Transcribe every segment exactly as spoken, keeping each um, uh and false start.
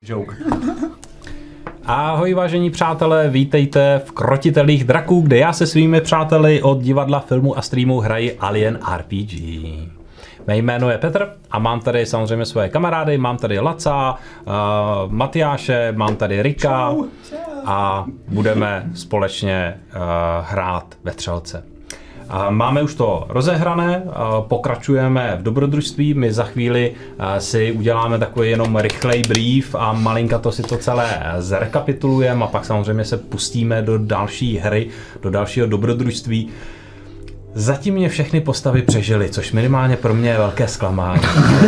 Joke. Ahoj vážení přátelé, vítejte v Krotitelích draků, kde já se svými přáteli od divadla, filmu a streamu hraji Alien R P G. Mé jméno je Petr a mám tady samozřejmě svoje kamarády, mám tady Laca, uh, Matyáše, mám tady Rika a budeme společně uh, hrát ve Třelce. Máme už to rozehrané, pokračujeme v dobrodružství, my za chvíli si uděláme takový jenom rychlej brief a malinka to si to celé zrekapitulujeme a pak samozřejmě se pustíme do další hry, do dalšího dobrodružství. Zatím mě všechny postavy přežily, což minimálně pro mě je velké zklamání.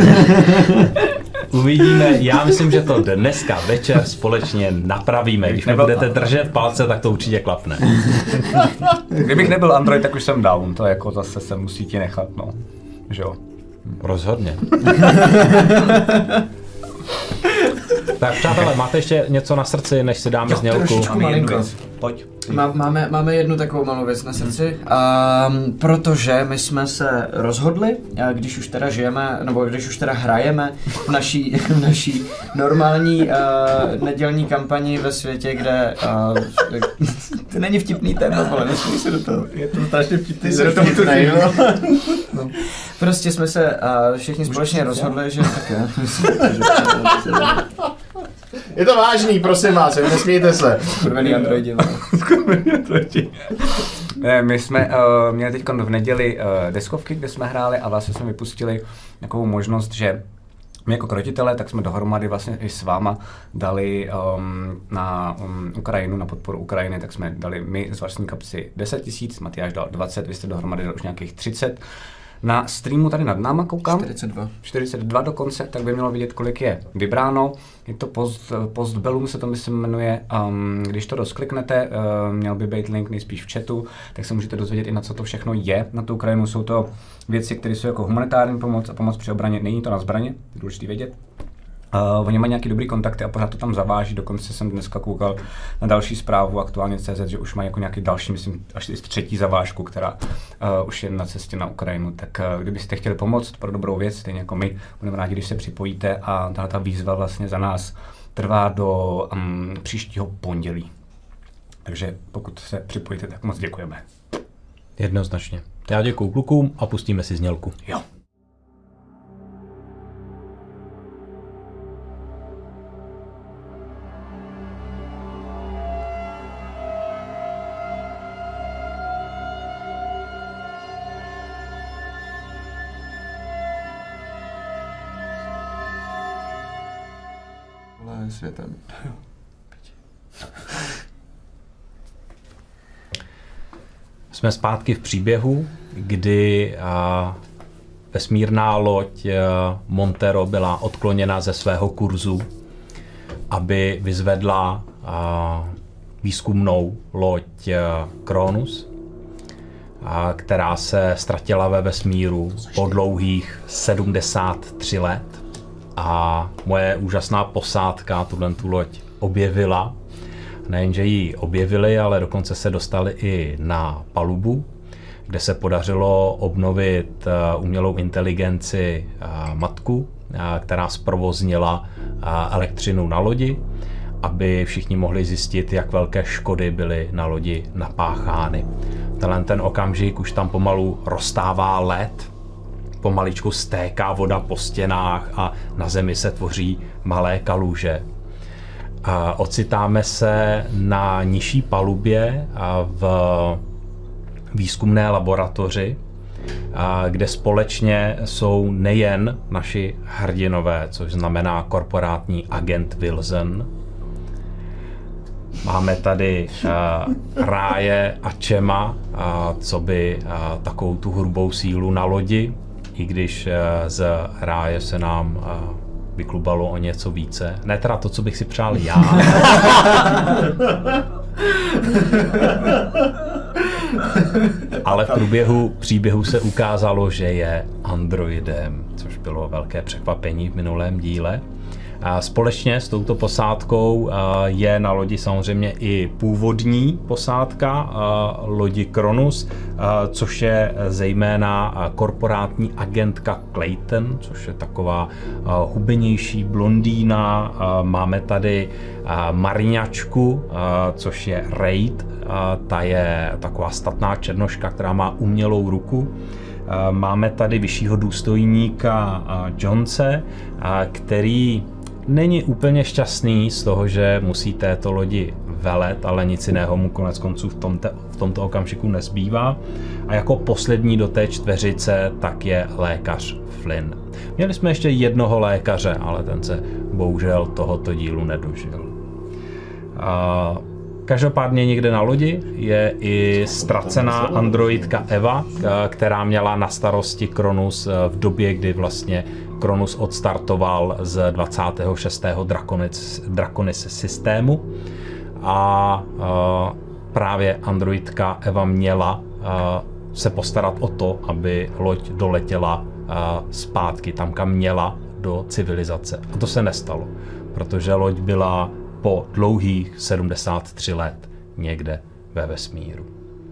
Uvidíme, já myslím, že to dneska večer společně napravíme. Když mi budete držet palce, tak to určitě klapne. Kdybych nebyl Android, tak už jsem down, to jako zase se musí ti nechat, no. Že jo? Rozhodně. Tak přátelé, máte ještě něco na srdci, než si dáme znělku? Pojď. Má, máme, máme jednu takovou malou věc na srdci, um, protože my jsme se rozhodli, když už teda žijeme, nebo když už teda hrajeme v naší, v naší normální uh, nedělní kampani ve světě, kde uh, to není vtipný téma, ale nesmí se do toho. Je to strašně vtipný, se do toho vtipný, no. Prostě jsme se uh, všichni společně rozhodli, že také. Je to vážný, prosím vás, nesmějte se. Skurvený androidi. Skurvený androidi. My jsme uh, měli teď v neděli uh, deskovky, kde jsme hráli a vlastně jsme vypustili takovou možnost, že my jako krotitelé, tak jsme dohromady vlastně i s váma dali um, na um, Ukrajinu, na podporu Ukrajiny, tak jsme dali my z vlastní kapsy deset tisíc, Matyáš dal dvacet, vy jste dohromady dal už nějakých třicet. Na streamu tady nad náma koukám, čtyřicet dva. čtyřicet dva dokonce, tak by mělo vidět, kolik je vybráno. Je to post, postbellum se to myslím jmenuje. Um, když to rozkliknete, uh, měl by být link nejspíš v chatu, tak se můžete dozvědět i na co to všechno je. Na tu Ukrajinu jsou to věci, které jsou jako humanitární pomoc a pomoc při obraně. Není to na zbraně, je důležité vědět. Uh, oni mají nějaký dobrý kontakty a pořád to tam zaváží, dokonce jsem dneska koukal na další zprávu aktuálně C Z, že už mají jako nějaký další, myslím, až třetí zavážku, která uh, už je na cestě na Ukrajinu, tak uh, kdybyste chtěli pomoct pro dobrou věc, stejně jako my, budeme rádi, když se připojíte a tahle ta výzva vlastně za nás trvá do um, příštího pondělí. Takže pokud se připojíte, tak moc děkujeme. Jednoznačně. Já děkuju klukům a pustíme si znělku. Jo. Světem. Jsme zpátky v příběhu, kdy a, vesmírná loď a, Montero byla odkloněna ze svého kurzu, aby vyzvedla a, výzkumnou loď a, Cronus, a, která se ztratila ve vesmíru po dlouhých sedmdesát tři let. A moje úžasná posádka tuhle tu loď objevila. Nejenže ji objevili, ale dokonce se dostali i na palubu, kde se podařilo obnovit umělou inteligenci matku, která zprovoznila elektřinu na lodi, aby všichni mohli zjistit, jak velké škody byly na lodi napáchány. Tenhle ten okamžik už tam pomalu roztává led, pomaličku stéká voda po stěnách a na zemi se tvoří malé kaluže. A ocitáme se na nižší palubě v výzkumné laboratoři, kde společně jsou nejen naši hrdinové, což znamená korporátní agent Wilson. Máme tady uh, Ráje a Čema, uh, co by uh, takovou tu hrubou sílu na lodi, i když uh, z Ráje se nám uh, vyklubalo o něco více. Ne teda to, co bych si přál já. Ale v průběhu příběhu se ukázalo, že je androidem, což bylo velké překvapení v minulém díle. Společně s touto posádkou je na lodi samozřejmě i původní posádka lodi Kronus, což je zejména korporátní agentka Clayton, což je taková hubenější blondýna. Máme tady Mariňačku, což je Raid, ta je taková statná černoška, která má umělou ruku. Máme tady vyššího důstojníka Jonese, který není úplně šťastný z toho, že musí této lodi velet, ale nic jiného mu konec konců v tomto, v tomto okamžiku nezbývá. A jako poslední do té čtveřice tak je lékař Flynn. Měli jsme ještě jednoho lékaře, ale ten se bohužel tohoto dílu nedožil. A každopádně někde na lodi je i ztracená androidka Eva, která měla na starosti Kronus v době, kdy vlastně Kronus odstartoval z dvacátého šestého Draconis, Draconis systému. A uh, právě androidka Eva měla uh, se postarat o to, aby loď doletěla uh, zpátky tam, kam měla, do civilizace. A to se nestalo, protože loď byla po dlouhých sedmdesát tři let někde ve vesmíru.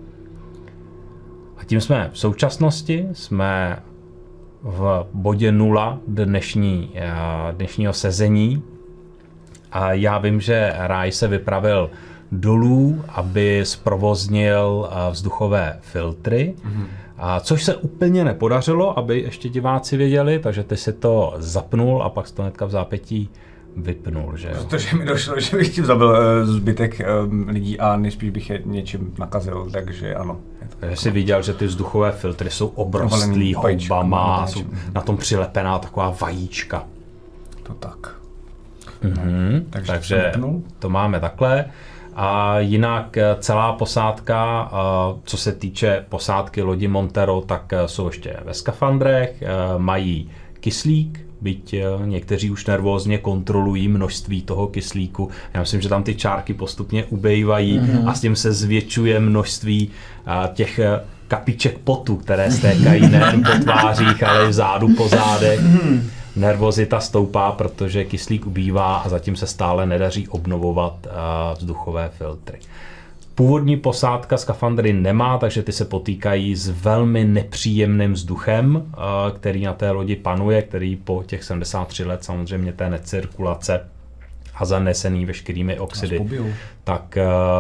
A tím jsme v současnosti, jsme v bodě nula dnešní, dnešního sezení. A já vím, že Ráj se vypravil dolů, aby zprovoznil vzduchové filtry, mm-hmm. a což se úplně nepodařilo, aby ještě diváci věděli, takže ty si to zapnul a pak si to hnedka v zápětí vypnul, že jo? Protože mi došlo, že bych tím zabil uh, zbytek um, lidí a nejspíš bych je něčím nakazil, takže ano. Takže jsi viděl, že ty vzduchové filtry jsou obrostlý houbama, jsou na tom přilepená taková vajíčka. To tak. Mm-hmm. Takže, takže to máme takhle. A jinak celá posádka, co se týče posádky lodi Montero, tak jsou ještě ve skafandrech, mají kyslík, byť někteří už nervózně kontrolují množství toho kyslíku. Já myslím, že tam ty čárky postupně ubejvají mm-hmm. a s tím se zvětšuje množství těch kapiček potu, které stékají nejen po tvářích, ale i vzadu po zádech. Nervozita stoupá, protože kyslík ubývá a zatím se stále nedaří obnovovat vzduchové filtry. Původní posádka skafandry nemá, takže ty se potýkají s velmi nepříjemným vzduchem, který na té lodi panuje, který po těch sedmdesát tři let samozřejmě té necirkulace a zanesený veškerými oxidy, tak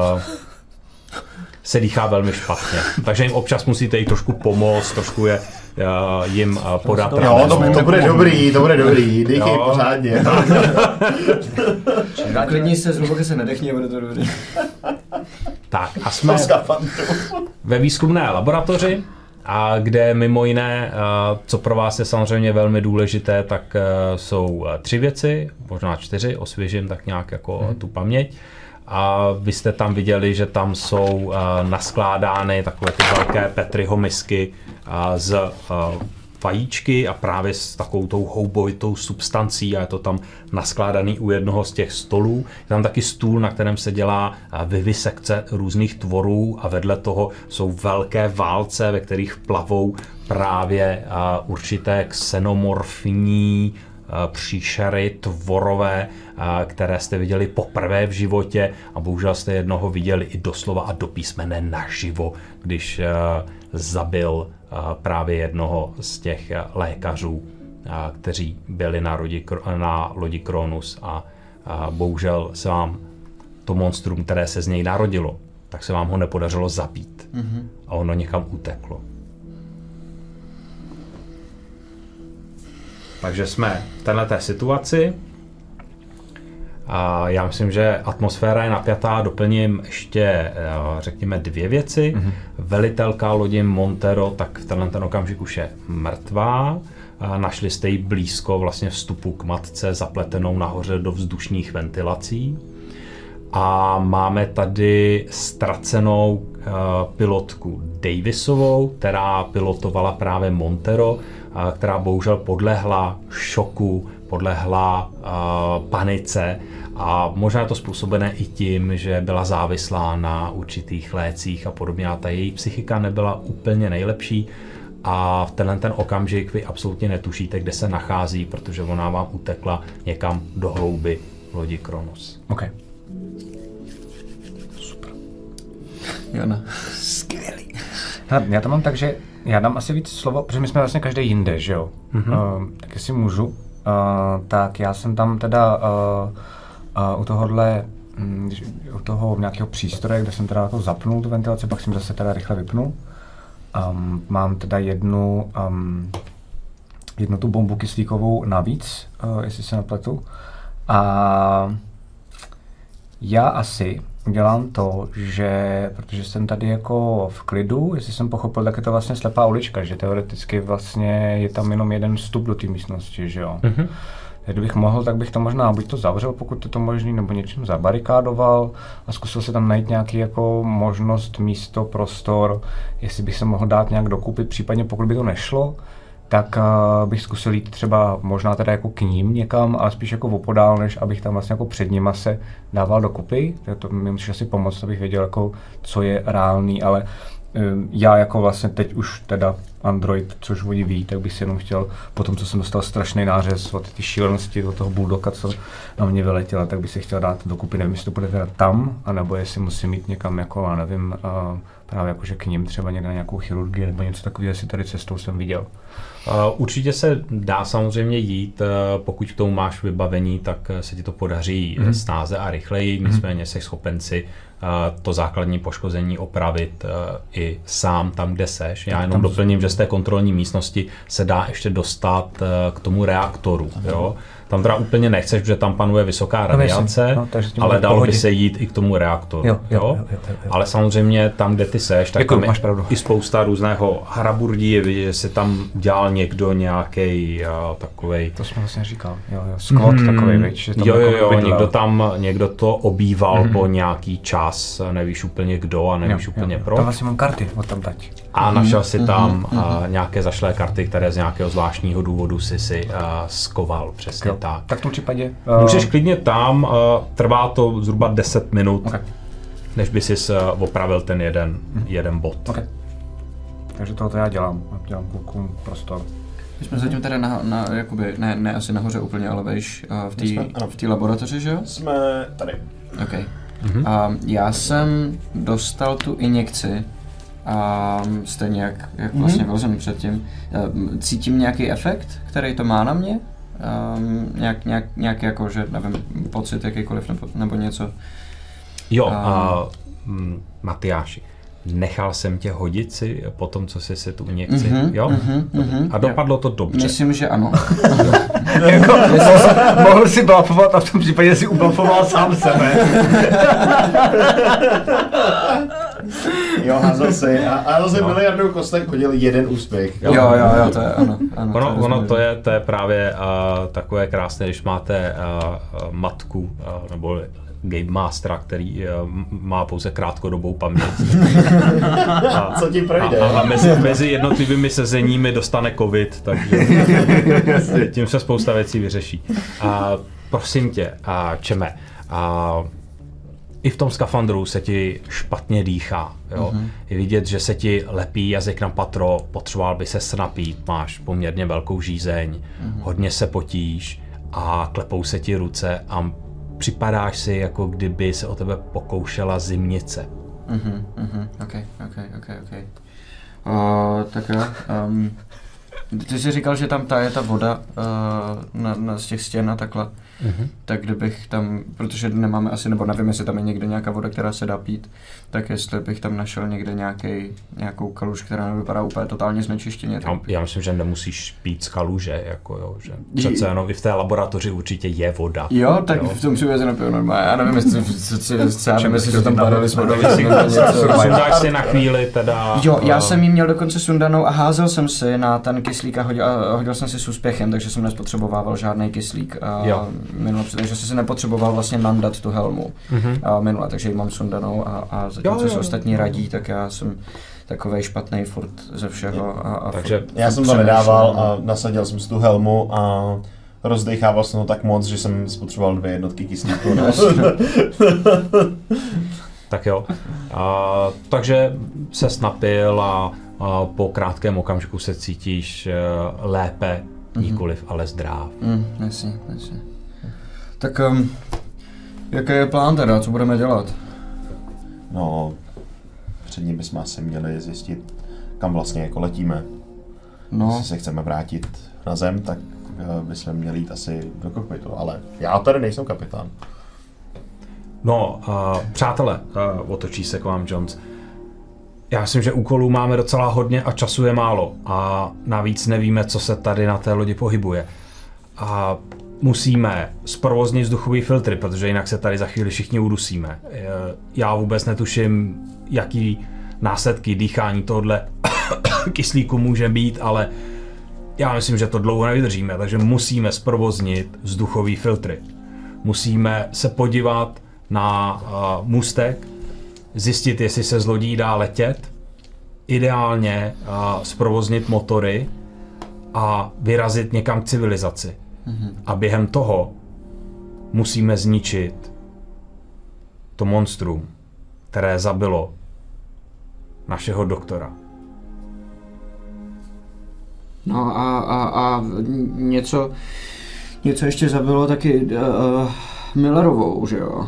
se dýchá velmi špatně. Takže jim občas musíte jít trošku pomoct, trošku je uh, jim uh, podat. Jo, to, to bude dobrý, to bude dobrý, dýchej pořádně. Klidni se, zhluboké se nedechni a bude to dobrý. Tak a jsme ve výzkumné laboratoři, a kde mimo jiné, co pro vás je samozřejmě velmi důležité, tak jsou tři věci, možná čtyři, osvěžím tak nějak jako hmm. tu paměť. A vy jste tam viděli, že tam jsou uh, naskládány takové ty velké Petriho misky uh, z uh, vajíčky a právě s takovou tou houbovitou substancí a je to tam naskládaný u jednoho z těch stolů. Je tam taky stůl, na kterém se dělá uh, vivisekce různých tvorů a vedle toho jsou velké válce, ve kterých plavou právě uh, určité xenomorfní příšery tvorové, které jste viděli poprvé v životě a bohužel jste jednoho viděli i doslova a do písmene naživo, když zabil právě jednoho z těch lékařů, kteří byli na lodi, na lodi Kronus a bohužel se vám to monstrum, které se z něj narodilo, tak se vám ho nepodařilo zabít mm-hmm. a ono někam uteklo. Takže jsme v této situaci. A já myslím, že atmosféra je napjatá. Doplním ještě, řekněme, dvě věci. Mm-hmm. Velitelka lodi Montero, tak v tenhle ten okamžik už je mrtvá. Našli jste ji blízko vlastně vstupu k matce, zapletenou nahoře do vzdušních ventilací. A máme tady ztracenou uh, pilotku Davisovou, která pilotovala právě Montero, uh, která bohužel podlehla šoku, podlehla uh, panice a možná je to způsobené i tím, že byla závislá na určitých lécích a podobně a ta její psychika nebyla úplně nejlepší a v tenhle ten okamžik vy absolutně netušíte, kde se nachází, protože ona vám utekla někam do hlouby lodi Kronos. OK. Super. Jana. Skvělý. Hele, já to mám tak, že já dám asi víc slovo, protože my jsme vlastně každý jinde, že jo? Mm-hmm. Uh, tak jestli můžu, uh, tak já jsem tam teda uh, uh, u tohohle, um, u toho nějakého přístroje, kde jsem teda jako zapnul tu ventilaci, pak jsem zase teda rychle vypnul. Um, mám teda jednu, um, jednu tu bombu kyslíkovou navíc, uh, jestli se nepletu. A já asi udělám to, že, protože jsem tady jako v klidu, jestli jsem pochopil, tak je to vlastně slepá ulička, že teoreticky vlastně je tam jenom jeden vstup do té místnosti, že jo. Mm-hmm. Kdybych mohl, tak bych to možná buď to zavřel, pokud je to možný, nebo něčím zabarikádoval a zkusil se tam najít nějaký jako možnost, místo, prostor, jestli bych se mohl dát nějak dokupy, případně pokud by to nešlo, tak uh, bych zkusil jít třeba možná teda jako k ním někam, ale spíš jako opodál, než abych tam vlastně jako před nima se dával dokupy. To mi musíš asi pomoct, abych věděl, jako, co je reálný, ale um, já jako vlastně teď už teda Android, což oni ví, tak bych si jenom chtěl, po tom, co jsem dostal strašný nářez od ty šílenosti, od toho bulldoga, co na mě vyletěla, tak bych si chtěl dát dokupy, nevím, jestli to bude teda tam, anebo jestli musím jít někam jako, já nevím, uh, právě jakože k ním třeba někde na nějakou chirurgii nebo něco takového, jestli tady cestou jsem viděl. Uh, určitě se dá samozřejmě jít, uh, pokud k tomu máš vybavení, tak se ti to podaří mm. snáze a rychleji, mm. nicméně jsi schopen si uh, to základní poškození opravit uh, i sám tam, kde seš. Já jenom doplním, že z té kontrolní místnosti se dá ještě dostat uh, k tomu reaktoru. Jo? Tam teda úplně nechceš, protože tam panuje vysoká radiace, no, ale dalo by se jít i k tomu reaktoru. Jo, jo, jo, jo, jo, jo. Ale samozřejmě tam, kde ty seš, tak Děkuju, tam máš je pravdu. I spousta různého haraburdí, je vidět, že se tam dělal někdo nějaký uh, takovej... To jsme vlastně říkal, jo, jo, Scott mm, takovej, viď, že tam jo, jo, jako jo, někdo tam, někdo to obýval mm. po nějaký čas, nevíš úplně kdo a nevíš jo, úplně jo, proč. Tam vlastně mám karty od tam tať. A našel si tam mm, uh, nějaké zašlé karty, které z nějakého zvláštního důvodu si si uh, skoval, přesně jo. tak. Tak v tom případě... Uh, Můžeš klidně tam, uh, trvá to zhruba deset minut, okay. než by si uh, opravil ten jeden, mm. jeden bod. Okay. Takže tohoto já dělám, dělám klukům prostor. My jsme zatím teda na, na jakoby, ne, ne asi nahoře úplně, ale vejš uh, v té laboratoři, že jo? Jsme tady. OK. Mm-hmm. A já jsem dostal tu injekci a stejně jak, jak vlastně byl jsem předtím. Cítím nějaký efekt, který to má na mě? Um, nějak, nějak, nějak jako, že nevím, pocit jakýkoliv nebo, nebo něco? Jo, um, a mm, Matyáši, nechal jsem tě hodit si po tom, co jsi si tu injekci, mm-hmm, jo? Mm-hmm, mm-hmm, a dopadlo to dobře. Myslím, že ano. jako, mohl si blafovat a v tom případě si ublafoval sám sebe. Jo, házel si a, a zase no. miliardou kostek hodil jeden úspěch. Jo, jo, jo, to je ano. ano ono, to, je ono to, je, to je právě uh, takové krásné, když máte uh, matku uh, nebo Game Mastera, který uh, má pouze krátkodobou paměť. A, co ti projde? A, a mezi, mezi jednotlivými sezeními dostane covid, takže tím se spousta věcí vyřeší. A prosím tě, a Čeme, a i v tom skafandru se ti špatně dýchá. Jo? Mm-hmm. Je vidět, že se ti lepí jazyk na patro, potřeboval by se napít, máš poměrně velkou žízeň, mm-hmm. hodně se potíš a klepou se ti ruce a připadáš si, jako kdyby se o tebe pokoušela zimnice. Mhm, mhm, ok, ok, ok, ok. Uh, tak jo, um, ty jsi říkal, že tam ta je ta voda uh, na, na z těch stěn a takhle. Mm-hmm. Tak kdybych tam, protože nemáme asi, nebo nevím, jestli tam je někde nějaká voda, která se dá pít, tak jestli bych tam našel někde nějaký, nějakou kaluž, která nevypadá úplně totálně znečištěně. Já, já myslím, že nemusíš pít z kaluže, jako jo, že přece jenom i v té laboratoři určitě je voda. Jo, tak jo. V tom případě se napiju normálně, já nevím, jestli, já nevím, jestli to tam padali s vodou. Sundáš si na chvíli teda... Jo, já jsem jí měl dokonce sundanou a házel jsem si na ten kyslík a hodil, a hodil jsem si s úspěchem, takže jsem nespotřebovával žádný kyslík. A minule, takže jsem si nepotřeboval vlastně nandat tu helmu mm-hmm. a minule, takže ji mám sundanou a, a zatímco se ostatní radí, tak já jsem takovej špatnej furt ze všeho. A, a takže furt, já jsem to nedával a nasadil jsem si tu helmu a rozdechával jsem to tak moc, že jsem spotřeboval dvě jednotky kyslíku. No. Tak jo, a, takže se napil a a po krátkém okamžiku se cítíš uh, lépe, mm-hmm. nikoliv, ale zdrav. Mm, jasně, jasně. Tak um, jaký je plán teda, co budeme dělat? No, předně bychom asi měli zjistit, kam vlastně jako letíme. No. Jestli se chceme vrátit na zem, tak bychom měli jít asi do kokpitu, ale já tady nejsem kapitán. No, uh, přátelé, uh, otočí se k vám Jones. Já myslím, že úkolů máme docela hodně a času je málo. A navíc nevíme, co se tady na té lodi pohybuje. A musíme zprovoznit vzduchový filtry, protože jinak se tady za chvíli všichni udusíme. Já vůbec netuším, jaký následky dýchání tohohle kyslíku může být, ale já myslím, že to dlouho nevydržíme, takže musíme zprovoznit vzduchový filtry. Musíme se podívat na uh, můstek, zjistit, jestli se z lodí dá letět, ideálně uh, zprovoznit motory a vyrazit někam k civilizaci. Mm-hmm. A během toho musíme zničit to monstrum, které zabilo našeho doktora. No a, a, a něco, něco ještě zabilo taky uh, Millerovou, že jo?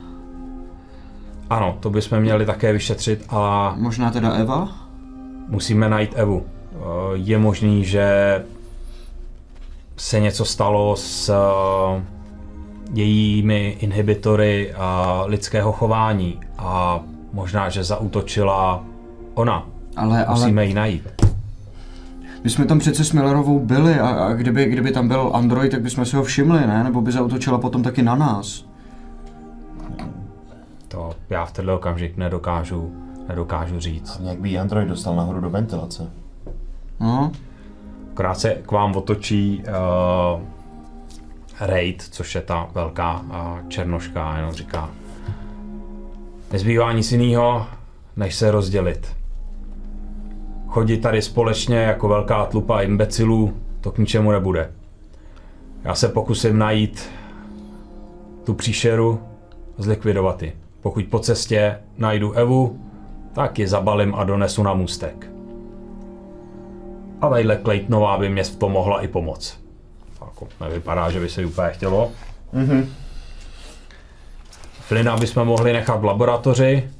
Ano, to bychom měli také vyšetřit, ale... Možná teda Eva? Musíme najít Evu. Je možný, že se něco stalo s jejími inhibitory lidského chování a možná, že zaútočila ona. Ale, Musíme ale... ji najít. My jsme tam přece s Millerovou byli a, a kdyby, kdyby tam byl android, tak bychom si ho všimli, ne? Nebo by zaútočila potom taky na nás. To já v tenhle okamžik nedokážu, nedokážu říct. A nějak by android dostal nahoru do ventilace. No. Krátce k vám otočí uh, Raid, což je ta velká uh, černoška, a jenom říká: nezbývá nic jinýho, než se rozdělit. Chodit tady společně jako velká tlupa imbecilů, to k ničemu nebude. Já se pokusím najít tu příšeru a zlikvidovat ji. Pokud po cestě najdu Evu, tak ji zabalím a donesu na můstek. A tadyhle Claytonová by mě v tom mohla i pomoct. Jako nevypadá, že by se jí úplně chtělo. Mm-hmm. Flynna bychom mohli nechat v laboratoři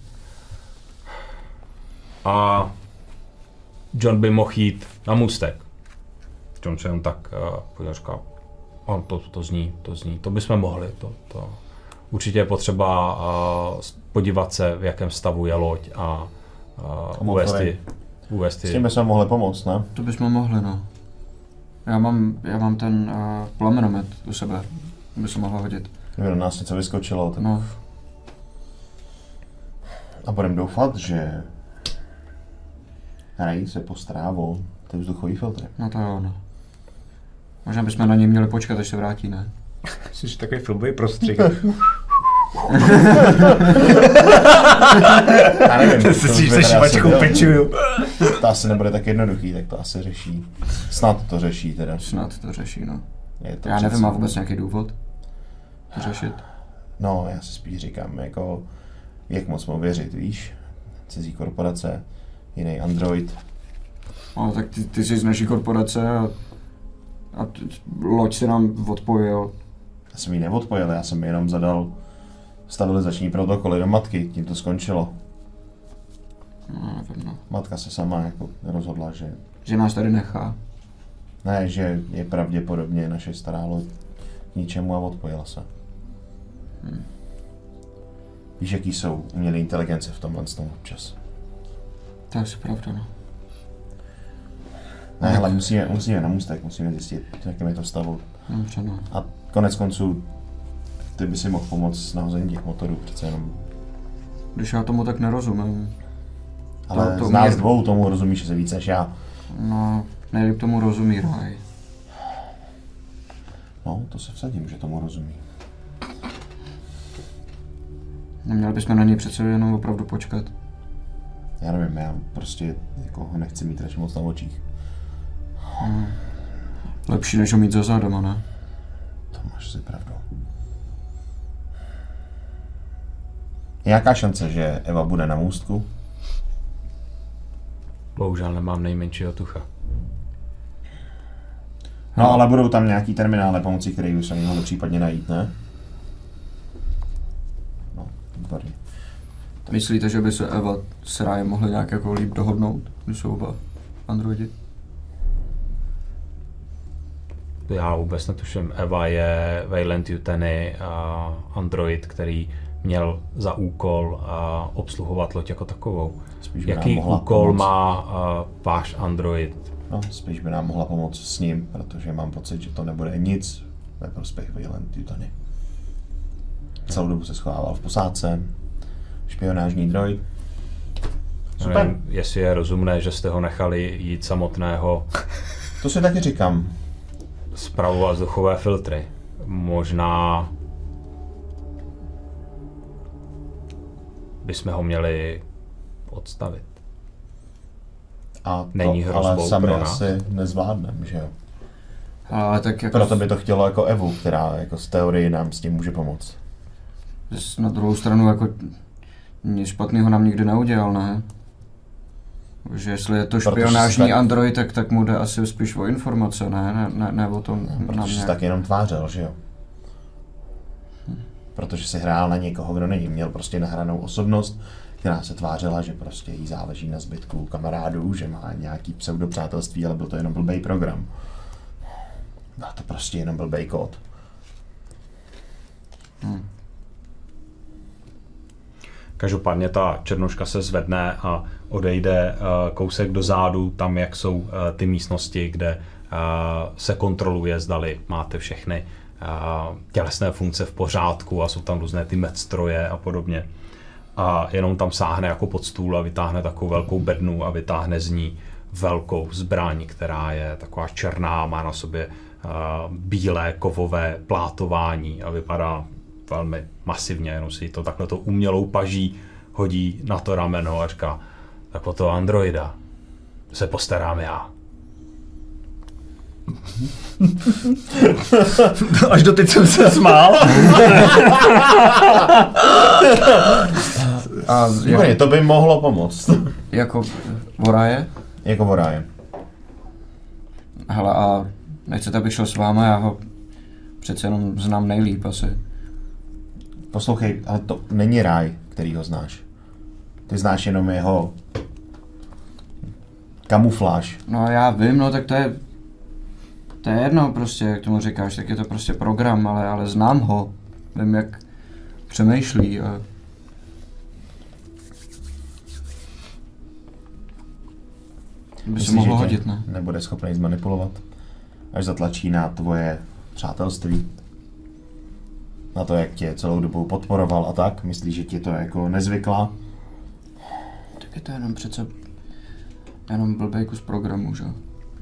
a John by mohl jít na můstek. John se jen tak uh, říká, on to, to zní, to zní, to bychom mohli. To, to. Určitě je potřeba uh, podívat se, v jakém stavu je loď a uh, uvést ji. Uvést S tím bychom mohli pomoct, ne? To bychom mohli, no. Já mám, já mám ten uh, plamenomet u sebe, by se mohla hodit. Kdyby do nás něco vyskočilo, tak... No. A budeme doufat, že Ray se postará o ty vzduchový filtry. No to jo, no. Možná bychom na něj měli počkat, až se vrátí, ne? Jsi takový filmový prostřih. Já nevím, to se cítíš se šívačkou pečuju. To asi nebude tak jednoduchý, tak to asi řeší. Snad to řeší teda. Snad to řeší, no. Je to já nevím, přece... má vůbec nějaký důvod to řešit. No, já si spíš říkám, jako, jak moc mu věřit, víš? Cizí korporace, jiný android. No, tak ty, ty jsi z naší korporace a, a t, loď se nám odpojil. Já jsem ji neodpojil, já jsem jenom zadal stabilizační protokoly do matky, tím to skončilo. No, nevím, no. Matka se sama jako rozhodla, že... Že nás tady nechá. Ne, že je pravděpodobně naše stará loď k ničemu a odpojila se. Hmm. Víš, jaký jsou umělé inteligence v tomhle tom občas? To je asi pravda, no. Ne, hele, musíme, musíme na můstek, musíme zjistit, jakým je to stavu. Dobře, no. A konec konců, ty by si mohl pomoct s nahozením těch motorů, přece jenom. Když já tomu tak nerozumím. Ale to, to z nás umí... dvou tomu rozumíš se víc než já. No, nejlíp tomu rozumí Raj. No, to se vsadím, že tomu rozumí. Neměli bychom na něj přece jenom opravdu počkat. Já nevím, já prostě jako ho nechci mít radši moc na očích. Hmm. Lepší než ho mít za zádama, ne? To máš si pravdu. Je jaká šance, že Eva bude na můstku? Bohužel nemám nejmenšího tucha. No, ale budou tam nějaký terminály, pomocí kterých by se mohli případně najít, ne? No, výborně. Myslíte, že by se Eva s Rájem mohli nějak jako líp dohodnout, když jsou oba androidi? Já vůbec netuším. Eva je Weyland Yutani, android, který měl za úkol obsluhovat loď jako takovou. Spíš by Jaký nám mohla úkol pomoct. má uh, váš android? No, spíš by nám mohla pomoct s ním, protože mám pocit, že to nebude nic ve prospěch Weyland Yutani. Celou dobu se schovával v posádce, špionážní droid. Super. Nevím, jestli je rozumné, že jste ho nechali jít samotného To si taky říkám. spravovat vzduchové filtry. Možná bychom ho měli odstavit. A to Není hrozbou ale sami pro nás. asi nezvládneme, že jo? Ale tak jako Proto by to chtělo jako Evu, která jako z teorie nám s tím může pomoct. na druhou stranu jako nic špatného nám nikdy neudělal, ne? Že jestli je to Protože špionážní jsi tak- android, tak, tak mu jde asi spíš o informace, ne? Ne, ne, ne o tom nám Protože jsi nějak... tak jenom tvářil, že jo? Protože si hrál na někoho, kdo není. Měl prostě nahranou osobnost, která se tvářila, že prostě jí záleží na zbytku kamarádů, že má nějaký pseudopřátelství, ale byl to jenom blbej program. Byl to prostě jenom blbej kód. Hmm. Každopádně ta černoška se zvedne a odejde uh, kousek dozadu, tam jak jsou uh, ty místnosti, kde uh, se kontroluje, zdali máte všechny uh, tělesné funkce v pořádku a jsou tam různé ty medstroje a podobně. A jenom tam sáhne jako pod stůl a vytáhne takovou velkou bednu a vytáhne z ní velkou zbraň, která je taková černá, má na sobě uh, bílé kovové plátování a vypadá velmi masivně, jenom si to takhle to umělou paží hodí na to rameno a říká, tak o toho androida se postarám já. Až doteď jsem se smál. A Výborně, to by mohlo pomoct. jako Voraje? Jako voráje. Hele, a nechcete, abych šel s váma, já ho přece jenom znám nejlíp asi. Poslouchej, ale to není Ráj, který ho znáš. Ty znáš jenom jeho kamufláž. No já vím, no tak to je, to je jedno prostě, jak tomu říkáš, tak je to prostě program, ale, ale znám ho, vím jak přemýšlí a by se Myslíš, mohlo že tě hodit, ne? nebude schopný zmanipulovat, až zatlačí na tvoje přátelství. Na to, jak tě celou dobu podporoval a tak. Myslíš, že ti to jako nezvyklá? Tak je to jenom přece, jenom blbej kus programu, že?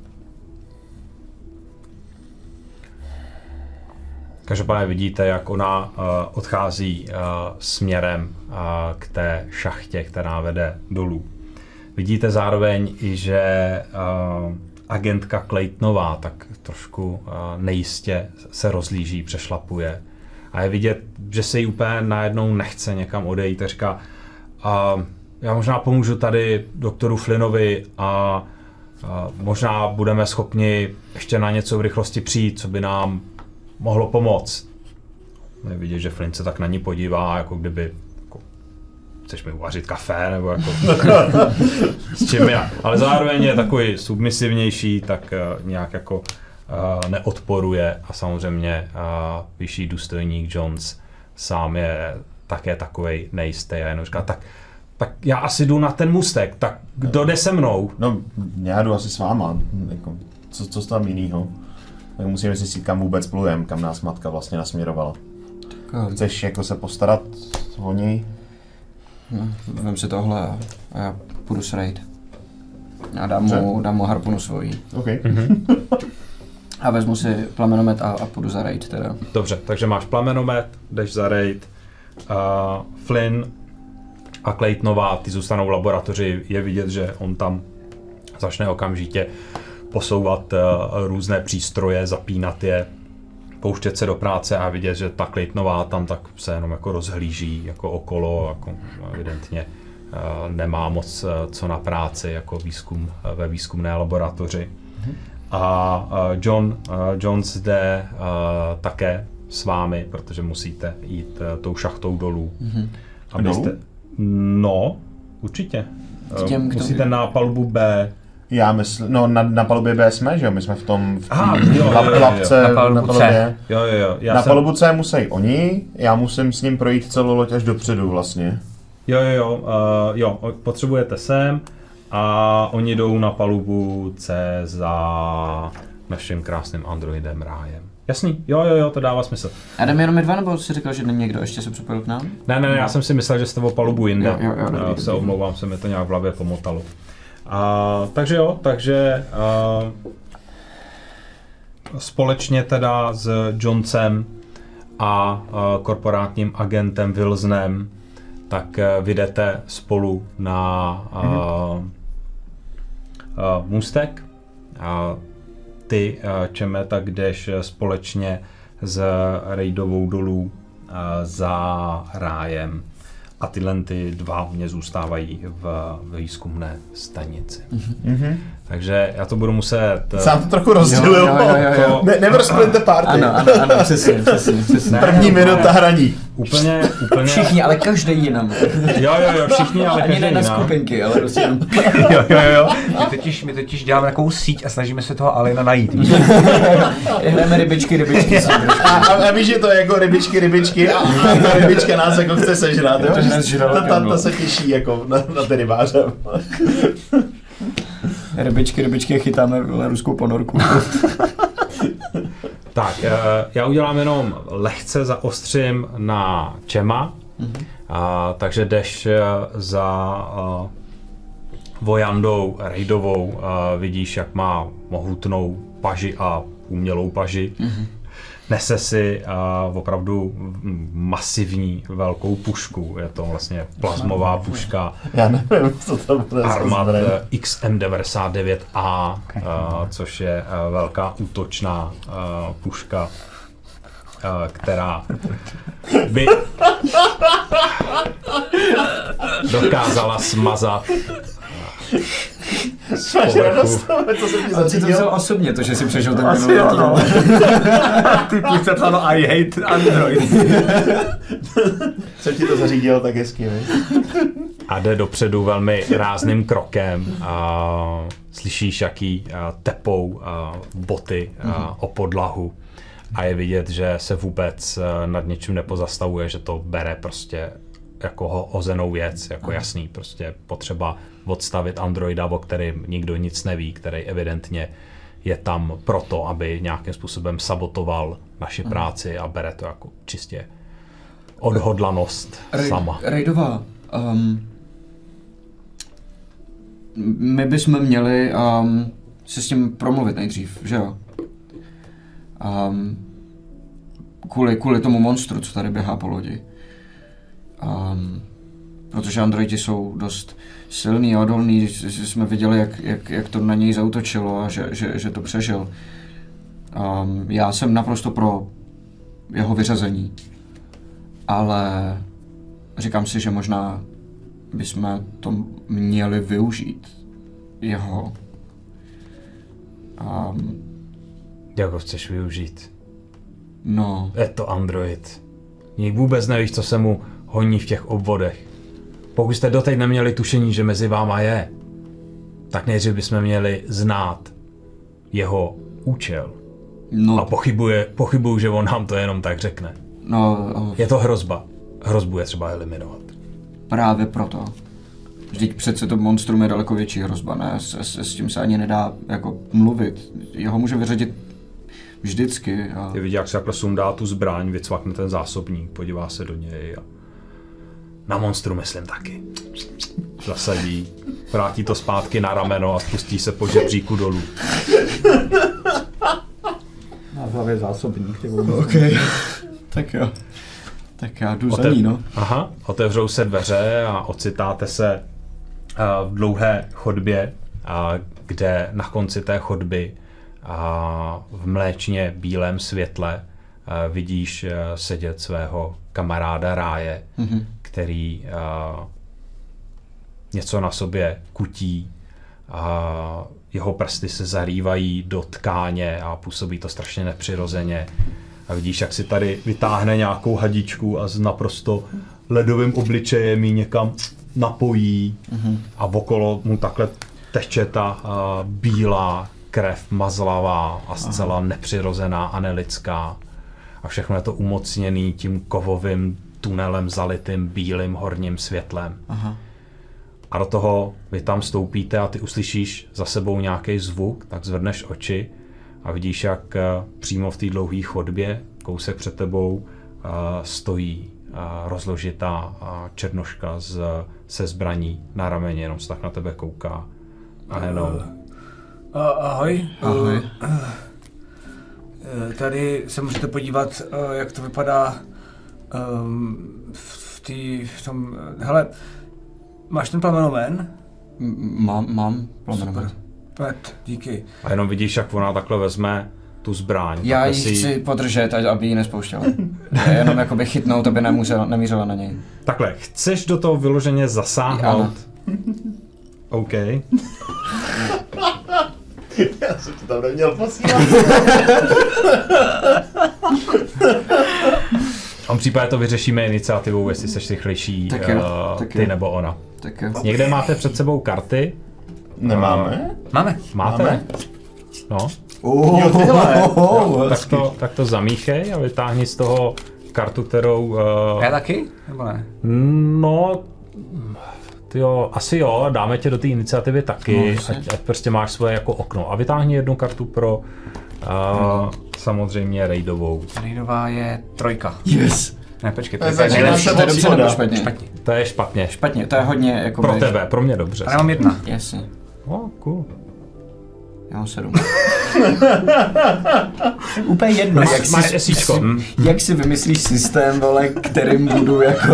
Každopádně vidíte, jak ona uh, odchází uh, směrem uh, k té šachtě, která vede dolů. Vidíte zároveň i, že uh, agentka Claytonová tak trošku uh, nejistě se rozlíží, přešlapuje. A je vidět, že se jí úplně najednou nechce někam odejít a říká, uh, já možná pomůžu tady doktoru Flynnovi a uh, možná budeme schopni ještě na něco v rychlosti přijít, co by nám mohlo pomoct. Je vidět, že Flynn se tak na ní podívá, jako kdyby jako, chceš mi uvařit kafe, nebo jako s čím já. Ale zároveň je takový submisivnější, tak uh, nějak jako uh, neodporuje a samozřejmě uh, vyšší důstojník Jones sám je také takovej nejistý a jenom říká, tak, tak já asi jdu na ten můstek, tak kdo jde se mnou? No, já jdu asi s váma. Jako, co, co tam jinýho? Tak musíme zjistit, kam vůbec plujem, kam nás matka vlastně nasměrovala. Tak, Chceš jako se postarat o něj? no, vem si tohle a, a já půjdu s Raid. A dám mu, dám mu harpunu svojí. OK. A vezmu si plamenomet a, a půjdu za Raid teda. Dobře, takže máš plamenomet, jdeš za raid, uh, Flynn a Claytonová, ty zůstanou v laboratoři, je vidět, že on tam začne okamžitě posouvat uh, různé přístroje, zapínat je, pouštět se do práce a vidět, že ta Claytonová tam tak se jenom jako rozhlíží jako okolo, jako evidentně nemá moc co na práci jako výzkum ve výzkumné laboratoři. Mm-hmm. A John, John zde také s vámi, protože musíte jít tou šachtou dolů. Mm-hmm. Abyste... No, určitě. Těm, musíte na palubu B. Já myslím, no na, na palubě B jsme, že jo, my jsme v tom v Aha, jo, jo, jo, jo. lapce, Na palubu na palubě. Jo, jo, jo. Já na jsem... palubu C musí oni, já musím s ním projít celou loď až dopředu vlastně. Jo, jo, jo, uh, jo, potřebujete sem a oni jdou na palubu C za naším krásným androidem Rájem. Jasný, jo, jo, jo, to dává smysl. A jdeme jenom my dva, nebo jsi říkal, že někdo ještě se připojil k nám? Ne, ne, ne, já jsem si myslel, že jste o palubu jinde. Jo, jo, jo, já dobrý, se dobrý. omlouvám, se mi to nějak v hlavě pomotalo. Uh, takže jo, takže uh, společně teda s Johnsonem a uh, korporátním agentem Wilsonem tak uh, vydete spolu na uh, mm-hmm. uh, můstek. Uh, ty, uh, Čeme, tak jdeš společně s Raidovou dolů uh, za Rájem. A tyhle ty dva mě zůstávají v, v výzkumné stanici. Mm-hmm. Takže já to budu muset... Sám to trochu rozdělil. Jo, jo, jo, jo. Ne, never split the party. Ano, ano, ano, přesně, přesně, přesně. První minuta hraní. Úplně, úplně... Všichni, ale každý jinam. Jo, jo, jo, všichni, ale Ani každý ne na jinam. skupinky, ale prostě jenom... Jo, jo, jo. My totiž, my totiž děláme takovou síť a snažíme se toho Alina najít. Hrajeme rybičky, rybičky. A, a, a víš, že to je jako rybičky, rybičky a, a ta rybička nás jako chce sežrat, jo? To nás žrala Ta, ta, kamno. ta se těší jako na, na ty rybáře. Rybičky, rybičky chytáme vole, ruskou ponorku. Tak, já udělám jenom lehce zaostřím na Čema, mm-hmm. a, takže jdeš za a, Vojandou Raidovou, a vidíš, jak má mohutnou paži a umělou paži. Mm-hmm. Nese si a, opravdu masivní velkou pušku, je to vlastně plazmová puška. Já nevím, co to bude. Armat X M devadesát devět A, okay. uh, což je uh, velká útočná uh, puška, uh, která by dokázala smazat z povrchu. Co jsem ti A si to vzal zařídil? osobně, to, že jsi přežil ten Asi minulý jo, díl. no. Ty píše psáno I hate Android. Jsem ti to zařídil, tak hezky, víš? A jde dopředu velmi rázným krokem a slyšíš, jaký a, tepou a, boty a, mm-hmm. o podlahu. A je vidět, že se vůbec a, nad něčím nepozastavuje, že to bere prostě jako ho, hozenou věc, jako jasný, prostě potřeba odstavit androida, o kterém nikdo nic neví, který evidentně je tam proto, aby nějakým způsobem sabotoval naši práci a bere to jako čistě odhodlanost Rej, sama. Raidová, um, my bychom měli um, se s tím promluvit nejdřív, že jo? Um, kvůli, kvůli tomu monstru, co tady běhá po lodi. Um, protože androidi jsou dost silný a odolný, že jsme viděli, jak, jak, jak to na něj zaútočilo a že, že, že to přežil. Um, já jsem naprosto pro jeho vyřazení, ale říkám si, že možná bychom to měli využít. Jeho... Um, Jak ho chceš využít? no... Je to android. Nik vůbec nevíš, co se mu honí v těch obvodech. Pokud jste doteď neměli tušení, že mezi váma je, tak nejdřív bychom měli znát jeho účel. No, A pochybuje, pochybuju, že on nám to jenom tak řekne. no Je to hrozba. Hrozbu je třeba eliminovat. právě proto. Vždyť přece to monstrum je daleko větší hrozba, ne? S, s, s tím se ani nedá jako mluvit. Jeho může vyřadit vždycky. A... Ty vidí, jak se takhle sundá tu zbraň, vycvakne ten zásobník, podívá se do něj a... Na monstru myslím taky. Zasadí, vrátí to zpátky na rameno a spustí se po žebříku dolů. Na hlavě zásobník, ty vole. OK. Tak jo. Tak já jdu Ote- za ní, no. Aha, otevřou se dveře a ocitáte se uh, v dlouhé chodbě, uh, kde na konci té chodby uh, v mléčně bílém světle uh, vidíš uh, sedět svého kamaráda Ráje, mm-hmm. který uh, něco na sobě kutí a jeho prsty se zarývají do tkáně a působí to strašně nepřirozeně. A vidíš, jak si tady vytáhne nějakou hadičku a s naprosto ledovým obličejem ji někam napojí mm-hmm. a okolo mu takhle teče ta uh, bílá krev, mazlavá a zcela Aha. nepřirozená a nelidská. A všechno je to umocněný tím kovovým tunelem zalitým bílým horním světlem. Aha. A do toho vy tam stoupíte a ty uslyšíš za sebou nějaký zvuk, tak zvedneš oči a vidíš, jak uh, přímo v té dlouhé chodbě, kousek před tebou, uh, stojí uh, rozložitá uh, černoška z, se zbraní na rameni, jenom se tak na tebe kouká. A jenom... Ahoj. Ahoj. Tady se můžete podívat, jak to vypadá v, tý, v tom... Hele, máš ten plamenomen? Mám, mám plamenomen. Pet, díky. A jenom vidíš, jak ona takhle vezme tu zbraň. Já ji si... chci podržet, aby ji nespouštěla. Jenom jakoby chytnout, aby nemířila, nemířila na něj. Takhle, chceš do toho vyloženě zasáhnout? OK. Já jsem to tam neměl posílat. V tom případě to vyřešíme iniciativou, jestli seš rychlejší tak jo, uh, tak ty jo. nebo ona. Tak jo. Někde máte před sebou karty? Nemáme? Máme. Máte? Máme. No. Oh, jo, tyhle. no tak, to, tak to zamíchej a vytáhni z toho kartu, kterou... Uh, Já taky? Nebo ne? No... Jo, asi jo, dáme tě do té iniciativy taky, no, ať, ať prostě máš svoje jako okno. A vytáhni jednu kartu pro uh, no. samozřejmě raidovou. Raidová je trojka. Yes! Ne, počkej, to je je nejlepší. To je dobře nebo špatně? Špatně. To je špatně. Špatně, to je hodně jako... Pro tebe, pro mě dobře. A já mám jedna. Jasně. Oh, cool. Já mám sedm. Úplně jedno, jak si, máš esíčko. jak si vymyslíš systém, vole, kterým budu jako...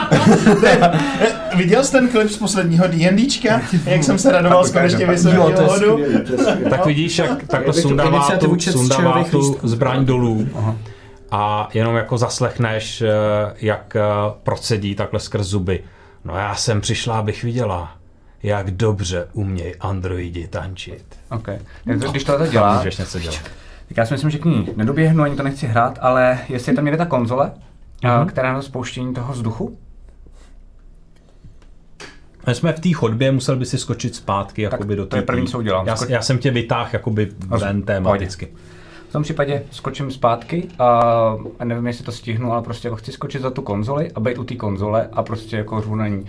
Viděl jsi ten klip z posledního DNDčka? Jak jsem se radoval z konečně vysokého hodu? Tak vidíš, jak takto sundává tu, sundává tu zbraň dolů. Aha. A jenom jako zaslechneš, jak procedí takhle skrz zuby. No já jsem přišla, abych viděla, jak dobře umějí androidi tančit. OK. Tak to, když tohle dělá, můžeš něco dělat. Tak já si myslím, že k ní nedoběhnu, ani to nechci hrát, ale jestli je tam někde ta konzole, mm-hmm. která na spouštění toho vzduchu? My jsme v té chodbě, musel by si skočit zpátky jakoby do té. To je první, co udělám. Já, já jsem tě vytáhl jakoby ven tématicky. V tom případě skočím zpátky a, a nevím, jestli to stihnu, ale prostě jako chci skočit za tu konzoli a být u té konzole a prostě jako řvu na ní.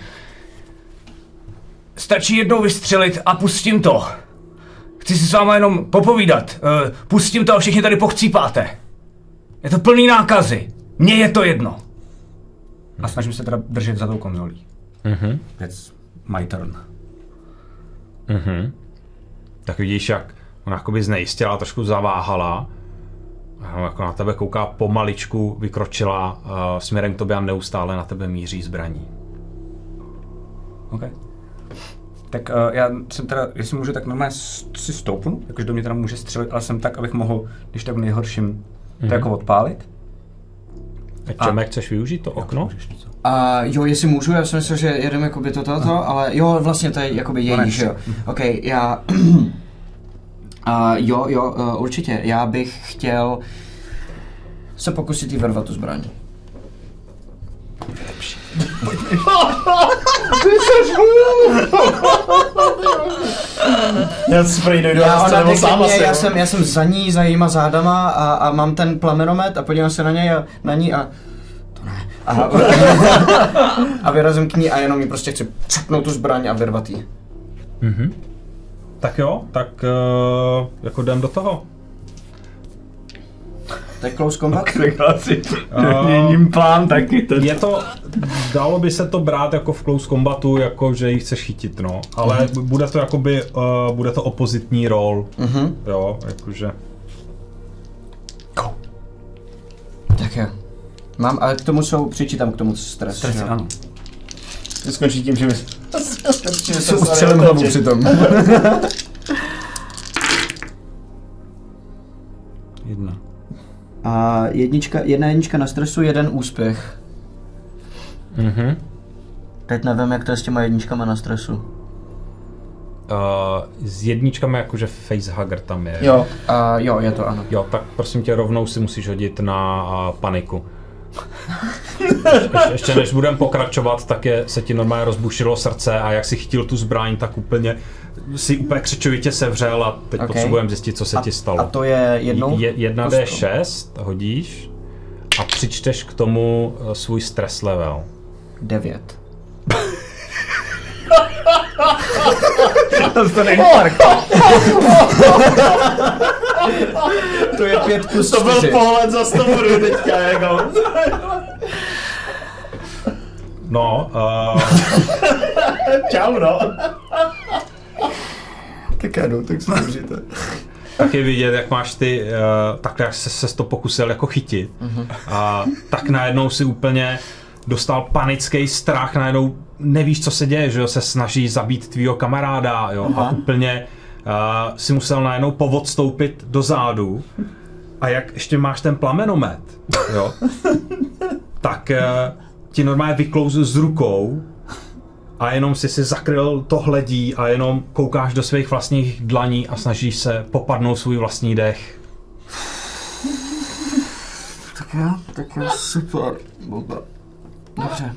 Stačí jednou vystřelit a pustím to. Chci si s váma jenom popovídat. Uh, pustím to a všichni tady pochcípáte. Je to plný nákazy. Mně je to jedno. A snažím se teda držet za tou konzolí. Mhm. That's my turn. Mhm. Tak vidíš, jak ona jakoby znejistila, trošku zaváhala. A jako na tebe kouká pomaličku, vykročila uh, směrem k tobě a neustále na tebe míří zbraní. OK. Tak uh, já jsem teda, jestli můžu, tak normálně si stoupnu, jakože do mě teda může střelit, ale jsem tak, abych mohl, když tak v nejhorším, mm-hmm. to jako odpálit. A čem chceš využít to okno? A jo, jestli můžu, já jsem myslel, že jedeme jakoby to, toto, to, ale jo, vlastně to je jakoby její, že jo. OK, já... Uh, jo, jo, uh, určitě. Já bych chtěl se pokusit jí vyrvat tu zbraň. Já sprej dojdu já, a nebo sám asi, já, jsem, já jsem za ní, za jejíma zádama a, a mám ten plamenomet a podívám se na něj a na ní a... To ne. A, a vyrazím k ní a jenom jí prostě chci čupnout tu zbraň a vyrvat jí. Mhm. Tak jo, tak uh, jako jdem do toho. To je close combat? Měním plán taky. Je to, dalo by se to brát jako v close combatu, jako že ji chceš chytit, no. Ale mm-hmm. bude to jakoby, uh, bude to opozitní rol, mm-hmm. jo, jakože. Tak jo. Mám, ale k tomu jsou, přičítám k tomu stres. Stres, ano. To skončí tím, že mi se ustřelím hlavu přitom. Jedna. A jednička, jedna jednička na stresu, jeden úspěch. Mhm. Teď nevím, jak to je s těma jedničkama na stresu. Uh, s jedničkami jakože facehugger tam je. Jo, uh, jo, je to ano. Jo, tak prosím tě, rovnou si musíš hodit na uh, paniku. Ještě, ještě než budeme pokračovat, tak je, se ti normálně rozbušilo srdce a jak si chytil tu zbraň, tak úplně si úplně křečovitě sevřel a teď Okay. potřebujeme zjistit, co se a, ti stalo. A to je jednou? Je, jedna dé šest hodíš a přičteš k tomu uh, svůj stres level. Devět. To není park. To je pět plus To byl pohled za sto bodů teďka, jako. No, uh, Čau, no. Tak já jdu, tak se držíte. tak je vidět, jak máš ty, uh, takhle jak se, se to pokusil jako chytit. Uh-huh. A tak najednou si úplně dostal panický strach, najednou nevíš, co se děje, že jo, se snaží zabít tvýho kamaráda, jo, uh-huh. a úplně uh, si musel najednou poodstoupit do zádu. A jak ještě máš ten plamenomet, jo, tak uh, ti normálně vyklouz z rukou a jenom si si zakryl to hledí a jenom koukáš do svých vlastních dlaní a snažíš se popadnout svůj vlastní dech. Tak jo, tak jo, super. Dobře.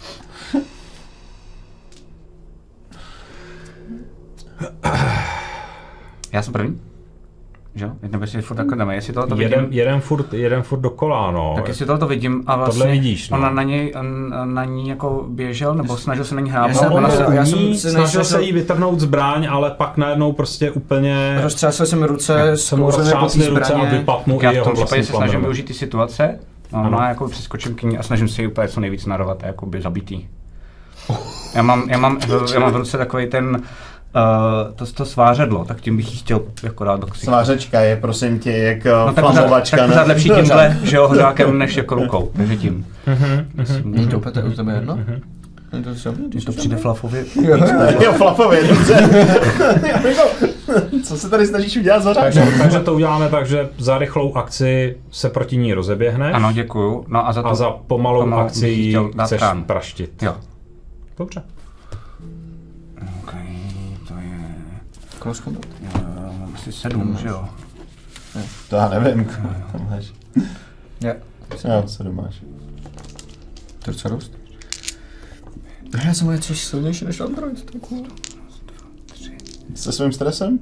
Já jsem první? Že jo? Nebo jestli furt takhle jdeme, jestli tohle to Jeden, vidím. jeden, furt, jeden furt dokola, no. Tak jestli tohle to vidím a vlastně Tohle vidíš, no. ona na něj, on, na ní jako běžel, nebo snažil se na ní Já hrábnout. jsem- Ona se, já Ní jsem si snažil nešel- se jí vytrhnout zbraň, ale pak najednou prostě úplně Roztřásl jsem ruce, se mu skouřené po té roztřásly ruce a zbraně. vypap mu já i v jeho tom případě vlastní se snažím plamenomet. využít ty situace. No, no a jako přeskočím k ní a snažím se ji úplně co nejvíc narovat a jakoby zabitý. Já mám, já mám, já mám v ruce takový ten, uh, to, to svářadlo, tak tím bych jí chtěl jako dát do ksichtu. Svářečka je, prosím tě, jak No tak pořád, flamovačka. tak ne? pořád lepší tímhle, že jo, hodákem, než jako rukou, takže tím. Není to úplně u tebe jedno? Je to samé, Když když to přijde flafově. Jo, flafově, dobře. Co se tady snažíš udělat za Takže, řadu? takže to uděláme tak, že za rychlou akci se proti ní rozeběhneš Ano, děkuju. No a za to a za pomalou pomalou akci bych jí ji chtěl dát chceš rán. praštit. Jo. Dobře. OK, to je... Close combat. Jo, asi sedm, že jo? To já nevím. Kam máš? Je. Jo, sedm máš. To je docela dost. Já jsem něco silnější než Android, tak cool. Se svým stresem?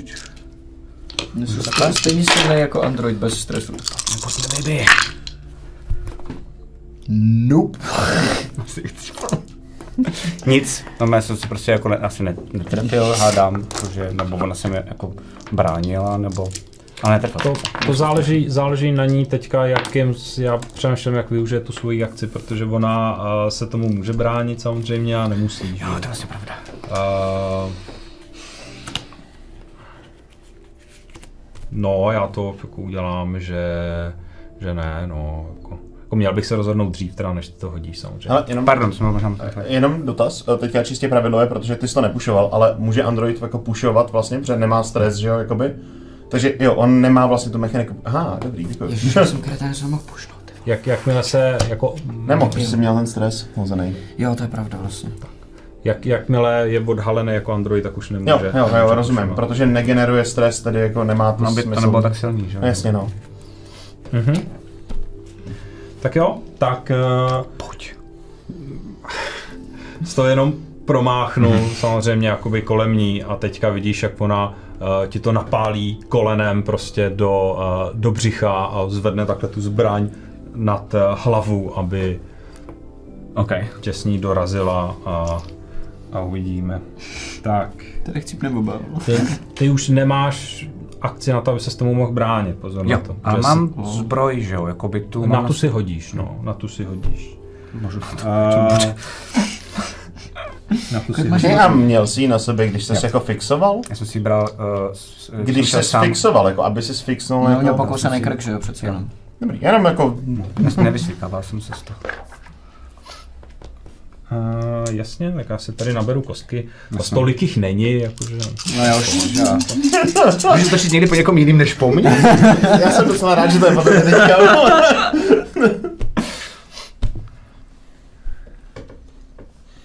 Jsem stejně silný jako Android bez stresu. Baby. Nope. Nic, no já jsem se prostě jako ne, asi ne, netrefil, hádám, protože, nebo ona se mi jako bránila, nebo... Ale netrefil. To, to záleží, záleží na ní teďka, jakým, já přemýšlím, jak využije tu svoji akci, protože ona uh, se tomu může bránit samozřejmě a nemusí. Že? Jo, to je vlastně pravda. Uh, no, já to jako udělám, že, že ne, no, jako, jako měl bych se rozhodnout dřív, teda, než ty to hodíš samozřejmě. Hele, jenom, Pardon, jsme možná takhle. jenom dotaz, teďka čistě pravidlo je, protože ty jsi to nepušoval, ale může Android jako pušovat vlastně, protože nemá stres, že jo, jakoby? Takže jo, on nemá vlastně tu mechaniku. Aha, dobrý, děkuji. Ježiš, já jsem kretén, že jsem mohl pušnout. Jak, jakmile se, jako, Nemohl, protože jsi měl ten stres hozený. Jo, to je pravda vlastně. jak, jakmile je odhalený jako Android, tak už nemůže. Jo, jo, jo, nemůže rozumím, pušovat. protože negeneruje stres, tedy jako nemá to No by to smysl. nebylo tak silný, že jo? No, jasně, no. Mhm. Tak jo, tak uh, Pojď. to jenom promáchnu samozřejmě jakoby kolem ní a teďka vidíš, jak ona uh, ti to napálí kolenem prostě do, uh, do břicha a zvedne takhle tu zbraň nad uh, hlavu, aby OK. tě s ní dorazila a, a uvidíme. Tak, Tady chcípne oba. ty, ty už nemáš akci na to, aby se s tomu mohl bránit, pozor Jo, na to. ale že mám zbroj, že jo, jakoby tu si, na mám... tu si hodíš, no, na tu si hodíš. Můžu... Uh, na tu si máš- hodíš. A měl jsi ji na sobě, když jsi Jo. jako fixoval? Já jsem si bral... Uh, s, Když jsem jsi sám- fixoval, jako aby jsi fixnul No, jako... měl pokousaný krk, že jo, přeci jenom. Dobrý, jenom jako... Ne- Nevysvítával jsem se z toho. Uh, jasně, tak já si tady naberu kostky. A tolik jich není, jakože... No já už možná. Můžeš točit někdy po někom jiným než po mně? Já jsem docela rád, že to je potom teďka.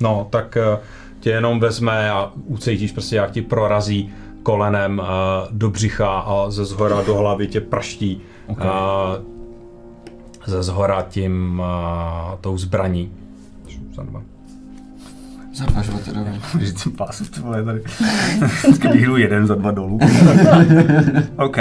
No, tak tě jenom vezme a ucítíš prostě, jak ti prorazí kolenem uh, do břicha a ze zhora do hlavy tě praští okay. uh, ze zhora tím uh, tou zbraní. Za dva. Za dva životy, dobrý. Že jsem pásu, to vole, tady. Vždycky vyhlu jeden za dva dolů. OK.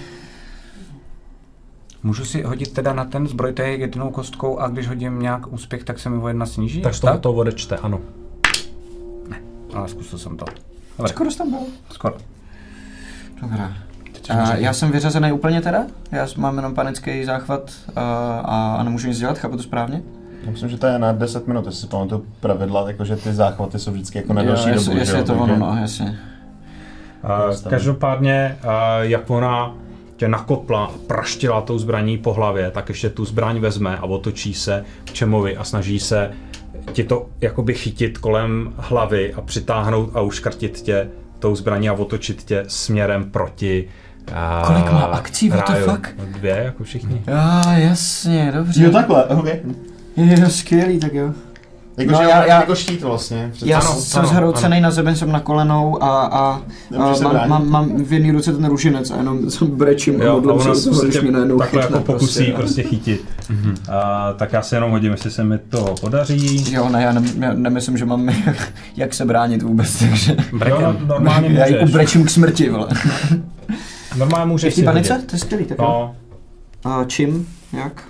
Můžu si hodit teda na ten zbroj té jednou kostkou a když hodím nějak úspěch, tak se mi o jedna sníží? Tak z toho to odečte, ano. Ne, ale zkusil jsem to. Ale skoro jsi tam byl. Skoro. Dobrá. A já jsem vyřazený úplně teda? Já mám jenom panický záchvat a, a, a nemůžu nic dělat, chápu to správně? Já myslím, že to je na deset minut, jestli si pamatuju pravidla, jakože ty záchvaty jsou vždycky jako na další dobu. Jestli je to ono, no, jasně. Uh, každopádně, uh, jak ona tě nakopla, praštila tou zbraní po hlavě, tak ještě tu zbraň vezme a otočí se k Čemovi a snaží se ti to jakoby chytit kolem hlavy a přitáhnout a uškrtit tě tou zbraní a otočit tě směrem proti. Uh, Kolik má akcí, what the fuck? Dvě, jako všichni. Já, jasně, dobře. Jo, takhle, ok. Jo, skvělý, tak jo. Jako, No, že já- já, já- jako štít vlastně. Já Ano, jsem ano, zhroucený na zemi, jsem na kolenou a, a, a Nemůžeš se mám, bránit. mám, mám v jedné ruce ten rušinec a jenom jsem brečím a Jo, a modlím ona se do toho, se když tě mě najednou takhle chytne jako pokusí prostě. prostě chytit. Uh, tak já si jenom hodím, jestli se mi to podaří. Jo, ne, já, ne, já nemyslím, že mám jak, jak se bránit vůbec, takže Jo, no, normálně já ji můžeš. ubrečím k smrti, vole. Normálně Je můžeš v té si panice? hodit. To je skvělý, tak jo. No, A čím? Jak?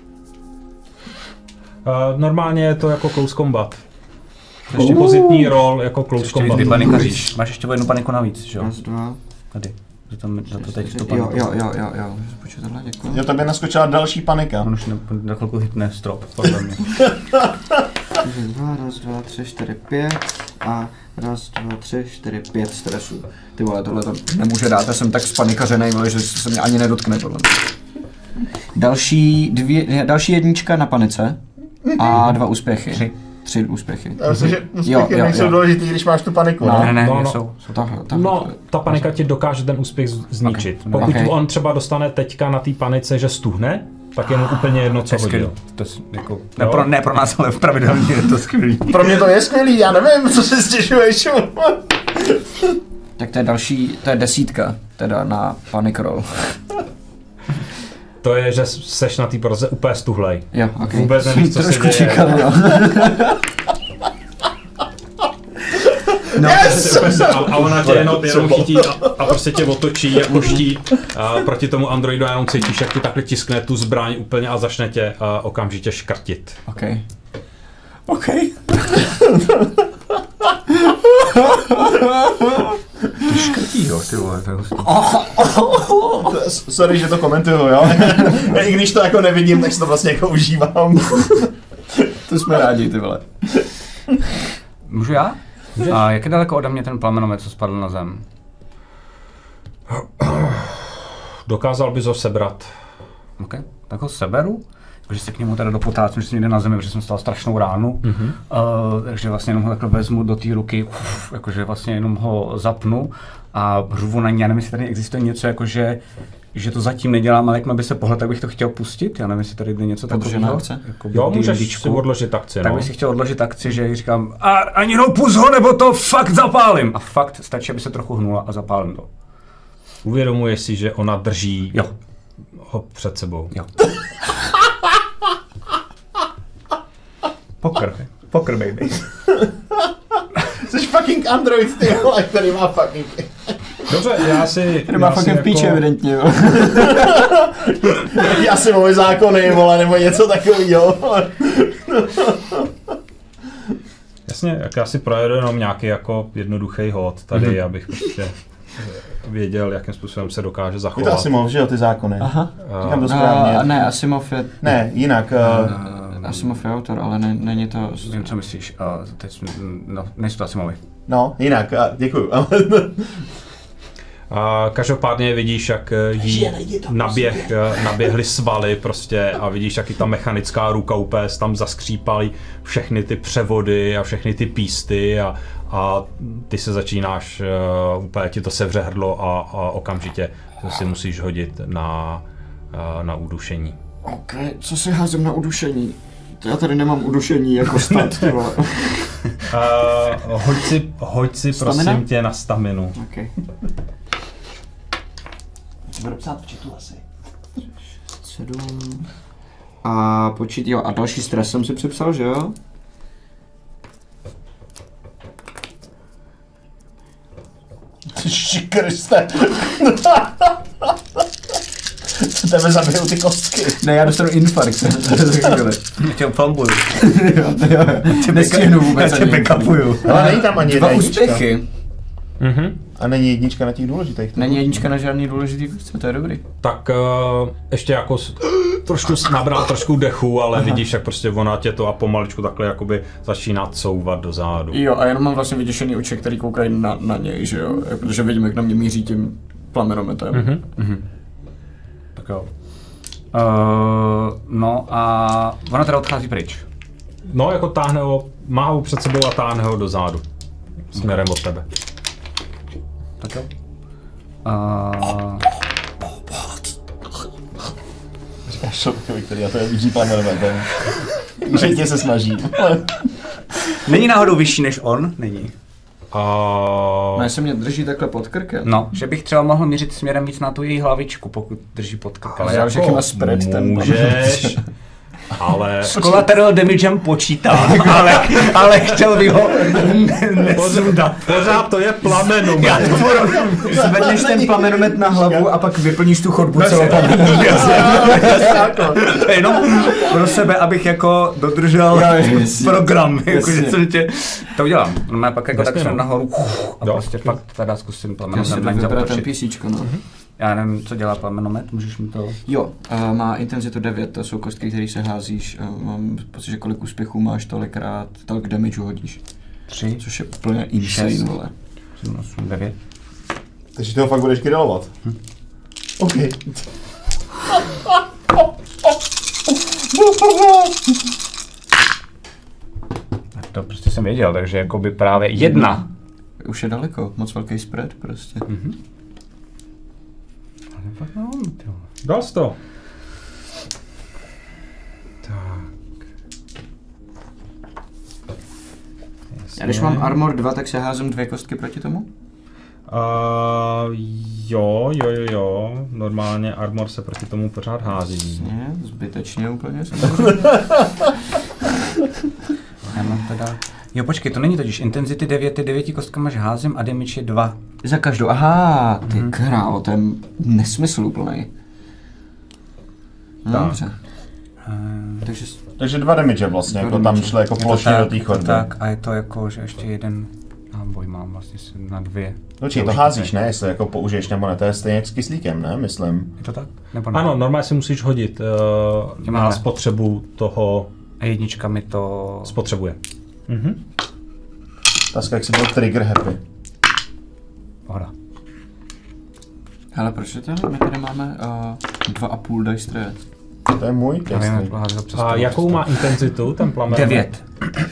uh, normálně je to jako close combat. Ještě pozitní rol jako close Ještě víc combat. vypanikaříš. Máš ještě o jednu paniku navíc, že jo? Raz, dva, Tady. Za to, za to teď to jo, paniku. jo, jo, jo, jo. Počkej, tohle, děkuji. Jo, tobě naskočila další panika. On už ne, na chvilku hitne strop, podle mě. Takže dva, raz, dva, tři, čtyři, pět a raz, dva, tři, čtyři, pět stresů. Ty vole, tohle to nemůže dát, já jsem tak spanikařenej, vole, že se mě ani nedotkne, podle mě. Další, dvě, další jednička na panice a dva úspěchy. Tři. Tři úspěchy. Já myslím, že Jo, úspěchy jo, nejsou jo. důležitý, když máš tu paniku, No. ne? Ne, ne, No, ne, no. jsou. jsou. Tahle, tahle, No, ta panika ti dokáže ten úspěch z- zničit. Ok, Pokud ok. on třeba dostane teďka na té panice, že stuhne, tak je mu úplně jedno, To co je skvělý. hodil. To je jako, ne, pro, ne pro nás, ale pravidelně je to skvělý. Pro mě to je skvělý, já nevím, co si stěžuješ. Tak to je další, to je desítka, teda na panic roll. To je, že seš na té proze úplně stuhlej. Jo, ok. Vůbec nevíš, co se Trošku děje. čekal, jo. No, yes! a, a ona tě jenom, jenom chytí a, a prostě tě otočí jako štít a proti tomu androidu a jenom cítíš, jak ti takhle tiskne tu zbraň úplně a začne tě a, okamžitě škrtit. Ok. Ok. Ty škrtí, jo, ty vole, to je hustý. Sorry, že to komentuju, jo? I když to jako nevidím, tak si to vlastně jako užívám. To jsme rádi, ty vole. Můžu já? A jak je daleko ode mě ten plamenomet, co spadl na zem? Dokázal bys ho sebrat. OK, tak ho seberu. Takže se k němu teda dopotácím, že jsem někde na zemi, protože jsem stal strašnou ránu. Mm-hmm. Uh, takže vlastně jenom ho takhle vezmu do té ruky, uf, jakože vlastně jenom ho zapnu a hřuvu na ní. Já nevím, jestli tady existuje něco, jakože že to zatím nedělám, ale jakmile by se pohled, tak bych to chtěl pustit. Já nevím, jestli tady jde něco takového. Jako Jo, můžeš si odložit akci, Tak no. bych si chtěl odložit akci, že jí říkám, a ani no pust ho, nebo to fakt zapálím. A fakt stačí, aby se trochu hnula a zapálím to. Uvědomuješ si, že ona drží Jo. ho před sebou. Jo. Poker. Poker, baby. Jsi fucking android, ty vole, který má fucking... Dobře, já si... Který má já si fucking píče, jako- evidentně, jo. Já si moje zákony, vole, nebo něco takového. Jasně, jak já si projedu jenom nějaký jako jednoduchý hod tady, Mhm. abych prostě věděl, jakým způsobem se dokáže Je to zachovat. Asimov, že jo, ty zákony? Aha. Říkám to A, správně. ne, Asimov je, Ne, jinak. Uh, Asimov je autor, ale ne, není to... Vím, co myslíš. Uh, teď, no, nejsou to asi mluví. no, jinak, uh, děkuju. A každopádně vidíš, jak jí naběh, naběhly svaly prostě a vidíš, jak i ta mechanická ruka úplně tam zaskřípaly všechny ty převody a všechny ty písty a, a ty se začínáš, uh, úplně ti to sevře hrdlo a, a okamžitě si musíš hodit na, uh, na udušení. Ok, co si házím na udušení? Já tady nemám udušení jako stat, ty vole. Uh, hoď si, hoď si prosím Stamina? tě na staminu. Okay. Co budu psát v chatu asi? sedm. A počít, jo, a další stres jsem si připsal, že jo? Kriste. Co tebe zabijou ty kostky? Ne, já dostanu infarkt. Já tě flambuju. jo, jo, jo. Nestihnu vůbec Já tě ani. backupuju. Ale není tam ani jedna Dva jednička. úspěchy. Mhm. A není jednička na těch důležitých. Není jednička na žádný důležitý kostce, to je dobrý. Tak uh, ještě jako s, trošku s- nabral trošku dechu, ale Aha. vidíš, jak prostě ona tě to a pomaličku takhle jakoby začíná couvat do zádu. Jo, a jenom mám vlastně vyděšený oči, který koukají na, na něj, že jo? Protože vidím, jak na mě míří tím plamenometem. Mhm. Mhm. Tak jo. Uh, no a ona teda odchází pryč. No, jako táhne ho, má ho před sebou a táhne ho do zádu. Směrem od tebe. Tak jo. Uh, Říkáš šokovi, který já to je míří plamenem. Že tě se snaží. není náhodou vyšší než on? Není. A... No, jestli mě drží takhle pod krkem. No, že bych třeba mohl mířit směrem víc na tu její hlavičku, pokud drží pod krkem. Ale Záleží, jaký má spread ten můžeš, ale... S collateral damagem počítá, ale, ale chtěl bych ho nesundat. Pořád to je plamenu. Já to Zvedneš ten plamenomet na hlavu a pak vyplníš tu chodbu celou To je jenom pro sebe, abych jako dodržel Já, jasně. program, jako, Jasně. že jsem tě... To udělám. No, má pak jako tak Jasně, jsem no. nahoru a Jo. prostě fakt teda zkusím Já plamenomet si na ní vybrat ten zautočit. písíčko, no. Já nevím, co dělá plamenomet, můžeš mi to... Jo, uh, má intenzitu devět, to jsou kostky, které se házíš. Uh, mám pocit, že kolik úspěchů máš, tolikrát, tolik damage hodíš. Tři, Což je úplně insane, Šest. vole. sedm, osm, devět. Takže toho fakt budeš kydalovat. Hm. OK. Tak to prostě jsem věděl, takže jako by právě jedna. Už je daleko, moc velký spread prostě. Mhm. Ale fakt no, ty vole. Dal jsi to. Tak. A když mám armor dva, tak se házím dvě kostky proti tomu? Uh, jo, jo, jo, jo. Normálně armor se proti tomu pořád hází. Ne, zbytečně úplně. Já mám teda... Jo, počkej, to není totiž intenzity devět, ty devěti kostkama házím a damage je dva. Za každou, aha, ty mm. krávo, to je nesmysl úplnej. No, Tak. dobře. Uh, Takže Takže dva damage vlastně, jako tam šlo jako plošně do té chodby. Tak a je to jako, že ještě jeden náboj mám vlastně na dvě. Počkej, to házíš, ne? Jestli jako použiješ nebo ne, to je stejně jak s kyslíkem, ne? Myslím. Je to tak? Nebo ne? Ano, normálně si musíš hodit uh, na Máme. spotřebu toho A jednička mi to... spotřebuje. Mhm. Taska, jak si byl trigger happy. Pohoda. hele, proč je to? My tady máme uh, dva a půl dice trade. To je můj Já vím, jak kyslík. to házet přes A to, jakou přes má intenzitu ten plamen? to. Devět.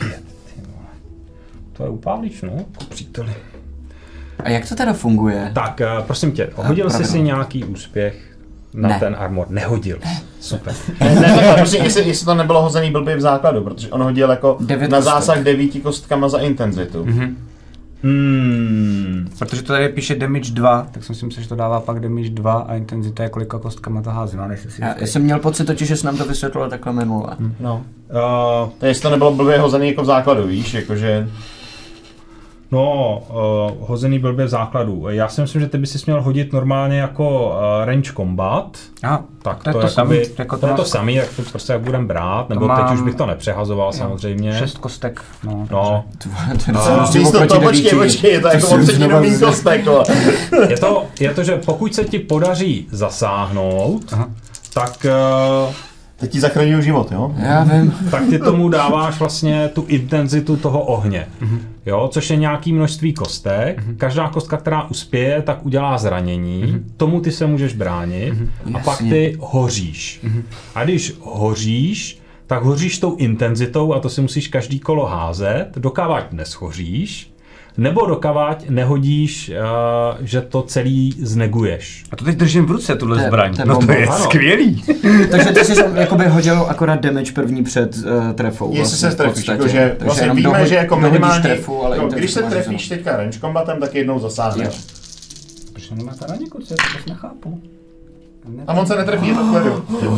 To je upálíš, no, ku příteli. A jak to teda funguje? Tak, uh, prosím tě, hodil jsi pravidlo. si nějaký úspěch na Ne. ten armor? Nehodil. Super. Ne, ne, takhle, prostě, jestli, jestli to nebylo hozený blbě v základu, protože on hodil jako Devět na kostek. zásah devíti kostkama za intenzitu. Mhm. Hmm. Protože to tady píše damage dva, tak jsem si myslel, že to dává pak damage dva a intenzita je kolika kostkama to házím, ale nejsi si Já, jistý. já jsem měl pocit totiž, že jsi nám to vysvětlilo takhle minule. No. Uh, To jestli to nebylo blbě hozený jako v základu, víš, jakože... no, uh, hozený blbě v základu. Já si myslím, že ty by si měl hodit normálně jako uh, range combat. A, Tak to je to jakoby- samý, jako to je to to máš- samý, jak to prostě jak budem brát, nebo To teď mám- už bych to nepřehazoval samozřejmě. šest kostek, no. No, To je No, docela rozdíl víš to, oproti to, počkej, devíti. počkej, je to jako si o už třetinu znova méně vzal. kostek, vole. je to, je to, že pokud se ti podaří zasáhnout, Aha. tak, uh, Teď ti zachraňuju život, jo? Já vím. tak ty tomu dáváš vlastně tu intenzitu toho ohně. Jo, což je nějaký množství kostek. Každá kostka, která uspěje, tak udělá zranění. Tomu ty se můžeš bránit. A pak Jasně. ty hoříš. A když hoříš, tak hoříš tou intenzitou a to si musíš každý kolo házet. Dokávat neshoříš, nebo dokavať nehodíš, uh, že to celý zneguješ. A to teď držím v ruce, tuhle To je- zbraň. to je No to bomba. je Ano. skvělý. Takže ty jsi tam jakoby hodil akorát damage první před uh, trefou. Jestli vlastně se v trefíš, podstatě. jakože Takže vlastně jenom víme, dohod- že jako dohodíš minimálně, trefu, ale no, když se intenzita trefíš řezeno. teďka range combatem, tak jednou zasáhneš. Proč nemá ta raněku, co já to prostě nechápu. Ne, A on se netrefí, je to v klidu.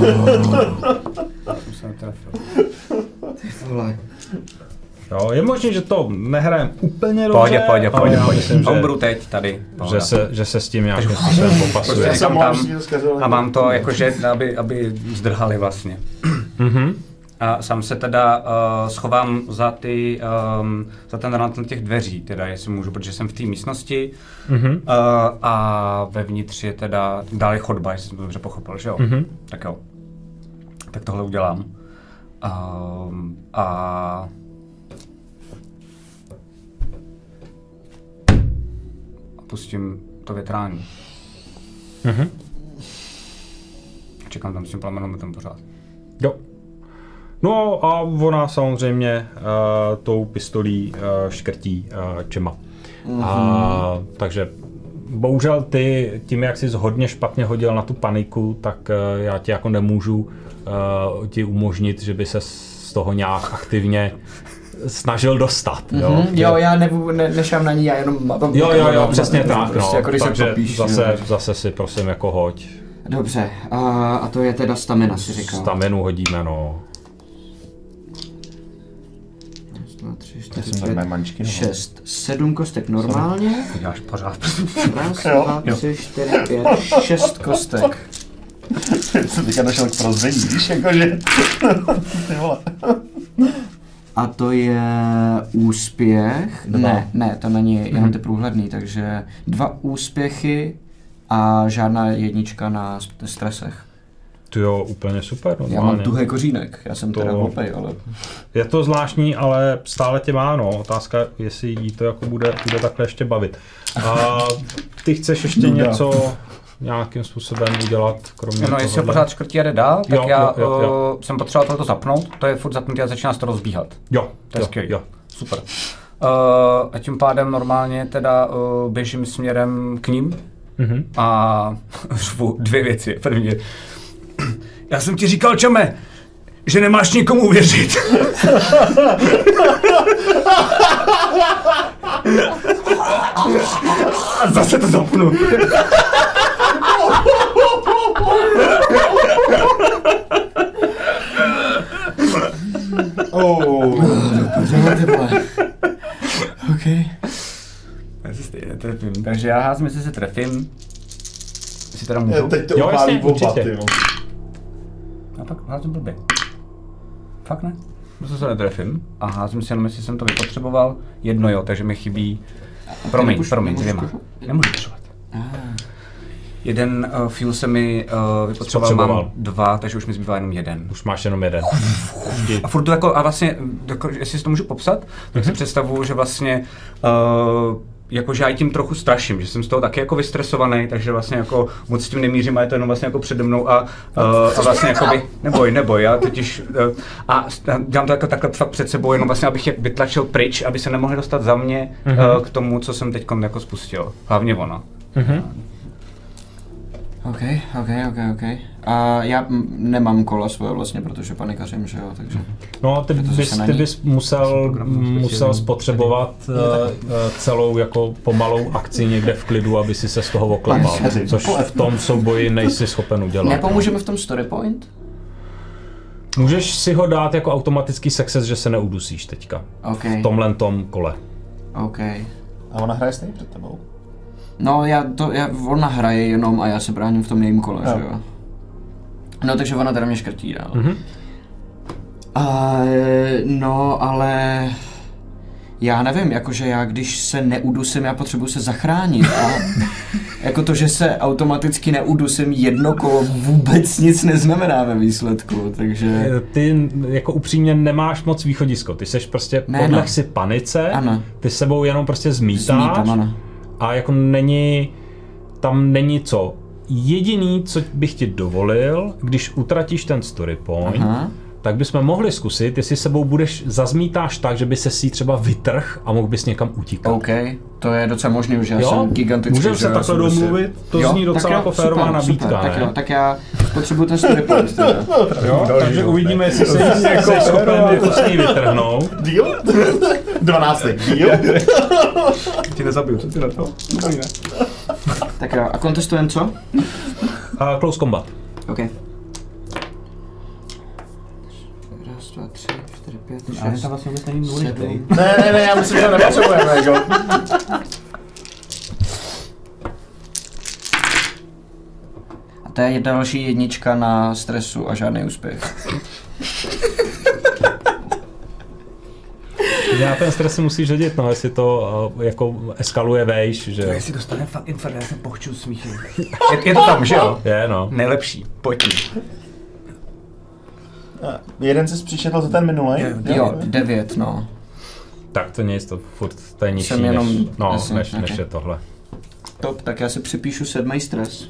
jsem se netrefil. Vole. Jo, je možné, že to nehrajem úplně dobře, Pohodě, pohodě, ale pohodě, já pohodě. myslím, že, Homebrew teď, tady. že, Pohoda. se, že se s tím nějakým způsobem popasuje. Prostě Já jsem říkám mohl tam si to zkazil. a mám to jakože, aby, aby zdrhali vlastně. Mhm. A sám se teda uh, schovám za ty, um, za ten rant těch dveří, teda jestli můžu, protože jsem v té místnosti Mhm. uh, a vevnitř je teda dál je chodba, jestli jsem to dobře pochopil, že jo? Mhm. Tak jo. Tak tohle udělám. Um, a... a pustím to větrání. Mhm. Čekám tam s tím plamenometem pořád. Jo. No a ona samozřejmě uh, tou pistolí uh, škrtí uh, čema. Mm-hmm. A, takže bohužel ty, tím jak jsi hodně špatně hodil na tu paniku, tak uh, já ti jako nemůžu uh, ti umožnit, že by se z toho nějak aktivně snažil dostat. Jo, Mm-hmm. Jo, já nevu, ne, nešám na ní, já jenom mám... jo, jo, jo, přesně tak, prostě, no. jako když se Takže popíš, zase, jo. zase si prosím jako hoď. Dobře, a, a to je teda stamina, si říkal. Staminu hodíme, no. Dva, tři, Já čtyři, jsem takové mančky, pět, no. šest, sedm kostek normálně. To děláš pořád. Raz, Jo, dva, jo. tři, čtyři, pět, šest kostek. Jsem teďka došel k prozření, víš, jakože... Ty vole. A to je úspěch. Dva. Ne, ne, to není jenom ty průhledný, takže dva úspěchy a žádná jednička na st- stresech. To jo, úplně super. Já mám normálně. tuhý kořínek, já jsem To- teda hloupej, ale... Je to zvláštní, ale stále tě má, no. Otázka, jestli jí to jako bude, bude takhle ještě bavit. A ty chceš ještě Nuda. něco nějakým způsobem udělat, kromě No, jestli ho tohohle? pořád škrtí a jde dál, tak Jo, já jo, jo, jo. Uh, jsem potřeboval tohleto zapnout, to je furt zapnutý a začíná se to rozbíhat. Jo, To je jo, skvělý. jo. Super. Uh, a tím pádem normálně teda uh, běžím směrem k ním Mhm. a řvu dvě věci. První je, já jsem ti říkal, čeme, že nemáš nikomu věřit. A zase to zapnu. Oh. Ty vole. OK. Já se stejně netrefím, takže já házím, jestli se trefím. Jestli teda můžu. Já teď to Jo, upálí jasně, oba, určitě. ty vole. A pak házím blbě. Fakt ne? Prostě se netrefím a házím si jenom, jestli jsem to vypotřeboval. Jedno jo, takže mi chybí... Promiň, nemůžu- promiň, nemůžu dvěma. pušovat? Nemůžu pušovat. Jeden uh, fuel se mi uh, vypotřeboval, Spotřeboval. mám dva, takže už mi zbývá jenom jeden. Už máš jenom jeden. A furt to jako, a vlastně, jako, jestli si to můžu popsat, tak si představuju, že vlastně uh, jakože já ji tím trochu straším, že jsem z toho taky jako vystresovaný, takže vlastně jako moc s tím nemířím a je to jenom vlastně jako přede mnou a, uh, a vlastně jakoby, neboj, neboj, já totiž uh, a dělám to jako takhle fakt před sebou, jenom vlastně abych je vytlačil pryč, aby se nemohli dostat za mě uh, k tomu, co jsem teď jako spustil, hlavně ona. Mhm. OK, OK, OK, OK. A já m- nemám kola svoje vlastně, protože panikařím, že jo, takže... No, ty to bys, zase na ty ní? bys musel, musel spotřebovat uh, celou jako pomalou akci někde v klidu, aby si se z toho oklepal, Panikaři. což v tom souboji nejsi schopen udělat. Nepomůžeme v tom story point? Můžeš si ho dát jako automatický success, že se neudusíš teďka. OK, V tomhle tom kole. OK. A ona hraje stejně před tebou. No, já to, já, ona hraje jenom a já se bráním v tom jejím kole, Jo. že jo. No, takže ona teda mě škrtí dál. Mhm. A, no, ale... Já nevím, jakože já když se neudusím, já potřebuji se zachránit a jako to, že se automaticky neudusím jedno kolo vůbec nic neznamená ve výsledku, takže... Ty jako upřímně nemáš moc východisko, ty seš prostě Ne, podleh no. si panice, Ano. ty s sebou jenom prostě zmítáš Zmítám, ano. a jako není, tam není co. Jediný, co bych ti dovolil, když utratíš ten story point, Aha. tak bychom mohli zkusit, jestli sebou budeš zazmítáš tak, že by se si třeba vytrh a mohl bys někam utíkat. OK, to je docela možný, už já jo? jsem gigantický. Můžeme se takhle domluvit, to jo? zní docela jako férová nabídka, super, ne? tak jo, tak já potřebuji ten story point teda. Jo? Takže uvidíme, jestli se jako schopen jako s ní vytrhnout. Deal? dvanáctek, deal? Ti nezabiju, co ty na to? Tak jo, a kontestujeme co? A close combat. OK. Raz, dva, tři, čtyři, pět, Ale šest, tam vlastně vůbec není důležitý. sedm. Ne, ne, ne, já myslím, že to nepotřebujeme, jako. A to je další jednička na stresu a žádný úspěch. Já ten stres si musíš hodit, no, jestli to uh, jako eskaluje vejš, že jo. Jestli dostane fakt infarkt, já jsem pochčil smíchy. Je, je to tam, že jo? Je, no. Nejlepší, pojď. Jeden jsi přišel za ten minulý. Jo, devět, no. Tak to nic, to furt to je nižší Jsem jenom- než, no, jasně, než, než ok. je tohle. Top, tak já si připíšu sedmý stres.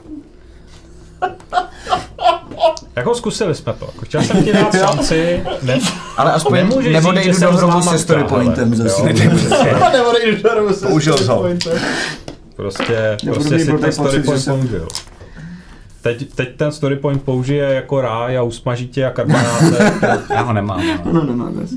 Jako zkusili jsme to, jako chtěl jsem ti dát šanci, ne, Ale aspoň Nemůžeš nebo říct, nejdu že do jsem hrobu zlámatka, se story pointem ale, zase. jo. Nebo nejdu do rovu se Použil story ho. pointem. prostě, Já budu prostě mít si blbý ten story pocit, že point jsem- použil. Teď, teď ten story point použije jako ráj a usmaží tě a karbonáce. Já ho nemám. ale- No, no, no, asi.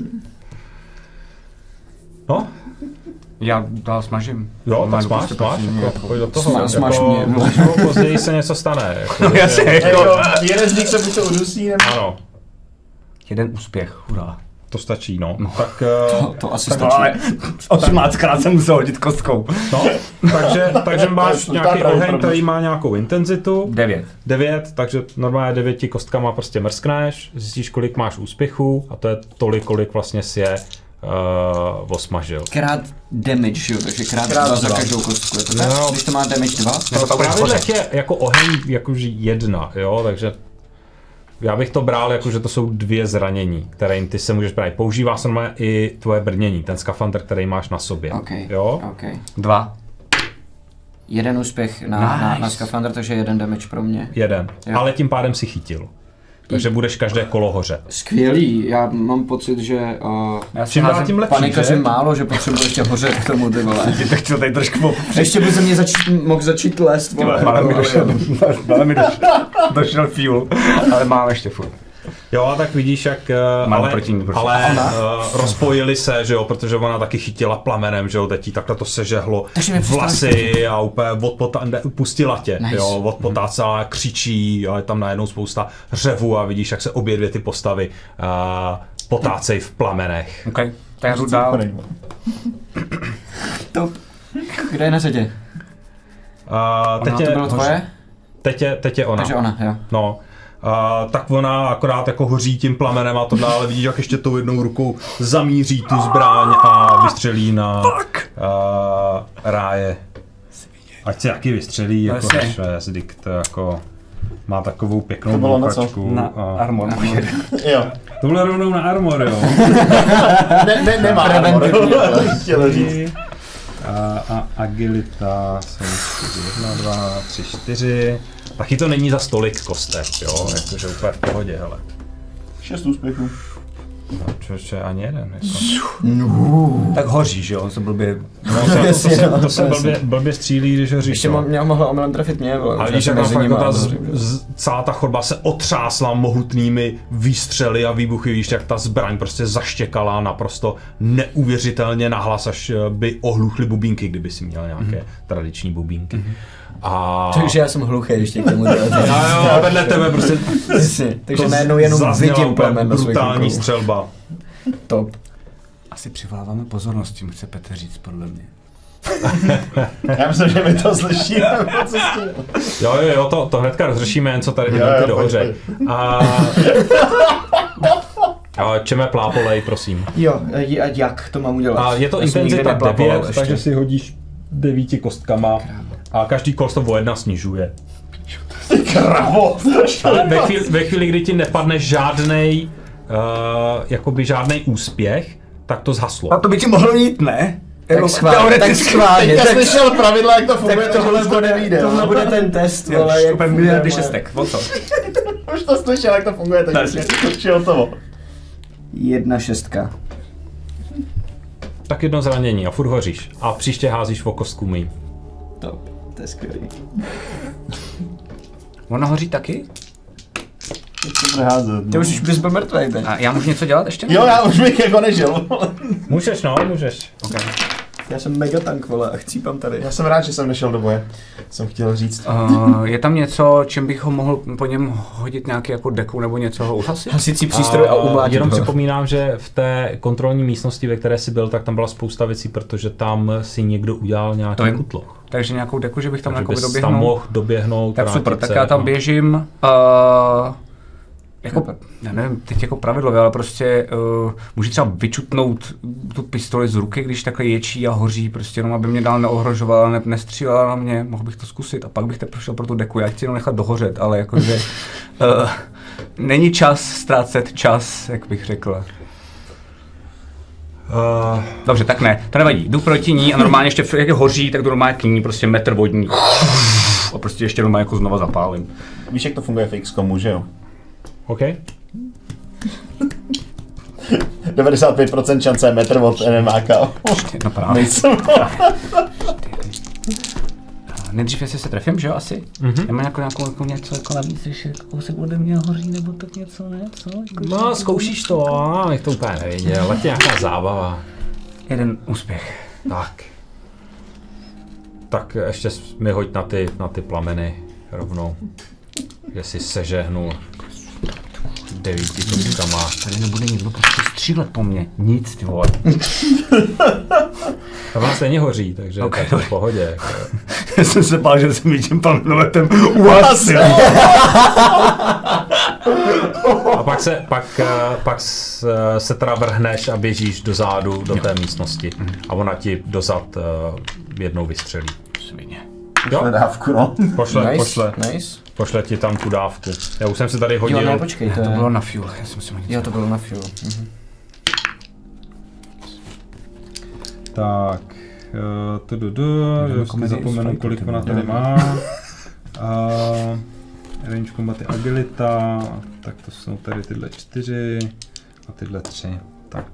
No, Já dál smažím. jo, Mám tak smáš, prostě smáš, prostě jako, pojď do toho. Sma- smaž jako, mě, vole. no, později se něco stane. Jako, No, že- jasně. Jako, jeden z nich se buď to udusí, nebo... Ano, Jeden úspěch, hurá. to stačí, no. Tak, To, eh, to asi Tak stačí. ale osmnáctkrát jsem musel hodit kostkou. no, takže, takže máš To je nějaký pravý oheň, problém. který má nějakou intenzitu. Devět. devět, takže normálně devěti kostkama prostě mrskneš, zjistíš, kolik máš úspěchů a to je tolik, kolik vlastně si je uh, osmažil. Krát damage, jo, takže krát, Krát dva za dva. každou kostku. Je to tak? No. Když to má damage dva? Nebo V to bude pravidlech hořet. je jako oheň jakože jedna, jo, takže já bych to bral jako, že to jsou dvě zranění, které ty se můžeš brát. Používá se normálně i tvoje brnění, ten skafandr, který máš na sobě, OK, jo. OK. Dva. Jeden úspěch na, nice. na, na Nice. skafandr, takže jeden damage pro mě. Jeden, Jo. ale tím pádem si chytil. Takže budeš každé kolo hořet. Skvělý, já mám pocit, že uh, Já si Čím dál házím tím lepší, panikaři že? málo, že potřebuji ještě hořet k tomu, ty vole. Ti to chtěl tady trošku popřít. Ještě by se mě začít, mohl začít lézt, vole. Mále mi došel, mále mi došel, došel fuel, ale máme ještě furt. Jo, a tak vidíš, jak uh, Mám ale, proti ní, prostě. ale uh, rozpojili se, že jo, protože ona taky chytila plamenem, že jo, teď jí takhle to sežehlo Takže mi vlasy a úplně odpota, ne, pustila tě, Nice. jo, odpotácela, křičí a je tam najednou spousta řevu a vidíš, jak se obě dvě ty postavy uh, potácejí v plamenech. OK, tak já jdu dál. Top. Kde je na řadě? Uh, teď, Ona to je, bylo tvoje? teď, je, teď je ona. Takže ona, jo. No. Uh, tak ona akorát jako hoří tím plamenem a tohle, ale vidíš, jak ještě tou jednou rukou zamíří tu zbraň a vystřelí na uh, ráje. Ať se jaký vystřelí, jako Jasně. švést, dik to jako má takovou To pěknou bylo na co? bouchačku. Na a- armor. Jo. To bylo rovnou na armor, jo. Ne, ne, nemá Preventivně, armor, chtěl říct. A, a agilita jsou čtyři, jedna, dva, tři, čtyři. Taky to není za stolik kostek, jo, jakože úplně v pohodě, hele. Šest úspěchů. No, člověče, ani jeden, jako. Tak hoří, že jo, se blbě. No, to, to, to, Jasně, se, no, to se jasně. blbě, blbě střílí, když ho říš. Ještě no. mo- mě mohla omylem trefit mě, vole. Ale už víš, já jak jsem tam mezi fakt nima, ta, z, dobře. z, celá ta chodba se otřásla mohutnými výstřely a výbuchy, víš, jak ta zbraň prostě zaštěkala naprosto neuvěřitelně nahlas, až by ohluchly bubínky, kdyby si měl nějaké mm-hmm. tradiční bubínky. Mm-hmm. A... Takže já jsem hluchý ještě k tomu. Jo, jo, a vedle tebe prostě Jasně, takže to najednou jenom zazněla vidím úplně plamen na svých brutální rukou. střelba. Top. Asi přivoláváme pozornost, tím chce Petr říct, podle mě. Já myslím, že my to slyšíme. Co s tím? Jo, jo, jo, to, to hnedka rozřešíme, jen co tady ty Jo, jo, dohoře. pojď, A... a čeme plápolej, prosím. Jo, j- a jak to mám udělat? A je to Já jsem nikdy intenzita neplápolal devět, ještě. takže si hodíš devíti kostkama a každý kol to o jedna snižuje. Kravo. Ale ve chvíli, ve chvíli, kdy ti nepadne žádnej, uh, jakoby žádnej úspěch, tak to zhaslo. A to by ti mohlo jít, ne? Tak schválně, tak schválně. Já slyšel pravidla, jak to funguje, tak tohle to nevíde. Tohle bude ten test, vole, jak úplně miliardy šestek, o co? Už to slyšel, jak to funguje, tak už je hotovo. Jedna šestka. Tak jedno zranění a furt hoříš. A příště házíš o kostku mý. To, to je skvělý. Ona hoří taky? To bude házet. Ty už bys byl mrtvej teď. A já můžu něco dělat ještě? Jo, já už bych jako nežil. Můžeš, no, můžeš. Okay. Já jsem mega tank, vole, a chcípám tady. Já jsem rád, že jsem nešel do boje. Jsem chtěl říct. Uh, je tam něco, čím bych ho mohl po něm hodit nějaký jako deku nebo něco ho uhasit? Hasicí přístroj a, a umlátit Jenom ho. připomínám, že v té kontrolní místnosti, ve které jsi byl, tak tam byla spousta věcí, protože tam si někdo udělal nějaký kutloch. Takže nějakou deku, že bych tam jako doběhnout. doběhnul. tam mohl doběhnout. Tak super, tak se, já tam no. běžím. Uh, jako, já nevím, teď jako pravidlově, ale prostě uh, můžu třeba vyčutnout tu pistoli z ruky, když takhle ječí a hoří, prostě jenom aby mě dál neohrožovala, ne, nestřílela na mě, mohl bych to zkusit a pak bych teprve šel pro tu deku, já chci jenom nechat dohořet, ale jakože uh, není čas ztrácet čas, jak bych řekl. Uh, dobře, tak ne, to nevadí, jdu proti ní a normálně ještě, jak hoří, tak jdu normálně k ní, prostě metr vodní a prostě ještě normálně jako znova zapálím. Víš, jak to funguje v X COMu, že jo? OK. devadesát pět procent šance metr od NMáka. No právě. Nejdřív jestli se trefím, že jo, asi? Mm-hmm. Já mám jako nějakou, jako něco jako navíc, když kousek ode mě hoří, nebo tak něco, ne? Co? Jako No, zkoušíš to, a jak to úplně neviděl, ale to je nějaká zábava. Jeden úspěch. Tak. Tak ještě mi hoď na ty, na ty plameny rovnou. Že si sežehnul devíti kostkama. Tady nebude nikdo prostě střílet po mně. Nic, ty vole. To vám stejně hoří, takže okay, to je v pohodě. Já jsem se bál, že jsem tím plamenometem uhasil. A pak se, pak, pak se teda vrhneš a běžíš dozadu do té místnosti. A ona ti dozad jednou vystřelí. Svině. Pošle dávku, no. Pošle, nice, pošle. Nice. Pošle ti tam tu dávku. Já už jsem si tady hodil. Jo, ne, počkej, to, to je... bylo na fuel. Já jsem si hodil. Jo, to bylo na fuel. Mhm. Tak. Tududu, já si zapomenu, kolik ona tady má. Uh, range combat je agilita, tak to jsou tady tyhle čtyři a tyhle tři. Tak.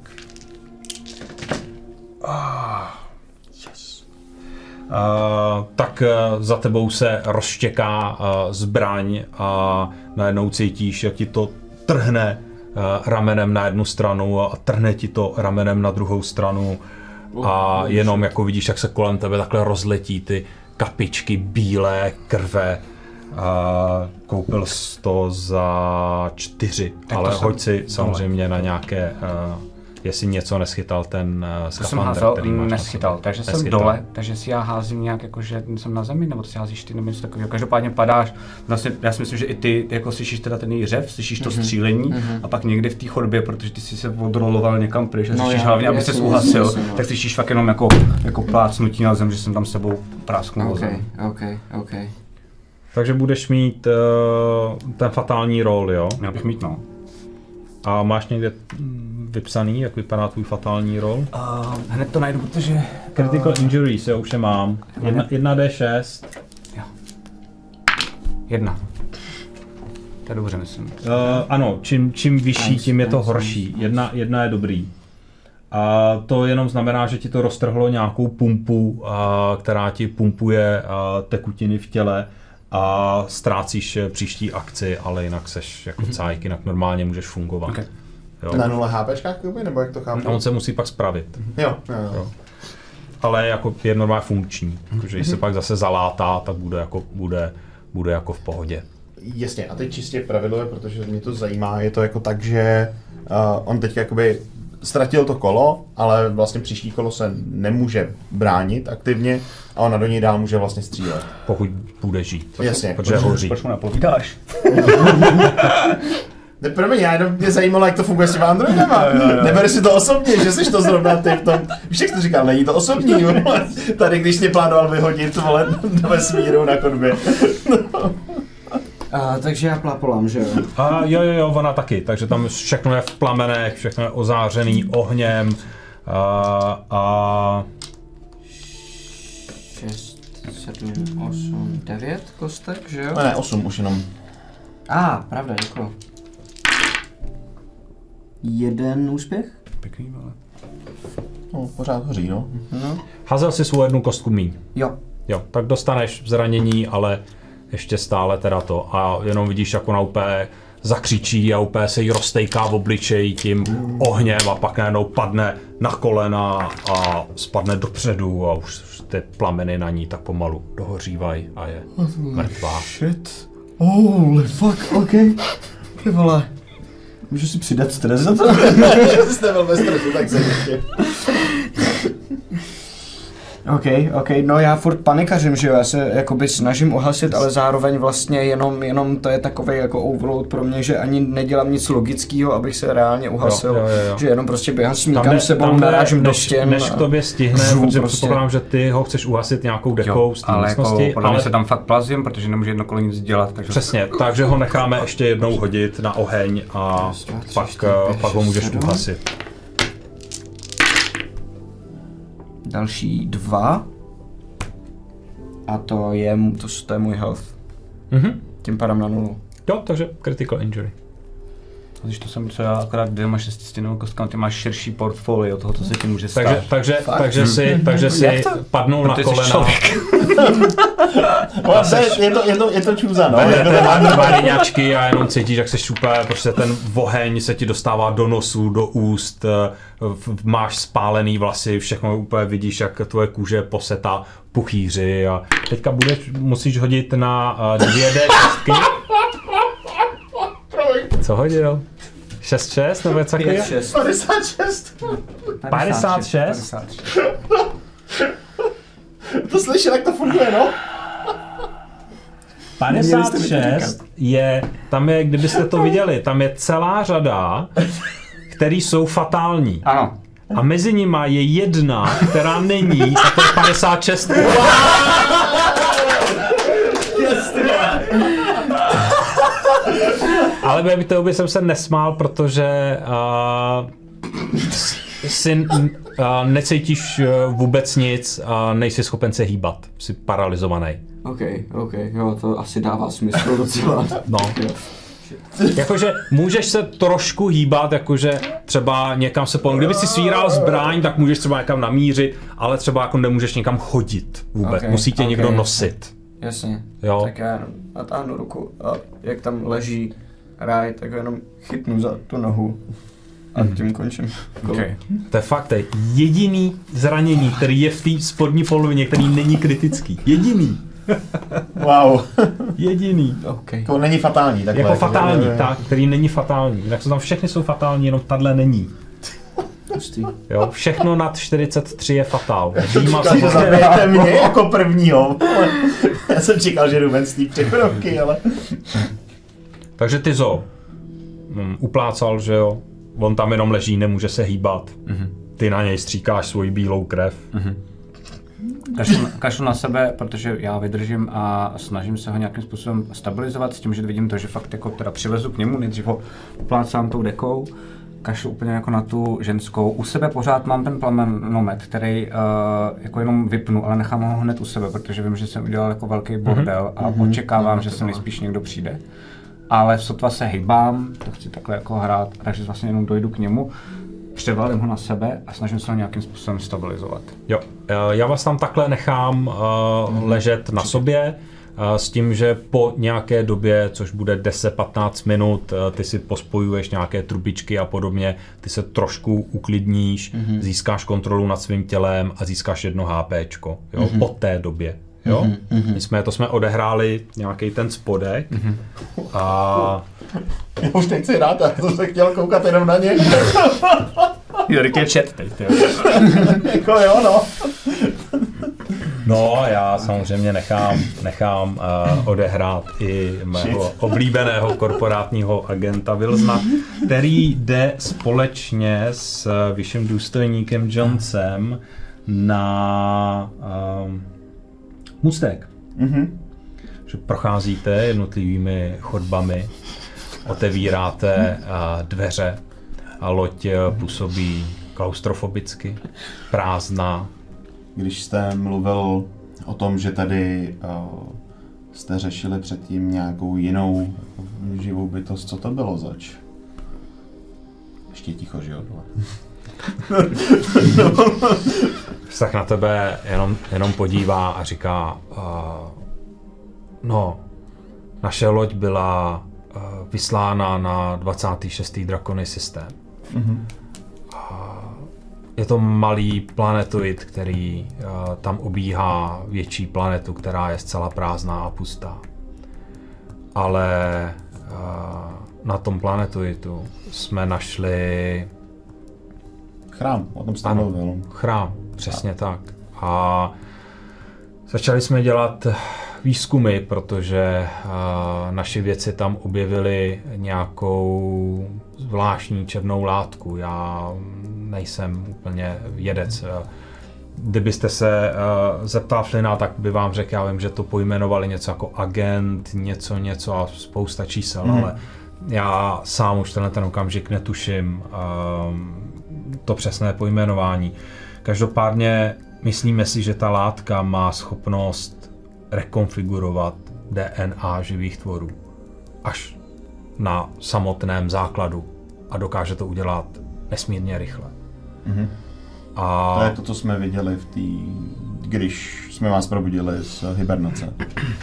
Ah, yes. Uh, tak uh, za tebou se rozštěká uh, zbraň a najednou cítíš, jak ti to trhne uh, ramenem na jednu stranu a trhne ti to ramenem na druhou stranu. A jenom jako vidíš, jak se kolem tebe takhle rozletí ty kapičky bílé krve. A koupil jsi to za čtyři, tak ale hoď si samozřejmě na nějaké, uh, jestli něco neschytal ten uh, skafandr, který máš neschytal, takže jsem dole, takže si já házím nějak jako, že jsem na zemi, nebo to si házíš ty nebo něco takového. Každopádně padáš, vlastně já si myslím, že i ty jako slyšíš teda ten její řev, slyšíš to mm-hmm. střílení mm-hmm. a pak někdy v té chodbě, protože ty jsi se odroloval někam pryč a slyšíš no, hlavně, aby se uhasil, jasný, tak slyšíš fakt jenom jako, jako plácnutí na zem, že jsem tam s sebou prásknul okay, zem. Okay, okay. Takže budeš mít uh, ten fatální rol, jo? Měl bych mít, no. A máš někde vypsaný, jak vypadá tvůj fatální rol? Uh, hned to najdu, protože... Critical uh, injuries, jo, už je mám. Jedna, jedna D šest. Jo. Jedna. To je dobře, myslím. Uh, ano, čím, čím vyšší, tím je to horší. Jedna, jedna je dobrý. A to jenom znamená, že ti to roztrhlo nějakou pumpu, a, která ti pumpuje a, tekutiny v těle a ztrácíš příští akci, ale jinak seš jako mm-hmm. cájk, jinak normálně můžeš fungovat. Okay. Jo. Na nule HPčkách kluby, nebo jak to chápu? A on se musí pak spravit. Jo, jo, jo. jo. Ale jako je normálně funkční, mm-hmm. že když se pak zase zalátá, tak bude jako, bude, bude jako v pohodě. Jasně, a teď čistě pravidlo, protože mě to zajímá, je to jako tak, že uh, on teď jakoby ztratil to kolo, ale vlastně příští kolo se nemůže bránit aktivně a ona do něj dál může vlastně střílet. Pokud bude žít. Jasně. Protože hoří. Proč mu napovídáš? Ne, promiň, já jenom mě zajímalo, jak to funguje s těma androidama. Neber si to osobně, že jsi to zrovna ty v tom... Víš, jak jsi to říkal, není to osobní. Tady, když mě plánoval vyhodit vole do vesmíru na chodbě. A, takže já plápolám, že jo? A jo, jo, jo, ona taky, takže tam všechno je v plamenech, všechno je ozářený ohněm a, a šest, sedm, osm, devět kostek, že jo? Ne, ne, osm už jenom. A, ah, pravda, děkuji. Jeden úspěch? Pěkný, ale... No, pořád hoří, no. No. Házel si svou jednu kostku míň. Jo. Jo, tak dostaneš zranění, ale ještě stále teda to. A jenom vidíš, jak ona úplně zakřičí a úplně se jí roztejká v obličeji tím ohněm a pak najednou padne na kolena a spadne dopředu a už ty plameny na ní tak pomalu dohořívají a je mrtvá. Shit. Holy fuck, ok. Ty vole. Můžu si přidat stres za to? Jste byl ve stresu, tak se ještě. OK, OK, no já furt panikařím, že jo, já se jakoby snažím uhasit, ale zároveň vlastně jenom, jenom to je takovej jako overload pro mě, že ani nedělám nic logického, abych se reálně uhasil, jo, jo, jo. že jenom prostě běhám, smíkám Tam ne, sebou, tam ne, narážím do než, stěn. než k tobě stihne, řvu protože prostě. předpokládám, že ty ho chceš uhasit nějakou dekou z té ale jako, místnosti, podle mě ale se tam fakt plazím, protože nemůže jedno kolo nic dělat, takže... přesně, takže ho necháme ještě jednou hodit na oheň a pak, pak ho můžeš uhasit. Další dva. A to je, to, to je můj health. Mhm. Tím padám na nulu. Jo, takže critical injury. Když to jsem co já akorát dvěma šestistěnou kostkama, ty máš širší portfolio toho, co se ti může stát. Takže, takže, Fakt? takže si, takže si padnul na Protože jsi kolena. člověk. Je to, je to, je to čůza, no. Vedete váriňačky a jenom cítíš, jak se šupé, protože ten oheň se ti dostává do nosu, do úst, v- máš spálený vlasy, všechno úplně vidíš, jak tvoje kůže je posetá puchýři a teďka budeš, musíš hodit na uh, dvě dé šest. Co hodil? šest šest nebo něco takového? šest. padesát šest. padesát šest? padesát šest. To slyšel, jak to funguje, no? padesát šest je, tam je, kdybyste to viděli, tam je celá řada, které jsou fatální. Ano. A mezi nima je jedna, která není, a to je padesát šest. Ale během té doby jsem se nesmál, protože uh, si uh, necítíš uh, vůbec nic a nejsi schopen se hýbat. Jsi paralizovaný. OK, OK, jo, to asi dává smysl docela. No. Jakože můžeš se trošku hýbat, jakože třeba někam se pohnout. Kdyby si svíral zbraň, tak můžeš třeba někam namířit, ale třeba jako nemůžeš někam chodit vůbec. Okay, Musí tě okay, někdo jasně. nosit. Jasně. Jo. Tak já jenom natáhnu ruku a jak tam leží ráj, tak ho jenom chytnu za tu nohu. A tím končím. Okay. To je fakt, to je jediný zranění, který je v té spodní polovině, který není kritický. Jediný. Wow. Jediný. OK. To není fatální, takhle. Jako fatální, tak, který není fatální. Jinak jsou tam všechny jsou fatální, jenom tahle není. Pustý. Jo, všechno nad čtyřicet tři je fatál. Výjima Říkal, že se- zabijete mě jako prvního. Já jsem čekal, že jdu ven z té připravky, ale... Takže ty zo hm, uplácal, že jo, on tam jenom leží, nemůže se hýbat. Mm-hmm. Ty na něj stříkáš svoji bílou krev. Mm-hmm. Kašlu, kašlu na sebe, protože já vydržím a snažím se ho nějakým způsobem stabilizovat s tím, že vidím to, že fakt jako teda přilezu k němu, nejdřív ho uplácám tou dekou, kašlu úplně jako na tu ženskou. U sebe pořád mám ten plamenomet, který uh, jako jenom vypnu, ale nechám ho hned u sebe, protože vím, že jsem udělal jako velký bordel a mm-hmm. očekávám, mm-hmm. že se nejspíš někdo přijde. Ale sotva se hýbám, to chci takhle jako hrát, takže vlastně jenom dojdu k němu, převalím ho na sebe a snažím se ho nějakým způsobem stabilizovat. Jo, já vás tam takhle nechám uh, mm-hmm. ležet na sobě, uh, s tím, že po nějaké době, což bude deset patnáct minut, uh, ty si pospojuješ nějaké trubičky a podobně, ty se trošku uklidníš, mm-hmm. získáš kontrolu nad svým tělem a získáš jedno HPčko, jo, mm-hmm. po té době. Jo? Mm-hmm. My jsme, to jsme odehráli nějaký ten spodek mm-hmm. a... Já už nechci hrát, já jsem se chtěl koukat jenom na ně. Jorik je chat teď, jo. Jako jo, no. No, já samozřejmě nechám, nechám uh, odehrát i mého oblíbeného korporátního agenta Wilsona, který jde společně s vyšším důstojníkem Johnsonem na um, můstek. Mm-hmm. Že procházíte jednotlivými chodbami, otevíráte uh, dveře a loď uh, působí klaustrofobicky, prázdná. Když jste mluvil o tom, že tady uh, jste řešili předtím nějakou jinou živou bytost, co to bylo zač? Ještě ticho, že jo? Tak na tebe jenom, jenom podívá a říká, uh, no, naše loď byla uh, vyslána na dvacátý šestý Drakony systém. Mm-hmm. Uh, je to malý planetoid, který uh, tam obíhá větší planetu, která je zcela prázdná a pustá. Ale uh, na tom planetoidu jsme našli chrám, o tom jste ano, mluvil. Chrám, přesně a. tak. A začali jsme dělat výzkumy, protože uh, naši vědci tam objevili nějakou zvláštní černou látku. Já nejsem úplně vědec. Kdybyste se uh, zeptal Flynna, tak by vám řekl, já vím, že to pojmenovali něco jako agent, něco, něco a spousta čísel, mm. ale já sám už tenhle ten okamžik netuším um, to přesné pojmenování. Každopádně myslíme si, že ta látka má schopnost rekonfigurovat D N A živých tvorů až na samotném základu a dokáže to udělat nesmírně rychle. Mm-hmm. A to je to, co jsme viděli v té, když jsme vás probudili z hibernace.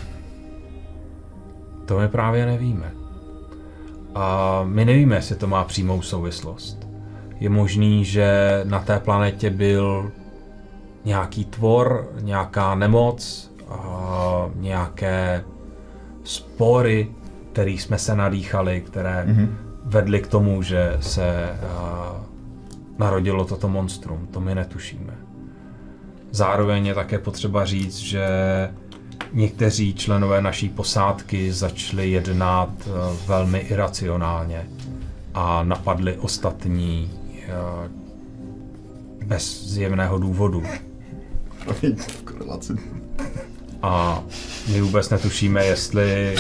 To my právě nevíme. A my nevíme, jestli to má přímou souvislost. Je možný, že na té planetě byl nějaký tvor, nějaká nemoc, a nějaké spory, kterých jsme se nadýchali, které mm-hmm. vedly k tomu, že se a, narodilo toto monstrum. To my netušíme. Zároveň je také potřeba říct, že někteří členové naší posádky začali jednat uh, velmi iracionálně a napadli ostatní uh, bez zjevného důvodu. A my vůbec netušíme, jestli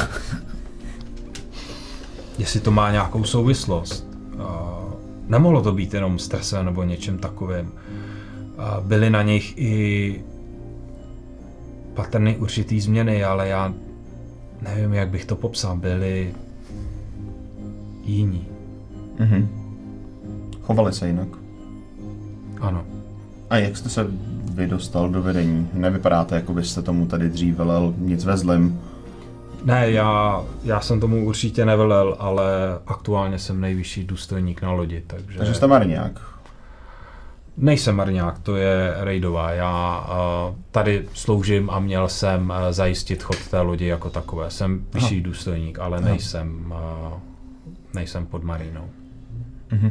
jestli to má nějakou souvislost. Uh, nemohlo to být jenom stresem nebo něčem takovým. Uh, byly na nich i patrny určitý změny, ale já nevím, jak bych to popsal. Byli jiní. Mm-hmm. Chovali se jinak. Ano. A jak jste se vy dostal do vedení? Nevypadáte, jako byste tomu tady dřív velel nic ve zlém. Ne, já, já jsem tomu určitě nevelel, ale aktuálně jsem nejvyšší důstojník na lodi, takže... Takže jste marňák? Nejsem marňák, to je rejdová. Já uh, tady sloužím a měl jsem uh, zajistit chod té lodi jako takové. Jsem vyšší Aha. důstojník, ale Aha. nejsem, uh, nejsem pod marínou. Mhm.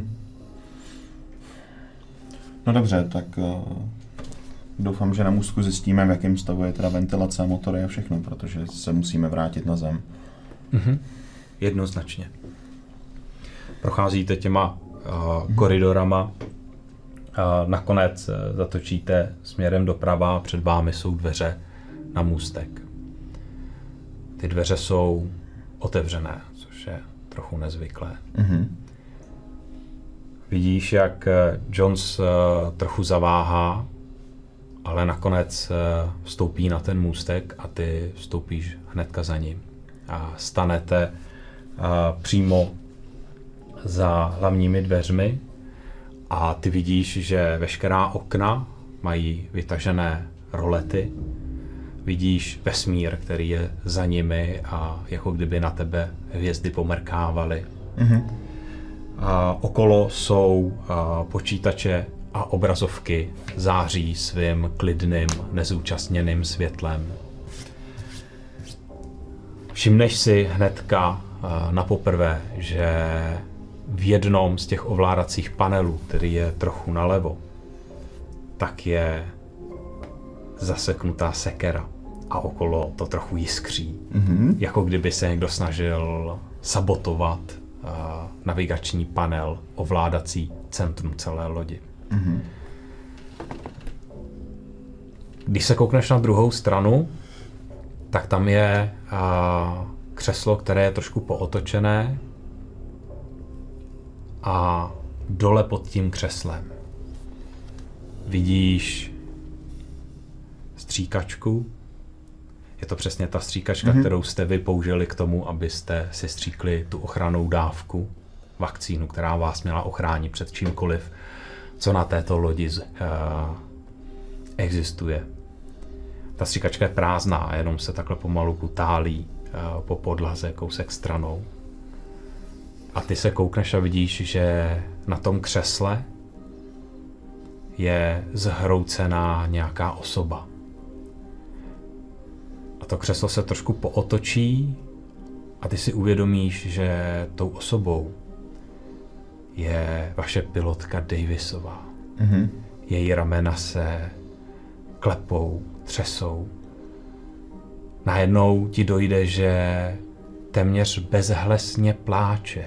No dobře, tak uh, doufám, že na můstku zjistíme, v jakém stavu je teda ventilace, motory a všechno, protože se musíme vrátit na zem. Mhm. Jednoznačně. Procházíte těma uh, koridorama. Uh, nakonec uh, zatočíte směrem doprava, před vámi jsou dveře na můstek. Ty dveře jsou otevřené, což je trochu nezvyklé. Mm-hmm. Vidíš, jak Jones uh, trochu zaváhá, ale nakonec uh, vstoupí na ten můstek a ty vstoupíš hnedka za ním. A stanete uh, přímo za hlavními dveřmi a ty vidíš, že veškerá okna mají vytažené rolety. Vidíš vesmír, který je za nimi a jako kdyby na tebe hvězdy pomrkávaly. Mm-hmm. A okolo jsou a, počítače a obrazovky září svým klidným, nezúčastněným světlem. Všimneš si hnedka a, na poprvé, že v jednom z těch ovládacích panelů, který je trochu nalevo, tak je zaseknutá sekera a okolo to trochu jiskří. Mm-hmm. Jako kdyby se někdo snažil sabotovat uh, navigační panel, ovládací centrum celé lodi. Mm-hmm. Když se koukneš na druhou stranu, tak tam je uh, křeslo, které je trošku pootočené a dole pod tím křeslem vidíš stříkačku Je to přesně ta stříkačka, Mhm. kterou jste vy použili k tomu, abyste si stříkli tu ochrannou dávku, vakcínu, která vás měla ochránit před čímkoliv, co na této lodi z, uh, existuje. Ta stříkačka je prázdná, jenom se takhle pomalu kutálí uh, po podlaze kousek stranou. A ty se koukneš a vidíš, že na tom křesle je zhroucená nějaká osoba. A to křeslo se trošku pootočí a ty si uvědomíš, že tou osobou je vaše pilotka Davisová. Mhm. Její ramena se klepou, třesou. Najednou ti dojde, že téměř bezhlesně pláče.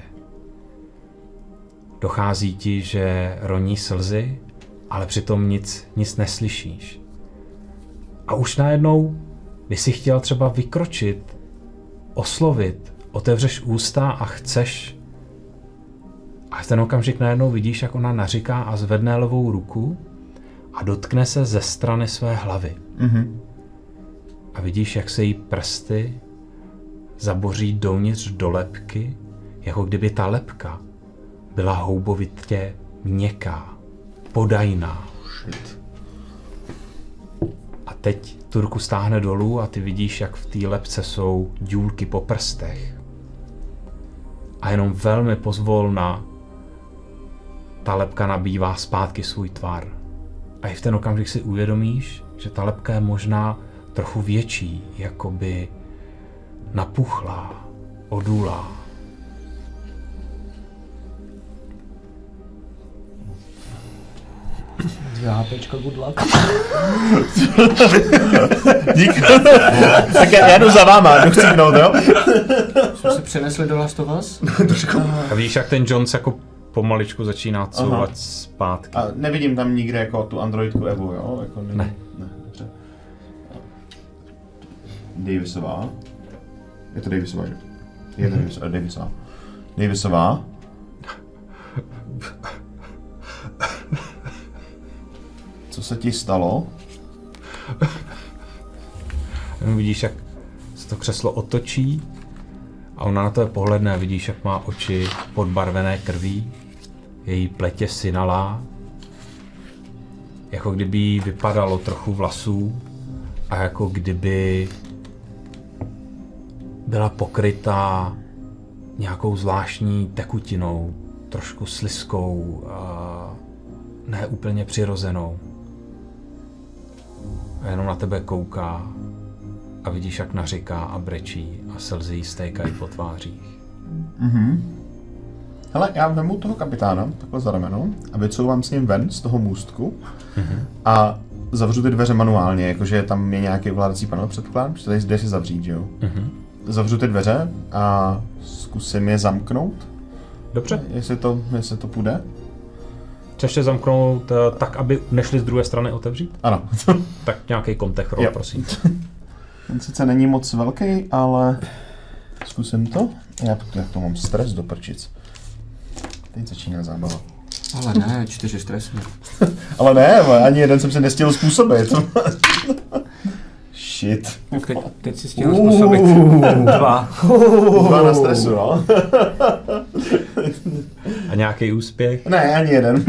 Dochází ti, že roní slzy, ale přitom nic, nic neslyšíš. A už najednou, když jsi chtěl třeba vykročit, oslovit, otevřeš ústa a chceš, a v ten okamžik najednou vidíš, jak ona naříká a zvedne levou ruku a dotkne se ze strany své hlavy. Mhm. A vidíš, jak se jí prsty zaboří dovnitř do lebky, jako kdyby ta lebka byla houbovitě měkká, podajná. Shit. A teď tu ruku stáhne dolů a ty vidíš, jak v té lebce jsou důlky po prstech. A jenom velmi pozvolna ta lebka nabývá zpátky svůj tvar. A i v ten okamžik si uvědomíš, že ta lebka je možná trochu větší, jakoby napuchlá, odulá. HPčko, good luck. Dík. Tak já, já jdu za váma, jdu chcípnout, jo? Jsme se přenesli do Last of Us? A vidíš, jak ten Jones jako pomaličku začíná couvat Aha. zpátky. A nevidím tam nikde jako tu androidku Evu, jo? Jako ne. Ne. Ne, dobře. Davisová. Je to Davisová, že? Je to Davis, Davisová. Davisová. Co se ti stalo? Jenom vidíš, jak se to křeslo otočí a ona na to je pohledne a vidíš, jak má oči podbarvené krví, její pletě synalá, jako kdyby jí vypadalo trochu vlasů a jako kdyby byla pokrytá nějakou zvláštní tekutinou, trošku slizkou a ne úplně přirozenou. A jenom na tebe kouká a vidíš, jak naříká a brečí a slzy jí stékají po tvářích. Mhm. Hele, já vemu toho kapitána takhle za rameno a vycouvám s ním ven z toho můstku Mhm. a zavřu ty dveře manuálně, jakože tam je nějaký ovládací panel předpokládám, že tady jde si zavřít, že jo? Mhm. Zavřu ty dveře a zkusím je zamknout, Dobře, jestli to, jestli to půjde. chceš se zamknout eh, tak, aby nešli z druhé strany otevřít? Ano. Tak nějaký kontech roll, Jo. prosím. Ten sice není moc velký, ale zkusím to. Já, já to mám stres do prčic. Teď začíná zábava. Ale ne, čtyři stresy. Ale ne, ani jeden jsem se nestihl způsobit. Shit. Tak teď, teď si stihl způsobit dva. Dva na stresu, no. A nějaký úspěch? Ne, ani jeden.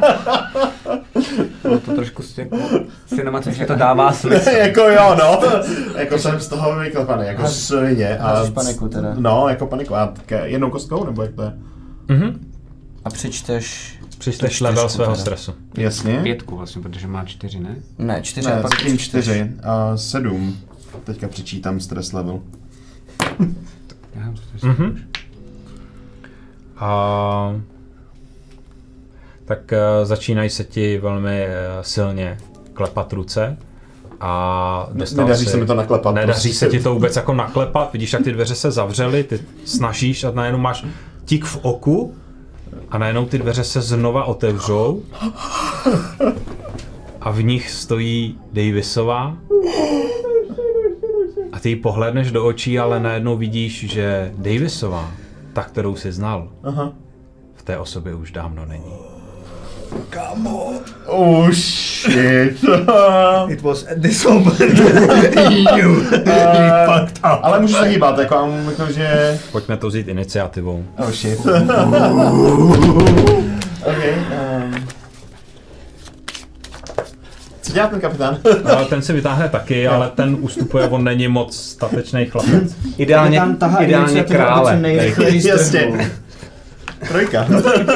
Bylo to trošku jako cinematicky to dává smysl. Jako jo, no. Jako jsem z toho vyklepaný, jako svině. A Hážeš paniku teda. No, jako paniku. A tak jednou kostkou, nebo jak to je? Mhm. A přečteš... Přičteš tu level čtyřku svého teda. Jasně. Jasně. Pětku vlastně, protože má čtyři, ne? Ne, čtyři Ne, a pak zatím přečteš. čtyři a sedm. Teďka přečítám stres level. Já mám to Mhm. A... Tak uh, začínají se ti velmi uh, silně klepat ruce a dostal Nedaří si... se mi to naklepat. Nedaří prostě. se ti to vůbec jako naklepat, vidíš, jak ty dveře se zavřely, ty snažíš a najednou máš tik v oku a najednou ty dveře se znova otevřou a v nich stojí Davisová a ty jí pohlédneš do očí, ale najednou vidíš, že Davisová, ta, kterou jsi znal, Aha. v té osobě už dávno není. Kámo. Oh shit. It was at this moment. You. Uh, ale můžu se hýbat, jako a mu jako, že... Pojďme to vzít iniciativou. Oh shit. Okay, um... Co dělá ten kapitán? No, ten si vytáhne taky, ale ten ustupuje, on není moc statečný chlapec. Ideálně, ideálně krále. Jasně. Trojka.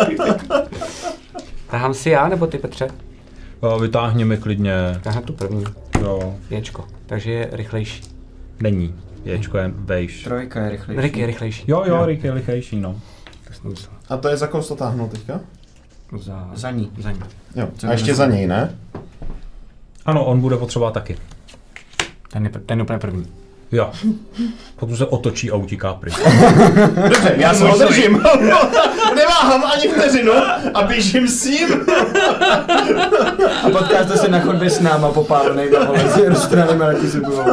Tahám si já, nebo ty, Petře? Vytáhni mi klidně. Tahám tu první. Jo. Jéčko, takže je rychlejší. Není. Jéčko je vejš. Trojka je rychlejší. Rick je rychlejší. Jo, jo, Rick je rychlejší, no. Tak jsem myslel. A to je za koho to táhnout teďka? Za... Za ní. Za ní. Jo, a ještě za něj, ne? Ano, on bude potřebovat taky. Ten je, ten je úplně první. Jo. Potom se otočí a utíká pryč. Dobře, já se ho držím. Neváhám ani vteřinu a běžím s ním. A potkáte se na chodbě s náma popálenej dole s roztrhanými taky si budou.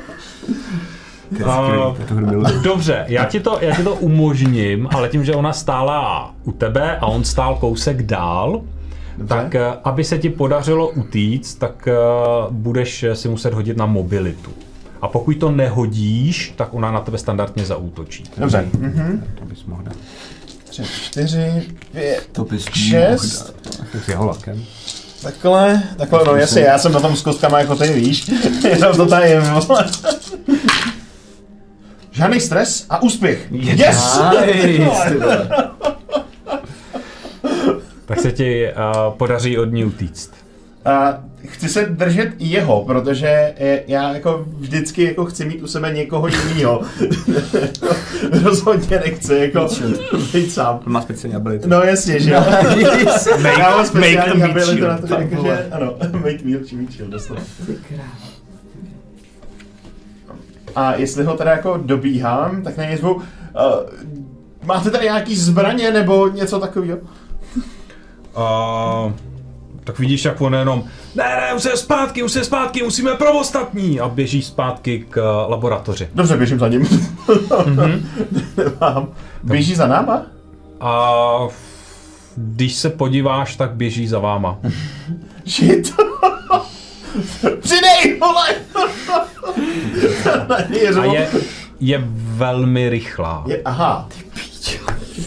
Uh, dobře, já ti, to, já ti to umožním, ale tím, že ona stála u tebe a on stál kousek dál, dobře. Tak aby se ti podařilo utíct, tak uh, budeš si muset hodit na mobilitu. A pokud to nehodíš, tak ona na tebe standardně zaútočí. Dobře. Mhm. To bys mohl dát. Tři, čtyři, pět, to bys šest. Tak s jeho lakem. Takhle, takhle, no jasně, já jsem na tom s kostkama jako ty, víš. Jenom to tady je, žádný stres a úspěch. Yes! Nice. Tak se ti uh, podaří od ní utíct. A chci se držet jeho, protože já jako vždycky jako chci mít u sebe někoho jiného. Rozhodně nechci jako být sám. Má speciální ability. No jasně, že jo. Make, já mám speciální make ability na to, shield, jako, že ano, make meal či meat shield, doslova. A jestli ho teda jako dobíhám, tak na něj zvu, uh, máte tady nějaký zbraně nebo něco takového? Uh, tak vidíš, jak on jenom ne, ne, musíme zpátky, musíme zpátky, musíme pro ostatní a běží zpátky k laboratoři. Dobře, běžím za ním. Mm-hmm. Nemám. Běží za náma? A když se podíváš, tak běží za váma. Shit. Přidej, vole! A je, je velmi rychlá. Je, aha. Ty píčo.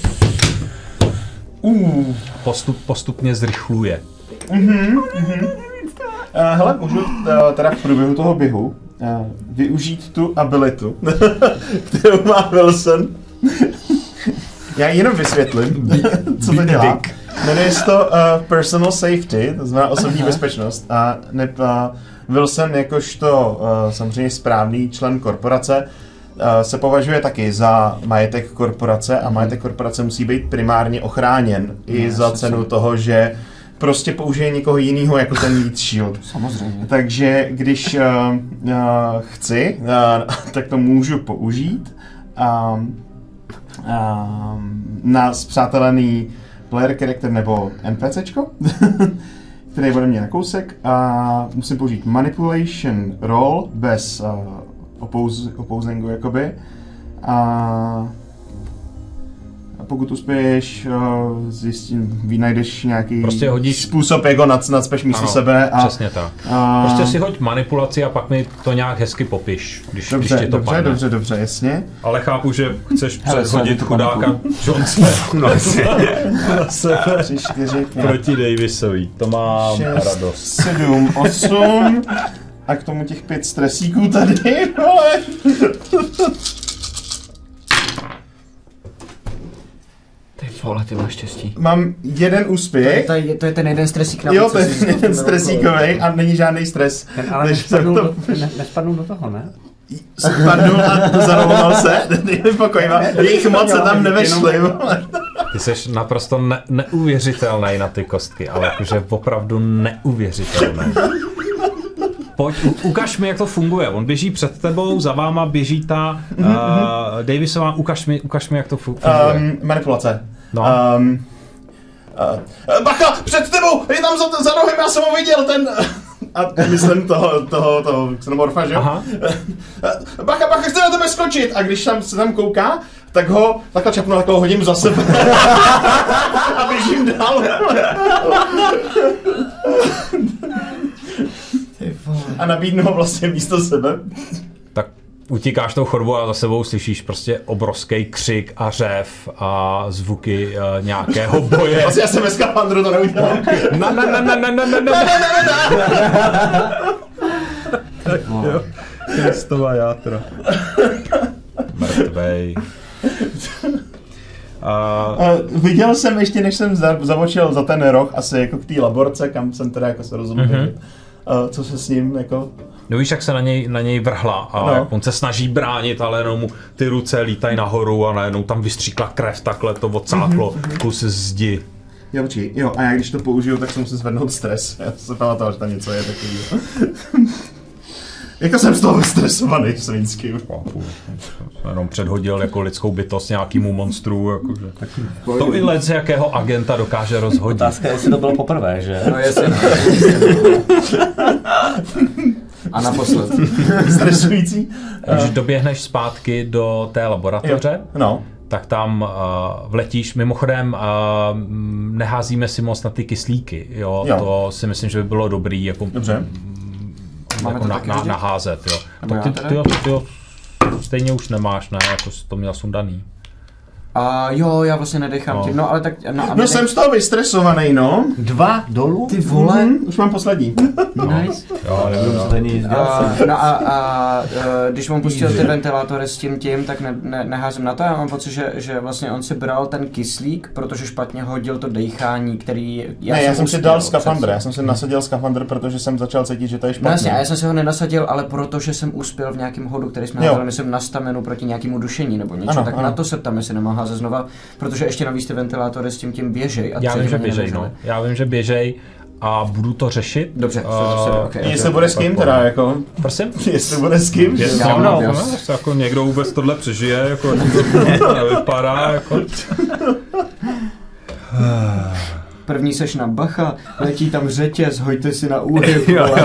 Uh. Postup, postupně zrychluje. Mhm, mhm. Uh, hele, můžu uh, teda v průběhu toho běhu uh, využít tu abilitu, kterou má Wilson. Já jenom vysvětlím, co to dělá. Jmenuje se to uh, personal safety, to znamená osobní Aha. bezpečnost. A ne, uh, Wilson jakožto uh, samozřejmě správný člen korporace uh, se považuje taky za majetek korporace a majetek korporace musí být primárně ochráněn i no, za cenu toho, že prostě použije někoho jiného jako ten Meat Shield. Samozřejmě. Takže když uh, uh, chci, uh, tak to můžu použít uh, uh, na spřátelený player character nebo NPCčko, který je ode mě na kousek a musím použít manipulation roll bez uh, opouz, opousingu jakoby. A pokud uspěješ, uh, zjistím, vynajdeš nějaký prostě hodíš... způsob, jak ho nad, nadspeš místo ano, sebe. A, přesně tak. A... Prostě si hoď manipulaci a pak mi to nějak hezky popiš, když, dobře, když ti to dobře, padne. Dobře, dobře, jasně. Ale chápu, že chceš Hele, předhodit chudáka Jonese na sebe tři, čtyři, pět, proti Davisovi. To mám šest, radost. sedm, osm a k tomu těch pět stresíků tady, vole. Ty vole, ty máš štěstí. Mám jeden úspěch. To je, to je ten jeden stresík na Jo, to je jeden stresíkovej a není žádný stres. Ten ale nespadnul, to... do, ne, nespadnul do toho, ne? Spadnul a zarovoval se, nevím pokojima, jejich moc se tam nevešly. Ty jsi naprosto ne- neuvěřitelný na ty kostky, ale jakože opravdu neuvěřitelný. Pojď, u, ukaž mi, jak to funguje. On běží před tebou, za váma běží ta uh, Davisová. Ukaž mi, ukaž mi, jak to funguje. Um, manipulace. No. Um, uh, bacha, před tebou, je tam za, za nohem, já jsem ho viděl, ten... A myslím toho, toho, toho xenomorfa, že jo? Aha. Bacha, bacha, chce na tebe skočit. A když tam se tam kouká, tak ho takhle čapnu, takhle ho hodím za sebe. A běžím dál. a nabídnu ho vlastně místo sebe. Tak utíkáš tou chodbou a za sebou slyšíš prostě obrovský křik a řev a zvuky uh, nějakého boje. Vlastně já jsem ve skafandru, to neudělám. Na na na na na na na na Jo. Kristová játra. Mrtvej. A... Uh, viděl jsem ještě, než jsem za, zavočil za ten roh, asi jako k té laborce, kam jsem teda jako se rozhodl mm-hmm. uh, co se s ním jako... No víš, jak se na něj, na něj vrhla a no. Jak on se snaží bránit, ale jenom mu ty ruce lítají nahoru a najednou tam vystříkla krev, takhle to odsáklo mm-hmm. kus zdi. Jo, počkej, jo, a já když to použiju, tak se musím zvednout stres. Já se pamatoval, že tam něco je takový. Jako jsem z toho stresovaný svinský. Jenom předhodil jako lidskou bytost nějakýmu monstru. Jakože. To i lec jakého agenta dokáže rozhodit. Otázka je, jestli to bylo poprvé, že? No jestli. A naposled. Stresující. Když doběhneš zpátky do té laboratoře, no. tak tam uh, vletíš. Mimochodem uh, neházíme si moc na ty kyslíky. Jo? Jo. To si myslím, že by bylo dobrý. Jako, dobře. Jako na, na, naházet, jo. Tak ty, ty, ty, ty, ty stejně už nemáš, ne? Jako jsi to měl sundaný. A uh, jo, já vlastně nedechám no. tím, no ale tak... No, no nedech... jsem z toho vystresovaný, no. Dva dolů? Ty vole. Mm-hmm, už mám poslední. Nice. Jo, jo, jo. Uh, no a, a uh, když mám pustil ty ventilátory s tím tím, tak ne, ne, neházím na to. Já mám pocit, že, že vlastně on si bral ten kyslík, protože špatně hodil to dechání, který... Já ne, já jsem si dal skafandr, já jsem si nasadil skafandr, protože jsem začal cítit, že to je špatně. No jasně, a já jsem si ho nenasadil, ale protože jsem uspěl v nějakém hodu, který jsme házeli, myslím, na stamenu proti nějakému dušení nebo něco, ano, tak ano. Na to se ptám, jestli nemá házet znova, protože ještě navíc ty ventilátory s tím tím běžej. A já vím, že běžej, no. Já vím, že běžej a budu to řešit. Dobře, uh, okay, okay, jestli okay. bude s kým teda, jako... Prosím? Jestli bude s kým? Jestli no, no, no, jako někdo vůbec tohle přežije, jako to nevypadá, jako... První seš na bacha, letí tam řetěz, hoďte si na úhyb. Jo, jo,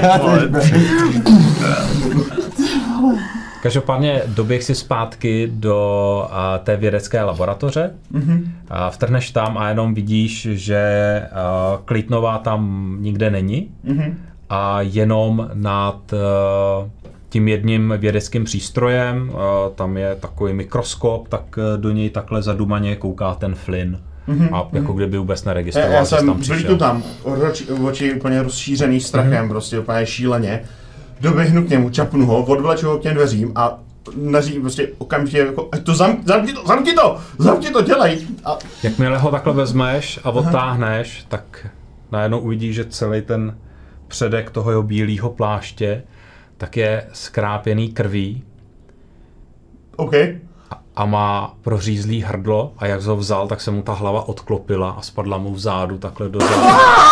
Každopádně doběh si zpátky do a, té vědecké laboratoře, mm-hmm. a vtrhneš tam a jenom vidíš, že a, Claytonová tam nikde není mm-hmm. a jenom nad a, tím jedním vědeckým přístrojem, a, tam je takový mikroskop, tak do něj takhle zadumaně kouká ten Flynn. Mm-hmm. A jako kdyby vůbec neregistroval, já, já jsem tam přišel. tu tam, oči, oči úplně rozšířený strachem, mm-hmm. prostě úplně šíleně. Doběhnu k němu, čapnu ho, odvleču ho k těm dveřím a naří prostě okamžitě jako, to zam, zamkni to, zamkni to, zamkni to, dělej. A... Jakmile ho takhle vezmeš a odtáhneš, aha. tak najednou uvidíš, že celý ten předek toho jeho bílého pláště tak je skrápěný krví. OK. A, a má prořízlý hrdlo a jak ho vzal, tak se mu ta hlava odklopila a spadla mu vzadu takhle do zádu.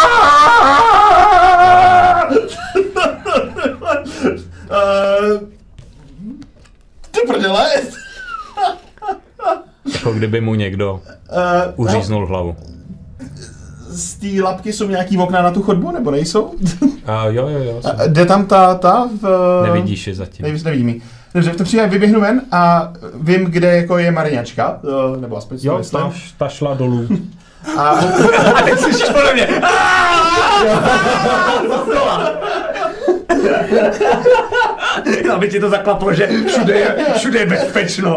Uh, ty prdele! Jako kdyby mu někdo uh, uříznul no, hlavu. Z té lapky jsou nějaký okna na tu chodbu, nebo nejsou? Uh, jo, jo, jo. Uh, jde tam ta, ta v... Nevidíš je zatím. Nevidím, nevidím ji. Dobře, v tom případě vyběhnu ven a vím, kde jako je Mariňačka, uh, nebo aspoň si jo, ta, ta šla dolů. A, a teď slyšíš podle mě. Aby ti to zaklaplo, že všude je, všude je bezpečno. uh,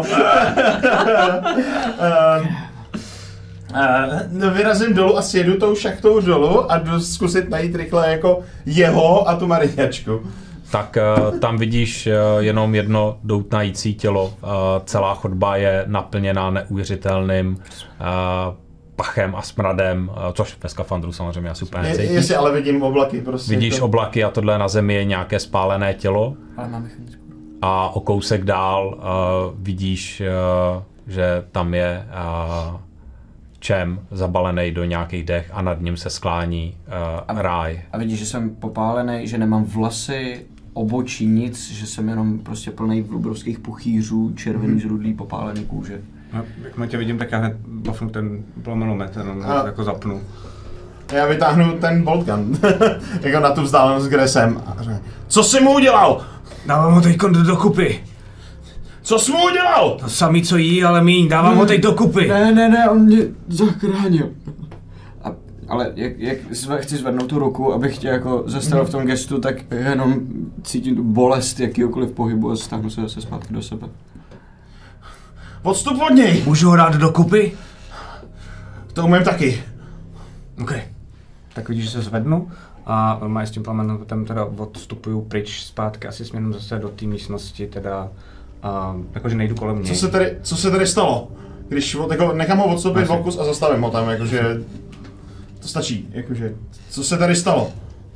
uh, no, vyrazím dolů a sjedu tou šachtou dolů a jdu zkusit najít rychle jako jeho a tu Mariňačku. Tak uh, tam vidíš uh, jenom jedno doutnající tělo. Uh, celá chodba je naplněná neuvěřitelným uh, pachem a smradem, což ve skafandru samozřejmě asi úplně necítíš. Jestli ale vidím oblaky prostě. Vidíš to... oblaky a tohle na zemi je nějaké spálené tělo. Ale mám mechanickou. A o kousek dál uh, vidíš, uh, že tam je uh, čem zabalený do nějakých dech a nad ním se sklání uh, a, ráj. A vidíš, že jsem popálený, že nemám vlasy, obočí, nic, že jsem jenom prostě plný obrovských puchýřů, červený, hmm. zrudlý, popálený kůže. No, jak tě vidím, tak já hned bafnu ten plomenometr, no, jako zapnu. Já vytáhnu ten bolt gun, jako na tu vzdálenost, kde jsem. A řekne, co jsi mu udělal? Dávám ho teď do, do kupy. Co jsi mu udělal? To samý, co jí, ale míň, dávám hmm. ho teď do kupy. Ne, ne, ne, on mě zachránil. A ale jak, jak zve, chci zvednout tu ruku, abych tě jako zastavil v tom gestu, tak jenom cítím tu bolest jakýkoliv pohybu a stáhnu se zase zpátky do sebe. Odstup od něj! Můžu ho dát dokupy? To umím taky. OK. Tak vidíš, že se zvednu a normálně s tím plamenem teda odstupuju pryč zpátky, asi směrem zase do té místnosti, teda a, jakože nejdu kolem něj. Co se tady, co se tady stalo? Když jako, nechám ho odstoupit v okus a zastavím ho tam, jakože... To stačí, jakože... Co se tady stalo?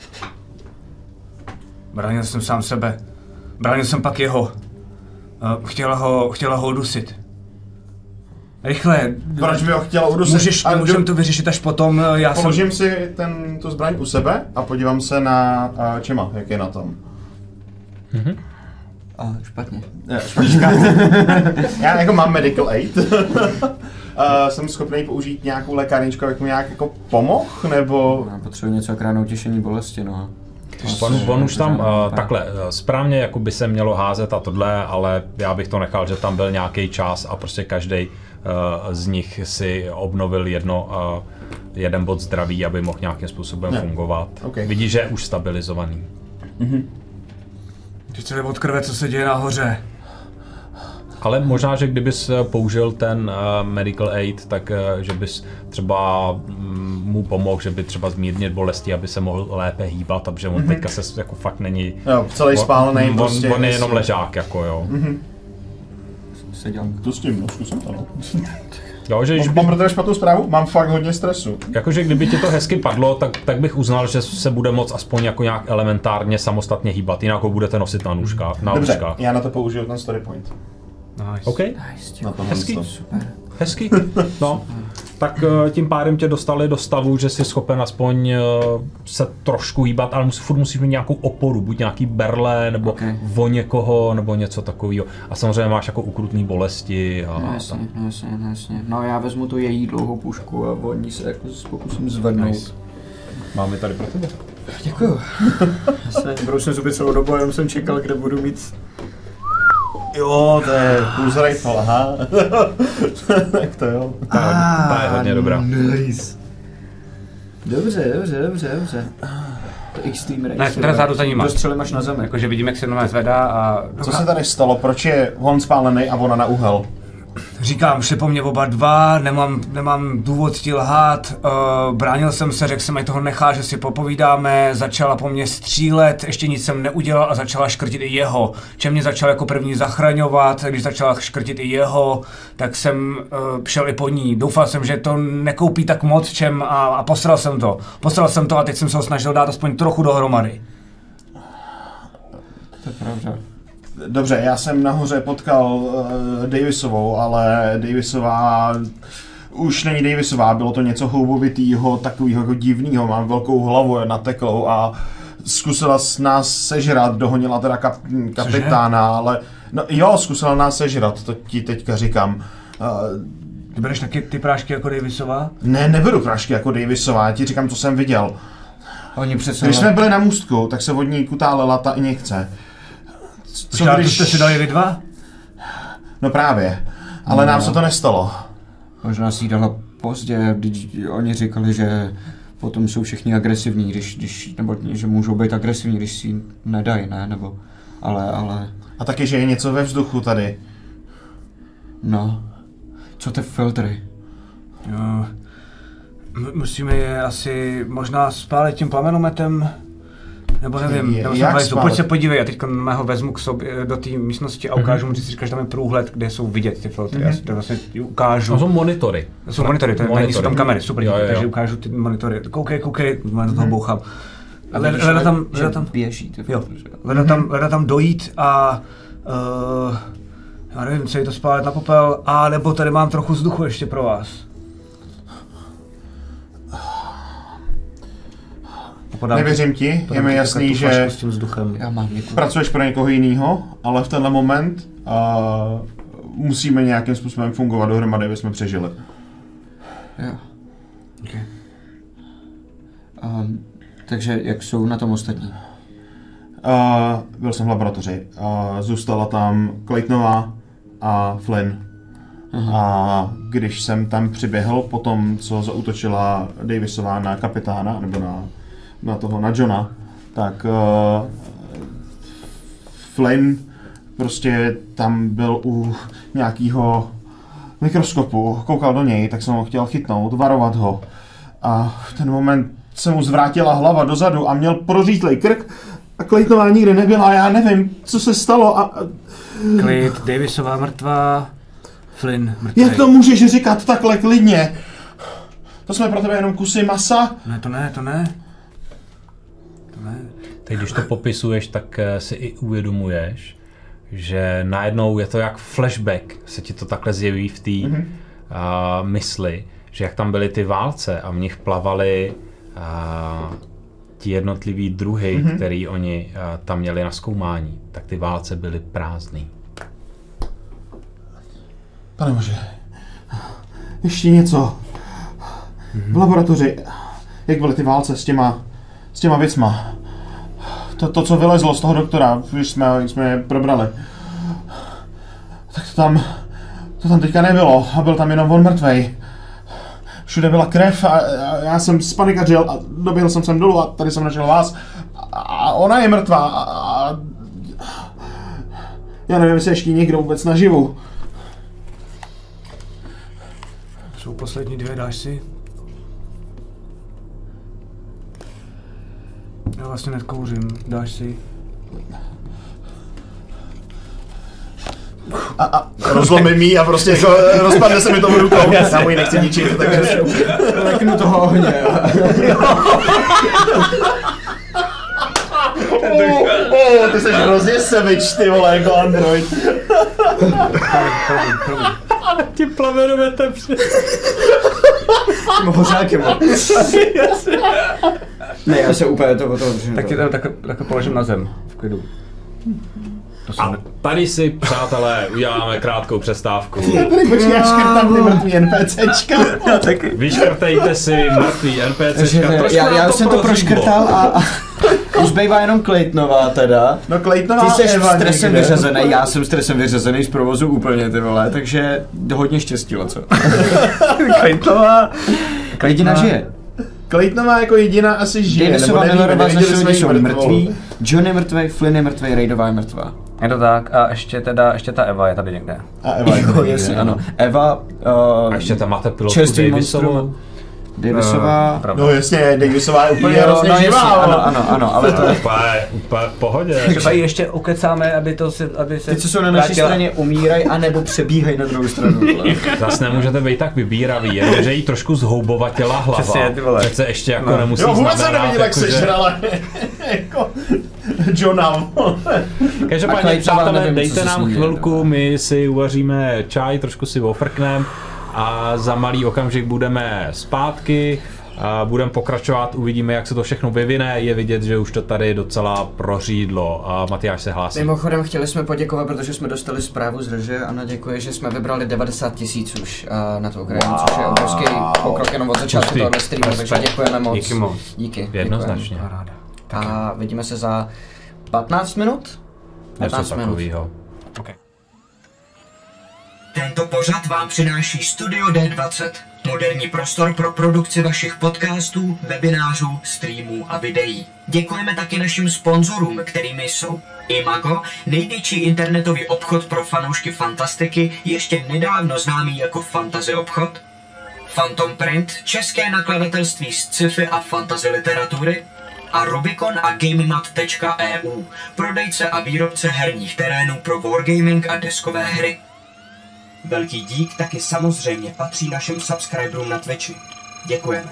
Bránil jsem sám sebe. Bránil jsem pak jeho. Chtěla ho, chtěla ho udusit. Rychle. Proč by ho chtěla udusit? Můžeš, a můžeme to vyřešit až potom, já Položím jsem... si ten, tu zbraň u sebe a podívám se na uh, Čema, jak je na tom. Mhm. A špatně. Já, špatně. Já jako mám medical aid. uh, jsem schopný použít nějakou lékárničku, abych mu nějak jako pomohl, nebo... Já potřebuji něco jak ráno utěšení bolesti, no. On, on už tam uh, takhle správně jako by se mělo házet a tohle, ale já bych to nechal, že tam byl nějaký čas a prostě každý uh, z nich si obnovil jedno, uh, jeden bod zdraví, aby mohl nějakým způsobem yeah. fungovat. Okay. Vidíš, že je už stabilizovaný. Mm-hmm. Ty chceš od krve, co se děje nahoře. Ale možná, že kdybys použil ten uh, medical aid, tak uh, že bys třeba um, mu pomohl, že by třeba zmírnit bolesti, aby se mohl lépe hýbat, protože on mm-hmm. teďka se jako fakt není... Jo, celý spálený on, prostě. On, on je jenom ležák, jako jo. Mm-hmm. Se dělám. To s tím, no, zkusím to, no. Jo, že Mám pro tebe špatnou zprávu? Mám fakt hodně stresu. Jakože kdyby ti to hezky padlo, tak, tak bych uznal, že se bude moct aspoň jako nějak elementárně samostatně hýbat, jinak ho budete nosit na nůžkách. Na Dobře, nůžkách. já na to použiju ten story point. Nice. OK, Nice, Na to hezký. super. Hezký. No, tak tím pádem tě dostali do stavu, že jsi schopen aspoň se trošku hýbat, ale musí, furt musíš mít nějakou oporu, buď nějaký berle, nebo okay. o někoho, nebo něco takového. A samozřejmě máš jako ukrutný bolesti. A no jasně, no jasně, no jasně. No já vezmu tu její dlouhou pušku a od ní se jako pokusím zvednout. Nice. Máme tady pro tebe. Děkuju. Já se nebrouším zuby celou dobu, jenom jsem čekal, kde budu mít... Jo, to je pulse rifle, aha. Tak to jo. Ta, ta je hodně dobrá. Nice. Dobře, dobře, dobře, dobře. To extreme race. Ne, jsem teda zádu za nima. Dostřelím až na zemi. Jakože vidím, jak se normálně zvedá a... Co se tady stalo? Proč je on spálený a ona na úhel? Říkám, šli po mně oba dva, nemám, nemám důvod ti lhát, uh, bránil jsem se, řekl jsem, ať toho nechá, že si popovídáme, začala po mně střílet, ještě nic jsem neudělal a začala škrtit i jeho. Čem mě začal jako první zachraňovat, když začala škrtit i jeho, tak jsem uh, šel i po ní. Doufal jsem, že to nekoupí tak moc čem a, a posral jsem to. Posral jsem to a teď jsem se ho snažil dát aspoň trochu dohromady. To je pravda. Dobře, já jsem nahoře potkal uh, Davisovou, ale Davisová už není Davisová, bylo to něco houbovitýho, takového jako divného, mám velkou hlavu nateklou a zkusila s nás sežrat, dohonila teda kap, kapitána, ale no jo, zkusila nás sežrat, to ti teďka říkám. Uh, Ty bereš taky ty prášky jako Davisová? Ne, neberu prášky jako Davisová, já ti říkám, co jsem viděl. Oni přece... Když jsme byli na můstku, tak se od ní kutálela ta injekce. Co když... to jste si dali vy dva? No právě, ale no. Nám se to nestalo. Možná si ji dala pozdě, když oni říkali, že potom jsou všichni agresivní, když, když, nebo že můžou být agresivní, když si ji nedají, ne, nebo, ale, ale... A taky, že je něco ve vzduchu tady. No, co ty filtry? Jo. M- musíme je asi možná spálit tím plamenometem, nebo nevím, Je, nebo jsem hledu. Pojď se podívej, já teď ho vezmu k sobě do té místnosti a ukážu mu, že si říkáš, že tam je průhled, kde jsou vidět ty filtry. Mm-hmm. Já si to vlastně ukážu. To jsou monitory. To jsou monitory, to monitory. Jsou tam kamery, super, jo, jo, jo. Takže ukážu ty monitory. Koukej, koukej, mm-hmm. do toho bouchám. Leda tam, leda tam, běží ty filtry. Leda tam, leda tam dojít a uh, já nevím, co je to spálit na popel, a nebo tady mám trochu vzduchu ještě pro vás. Nevěřím ti, je mi jasný, že Já mám pracuješ pro někoho jiného, ale v tenhle moment uh, musíme nějakým způsobem fungovat dohromady, aby jsme přežili. Jo. Okay. Um, takže jak jsou na tom ostatní? Uh, byl jsem v laboratoři. Uh, zůstala tam Claytonová a Flynn. Aha. A když jsem tam přiběhl po tom, co zaútočila Davisová na kapitána, nebo na, na toho, na Johna, tak uh, Flynn prostě tam byl u nějakého mikroskopu, koukal do něj, tak jsem ho chtěl chytnout, varovat ho. A v ten moment se mu zvrátila hlava dozadu a měl prořítlej krk a Claytonová nikdy nebyla, já nevím, co se stalo a... Klid, Davisová mrtvá, Flynn mrtvý. Jak to můžeš říkat takhle klidně? To jsme pro tebe jenom kusy masa? Ne, to ne, to ne. To ne. Teď když to popisuješ, tak si i uvědomuješ, že najednou je to jak flashback, se ti to takhle zjeví v té mm-hmm. uh, mysli, že jak tam byly ty válce a v nich plavaly uh, ti jednotlivý druhy, mm-hmm. který oni uh, tam měli na zkoumání, tak ty válce byly prázdný. Pane bože, ještě něco. Mm-hmm. V laboratoři, jak byly ty válce s těma, s těma věcma. To, to, co vylezlo z toho doktora, když jsme, když jsme je probrali. Tak to tam, to tam teďka nebylo a byl tam jenom on mrtvej. Všude byla krev a, a já jsem spanikařil a doběhl jsem sem dolů a tady jsem našel vás. A, a ona je mrtvá a, a já nevím, jestli ještě někdo vůbec naživu. Jsou poslední dvě, dáš si? Já vlastně nekouřím, dáš si? A, a rozlomím jí a prostě jako rozpadne se mi to v rukou. Já mu ji nechci ničit, takže leknu toho ohně. oh, ty jsi hrozně sevič, ty vole, jako android. Ale ti plamenometem při... Tím hořákem. Ne, já se úplně to toho držím. Tak ti to tak, tak položím na zem, v klidu. A ne... tady si, přátelé, uděláme krátkou přestávku. Já tady počkej, já škrtám ty mrtvý NPCčka. Já taky. Vyškrtejte si mrtvý NPCčka. Já, já už jsem to proškrtal a, a už bývá jenom Claytonová teda. No Claytonová ty jsi Eva stresem někde. vyřazený, já jsem stresem vyřazený z provozu úplně, ty vole, takže hodně štěstí, co? Claytonová... Jediná žije. Claytonová jako jediná asi žije, Davisová, nebo Millerová z našeho lidi jsou mrtvou. mrtví, John je mrtvej, Flynn je mrtvej, Raidová je mrtvá. Je to tak a ještě teda, ještě ta Eva je tady někde. A Eva je Jo, jasně, ano. Eva, uh, A ještě tam máte pilotku čerstvý Davisovou. monstrum. Davisová. No jasně, Davisová je úplně Jo, hrozně no živá. jasně, ano, ano, ano, ale to je... Úplně, úplně v pohodě. Třeba ji ještě ukecáme, aby to si, aby se Ty, co jsou na naší vrátila. straně, umírají, anebo přebíhají na druhou stranu. Zase nemůžete být tak vybíravý, jenomže jí trošku zhoubovatěla hlava. Přesně, ty vole. Přece ještě jako No. nemusí Jo, vůbec jsem znamenat, neviděl, jak jako, že- sežrala jako Johna. Každopádně, Takhle třeba přátelé, nevím, co dejte se nám smíje, chvilku, my si uvaříme čaj, trošku si ofrkneme a za malý okamžik budeme zpátky. A budeme pokračovat, uvidíme, jak se to všechno vyvine. Je vidět, že už to tady docela prořídlo. A Matyáš se hlásí. Mimochodem chtěli jsme poděkovat, protože jsme dostali zprávu z režie. Ana děkuje, že jsme vybrali devadesát tisíc už uh, na tu Ukrajinu, wow. Což je obrovský pokrok jenom od začátku Hustý. tohohle streamu, takže děkujeme moc. Díky moc. Díky. Jednoznačně. Ráda. A vidíme se za patnáct minut? Něco takovýho. Okay. Tento pořad vám přináší Studio D dvacet. Moderní prostor pro produkci vašich podcastů, webinářů, streamů a videí. Děkujeme taky našim sponzorům, kterými jsou Imago, největší internetový obchod pro fanoušky fantastiky, ještě nedávno známý jako Fantasy obchod, Phantom Print, české nakladatelství z sci-fi a fantasy literatury, a Rubicon a GameMat tečka e u, prodejce a výrobce herních terénů pro wargaming a deskové hry. Velký dík taky samozřejmě patří našim subscriberům na Twitchi. Děkujeme.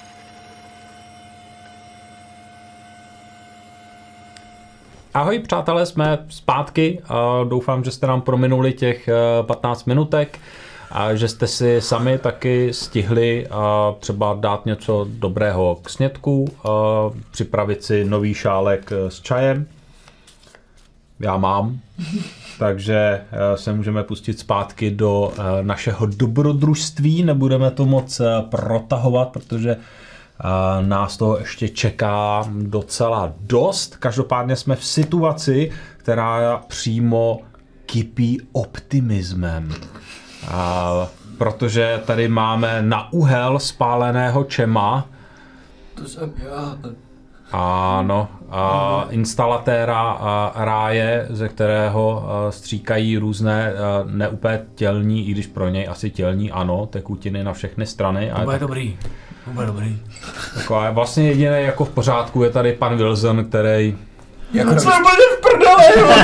Ahoj přátelé, jsme zpátky a doufám, že jste nám prominuli těch patnáct minutek a že jste si sami taky stihli třeba dát něco dobrého k snědku, připravit si nový šálek s čajem. Já mám. Takže se můžeme pustit zpátky do našeho dobrodružství, nebudeme to moc protahovat, protože nás toho ještě čeká docela dost. Každopádně jsme v situaci, která přímo kypí optimismem. A, protože tady máme na úhel spáleného čema. To jsem já. Ano, a instalatéra a ráje, ze kterého a, stříkají různé a, neúplně tělní, i když pro něj asi tělní, ano, tekutiny na všechny strany. To bude dobrý, to bude dobrý. Taková, vlastně jediné jako v pořádku je tady pan Wilson, který... Jako jsme byli v prdele,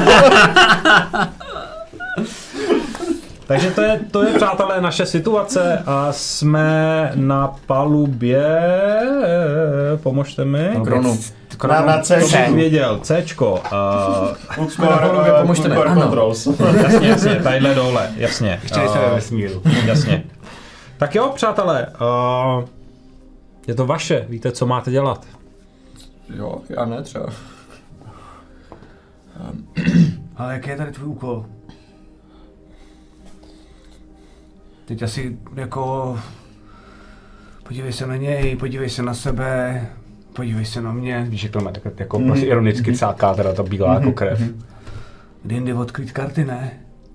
Takže to je, to je, přátelé, naše situace a jsme na palubě, pomožte mi. Kronu. Na, na To C. bych věděl, Cčko. Uh, Jsme na palubě, pomožte mi, ano. jasně, jasně, tadyhle dole, jasně. Ještě nejsme ve vesmíru. Jasně. Tak jo, přátelé, uh, je to vaše, víte, co máte dělat. Jo, já ne třeba. Ale jaký je tady tvůj úkol? Teď asi jako... Podívej se na něj, podívej se na sebe, podívej se na mě. Víš, jak to má takhle jako mm. prostě ironicky cáká teda ta bílá jako krev. Kdy jindy odkrýt karty, ne?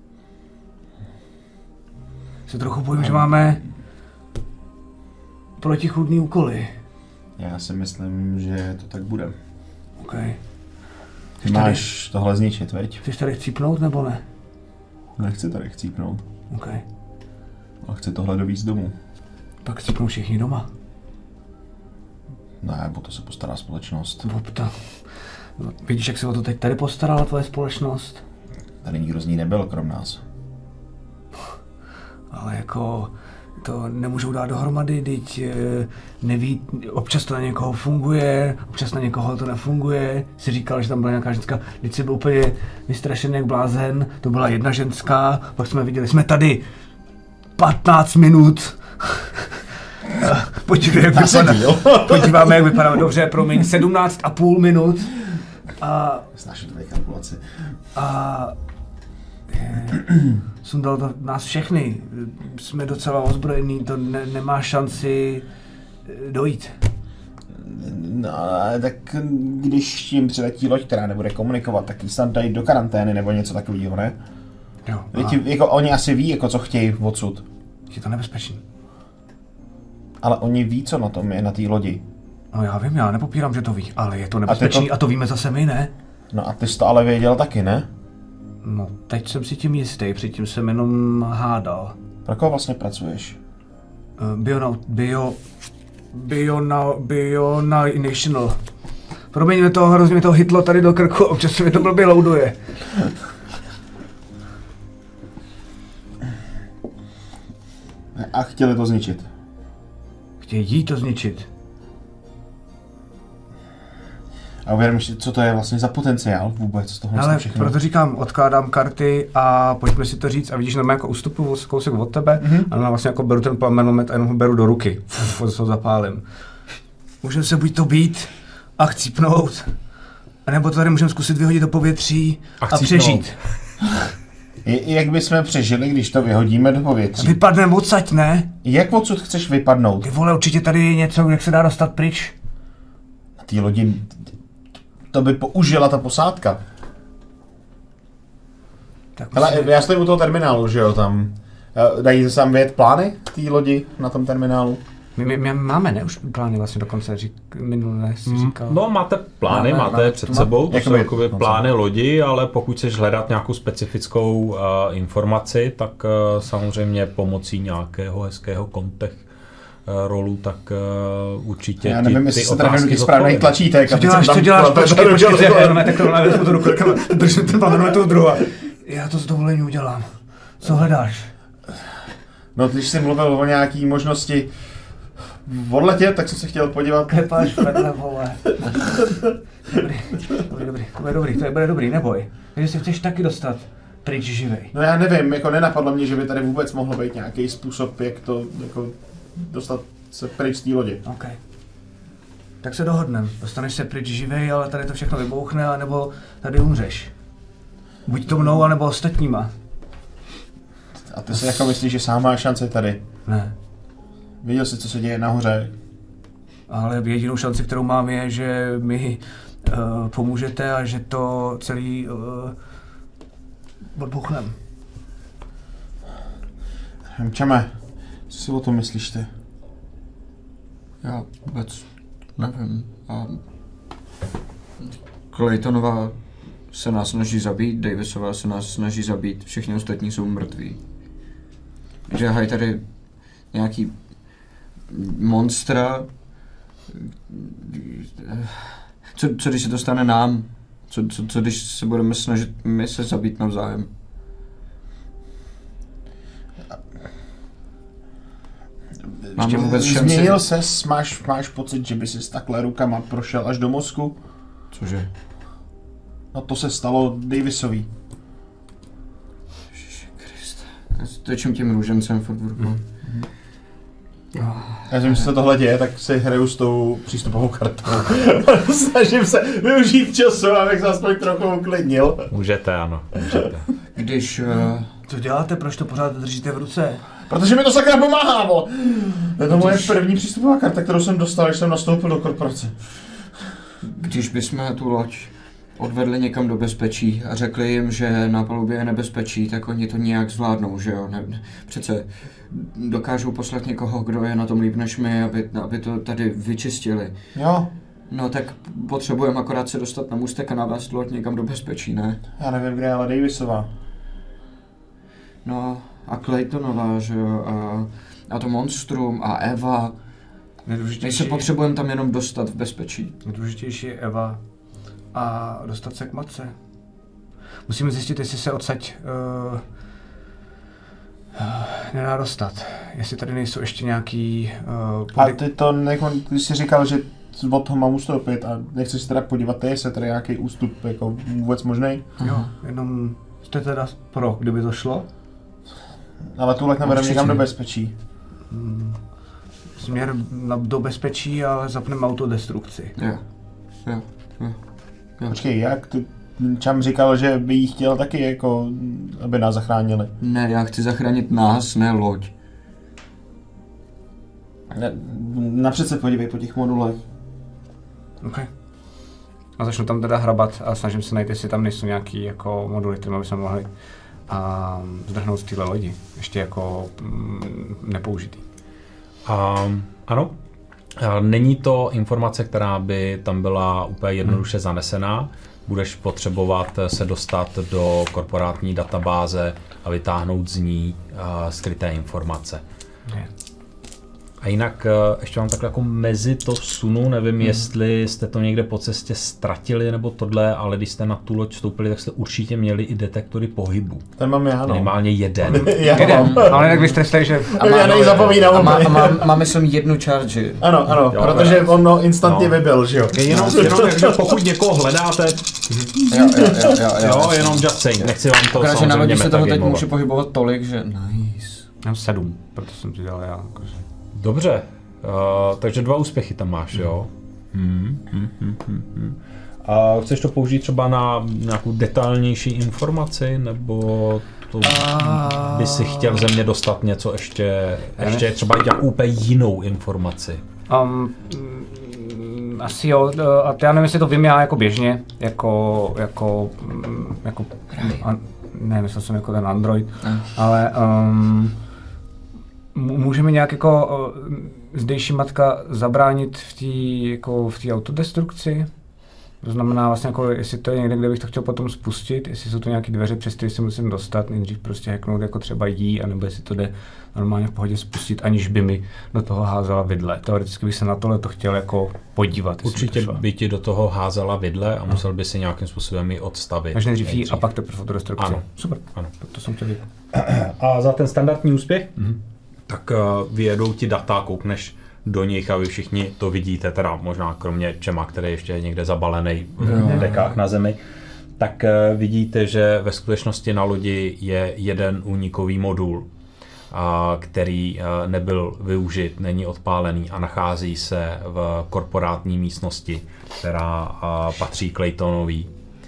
Se trochu bojím, že máme protichůdný úkoly. Já si myslím, že to tak bude. OK. Ty máš tohle zničit, veď? Chceš tady chcípnout nebo ne? Nechci tady chcípnout. OK. A chci tohle dovízt domů. Pak chcípnou všichni doma. Ne, bo to se postará společnost. Bobta. No, vidíš, jak se o to teď tady postarala tvoje společnost? Tady nikdo z ní nebyl, krom nás. Ale jako... To nemůžou dát dohromady, teď neví, občas to na někoho funguje, občas na někoho to nefunguje. Si říkal, že tam byla nějaká ženská, teď si byl úplně vystrašený jak blázen, to byla jedna ženská, pak jsme viděli, jsme tady patnáct minut. Podívej, jak vypadá, podíváme, jak vypadá, dobře, promiň, sedmnáct a půl minut. A... Snažím tvoji kalkulaci. A... Sundal to nás všechny, jsme docela ozbrojení, to ne, nemá šanci dojít. No, tak když tím přiletí loď, která nebude komunikovat, tak ji snad dají do karantény nebo něco takového, ne? Jo. Teď, jako, oni asi ví, jako, co chtějí odsud. Je to nebezpečný. Ale oni ví, co na tom je, na té lodi. No já vím, já nepopírám, že to ví, ale je to nebezpečný a to, a to víme zase my, ne? No a ty jsi to ale věděl taky, ne? No, teď jsem si tím jistý, předtím jsem jenom hádal. Pro koho vlastně pracuješ? Uh, bio, bio, bio, bio, bio National. Promiň mi to, hrozně mi to hitlo tady do krku, občas se mi to blbě loaduje. A chtěli to zničit. Chtějí to zničit. A uvědomíš si, co to je vlastně za potenciál vůbec tohle Ale všechno? proto říkám, odkládám karty a pojďme si to říct a vidíš, normálně jako ustupuju kousek od tebe mm-hmm. a normálně vlastně jako beru ten plamenomet a jenom ho beru do ruky. Uf, ho zapálím. Můžeme se buď to být a chcípnout, anebo to tady můžeme zkusit vyhodit do povětří a, a přežít. I, jak bychom přežili, když to vyhodíme do povětří? Vypadneme odsaď, ne? Jak odsud chceš vypadnout? Ty vole, určitě tady je něco, jak se dá dostat pryč. Na té lodi to by použila ta posádka. Tak hele, musíme... já stojím u toho terminálu, že jo, tam. Dají se sám vyjet plány té lodi na tom terminálu? My, my, my máme, ne? Už plány vlastně dokonce, řík, minulé jsi říkal. No máte plány, máme, máte máme, před sebou, to jsou jakoby plány lodi, ale pokud chceš hledat nějakou specifickou uh, informaci, tak uh, samozřejmě pomocí nějakého hezkého kontech rolu, tak uh, určitě já nevím, ty, jestli ty se trefím do těch správných tlačítek. Co děláš, co děláš, počkej, počkej, počkej, tak to vezmu tu ruku, držím ten panomet toho druhá. Já to s dovolením udělám. Co hledáš? No, když jsi mluvil o nějaký možnosti odletět, tak jsem se chtěl podívat. Klepáš vedle, vole. Dobrý, dobrý, dobrý, to bude dobrý, to bude dobrý, neboj. Takže se chceš taky dostat pryč živej. No já nevím, jako nenapadlo mě, že by tady vůbec mohl být nějaký způsob, jak to jako dostat se pryč z té lodi. OK. Tak se dohodneme. Dostaneš se pryč živej, ale tady to všechno vybouchne, anebo tady umřeš. Buď to mnou, anebo ostatníma. A ty si jako myslíš, že sám máš šanci tady? Ne. Viděl jsi, co se děje nahoře? Ale jedinou šanci, kterou mám, je, že mi uh, pomůžete a že to celý uh, odbouchneme. Čeme, co si o tom myslíš ty? Já vůbec nevím. A Claytonová se nás snaží zabít, Davisová se nás snaží zabít, všichni ostatní jsou mrtví. Že hají tady nějaký monstra. Co, co když se to stane nám? Co, co, co když se budeme snažit my se zabít navzájem? Máme vůbec šanci? Změnil ses, máš, máš pocit, že by si takhle rukama prošel až do mozku? Cože? No to se stalo Davisový. Ježiši Kriste. Já stečím tím růžencem furt v rukou. Mm. Já jsem, že se tohle děje, tak si hraju s tou přístupovou kartou. Snažím se využít času, abych se aspoň trochu uklidnil. Můžete, ano, můžete. Když... Uh... Co děláte? Proč to pořád držíte v ruce? Protože mi to sakra pomáhá, bo. Je to moje první přístupová karta, kterou jsem dostal, když jsem nastoupil do korporace. Když bychom tu loď odvedli někam do bezpečí a řekli jim, že na palubě je nebezpečí, tak oni to nějak zvládnou, že jo? Ne, přece dokážou poslat někoho, kdo je na tom líp než my, aby, aby to tady vyčistili. Jo. No tak potřebujeme akorát se dostat na můstek a navést loď někam do bezpečí, ne? Já nevím, kde je ale Davisová. No a Claytonová, že jo? A, a to monstrum a Eva. My se potřebujeme tam jenom dostat v bezpečí. Nejdůležitější je Eva a dostat se k matce. Musíme zjistit, jestli se odsaď uh, uh, nedá dostat. Jestli tady nejsou ještě nějaký... Uh, a ty to, jako, ty jsi říkal, že od toho mám ustoupit a nechceš se teda podívat, jestli je tady nějaký ústup jako vůbec možný? Jo, jenom jste teda pro, kdyby to šlo? Ale tu lek navedeme někam do bezpečí. Hmm. Směr na, do bezpečí, ale zapneme autodestrukci. Jo, jo, jo. jo. Počkej, jak? Ty Čam říkal, že by jí chtěl taky jako, aby nás zachránili. Ne, já chci zachránit nás, ne loď. Ne, napřed se podívej po těch modulech. OK. A začnu tam teda hrabat a snažím se najít, jestli tam nejsou nějaký jako moduly, které bychom mohli a zdrhnout z téhle lodi. Ještě jako mm, nepoužitý. Um, ano. Není to informace, která by tam byla úplně jednoduše zanesená. Budeš potřebovat se dostat do korporátní databáze a vytáhnout z ní uh, skryté informace. Je. A jinak uh, ještě vám takhle jako mezi to sunu, nevím, hmm. jestli jste to někde po cestě ztratili nebo tohle, ale když jste na tu loď vstoupili, tak jste určitě měli i detektory pohybu. Ten mám já, no. Minimálně jeden. já jeden. Ale jak byste jste, že... A má, já nejzapomínám. A má, a má, má myslím jednu charge. Ano, ano, jo, protože ono instantně no. vybil, že jo. Je jenom, jenom takže pokud někoho hledáte, jo, jo, jo, jo, jo, jo, jenom just saying, nechci vám to Akorát, samozřejmě že na lodi se toho teď metagamovat. může pohybovat tolik, že nice. Mám sedm, proto jsem si dal já. Jakože. Dobře, uh, takže dva úspěchy tam máš, jo? Hmm, hmm, hmm, hmm, hmm. A chceš to použít třeba na nějakou detailnější informaci, nebo to by si chtěl ze mě dostat něco ještě, ještě třeba nějakou úplně jinou informaci? Um, mm, asi jo, a já nevím, jestli to vím já jako běžně, jako, jako, mm, jako, an, ne, myslel jsem jako ten Android, mm. ale um, můžeme nějak jako uh, zdejší matka zabránit v té jako v té autodestrukci? To znamená vlastně jako, jestli to je někde, kde bych to chtěl potom spustit, jestli jsou to nějaké dveře, přes které se musím dostat, nejdřív prostě hacknout jako třeba jí, anebo jestli to jde normálně v pohodě spustit, aniž by mi do toho házela vidle. Teoreticky bych se na tohle to chtěl jako podívat. Určitě by ti do toho házela vidle a musel by si nějakým způsobem ji odstavit. Takže nejdřív jí a pak teprve autodestrukci. Ano. Super, Ano. to jsem chtěl vidět. A za ten standardní úspěch, mm-hmm. tak uh, vyjedou ti data, koukneš do nich a vy všichni to vidíte, teda možná kromě Čema, který ještě je někde zabalený v dekách na zemi, tak uh, vidíte, že ve skutečnosti na lodi je jeden únikový modul, uh, který uh, nebyl využit, není odpálený a nachází se v korporátní místnosti, která uh, patří Claytonovi.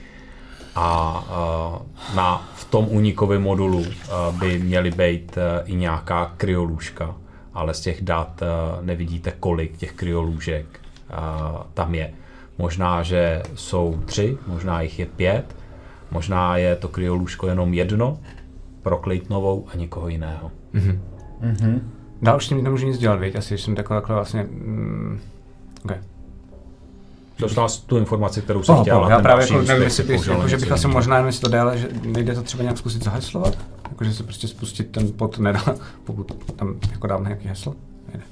A uh, na, v tom únikovém modulu uh, by měly být uh, i nějaká kryolůžka, ale z těch dat uh, nevidíte, kolik těch kryolůžek uh, tam je. Možná, že jsou tři, možná jich je pět, možná je to kryolůžko jenom jedno pro Claytonovou a někoho jiného. Mm-hmm. Mhm. Dál už s tím nemůžu nic dělat, věď? Asi jsem takhle, takhle vlastně... Mm, okay. Dostal jsi tu informaci, kterou jsem Oh, chtěl. oh, já právě jako, nevím, jestli jestli, jako, že bych asi možná, nevím, jestli to jde, ale že nejde to třeba nějak zkusit zaheslovat? Jakože se prostě spustit ten pod nedá, pokud tam jako dám nějaký heslo? Nejde.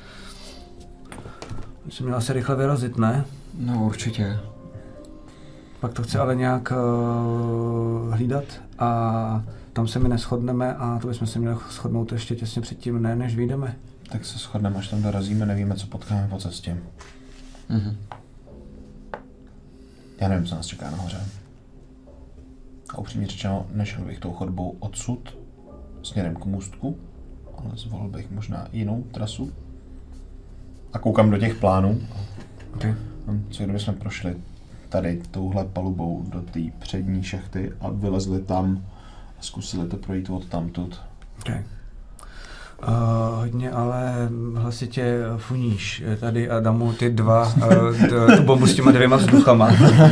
Jsem měl asi rychle vyrazit, ne? No určitě. Pak to chci ale nějak uh, hlídat a tam se mi neshodneme a to bychom se měli shodnout ještě těsně předtím, ne, než vyjdeme. Tak se shodneme, až tam dorazíme, nevíme, co potkáme po cestě. Mhm. Já nevím, co nás čeká nahoře. A upřímně řečeno, nešel bych tou chodbou odsud, směrem k můstku, ale zvolil bych možná jinou trasu. A koukám do těch plánů. Okay. Co kdybychom prošli tady touhle palubou do té přední šachty a vylezli tam a zkusili to projít od tamtud. Okay. Uh, hodně ale hlasitě funíš tady a dám mu ty dva, uh, tu bombu s těma dvěma vzduchama.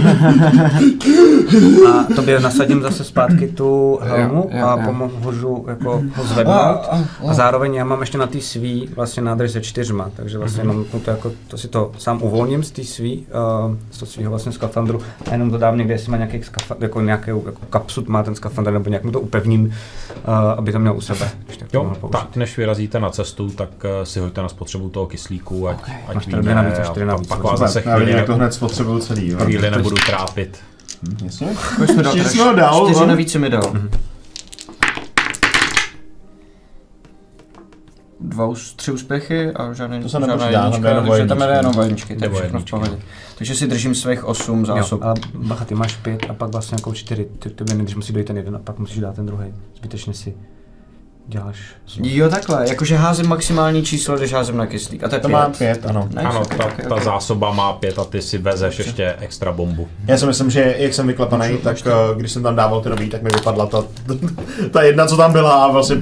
A tobě nasadím zase zpátky tu helmu jo, jo, a jo. pomohu jako ho zvednout. A zároveň já mám ještě na té svý vlastně nádrž se čtyřma, takže vlastně jenom to, jako, to si to sám uvolním z té svý, uh, z toho svýho vlastně skafandru a jenom to dám někde, jestli má nějaký skafandr, jako nějakou jako kapsu má ten skafandr, nebo nějak mu to upevním, uh, aby to měl u sebe. Jo, tak než vyrazíte na cestu, tak uh, si hoďte na spotřebu toho kyslíku, ať, okay. ať Máš víme, dvě navíc a čtyři a navíc. pak vás zase Já chvíli, vidím, to hned spotřebuju celý. Jo. chvíli nebudu trápit. Hm, jasně. Kolik jsme dal? Ještě teda? jsme ho dal, Čtyři no. navíc si mi dal. Mhm. Dva, us- tři úspěchy a žádný, To se žádná nepočítá, tam jednička, jde jenom o takže tam jde jedničky. jenom o jedničky, to je Nebo všechno v jedničky, pohodě. Takže si držím svých osm zásob. Jo, ale bacha, ty máš pět a pak vlastně jako čtyři, ty, ty nejdřív musí dojít ten jeden a pak musíš dát ten druhý. Zbytečně si děláš zlo. Jo, takhle, jakože házím maximální číslo, když házím na kyslík. A to je To pět. má pět, ano. Nice, Ano, okay, ta, okay, ta okay. zásoba má pět a ty si vezeš ještě extra bombu. Já si myslím, že jak jsem vyklepaný, Můžu, tak ještě. uh, když jsem tam dával ty nový, tak mi vypadla ta, ta jedna, co tam byla a vlastně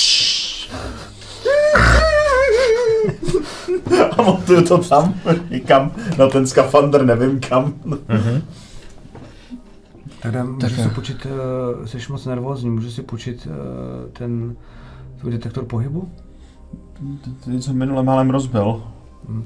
a montuju to tam, někam, na ten skafandr, nevím kam. Mm-hmm. Tak dám, Tak můžu jo. si půjčit, uh, jsi moc nervózní, můžu si půjčit uh, ten tvůj detektor pohybu? Ty jsem minule málem rozbil. Hmm.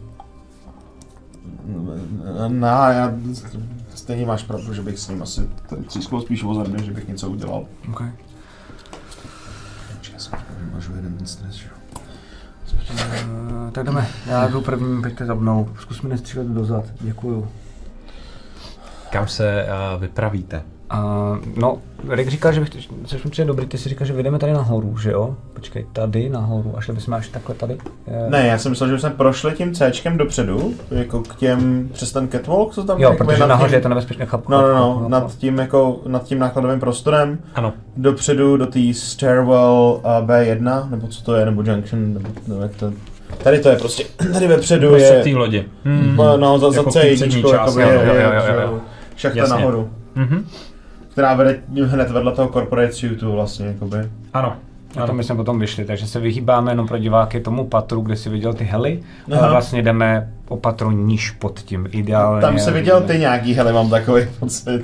No, já stejně máš pravdu, že bych s ním asi ten třískl spíš vozem, než že bych něco udělal. Okay. Počkej, jsem vymažu jeden ten stres, že jo. Uh, tak jdeme, já jdu první, pojďte za mnou, zkus mi nestřílet dozad, děkuju. Kam se uh, vypravíte? Uh, no, Rick říkal, že bych, což mi přijde dobrý, ty si říkal, že vyjdeme tady nahoru, že jo? Počkej, tady nahoru, a šli bychom až takhle tady? Je... Ne, já jsem myslel, že jsme prošli tím Cčkem dopředu, jako k těm, přes ten catwalk, co tam Jo, jakoby protože nad nahoře tím, je to nebezpečné, chápu. No, no, chápu, no, chápu, nad chápu. tím, jako, nad tím nákladovým prostorem, Ano. dopředu do té stairwell uh, B jedna, nebo co to je, nebo junction, nebo, nebo jak to... Tady to je prostě, tady vepředu Prostě je... té lodi. Mhm. No, no, za, za Jako C v té přední jedna, části, jakoby, jo, je, jo, je, jo, jo, je, jo. šachta Jasně. nahoru, Mhm. která vede hned vedle toho corporate suitu vlastně, jakoby. Ano. A tam my jsme potom vyšli, takže se vyhýbáme jenom pro diváky tomu patru, kde si viděl ty hely, Aha. ale vlastně jdeme o patro níž pod tím, ideálně. Tam se viděl ty nějaký hely, mám takový pocit.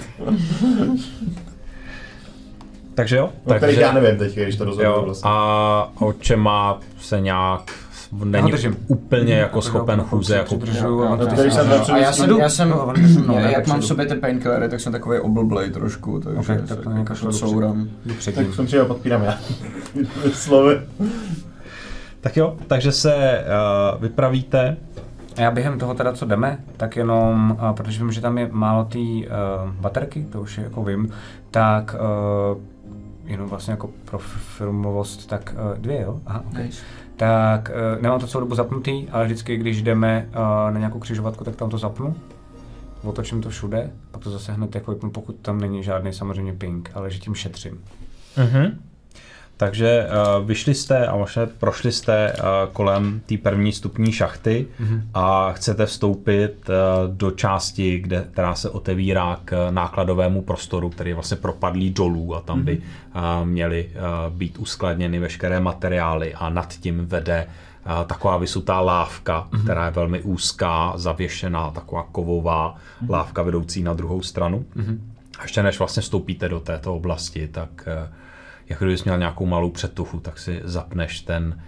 Takže jo. O kterých já nevím teď, když to rozhoduju Jo, vlastně. a očema se nějak není držím. úplně jako Jako schopen jo, chůze, jako držu, Jo, a jo, ty tady jsi- jsem no, vepředu A já s jsem, ním. já jsem, No, on jde se mnou, já- ne, jak mám vepředu. v sobě ty painkillery, tak jsem takový oblblej trošku, takže Ok, tak to se nějak šlo dobře. odsouram. Jdu předtím. Tak jsem přijel, podpírám já. Slovy. Tak jo, takže se uh, vypravíte. A já během toho teda, co jdeme, tak jenom, uh, protože vím, že tam je málo té uh, baterky, to už je jako vím, tak uh, jenom vlastně jako pro filmovost, tak uh, dvě, jo? Aha, okay. Nice. Tak uh, nemám to celou dobu zapnutý, ale vždycky, když jdeme uh, na nějakou křižovatku, tak tam to zapnu. Otočím to všude, pak to zase hned jako vypnu, pokud tam není žádný samozřejmě ping, ale že tím šetřím. Mhm. Takže uh, vyšli jste a vlastně prošli jste uh, kolem té první stupní šachty Mhm. a chcete vstoupit uh, do části, kde, která se otevírá k nákladovému prostoru, který je vlastně propadlý dolů a tam by uh, měly uh, být uskladněny veškeré materiály a nad tím vede uh, taková vysutá lávka, Mhm. která je velmi úzká, zavěšená, taková kovová lávka vedoucí na druhou stranu. Mhm. A ještě než vlastně vstoupíte do této oblasti, tak uh, jak kdybys měl nějakou malou přetuchu, tak si zapneš ten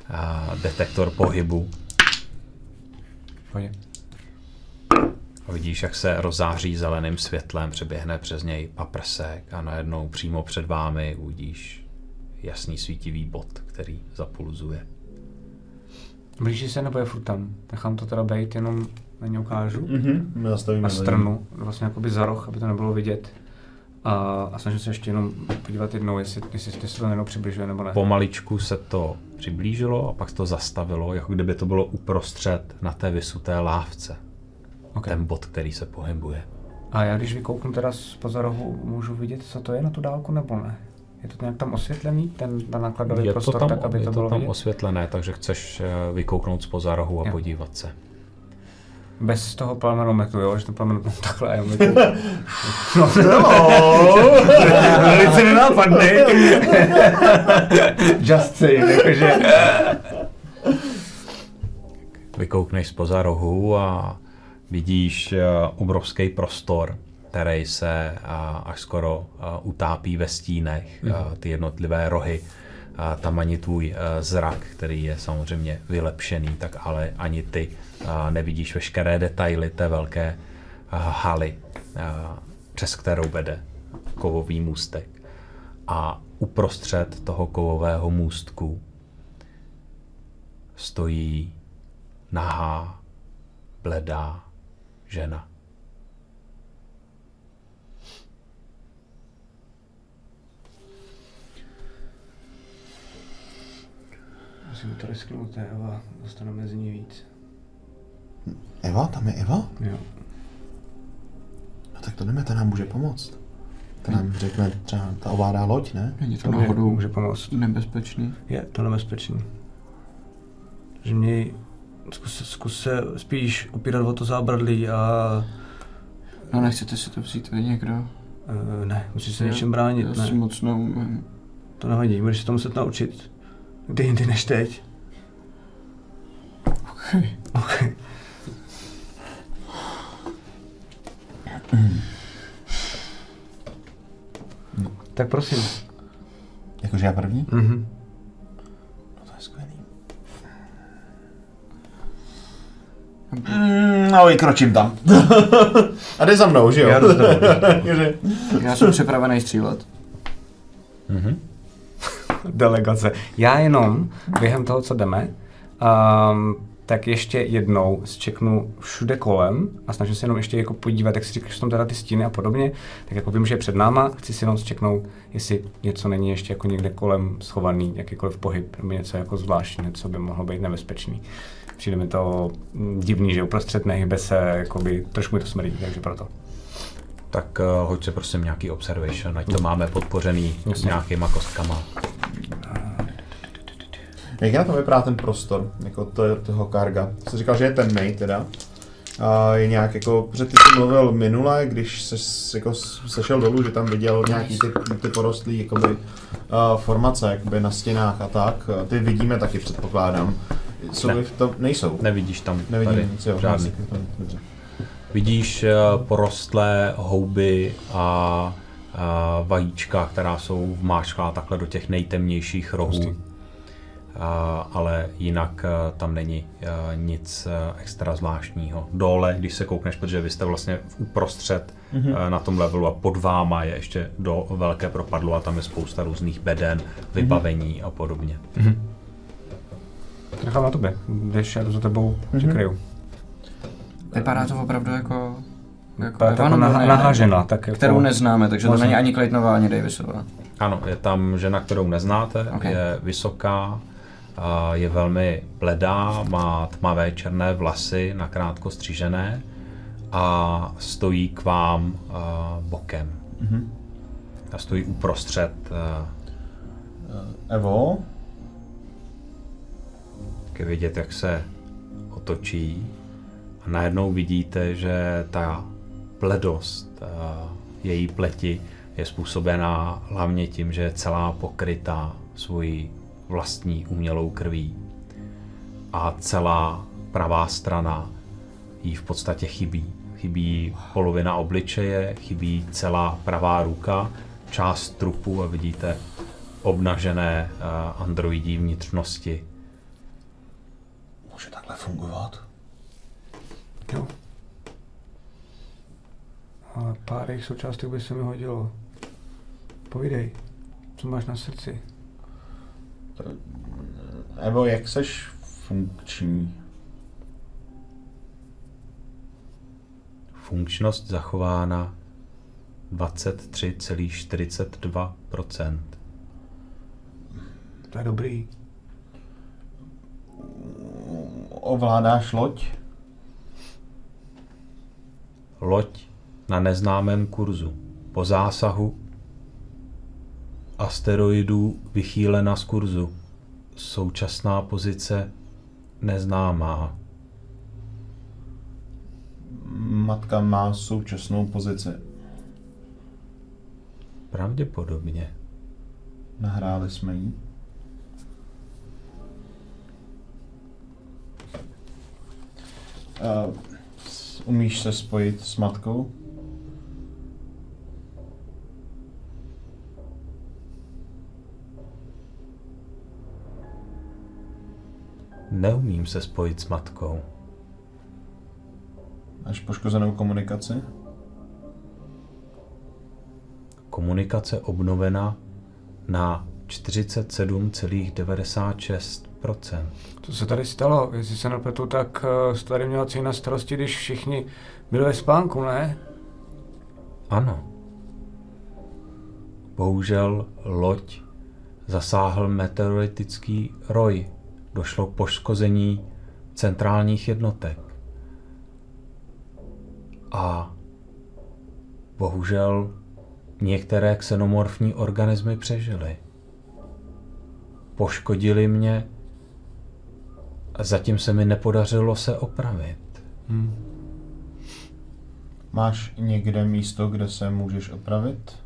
uh, detektor pohybu. Pojď. A vidíš, jak se rozáří zeleným světlem, přeběhne přes něj paprsek a najednou přímo před vámi uvidíš jasný svítivý bod, který zapulzuje. Blíží se nebo je furt tam? Nechám to teda být, jenom na ně ukážu. Mhm, my zastavíme na stranu, vlastně jakoby za roh, aby to nebylo vidět. A, a snažím se ještě jenom podívat jednou, jestli, jestli, jestli se to jenom přibližuje nebo ne. Pomaličku se to přiblížilo a pak se to zastavilo, jako kdyby to bylo uprostřed na té vysuté lávce. Okay. Ten bod, který se pohybuje. A já když vykouknu teda zpoza rohu, můžu vidět, co to je na tu dálku nebo ne? Je to nějak tam osvětlený, ten, ten nákladový je prostor, to tam, tak aby je to to bylo tam vidět? osvětlené, takže chceš vykouknout zpoza rohu a jo. podívat se. Bez toho plamenometu, jo? Že ten plamenomet takhle a já mi koukám. No, velice nenápadný. Just saying, jakože... Vykoukneš zpoza rohu a vidíš obrovský prostor, který se až skoro utápí ve stínech, mm. ty jednotlivé rohy. Tam ani tvůj zrak, který je samozřejmě vylepšený, tak ale ani ty nevidíš veškeré detaily té velké haly, přes kterou vede kovový můstek. A uprostřed toho kovového můstku stojí nahá, bledá žena. Musím to risknout, to je Eva, dostaneme z ní víc. Eva? Tam je Eva? Jo. No tak to jdeme, ta nám může pomoct. Ta nám řekne, třeba ta ovládá loď, ne? Není to náhodou může pomoct. Nebezpečný? Je to nebezpečný. Že mě zkus, zkus se spíš opírat o to zábradlí a... No nechcete si to vzít vy někdo? Uh, ne, musíš se něčem bránit, já ne. si moc neumím. To nevadí, budeš se to muset naučit. Kdy jindy než teď. OK. OK. Mm. No. Tak prosím. Jakože já první? Mhm. No to je skvělý. Mm, no vykročím tam. A jde za mnou, že jo? Já, já jsem připravený střílet. Mhm. Delegace. Já jenom během toho, co jdeme, um, tak ještě jednou zčeknu všude kolem a snažím se jenom ještě jako podívat, jak si říkáš, že tam teda ty stíny a podobně, tak jako vím, že je před náma, chci si jenom zčeknout, jestli něco není ještě jako někde kolem schovaný, jakýkoliv pohyb, nebo něco jako zvláštní, co by mohlo být nebezpečný. Přijde mi to divný, že uprostřed nehybe se, jakoby, trošku mi to smrdí, takže proto. Tak uh, hoď se prosím nějaký observation, ať to máme podpořený s nějakýma kostkama. Jak na to vypadá ten prostor, jako to, toho karga? Jsi říkal, že je temnej teda. A je nějak jako, protože ty jsi mluvil minule, když se jako sešel dolů, že tam viděl nějaký ty, ty porostlý jakoby, uh, formace jakoby na stěnách a tak. Ty vidíme taky, předpokládám. Jsou ne. to, nejsou? Nevidíš tam Nevidím tady nic, jo, žádný. Dobře. Vidíš uh, porostlé houby a uh, vajíčka, která jsou vmáčklá takhle do těch nejtemnějších rohů. Uh, ale jinak uh, tam není uh, nic uh, extra zvláštního. Dole, když se koukneš, protože vy jste vlastně uprostřed mm-hmm. uh, na tom levelu a pod váma je ještě do velké propadlo a tam je spousta různých beden, vybavení mm-hmm. a podobně. Mm-hmm. Nechám na tobě, když já to za tebou mm-hmm. přikryju. Vypadá to opravdu jako... Jako Eva, jako nah- nahážena, tak jako... Kterou neznáme, takže to není ani Claytonová, ani Davisová. Ano, je tam žena, kterou neznáte, okay. Je vysoká, je velmi bledá, má tmavé černé vlasy, nakrátko střížené a stojí k vám bokem. Mm-hmm. A stojí uprostřed. Evo? Je vidět, jak se otočí a najednou vidíte, že ta bledost její pleti je způsobená hlavně tím, že je celá pokrytá svojí vlastní umělou krví a celá pravá strana jí v podstatě chybí. Chybí polovina obličeje, chybí celá pravá ruka, část trupu a vidíte obnažené androidí vnitřnosti může takhle fungovat. Jo. Ale pár jejich součástek by se mi hodilo. Povídej, co máš na srdci? Evo, jak seš funkční? Funkčnost zachována dvacet tři celá čtyřicet dva procent. To je dobrý. Ovládáš loď? Loď na neznámém kurzu. Po zásahu asteroidů vychýlena z kurzu. Současná pozice neznámá. Matka má současnou pozici. Pravděpodobně. Nahráli jsme ji. Uh, umíš se spojit s matkou? Neumím se spojit s matkou. Máš poškozenou komunikaci? Komunikace obnovena na čtyřicet sedm celá devadesát šest procent. Co se tady stalo? Jestli se nepletu, tak uh, jsi tady měla cíl na starosti, když všichni byli ve spánku, ne? Ano. Bohužel loď zasáhl meteoritický roj. Došlo k poškození centrálních jednotek. A bohužel některé xenomorfní organismy přežily. Poškodili mě a zatím se mi nepodařilo se opravit. Hmm. Máš někde místo, kde se můžeš opravit?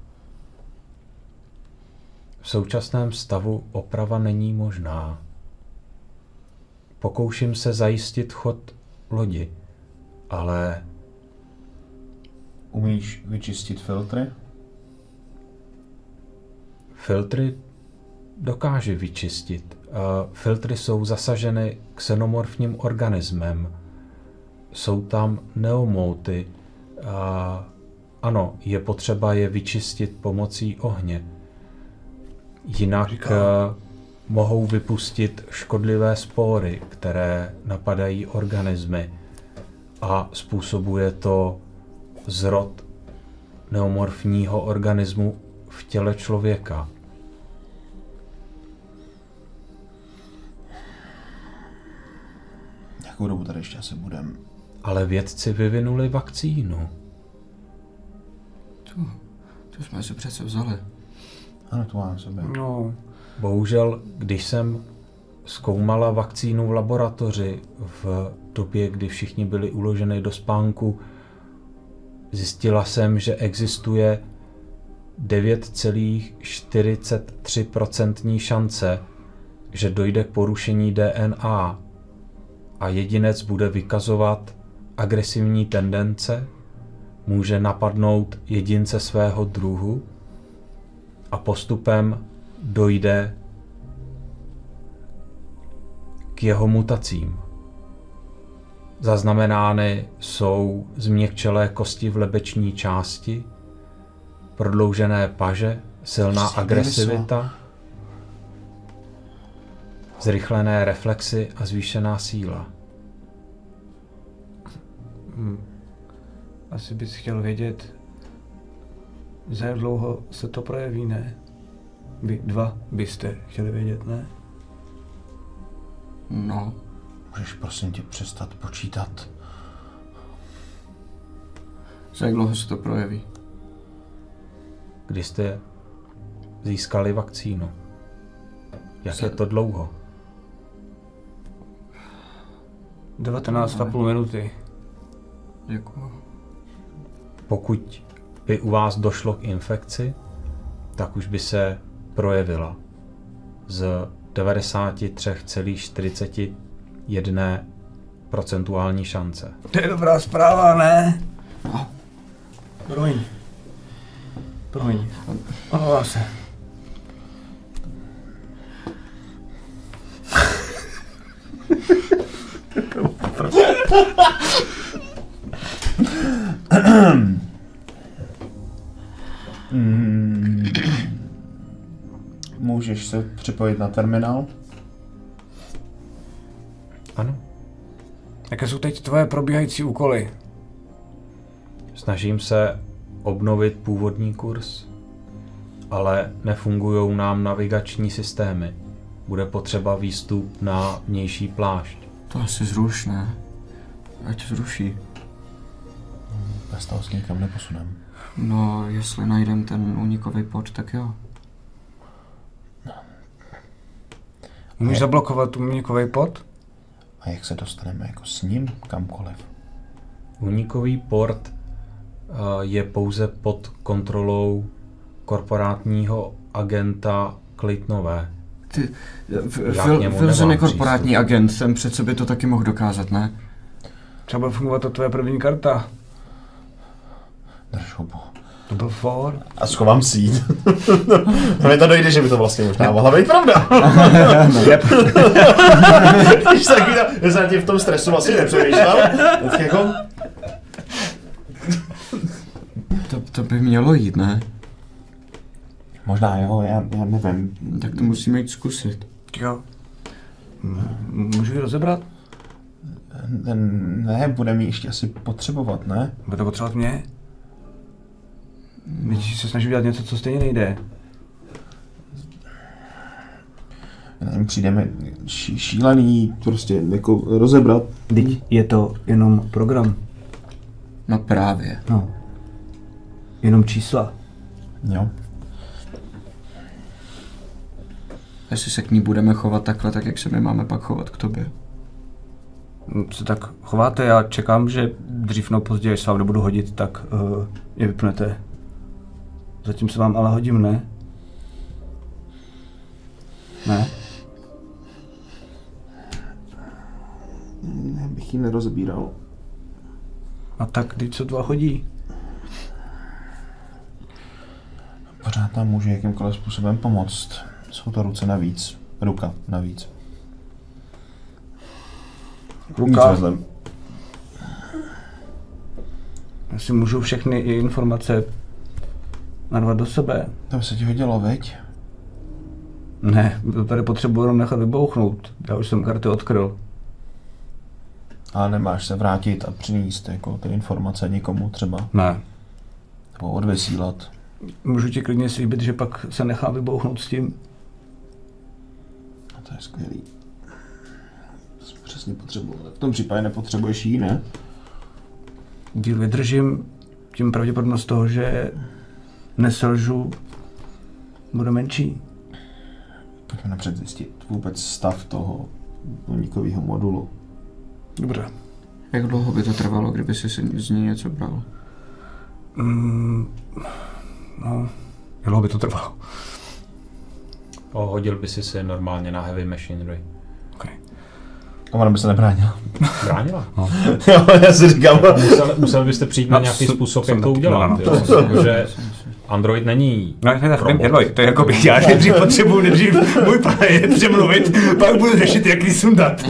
V současném stavu oprava není možná. Pokouším se zajistit chod lodi, ale Umíš vyčistit filtry? filtry dokáže vyčistit. Filtry jsou zasaženy xenomorfním organismem. Jsou tam neomouty. Ano, je potřeba je vyčistit pomocí ohně. Jinak Říká. mohou vypustit škodlivé spory, které napadají organismy a způsobuje to zrod neomorfního organismu v těle člověka. Jakou dobu tady ještě asi budem? Ale vědci vyvinuli vakcínu. Tu, tu jsme si přece vzali. Ano, to mám v sobě. No, Bohužel, když jsem zkoumala vakcínu v laboratoři v době, kdy všichni byli uloženi do spánku, zjistila jsem, že existuje devět celá čtyřicet tři procent šance, že dojde k porušení D N A a jedinec bude vykazovat agresivní tendence, může napadnout jedince svého druhu a postupem dojde k jeho mutacím. Zaznamenány jsou změkčelé kosti v lebeční části, prodloužené paže, silná Prostě agresivita, zrychlené reflexy a zvýšená síla. asi bys chtěl vědět, za jak dlouho se to projeví, ne? Vy dva byste chtěli vědět, ne? No, Můžeš prosím tě přestat počítat? za jak dlouho se to projeví? Kdy jste získali vakcínu? Jak Se- je to dlouho? devatenáct a půl minuty. Děkuju. Pokud by u vás došlo k infekci, tak už by se projevila z devadesát tři celá čtyřicet jedna procentuální šance. To je dobrá zpráva, ne? No, Promiň. Promiň. Omlouvám se. mm. Můžeš se připojit na terminál? Ano. Jaké jsou teď tvoje probíhající úkoly? Snažím se obnovit původní kurz, ale nefungují nám navigační systémy. Bude potřeba výstup na vnější plášť. To asi zruš, ne? Ať zruší. Bez toho s nikam neposunem. No, jestli najdem ten únikový pod, tak jo. Můžeš zablokovat únikový pod? A jak se dostaneme jako s ním kamkoliv? Únikový port uh, je pouze pod kontrolou korporátního agenta Klitnové. Ty, Já k němu Wilson je nemám korporátní přístup. agent, ten přece by to taky mohl dokázat, ne? Třeba bude fungovat to tvoje první karta. Drž hubu. To byl for. A schovám sít. A mi to dojde, že by to vlastně možná mohla být pravda. Když takový to, já jsem tím v tom stresu vlastně nepřemýšlel. Tak jako... To, to by mělo jít, ne? Možná jo, já, já nevím. Tak to musíme jít zkusit. Jo. M- Můžu ji rozebrat? Ne, bude mi ještě asi potřebovat, ne? Bude to potřebovat mě? Teď se snažím dělat něco, co stejně nejde. Nevím, přijdeme ší, šílený, prostě jako rozebrat. Teď je to jenom program. No právě. No. Jenom čísla. Jo. Jestli se k ní budeme chovat takhle, tak jak se my máme pak chovat k tobě. Se tak chováte, já čekám, že dřív nebo později, až se vám nebudu hodit, tak uh, je vypnete. Zatím se vám ale hodím, ne? Ne? Ne, bych ji nerozbíral. A tak, teď co dva chodí? Pořád nám může jakýmkoliv způsobem pomoct. Jsou to ruce navíc. Ruka navíc. Ruka. Já si můžu všechny informace narvat do sebe. To by se ti hodilo, veď? Ne, to tady potřebuji jenom nechat vybouchnout. Já už jsem karty odkryl. Ale nemáš se vrátit a přinést jako ty informace někomu třeba. Ne. Nebo odvysílat. Můžu ti klidně slíbit, že pak se nechá vybouchnout s tím. A to je skvělý. To jsem přesně potřeboval. V tom případě nepotřebuješ jí, ne? Díl vydržím, tím pravděpodobnost toho, že neselžu, bude menší. Pojďme napřed zjistit vůbec stav toho unikového modulu. Dobře. Jak dlouho by to trvalo, kdyby si z ní něco bral? Mm, no, jak dlouho by to trvalo? O, hodil by si si normálně na heavy machinery. Okay. A ona by se nebránila. Bránila. No. Jo, já si říkám. Musel, musel byste přijít na No, nějaký s- způsob, jsem jak to taky- udělat. no, no, jo. to- Protože Android není No, to je tak, robot. neboj, to je jako bych já nejdřív potřebuji nejdřív můj planet přemluvit, pak budu řešit, jak ji sundat.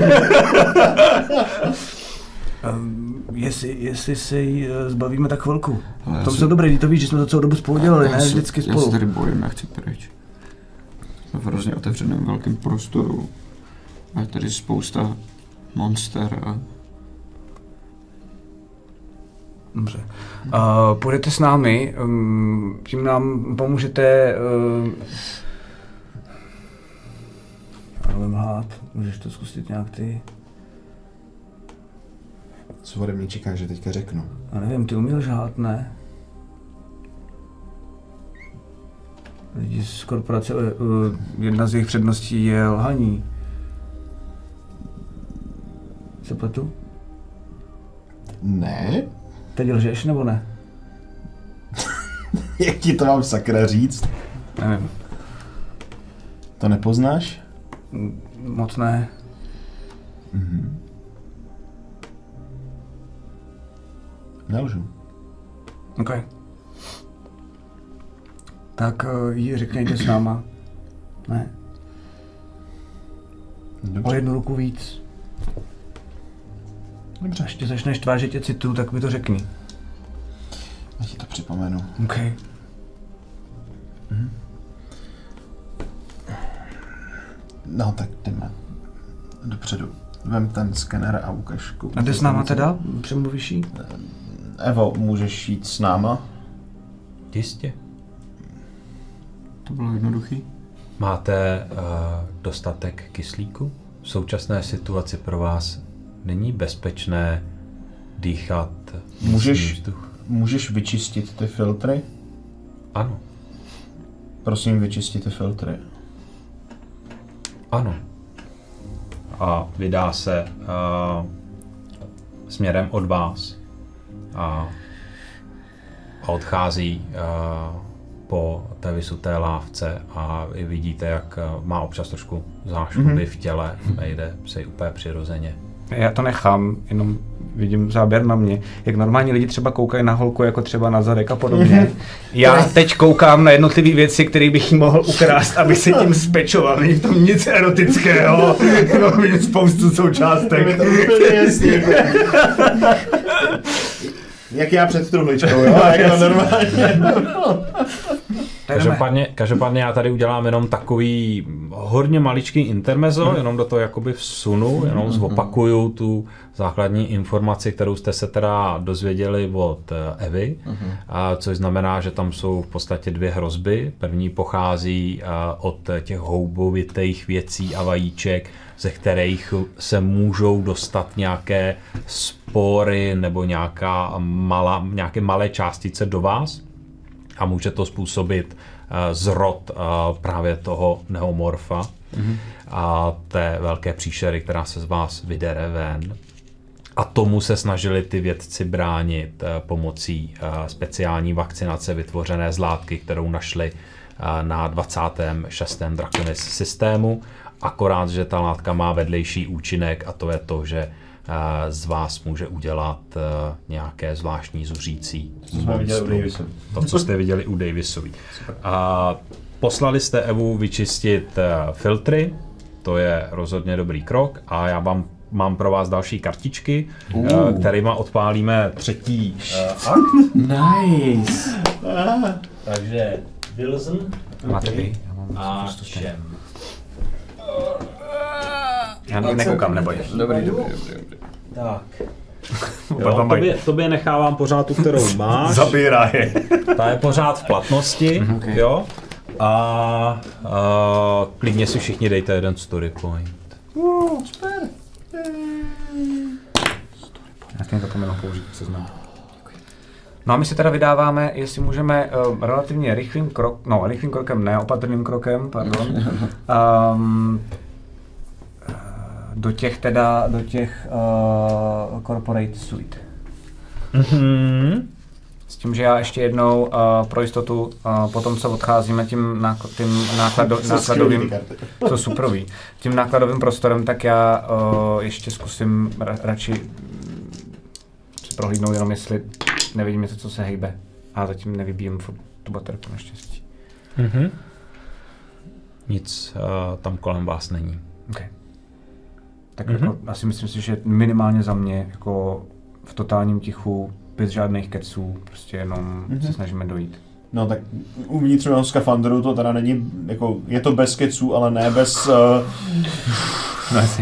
um, jestli, jestli se jí uh, zbavíme tak chvilku. Ale V tom já jsem dobrý, ty to víš, že jsme to celou dobu spolu dělali, Já ne se- vždycky Já se spolu. tady bojím, já chci pryč. Jsme v hrozně otevřeném velkém prostoru. A je tady spousta monster a... Dobře. Uh, půjdete s námi, um, tím nám pomůžete... Uh, já nevím lhát, můžeš to zkusit nějak ty... Co ode mě čeká, že teďka řeknu? Já nevím, ty umíš lhát, ne? Lidi z korporace, uh, jedna z jejich předností je lhaní. Se pletu? Ne? Teď lžeš nebo ne? Jak ti to mám sakra říct? Nevím. To nepoznáš? M- Moc ne. Mhm. Nelžu. OK. Tak uh, jí řekněte s náma. Ne, o Dobře. jednu ruku víc. Dobře. Až tě začneš tvářit, že tě cituju, tak mi to řekni. Já ti to připomenu. OK. Mhm. No tak jdeme dopředu. Vem ten skener a ukaž. A jde s náma teda? Přemluvíš jí? Evo, můžeš jít s náma? Jistě. To bylo jednoduchý. Máte uh, dostatek kyslíku? V současné situaci pro vás není bezpečné dýchat Můžeš, vzduch? můžeš vyčistit ty filtry? Ano. Prosím, vyčistit ty filtry. Ano. A vydá se uh, směrem od vás a, a odchází uh, po té vysuté lávce a vy vidíte, jak uh, má občas trošku záškuby mm-hmm. v těle, nejde se jí úplně přirozeně. Já to nechám, jenom vidím záběr na mě, jak normální lidi třeba koukají na holku, jako třeba na zadek a podobně. Já teď koukám na jednotlivé věci, které bych jí mohl ukrást, aby se tím spečoval. Není v tom nic erotického, jenom vidím spoustu součástek. Je to úplně jasný. Jak já před truhličkou, jo? Jak to normálně. Každopádně, každopádně já tady udělám jenom takový hodně maličký intermezzo, mm. jenom do toho jakoby vsunu, jenom zopakuju tu základní informaci, kterou jste se teda dozvěděli od Evy, mm. a což znamená, že tam jsou v podstatě dvě hrozby. První pochází od těch houbovitých věcí a vajíček, ze kterých se můžou dostat nějaké spory nebo nějaká malá, nějaké malé částice do vás. A může to způsobit uh, zrod uh, právě toho neomorfa mm-hmm. a té velké příšery, která se z vás vydere ven. A tomu se snažili ty vědci bránit uh, pomocí uh, speciální vakcinace vytvořené z látky, kterou našli uh, na dvacátém šestém Draconis systému. Akorát, že ta látka má vedlejší účinek a to je to, že z vás může udělat uh, nějaké zvláštní zuřící monstrum. To, co jste viděli u Davisový. A poslali jste Evu vyčistit uh, filtry, to je rozhodně dobrý krok a já vám mám pro vás další kartičky, uh. Uh, kterýma odpálíme třetí uh, akt. Nice. Takže Wilson Máte vy? a Shem. Já nekoukám, neboj. Dobrý, dobrý, dobrý, dobrý. Tak. Jo, tobě, tobě nechávám pořád tu, kterou máš. Zabírá je. Ta je pořád v platnosti, okay. Jo. A, a klidně si všichni dejte jeden story point. Uh, super. Já tím zapomenu použít seznam. No a my se teda vydáváme, jestli můžeme uh, relativně rychlým krok, no rychlým krokem, ne opatrným krokem, pardon. Um, do těch teda, do těch uh, corporate suite. Mm-hmm. S tím, že já ještě jednou uh, pro jistotu, uh, po tom, co odcházíme tím, nákl- tím náklado- nákladovým, to suprový, tím nákladovým prostorem, tak já uh, ještě zkusím ra- radši si prohlídnout jenom, jestli nevidím něco, co se hejbe. A zatím nevybíjím tu baterku naštěstí. Mm-hmm. Nic uh, tam kolem vás není. Okay. Tak mm-hmm. jako, asi myslím si, že minimálně za mě jako v totálním tichu, bez žádných keců, prostě jenom mm-hmm. se snažíme dojít. No tak uvnitř mého skafandru to teda není, jako, je to bez keců, ale ne bez... Uh... No asi.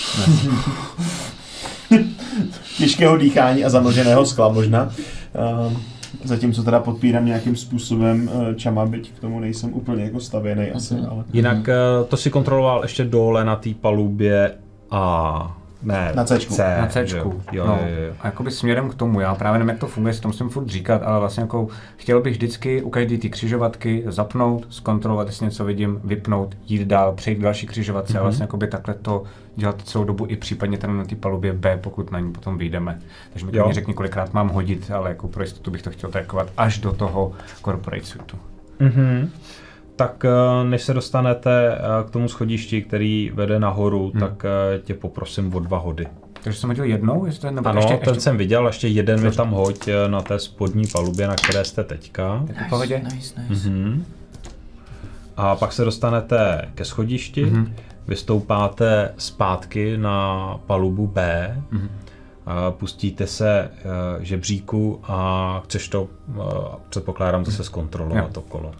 těžkého dýchání a zamlženého skla možná. Uh, zatímco teda podpírám nějakým způsobem uh, čama, byť k tomu nejsem úplně jako stavěnej asi, ale... Jinak uh, to si kontroloval ještě dole na té palubě a... Ne, na Cčku. C, na Cčku. Jo, no. jo, jo. A jakoby směrem k tomu, já právě nevím, jak to funguje, si to musím furt říkat, ale vlastně jako chtěl bych vždycky u každé ty křižovatky zapnout, zkontrolovat, jestli něco vidím, vypnout, jít dál, přejít k další křižovatce mm-hmm. a vlastně jakoby takhle to dělat celou dobu i případně tam na té palubě B, pokud na ní potom vyjdeme. Takže mi to řekni, kolikrát mám hodit, ale jako pro jistotu bych to chtěl trackovat až do toho corporate suitu. Mm-hmm. Tak než se dostanete k tomu schodišti, který vede nahoru, hmm. tak tě poprosím o dva hody. Takže jsem hodil jednou? Jestli, nebo ano, ještě, ten ještě... jsem viděl, ještě jeden mi tam hoď na té spodní palubě, na které jste teďka. Tak v pohodě. Nice, nice. Mm-hmm. A pak se dostanete ke schodišti, mm-hmm. vystoupáte zpátky na palubu B mm-hmm. pustíte se žebříku a chceš to, předpokládám, zase zkontrolovat to kolo.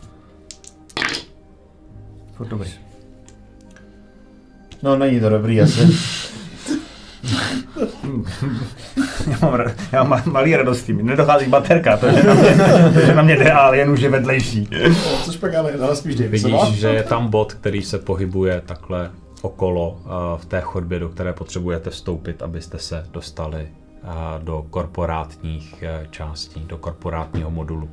Furt dobrý. No, není to dobrý asi. já, mám, já mám malý radosti, mi nedochází baterka, to je na mě, to je na mě jde, ale jen už je vedlejší. Což pak ale, ale spíš dej. Vidíš, že je tam bod, který se pohybuje takhle okolo v té chodbě, do které potřebujete vstoupit, abyste se dostali do korporátních částí, do korporátního modulu.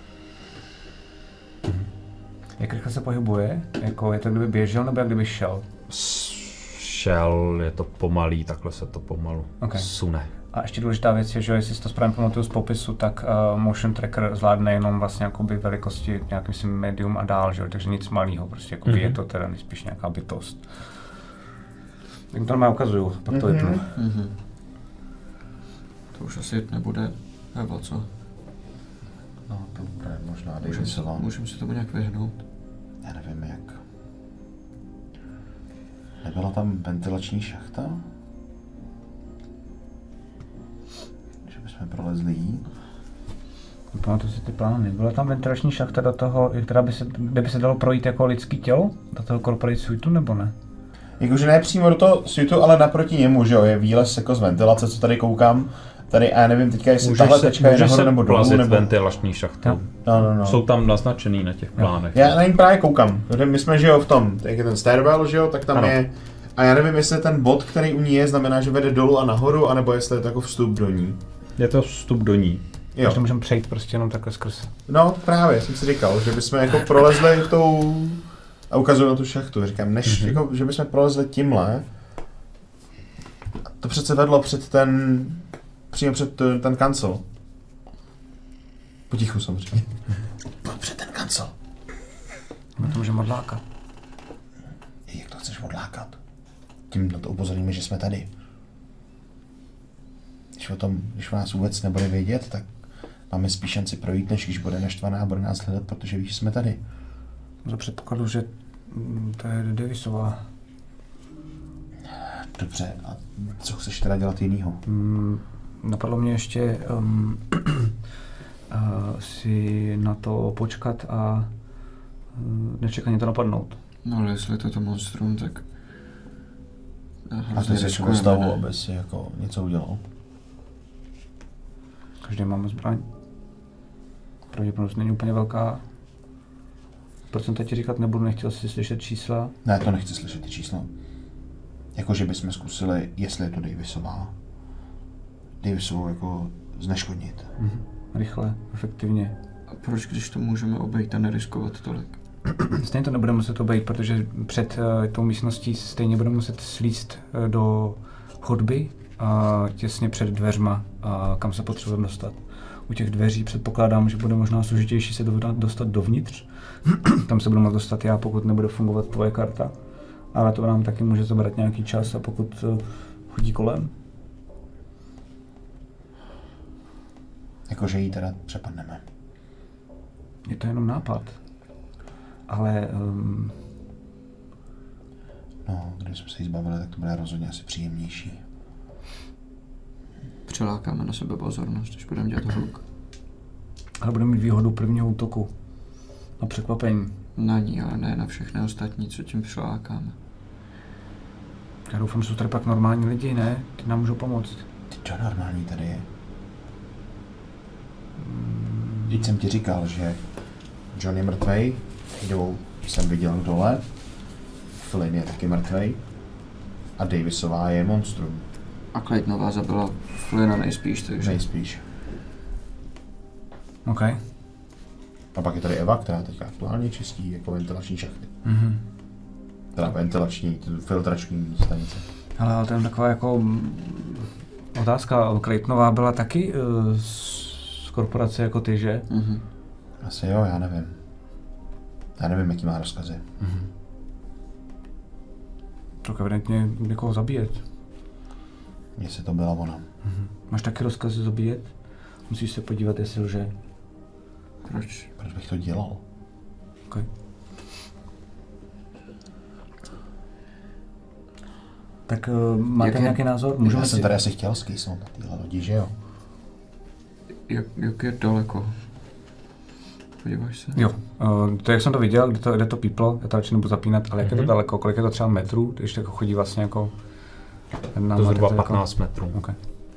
Jak rychle se pohybuje? Jako je to, kdyby běžel, nebo jak kdyby šel? Šel, je to pomalý, takhle se to pomalu okay. sune. A ještě důležitá věc je, že jestli si to správně pamatuju z popisu, tak uh, motion tracker zvládne jenom vlastně jakoby velikosti nějakým si medium a dál, že? Takže nic malého, prostě jakoby mm-hmm. je to teda nejspíš nějaká bytost. Tak to nám ukazuju, pak mm-hmm. to vypnu. Mm-hmm. To už asi nebude, nebo co? No, to bude možná Davisová. Můžeme si tomu nějak vyhnout? Já nevím jak. Nebyla tam ventilační šachta? Že bychom prolezli jí? Pamatuju si ty plány. Byla tam ventilační šachta do toho, která by se, kde by se dalo projít jako lidský tělo? Do toho corporate suitu, nebo ne? Jakože ne přímo do toho suitu, ale naproti němu, že jo, je výlez jako z ventilace, co tady koukám. Tady, a já nevím teďka, jestli můžeš tahle se, tečka je nahoru nebo dolů, nebo... ventilační šachtu. No. No, no, no. Jsou tam naznačený na těch plánech. Já na ní právě koukám, protože my jsme, že jo, v tom, jak je ten stairwell, že jo, tak tam ano. je... A já nevím, jestli ten bod, který u ní je, znamená, že vede dolů a nahoru, anebo jestli je to jako vstup do ní. Je to vstup do ní. Jo. Takže můžeme přejít prostě jenom takhle skrz. No právě, jsem si říkal, že bychom jako prolezli tou... A ukazuju na tu šachtu, říkám, než mm-hmm. jako, že bychom prolezli tímhle. To přece vedlo před ten... Přímo před ten kancel. Potichu samozřejmě. Před ten kancel. No to můžeme odlákat. Jak to chceš odlákat? Tím na to upozorníme, že jsme tady. Když o tom, když vás vůbec nebude vědět, tak máme spíš šanci projít, než když bude naštvaná a bude nás hledat, protože víš, že jsme tady. Za předpokladu, že to je Davisová. Dobře, a co chceš teda dělat jinýho? Mm, napadlo mě ještě um, uh, si na to počkat a uh, nečekaně to napadnout. No ale jestli to je to monstrum, tak... A ty jsi ve stavu, aby si jako něco udělal? Každý máme zbraň. Pravděpodobnost není úplně velká. Procenta ti říkat nebudu, nechtěl si slyšet čísla. Ne, to nechci slyšet ty čísla. Jakože bychom zkusili, jestli je to Davisová. Davisovou jako zneškodnit. Mhm. Rychle, efektivně. A proč, když to můžeme obejít a neriskovat tolik? Stejně to nebude muset obejít, protože před uh, tou místností stejně budeme muset slízt uh, do chodby a uh, těsně před dveřma, uh, kam se potřebujeme dostat. U těch dveří předpokládám, že bude možná složitější se dostat dovnitř. Tam se budu moct dostat já, pokud nebude fungovat tvoje karta. Ale to nám taky může zabrat nějaký čas, a pokud uh, chodí kolem. Jakože jí teda přepadneme. Je to jenom nápad. Ale... Um... No, kdybychom se jí zbavili, tak to bude rozhodně asi příjemnější. Přilákáme na sebe pozornost, když budeme dělat hluk. Ale budeme mít výhodu prvního útoku. Na překvapení. Na ní, ale ne na všechny ostatní, co tím přilákáme. Já doufám, že jsou tady pak normální lidi, ne? Ty nám můžou pomoct. Ty čo normální tady je? Teď jsem ti říkal, že John je mrtvej, jdou, jsem viděl dole, Flynn je taky mrtvej a Davisová je monstrum. A Claytonová zabila Flynna nejspíš, takže... Nejspíš. OK. A pak je tady Eva, která teďka aktuálně čistí jako ventilační šachty. Mhm. Teda ventilační, filtrační stanice. Ale, ale to je taková jako otázka. Claytonová byla taky uh, z korporace jako ty, že? Mhm. Asi jo, já nevím. Já nevím, jaký má rozkazy. Mhm. Tak evidentně někoho zabíjet. Jestli to byla ona. Mhm. Máš taky rozkazy zabíjet? Musíš se podívat, jestli lže. Proč? Proč bych to dělal? Okay. Tak uh, máte Jak je- nějaký názor? Můžeme Já si... jsem tady asi chtěl skýsnout na téhle lodi, že jo? Jak, jak je daleko? Podíváš se? Jo, uh, to jak jsem to viděl, kde to, kde to píplo, já to radši nebudu zapínat, ale jak mm-hmm. je to daleko, kolik je to třeba metrů, když to jako chodí vlastně jako... To zhruba jako- patnáct metrů. Okay.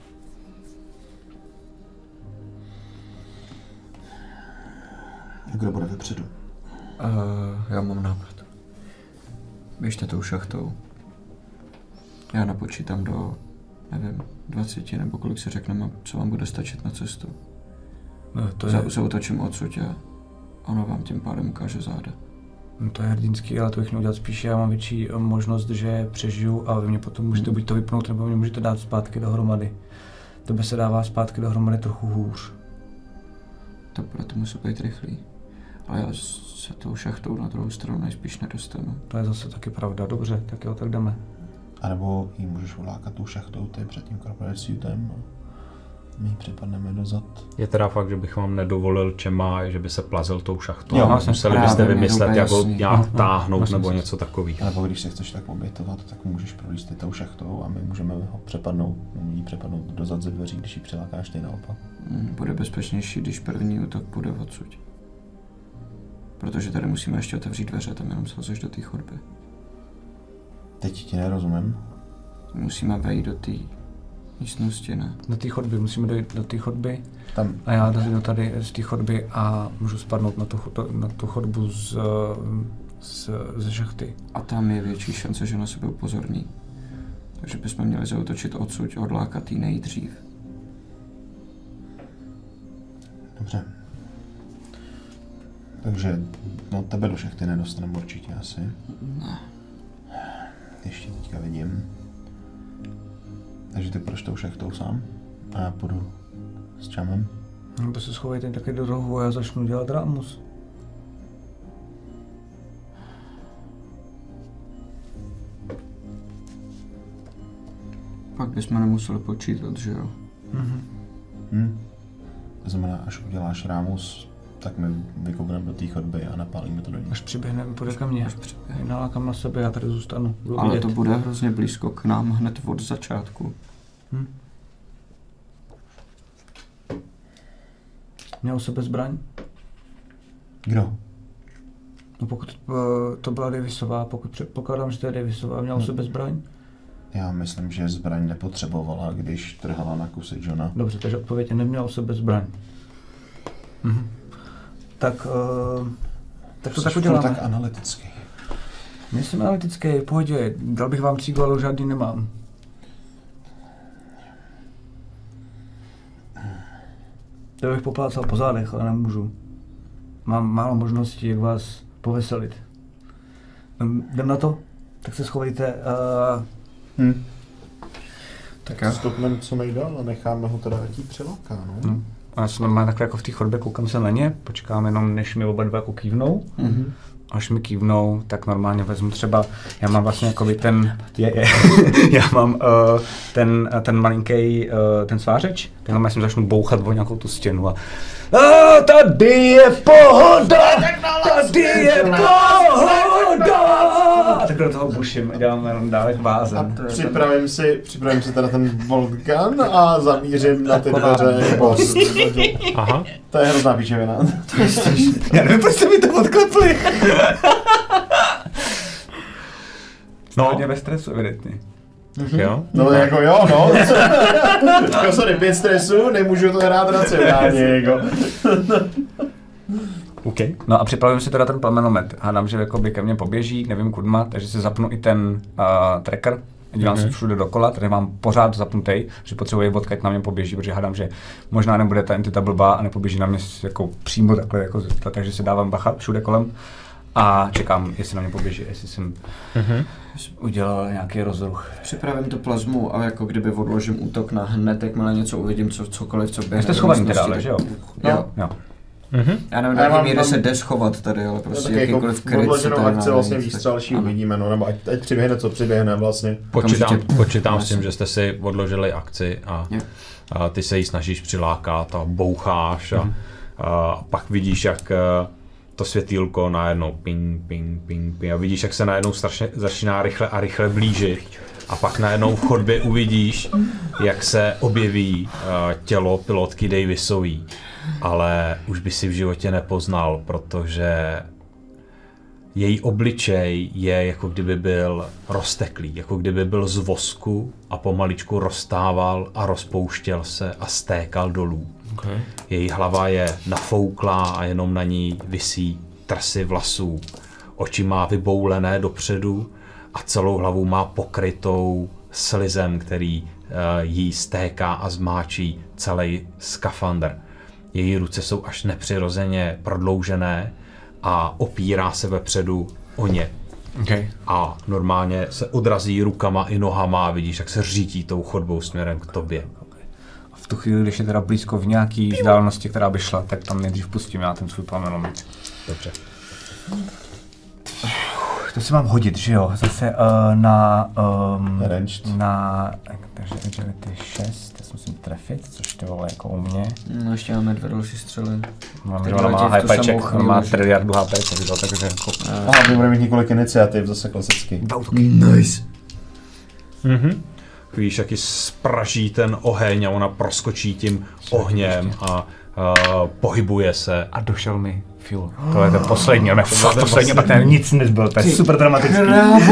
Kdo bude vepředu? Uh, já mám nápad. Běžte tou šachtou. Já napočítám do, nevím, dvaceti nebo kolik si řekneme, co vám bude stačit na cestu. No, to, je, Za, zautočím odsud a ono vám tím pádem ukáže záda. no, to je hrdinský, ale to bych měl udělat spíš, já mám větší uh, možnost, že přežiju a vy mě potom můžete buď to vypnout, nebo mě můžete dát zpátky dohromady. Tebe se dává zpátky dohromady trochu hůř. To proto musí být rychlý. Ale já se tou šachtou na druhou stranu nejspíš nedostanu. To je zase taky pravda, dobře, tak jo, tak jdeme. A nebo jí můžeš ulákat tou šachtou, ty před tím corporate suitem a my jí připadneme dozad. Je teda fakt, že bych vám nedovolil čema, že by se plazil tou šachtou. Jo, Jo, museli právě, byste mě to vymyslet, úplně jak ho jasný. nějak Aha, táhnout jasný, nebo jasný. něco takového. A nebo když se chceš tak obětovat, tak můžeš projít ty tou šachtou a my můžeme ho přepadnout, no, jí přepadnout dozad ze dveří, když ji přilákáš ty naopak. Mm, Bude bezpečnější, když první útok půjde odsud. Protože tady musíme ještě otevřít dveře, tam jenom slazeš do té chodby. Teď ti nerozumím. Musíme vejít do té místnosti, ne? Do té chodby, musíme dojít do té chodby Tam a já jdu tady z té chodby a můžu spadnout na tu, cho- na tu chodbu z, z, ze šachty. A tam je větší šance, že na sebe upozorní. Takže bychom měli zaútočit odsud, odlákat jí nejdřív. Dobře. Takže, no tebe do šachty nedostaneme určitě asi. Ne. Ještě teďka vidím. Takže ty půjdeš tou šachtou sám a já půjdu s Čamem. Nebo se schovejte taky do rohu a já začnu dělat rámus. Pak bychom nemuseli počítat, že jo? Mhm. Hm? To znamená, až uděláš rámus, tak my vykoukneme do té chodby a napálíme to do ní. Až přiběhneme, půjde ke mně. Až přiběhne. Nalákám na sebe, já tady zůstanu. Budu Ale vidět. to bude hrozně blízko k nám hned od začátku. Hm. Měl u sebe zbraň? Kdo? No pokud uh, to byla Davisová, pokud předpokládám, že to je Davisová, měl u sebe zbraň? Já myslím, že zbraň nepotřebovala, když trhala na kusy Johna. Dobře, takže odpověď je, neměl u sebe zbraň. Mhm. Tak, uh, tak to tak Jsi uděláme. tak analytický. Nejsem analytický, v pohodě, dal bych vám tříku, ale už žádný nemám. To bych poplácal po zádech, ale nemůžu. Mám málo možností, jak vás poveselit. Jdem jdem na to? Tak se schovejte. Uh, Hm. Tak já. Stopneme co nejdál a necháme ho teda, ať jí přiláká, no. no. A já jsem normálně takhle jako v té chodbě, koukám se na ně, počkám jenom, než mi oba dva jako kývnou. Mhm. Až mi kývnou, tak normálně vezmu třeba, já mám vlastně jakoby ten, je, je, já mám uh, ten, ten malinký, uh, ten svářeč, tenhle jsem začnu bouchat o nějakou tu stěnu a a tady je pohoda, tady je pohoda. A takhle do toho buším a dělám jenom dál jak blázen. Připravím si, připravím si teda ten bolt gun a zamířím na ty dveře. Boss. Aha. To je hrozná píčevina. Já nevím, proč jste mi to odklepli. Jste hodně ve stresu, evidentně. Jo? No jako jo, no. Jako sorry, pět stresu, nemůžu to hrát racionálně, jako. OK. No a připravím si teda ten plamenomet. Hádám, že jakoby ke mně poběží, nevím kudma, takže si zapnu i ten uh, tracker. Dívám mm-hmm. se všude dokola, tady mám pořád zapnutý, že potřebuji odkud na mě poběží, protože hádám, že možná nebude ta entita blbá a nepoběží na mě jako přímo takhle, jako, takže si dávám bacha všude kolem a čekám, jestli na mě poběží, jestli jsem mm-hmm. udělal nějaký rozruch. Připravím tu plazmu a jako kdyby odložím útok na hned, jakmile něco uvidím, co, cokoliv, co běhne. Jste schovaný teda, ale že jo? Jo. Jo. Mhm. Já nevím, A já do mám jaké míry tam- se jde schovat tady, ale prostě Tak jako jakýkoliv kryt se odloženou tady akci má vlastně najít, tak- výstřelší ano. uvidíme, no, nebo ať, ať přiběhne, co přiběhne vlastně. Počítám, Okamžitě. počítám s tím, Jasně. že jste si odložili akci a, Jo. a ty se jí snažíš přilákat a boucháš a, a pak vidíš, jak eh, to světýlko najednou ping, ping, ping, ping a vidíš, jak se najednou strašně začíná rychle a rychle blížit A pak najednou v chodbě uvidíš, jak se objeví uh, tělo pilotky Davisový. Ale už by si v životě nepoznal, protože její obličej je jako kdyby byl rozteklý, jako kdyby byl z vosku a pomaličku roztával a rozpouštěl se a stékal dolů. Okay. Její hlava je nafouklá a jenom na ní visí trsy vlasů. Oči má vyboulené dopředu a celou hlavu má pokrytou slizem, který uh, jí stéká a zmáčí celý skafandr. Její ruce jsou až nepřirozeně prodloužené a opírá se vepředu o ně. Okay. A normálně se odrazí rukama i nohama a vidíš, jak se řítí tou chodbou směrem k tobě. Okay. A v tu chvíli, když je teda blízko v nějaký vzdálenosti, která by šla, tak tam nejdřív pustím já ten svůj plamenomit. Dobře. To si mám hodit, že jo? Zase uh, na... Um, Ranged. Na... Takže agility šest, já si musím trefit, což to vole jako u mě. No ještě máme dva další střely. Máme ona má hypercheck, ona má triliardu H P, takže jako... Aha, my budeme mít několik iniciativ, zase klasicky. Nice. Mhm. Víš, jak ji spraží ten oheň a ona proskočí tím ohněm a uh, pohybuje se. A došel mi fuel. To je ten poslední, ne, fakt poslední, pak ten nic nezbyl, to je super dramatický.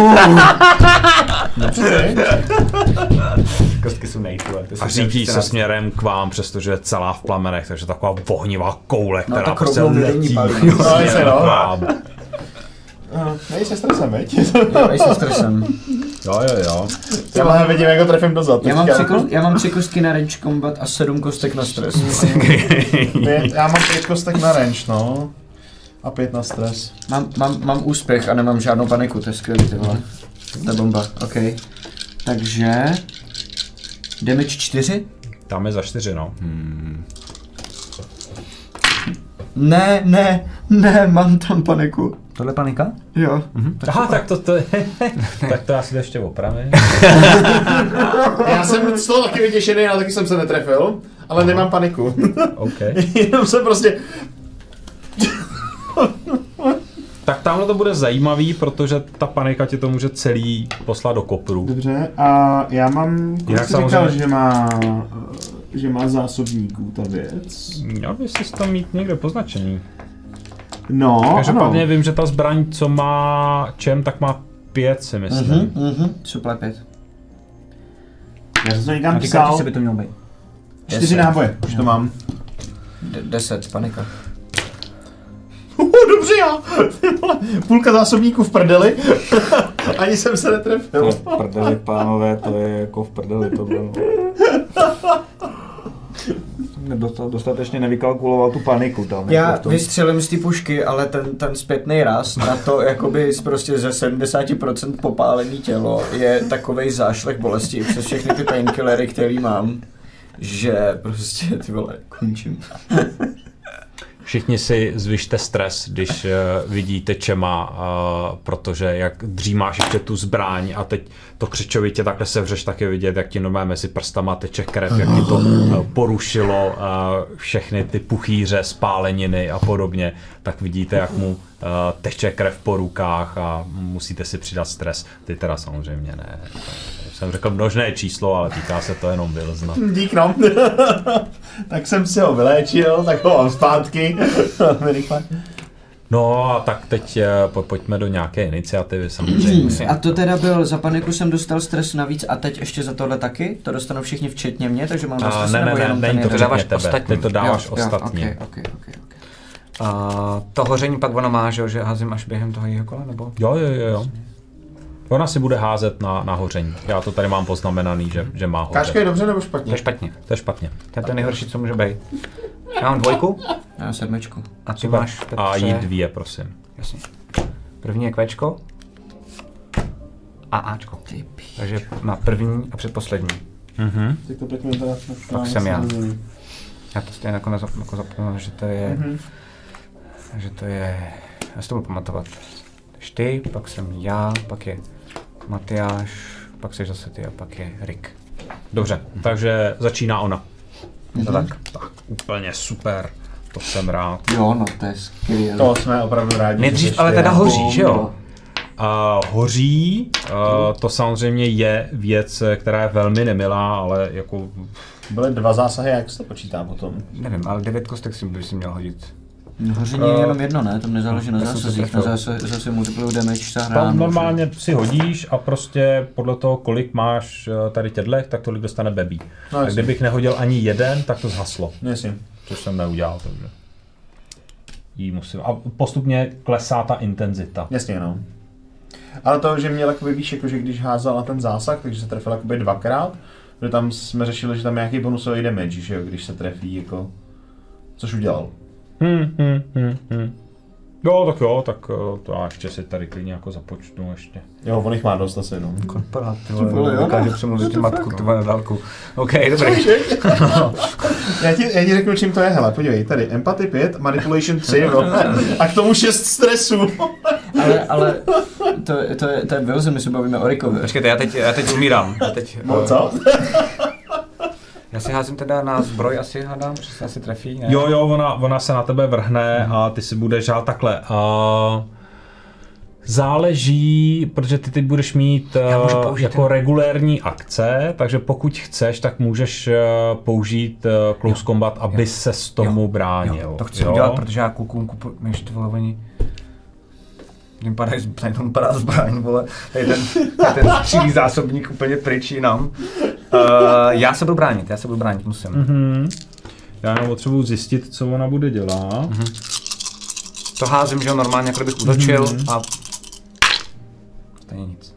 Kostky jsou nejtule. A řítí se směrem k vám, přestože je celá v plamenech, takže taková ohnivá koule, která no, prostě letí. No, jestli no. Nejsi stresem, veď? Jo, nejsi stresem. Jo, jo, jo. Já vidím, jak ho trefím dozad. Já mám, tři kost, já mám tři kostky na range combat a sedm kostek na stres. Pět, já mám pět kostek na range, no. A pět na stres. Mám, mám, mám úspěch a nemám žádnou paniku, to je skvělý, ty vole. To je bomba, ok. Takže... damage čtyři? Tam je za čtyři, no. Hmm. Ne, ne, ne, mám tam paniku. Tohle panika? Jo. Mhm. Aha, tak to, to tak to já si to ještě opravím. Já jsem z toho taky vytěšený, ale taky jsem se netrefil, ale aha, nemám paniku. Okay. Jenom jsem prostě... Tak tamhle to bude zajímavý, protože ta panika ti to může celý poslat do kopru. Dobře, a já mám... Jinak říkal, samozřejmě... že má... že má zásobníků ta věc. Měl bys si to mít někde poznačený. No, každopádně vím, že ta zbraň, co má čem, tak má pět, si myslím. Mhm, mhm, super pět. Já jsem to někam psal. A by to mělo být? Čtyři náboje, už to mám. D- deset, panika. Uh, dobře já! Půlka zásobníků v prdeli. Ani jsem se netrefil. V prdeli, pánové, to je jako v prdeli tohle. Dostatečně nevykalkuloval tu paniku tam. Já jako tom... vystřelím z té pušky, ale ten, ten zpětný raz na to jakoby prostě ze sedmdesát procent popálený tělo je takovej zášlech bolesti přes všechny ty painkillery, který mám, že prostě ty vole, končím. Všichni si zvyšte stres, když uh, vidíte čema, uh, protože jak dřímáš ještě tu zbraň a teď to křičovitě takhle sevřeš, tak je vidět, jak ti normálně mezi prstama teče krev, jak ti to uh, porušilo uh, všechny ty puchýře, spáleniny a podobně, tak vidíte, jak mu uh, teče krev po rukách a musíte si přidat stres. Ty teda samozřejmě ne. Jsem řekl množné číslo, ale týká se to jenom Wilsona. Dík no. Tak jsem si ho vyléčil, tak ho mám zpátky. No a tak teď po, pojďme do nějaké iniciativy samozřejmě. A to teda byl, za paniku jsem dostal stres navíc a teď ještě za tohle taky? To dostanou všichni včetně mě, takže mám stres ne, nebo ne, jenom ne, ten to dáváš ostatní. Ty to dáváš jo, ostatní. Jo, okay, okay, okay, okay. A to hoření pak ono má, že, že házím až během toho jeho kola, nebo? Jo, jo, jo, jo. Ona si bude házet na, na hoření. Já to tady mám poznamenaný, že, že má hořet. Káčka je dobře nebo špatně? To je špatně. To je špatně. To je to nejhorší, co může být. Já mám dvojku. Já mám sedmičku. A ty máš Petře... A jí dvě, prosím. Jasně. První je Kvéčko. A Ačko. Takže má první a předposlední. Mhm. Tak to pojďme teda... Pak jsem já. Já to stejně nakonec jako zapomněl, že to je... Mm-hmm. Že to je... Já si to budu pamatovat. Takže ty, pak jsem já, pak je Matyáš, pak jsi zase ty a pak je Rick. Dobře, takže začíná ona. Je to tak? Tak, úplně super. To jsem rád. Jo, no to je skvělé. To jsme opravdu rádi. Nejdřív ale teda hoří, že jo? Uh, hoří, uh, to samozřejmě je věc, která je velmi nemilá, ale jako... Byly dva zásahy, jak se to počítá potom? Nevím, ale devět kostek si by si měl hodit. Hoření je jenom jedno, ne? Tam nezáleží na zásazích, na zase multiple damage ta hra. Tam normálně si hodíš a prostě podle toho, kolik máš tady tědlech, tak tolik dostane Bebí. No, a kdybych nehodil ani jeden, tak to zhaslo. Jasně. Což jsem neudělal, takže jí musím. A postupně klesá ta intenzita. Jasně, no. Ale to, že měl jakoby, víš, jako, že když házel na ten zásah, takže se trefil jakoby dvakrát, protože tam jsme řešili, že tam je nějaký bonusový damage, že jo, když se trefí, jako, což udělal. Hmm, hmm, hmm, hmm. Jo, tak jo, tak to já ještě si tady klidně jako započtu ještě. Jo, on jich má dost asi, no. Korporát, ty vole, dokáže přemluvit matku, ty vole, na dálku. OK, dobrý. já, ti, já ti řeknu, čím to je, hele, podívej, tady empathy pět, manipulation tři, jo, a k tomu šest stresu. ale, ale, to, to je, to je Wilson, my se bavíme o Rickovi. Počkejte, já teď, já teď umírám. Já teď, no, co? Já si házím teda na zbroj, asi hádám, že se asi trefí, ne? Jo, jo, ona, ona se na tebe vrhne hmm. a ty si budeš žát takhle. Uh, záleží, protože ty teď budeš mít uh, jako ten... regulérní akce, takže pokud chceš, tak můžeš uh, použít uh, close jo. combat, aby jo. ses tomu jo. bránil. Jo. To chci jo? udělat, protože já klukům kupu, ještě vole, oni... Tím padá, tady padá zbraň, vole, tady ten, tady ten střílý zásobník úplně pryč jinam. Uh, já se budu bránit, já se budu bránit, musím. Mm-hmm. Já jenom potřebuji zjistit, co ona bude dělat. Mm-hmm. To házím, že ho normálně jako bych útočil mm-hmm. a... Stejně nic.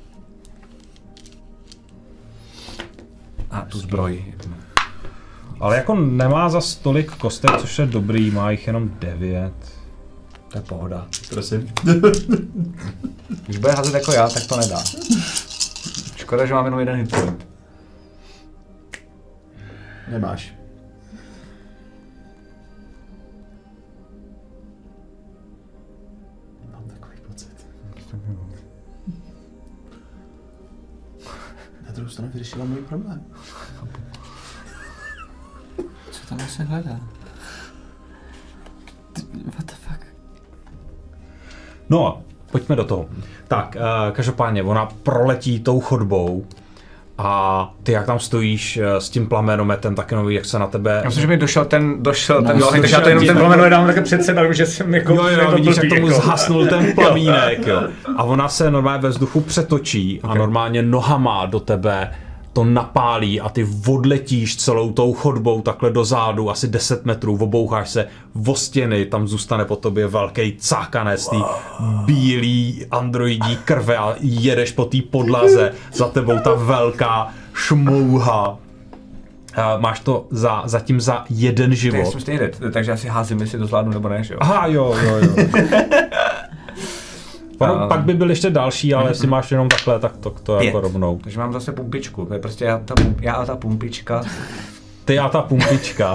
A tu zbroj. Ale jako nemá za tolik kostek, což je dobrý, má jich jenom devět. To je pohoda. Prosím. Když bude házet jako já, tak to nedá. Škoda, že mám jenom jeden hitpoint. Nemáš. Mám takový pocit. Na druhou stranu vyřešila můj problém. Co tam se hledá? What the fuck? No a pojďme do toho. Tak, uh, každopádně ona proletí tou chodbou a ty jak tam stojíš uh, s tím plamenometem, tak jenom jak se na tebe... Já myslím, že mi došel ten, došel no, ten, no, takže já to jenom ten plamenomet dám také před sebou, že jsem jako... Jo, jo, vidíš, jak tomu jako. Zhasnul ten plamínek, jo. A ona se normálně ve vzduchu přetočí okay. a normálně nohama do tebe to napálí a ty odletíš celou tou chodbou takhle dozadu, asi deset metrů, oboucháš se o stěny, tam zůstane po tobě velký cákanec tý bílý androidí krve a jedeš po té podlaze, za tebou ta velká šmouha. Uh, máš to za, zatím za jeden život. Tak jsem stejně dead, takže asi házím, jestli to zvládnu nebo ne, že jo? Aha, jo, jo, jo. Ono, pak by byl ještě další, ale jestli máš jenom takhle, tak to, to je jako rovnou. Takže mám zase pumpičku, to je prostě já, ta, já a ta pumpička. Ty a ta pumpička.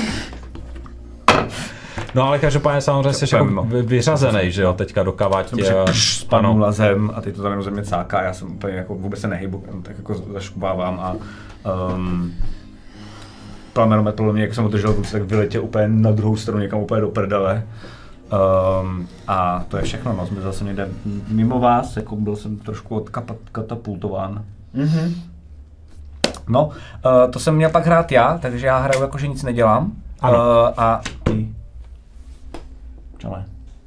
No ale každopádně samozřejmě jsi jako vyřazený, že jo, teďka do kavatě. Spadnu na zem a teď to tam jenom ze mě cáká, já jsem úplně jako vůbec se nehybu, tak jako zaškubávám a um, plamenomet podle mě, jak jsem udržel ruce, tak vyletěl úplně na druhou stranu, někam úplně do prdele. Um, a to je všechno, no, jsme zase někde mimo vás, jako byl jsem trošku odkatapultován. Mm-hmm. No, uh, to jsem měl pak hrát já, takže já hraju jako, že nic nedělám. Ano. Uh, a ty. Čele.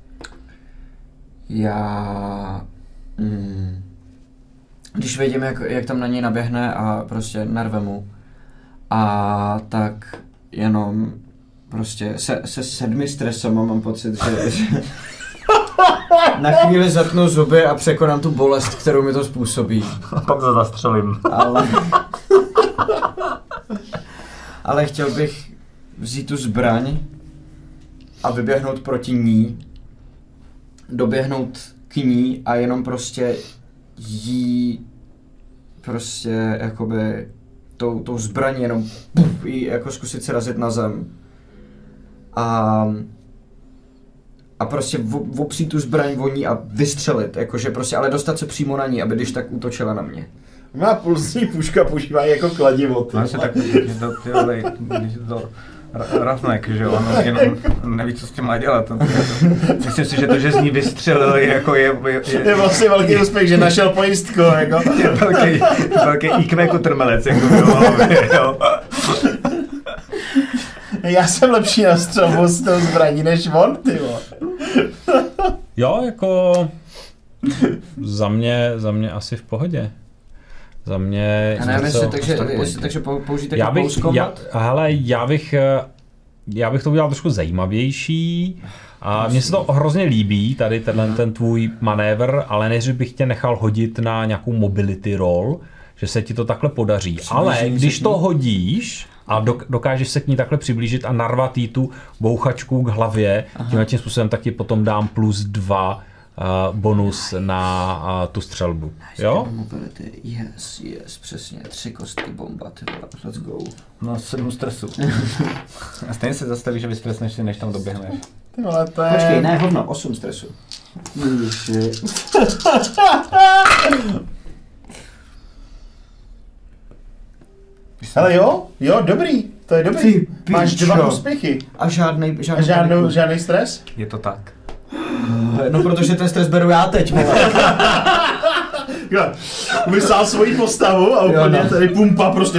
Já... Mm, když vidím, jak, jak tam na něj naběhne a prostě narve mu, a tak jenom prostě se, se sedmi stresem mám pocit, že, že na chvíli zatnu zuby a překonám tu bolest, kterou mi to způsobí. A pak to zastřelím. Ale, ale chtěl bych vzít tu zbraň a vyběhnout proti ní, doběhnout k ní a jenom prostě jí prostě jakoby tou, tou zbraní jenom puf, jí jako zkusit se razit na zem. A, a prostě v, opřít tu zbraň voní a vystřelit, jakože prostě, ale dostat se přímo na ní, aby když tak útočila na mě. Má pulsní puška, používá jako kladivo. Máš se tak, když to, ty vole, když to Ravnek, že jo, ono jenom neví, co s tím má dělat. Myslím si, že to, že z ní vystřelil, je jako je... Je, je, je vlastně velký úspěch, že našel pojistku, jako. Je velký, velký í kvé kotrmelec, jako v hlavě, jo. Já jsem lepší na střelbu s tou zbraní než on, ty vole. Jo, jako... Za mě, za mě asi v pohodě. Za mě... A nevím, jestli, takže, jestli, takže použít já takový bych, já, hele, já bych, já bych to udělal trošku zajímavější. A mně se to hrozně líbí, tady tenhle ten tvůj manévr, ale než bych tě nechal hodit na nějakou mobility roll, že se ti to takhle podaří. Ale když to hodíš a dokážeš se k ní takhle přiblížit a narvat jí tu bouchačku k hlavě, tímhle tím způsobem tak ti potom dám plus dva Uh, bonus na uh, tu střelbu. Jo? Mobility, yes, yes, přesně, tři kostky bomba, let's go. No, sedm stresu. A stejně se zastavíš, že vystresneš si, než tam doběhneš. Ty vole, to je... Počkej, ne, hovno, osm stresu. Hele jo, jo, dobrý, to je dobrý. Ty Máš pičo. dva úspěchy. A žádnej, A žádný, žádnou, žádný stres? Je to tak. No, protože ten stres beru já teď, vole. Vysál svoji postavu a úplně Jo, no. tady pumpa prostě.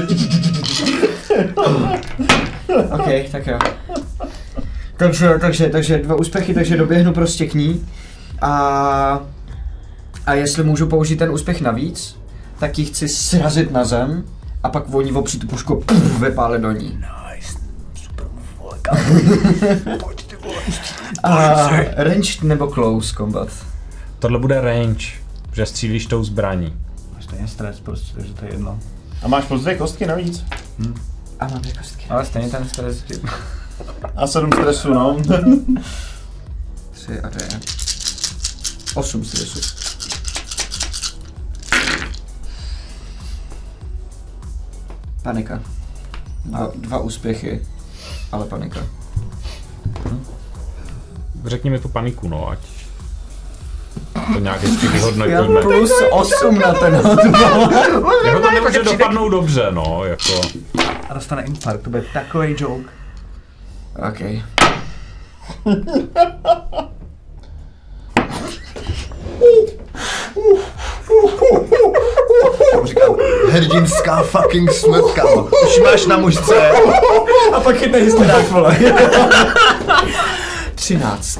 OK, tak jo. Takže, takže, takže dva úspěchy, takže doběhnu prostě k ní. A, a jestli můžu použít ten úspěch navíc, tak ji chci srazit na zem a pak voní opřít tu pušku a vypálit do ní. Nice, super, vole, pojď ty vole. A ranged nebo close combat? Tohle bude range, že střílíš tou zbraní. Máš stejně stres prostě, takže to je jedno. A máš plus dvě kostky navíc. Hm. A mám dvě kostky. Ale stejně ten stres... A sedm stresu, no. Tři a dvě. Osm stresu. Panika. Dva, dva úspěchy, ale panika. Řekni mi tu paniku, no, ať to nějak ještě Já vyhodnotíme. plus osm na ten hotball. Jako to nemůže dopadnout dobře, no, jako. A dostane infarkt, to bude takový joke. OK. Říkám, hrdinská fucking smrt, kámo. Už máš na mužce. A pak chytne hysterák, vole. Třináct.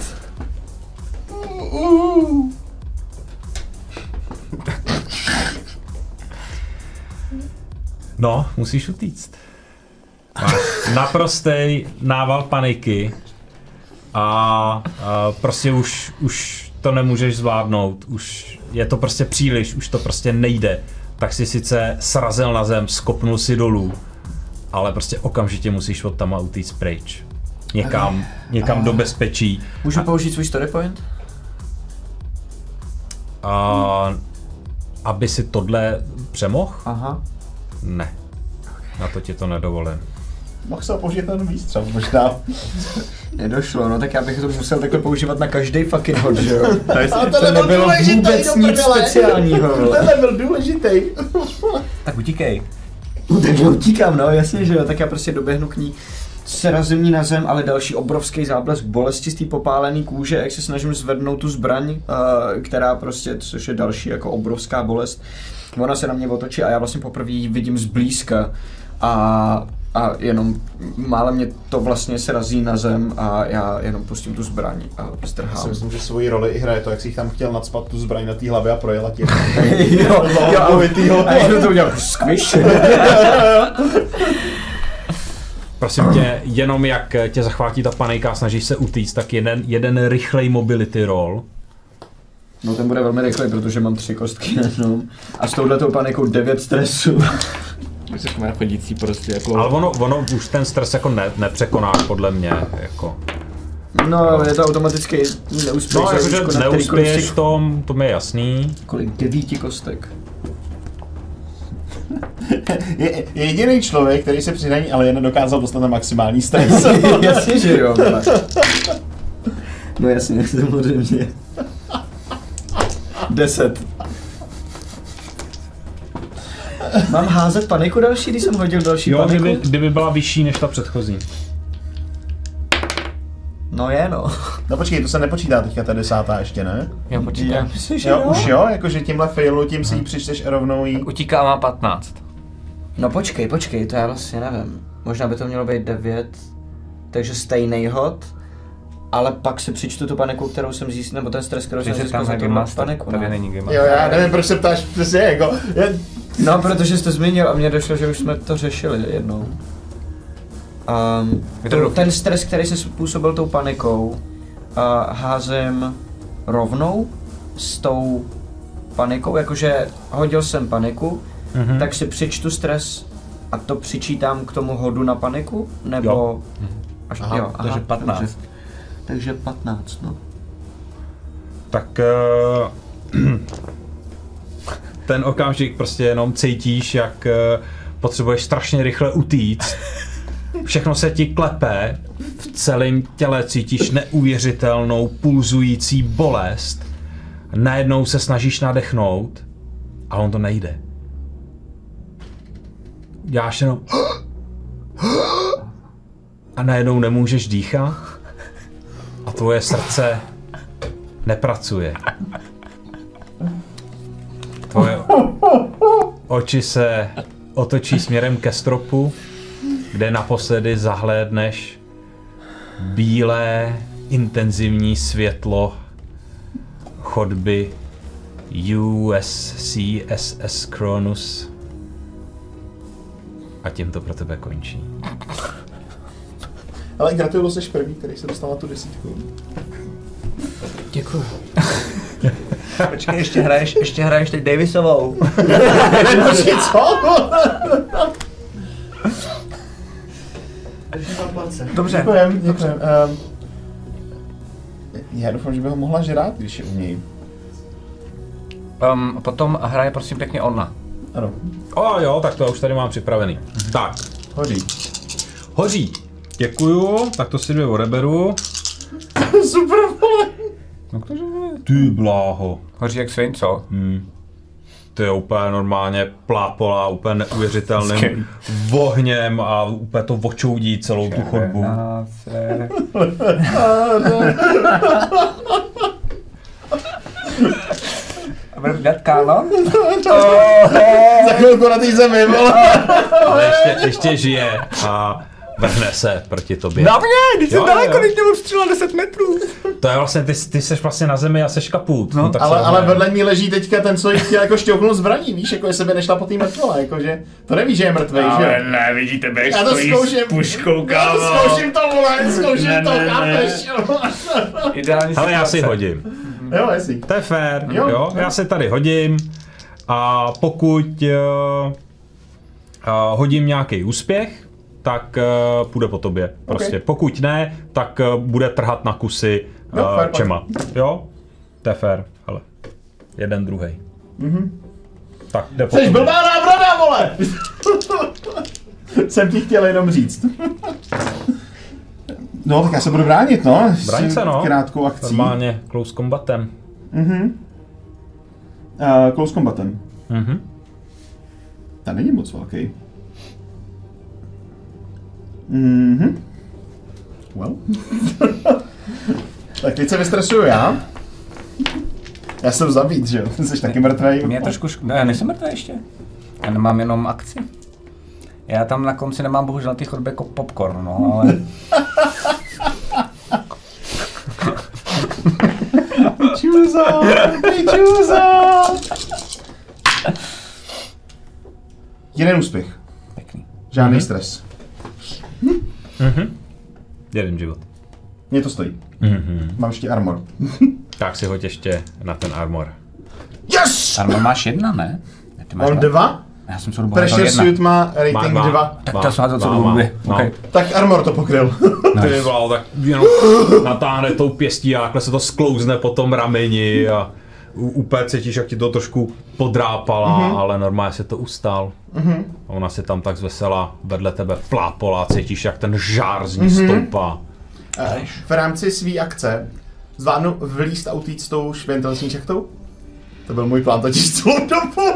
No, musíš utíct. Máš naprostej nával paniky a, a prostě už, už to nemůžeš zvládnout, už je to prostě příliš, už to prostě nejde. Tak si sice srazil na zem, skopnul si dolů, ale prostě okamžitě musíš od tam utíct pryč. Někam, někam do bezpečí. Můžu použít svůj story point? A, aby si tohle přemohl? Aha. Ne. Na to ti to nedovolím. Mohl se použít ten výstřel možná. Nedošlo, no tak já bych to musel takhle používat na každý fucking hod, že jo? To, je, To, to nebylo vůbec nic speciálního, vole. To nebyl důležitý. Tak utíkej. No tak já utíkám, no jasně, že jo, tak já prostě doběhnu k ní. Serazím ní na zem, ale další obrovský záblesk bolesti z té popálené kůže, jak se snažím zvednout tu zbraň, uh, která prostě, což je další jako obrovská bolest. Ona se na mě otočí a já vlastně poprvé ji vidím zblízka a, a jenom málem mě to vlastně srazí na zem a já jenom pustím tu zbraň a Já si strhám. myslím, že svoji roli i hraje to, jak si jich tam chtěl nacpat tu zbraň na té hlavě a projela tě. jo, jo, a, a jenom to udělal squish. Prosím tě, jenom jak tě zachvátí ta panika a snažíš se utíct, tak jeden, jeden rychlej mobility roll. No ten bude velmi rychlej, protože mám tři kostky jenom. A s touhletou panikou devět stresu. My se jsme chodící prostě jako... Ale ono, ono už ten stres jako ne, nepřekonáš podle mě, jako. No, je to automaticky neúspěch. No, jakože na neuspěješ v tom, to mi je jasný. Kolik devíti kostek. Je, je jediný člověk, který se přidaní, ale jen dokázal dostat na maximální stres. Jasně, že jo, ale. No jasně, samozřejmě. Deset. Mám házet paniku další, když jsem hodil další Jo, paniku? kdyby, kdyby byla vyšší než ta předchozí. No je no. No počkej, to se nepočítá teďka ta desátá ještě, ne? Jo, počítám. Myslím, že Jo, jo. už jo, jakože tímhle failnutím si ji přičteš a rovnou jí... Utíká a má patnáct. No počkej, počkej, to já vlastně nevím. Možná by to mělo být devět, takže stejný hod, ale pak si přečtu tu paniku, kterou jsem získal, nebo ten stres, kterou jsem získal za tu paniku. Tady No. není Game Jo, já nevím, proč se ptáš přesně, jako... Je... no, protože jsi to zmínil a mně došlo, že už jsme to řešili jednou. Um, to, ten stres, který se způsobil tou panikou, uh, házím rovnou s tou panikou, jakože hodil jsem paniku, mm-hmm. tak si přečtu stres a to přičítám k tomu hodu na paniku, nebo... Jo. Až, Aha, jo, takže patnáct. Takže, takže patnáct, no. Tak uh, ten okamžik prostě jenom cítíš, jak uh, potřebuješ strašně rychle utíct. Všechno se ti klepe, v celém těle cítíš neuvěřitelnou pulzující bolest. Najednou se snažíš nadechnout, ale on to nejde. Děláš jenom a najednou nemůžeš dýchat a tvoje srdce nepracuje. Tvoje oči se otočí směrem ke stropu, kde naposledy zahlédneš bílé, intenzivní světlo chodby U S C S S Cronus. A tím to pro tebe končí. Ale gratuluju, jsi první, který se dostal na tu desítku. Děkuju. Počkej, ještě hraješ, ještě hraješ teď Davisovou. Počkej, co? Dobře. Děkujem, děkujem. Um, já doufám, že by ho mohla žrát, když je u něj. Um, potom hraje prosím pěkně ona. Ano. O jo, tak to já už tady mám připravený. Mm-hmm. Tak. Hoří. Hoří. Děkuju, tak to si dvě odeberu. Super, vole. No kdože vole? Ty bláho. Hoří jak svin, co? Hmm. To je úplně normálně plápolá, úplně neuvěřitelným vohněm a úplně to očoudí celou tu chodbu. A bude vidět, kálo? Za chvilku na té zemi, vole. Ale ještě, ještě žije a vrhne se proti tobě. Na mě, když Jo, jsem daleko, jo. když mě střílela deset metrů. To je vlastně, ty, ty seš vlastně na zemi a seš kaput. No, tak Ale, se ale rovně- vedle ní leží teďka ten, co jí chtěl jako šťouknout zbraní, víš, jako jestli by nešla po té mrtvole, jakože, to nevíš, že je mrtvej, že jo? ne, vidíte, běž Já to zkouším, puškou, já to zkouším to, vole, zkouším Ne, to, ne, ne. chápeš? Ideální Hele, já si situace. hodím. Jo, jestli. To je fér, Jo, jo, jo, já se tady hodím a pokud uh, uh, hodím nějaký úspěch, tak uh, půjde po tobě. Prostě. Okay. Pokud ne, tak uh, bude trhat na kusy uh, Jo, fair, čema. Jo? To je fér. Hele. Jeden, druhý. Mhm. Tak, jde po Jseš tobě. blbá nábrada, vole! Jsem ti chtěl jenom říct. No, tak já se budu bránit, no. Braň se, no. Krátkou akcí. Normálně close combatem. Mhm. Uh, close combatem. Mhm. Ta není moc velký. Mhm. Well. Tak teď se vystresuju já. Já jsem zabít, že jo? Ty jsi taky mrtvej. Mě je trošku šk... Ne, já nejsem mrtvý ještě. Já nemám jenom akci. Já tam na konci nemám bohužel na té chodbě jako popcorn, no, ale... Čuzo! Čuzo! Jeden úspěch. Pěkný. Žádný mm-hmm. stres. Mhm. Jeden život. Mě to stojí. Mhm. Mám ještě armor. Tak si hoď ještě na ten armor. Yes! Armor máš jedna, ne? Ne, ty máš On dva. dva? Já jsem se doboval Pressure jedna. suit má rating Má dva. dva. Tak to jsem házel co Má, do má. doby. No. Okay. Tak armor to pokryl. Ty vole, tak jenom natáhne tou pěstí a takhle se to sklouzne po tom rameni a u- úplně cítíš, jak ti to trošku podrápala, mm-hmm. ale normálně se to ustál. Mm-hmm. A ona se tam tak zvesela vedle tebe plápola, cítíš, jak ten žár z ní mm-hmm. stoupá. Eh, V rámci své akce zvládnu vlíst a utíct s tou ventilní šachtou? To byl můj plán totiž celou dobu.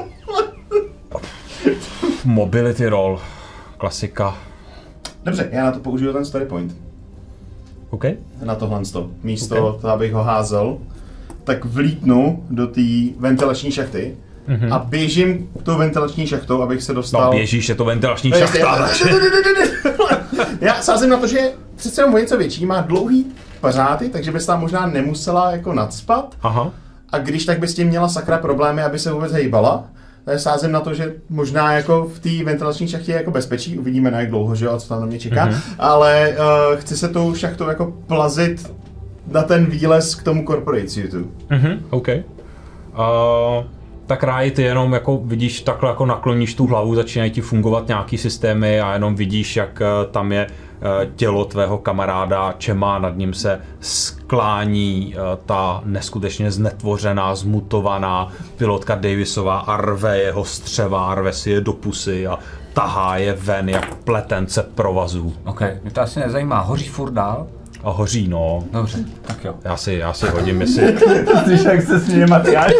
Mobility roll, klasika. Dobře, já na to použiju ten story point. Okay. Na tohle místo, Okay. to, abych ho házel, tak vlítnu do té ventilační šachty mm-hmm. a běžím tou ventilační šachtou, abych se dostal... No běžíš, je to ventilační šachta. Já sázím na to, že je přece jenom o něco větší, má dlouhý pařáty, takže bys tam možná nemusela jako nadspat. Aha. A když tak bys tím měla sakra problémy, aby se vůbec hejbala. Takže sázím na to, že možná jako v té ventilační šachtě je jako bezpečí, uvidíme na jak dlouho, že jo, a co tam na mě čeká, mm-hmm. ale uh, chci se tou šachtou jako plazit na ten výlez k tomu corporate suitu. Mhm, OK. Uh, tak ráji ty jenom jako vidíš takhle jako nakloníš tu hlavu, začínají ti fungovat nějaký systémy a jenom vidíš, jak uh, tam je uh, tělo tvého kamaráda Čema, nad ním se sklání uh, ta neskutečně znetvořená, zmutovaná pilotka Davisová a rve jeho střeva, a rve si je do pusy a tahá je ven jak pletence provazů. OK, mě to asi nezajímá, hoří furt dál? A hoří, no. Dobře, tak jo. Já si, já si hodím, jestli... Slyš, jak se směje Matyáš?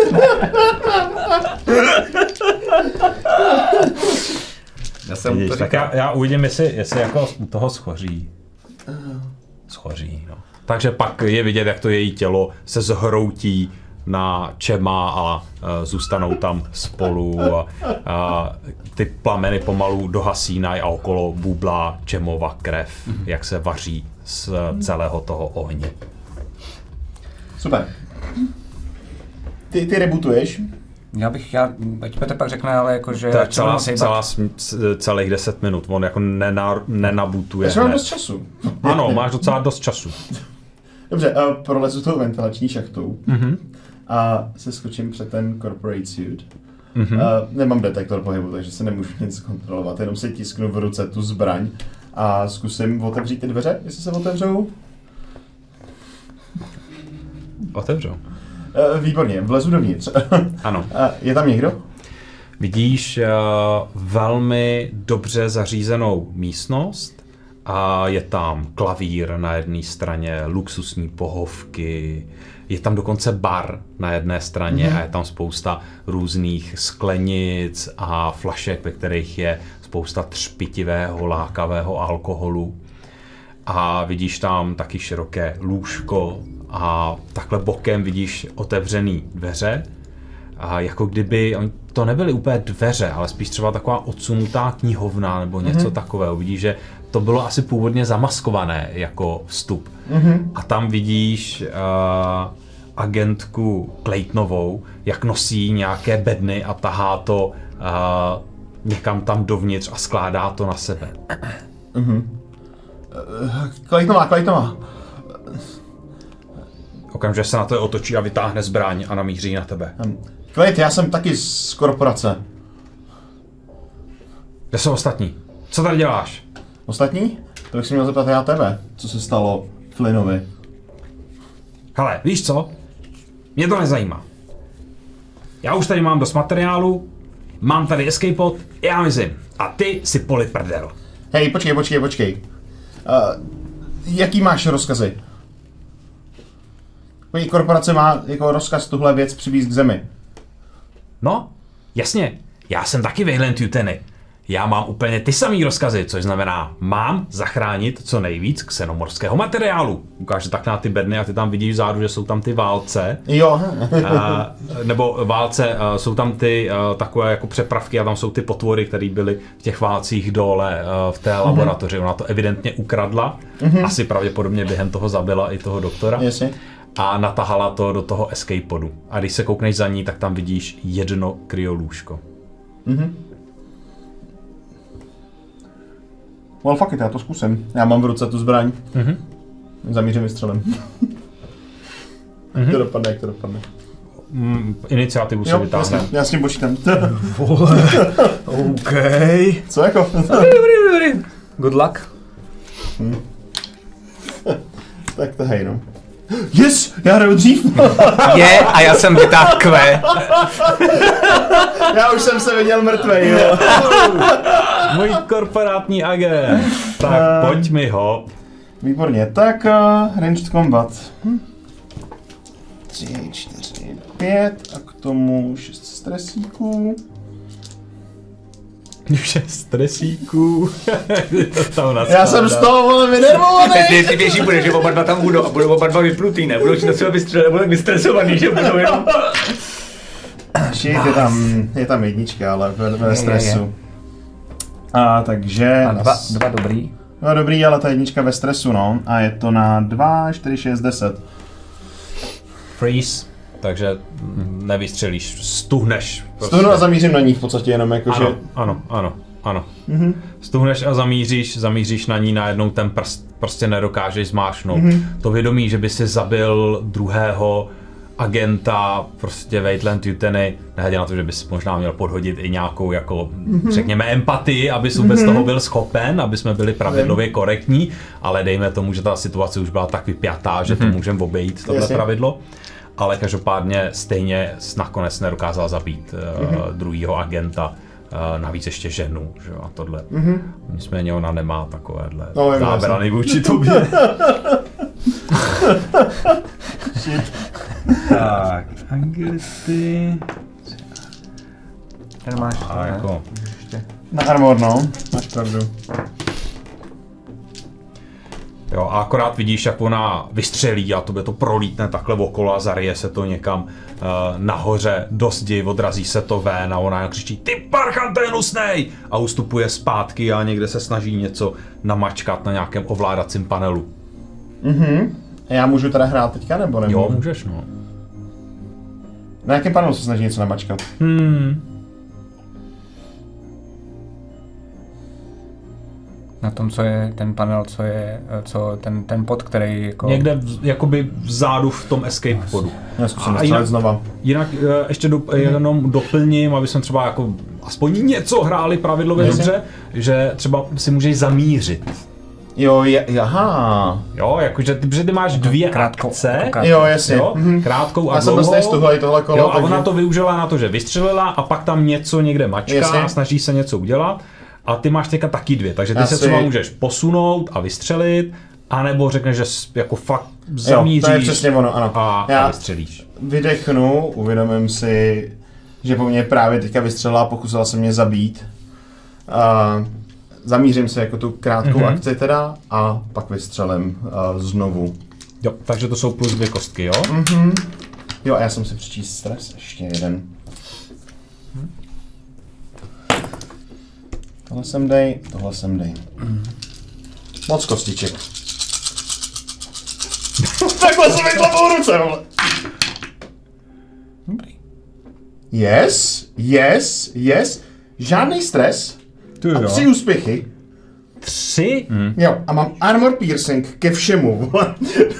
Já jsem Vidíš, to tak já, já uvidím, jestli, jestli jako u toho schoří. Schoří, no. Takže pak je vidět, jak to její tělo se zhroutí na Čema a uh, zůstanou tam spolu a, a ty plameny pomalu dohasínají a okolo bublá Čemova krev, mm-hmm. jak se vaří z celého toho ohně. Super. Ty, ty rebootuješ? Já bych, já, ať Petr pak řekne, ale jakože... To je celá, celá, celých deset minut, on jako nena, nenabutuje. Já mám dost času. Ano, máš docela dost času. Dobře, uh, prolezu tou ventilační šachtou Mm-hmm. a se skočím před ten corporate suit. Mm-hmm. Uh, nemám detektor pohybu, takže se nemůžu nic kontrolovat, jenom si tisknu v ruce tu zbraň a zkusím otevřít ty dveře, jestli se otevřou. Otevřou. Uh, výborně, vlezu dovnitř. Ano. Uh, je tam někdo? Vidíš uh, velmi dobře zařízenou místnost a je tam klavír na jedné straně, luxusní pohovky, je tam dokonce bar na jedné straně mm-hmm. a je tam spousta různých sklenic a flašek, ve kterých je spousta třpitivého, lákavého alkoholu. A vidíš tam taky široké lůžko a takhle bokem vidíš otevřený dveře. A jako kdyby, to nebyly úplně dveře, ale spíš třeba taková odsunutá knihovna nebo něco mm-hmm. takového. Vidíš, že to bylo asi původně zamaskované jako vstup. Mm-hmm. A tam vidíš uh, agentku Claytonovou, jak nosí nějaké bedny a tahá to uh, někam tam dovnitř a skládá to na sebe. Mm-hmm. Claytonová, Claytonová. Okamžitě se na to otočí a vytáhne zbraň a namíří na tebe. Clayt, já jsem taky z korporace. Kde jsou ostatní? Co tady děláš? Ostatní? To bych si měl zeptat já tebe. Co se stalo Flynnovi? Hele, víš co? Mě to nezajímá. Já už tady mám dost materiálu, mám tady escape pod, já mizím. A ty si poli prdel. Hej, počkej, počkej, počkej. Uh, jaký máš rozkazy? Korporace má jako rozkaz tuhle věc přivést k zemi. No, jasně. Já jsem taky Wayland Yuteny. Já mám úplně ty samý rozkazy, což znamená, mám zachránit co nejvíc xenomorského materiálu. Ukáže tak na ty bedny a ty tam vidíš vzadu, že jsou tam ty válce. Jo. a, nebo válce, a jsou tam ty a, takové jako přepravky a tam jsou ty potvory, které byly v těch válcích dole a, v té mm-hmm. laboratoři. Ona to evidentně ukradla. Mm-hmm. Asi pravděpodobně během toho zabila i toho doktora. Jasně. A natahala to do toho escape podu. A když se koukneš za ní, tak tam vidíš jedno kryolůžko. Mhm. Well, fuck it, já to zkusím. Já mám v ruce tu zbraň. Mhm. Zamířím vystřelem. Jak to dopadne, jak to dopadne. Mm, iniciativu se vytáhne. Jasně, já s tím počítám. Vole, OK. Co jako? Dobrý, dobrý, dobrý. Good luck. Hm. Tak to hej, no. Yes, já hraju dřív. Je, a já jsem vytáhl kve. Já už jsem se viděl mrtvej, jo. Můj korporátní agent. Tak uh, pojď mi ho. Výborně, tak uh, ranged combat. Hm. tři, čtyři, pět a k tomu šest stresíků. Šest stresíků. Já jsem z toho, vole, vynervovaný. Ty, ty věří bude, že oba dva tam budou a budou oba dva vyplutý, ne? Budou si na sebe vystřelit, budou tak vystresovaný, že budou jenom... Shit, je tam, je tam jednička, ale ve, ve stresu. A takže... A dva, dva dobrý. No dobrý, ale ta jednička ve stresu, no. A je to na dva, čtyři, šest, deset. Freeze, takže nevystřelíš, stuhneš. Prostě. Stuhnu a zamířím na ní v podstatě jenom jako, ano, že... Ano, ano, ano. Mm-hmm. Stuhneš a zamíříš, zamíříš na ní, najednou ten prst prostě nedokážeš zmášnout. Mm-hmm. To vědomí, že by si zabil druhého agenta, prostě Wasteland Mutiny, nehledě na to, že bys možná měl podhodit i nějakou, jako, mm-hmm. řekněme, empatii, abys vůbec mm-hmm. toho byl schopen, aby jsme byli pravidlově korektní, ale dejme tomu, že ta situace už byla tak vypjatá, že mm-hmm. to můžeme obejít, tohle Jasně. pravidlo. Ale každopádně stejně nakonec nedokázal zabít mm-hmm. uh, druhýho agenta, uh, navíc ještě ženu, že a tohle. Mm-hmm. Nicméně ona nemá takovéhle no, zábrany vůči tobě. Tak, agility. Ten máš, a ne? jako... Na armor, no, máš pravdu. Jo, a akorát vidíš, jak ona vystřelí a tobě to prolítne takhle okolo a zarije se to někam uh, nahoře do zdi, odrazí se to ven a ona křičí ty parchan, to je hnusnej! A ustupuje zpátky a někde se snaží něco namačkat na nějakém ovládacím panelu. Mhm. Já můžu teda hrát teďka, nebo nemůžu? Jo, můžeš, no. Na jakém panelu se snaží něco namačkat? Hmm. Na tom, co je ten panel, co je, co ten, ten pod, který jako... Někde v, jakoby vzadu v tom escape podu. Já zkusím dostat znova. Jinak ještě do, jenom doplním, aby jsme třeba jako aspoň něco hráli pravidlově dobře, že třeba si můžeš zamířit. Jo, je, aha. Jo, jakože ty, protože ty máš dvě krátkou, akce. krátkou. Jo, jasně. Jo, mm-hmm. krátkou a já dlouhou. Já jsem dost stuhlej tohle kolo. Jo, a takže... ona to využila na to, že vystřelila a pak tam něco někde mačká jasně. a snaží se něco udělat. A ty máš teďka taky dvě, takže ty Asi. se třeba můžeš posunout a vystřelit, anebo řekneš, že jako fakt zamíříš jo, to je přesně ono, ano. A, já a vystřelíš. Vydechnu, uvědomím si, že po mně právě teďka vystřelila a pokusila se mě zabít. Uh, zamířím se jako tu krátkou mm-hmm. akci teda a pak vystřelím uh, znovu. Jo, takže to jsou plus dvě kostky, jo? Mm-hmm. Jo, a já jsem si přečíst stres, ještě jeden. Tohle sem dej, tohle sem dej. Mm. Moc kostiček. Takhle se mi klapou ruce, vole. Dobrý. Yes, yes, yes. Žádný stres. Ty a tři úspěchy. Tři? Mm. Jo, a mám armor piercing ke všemu, vole.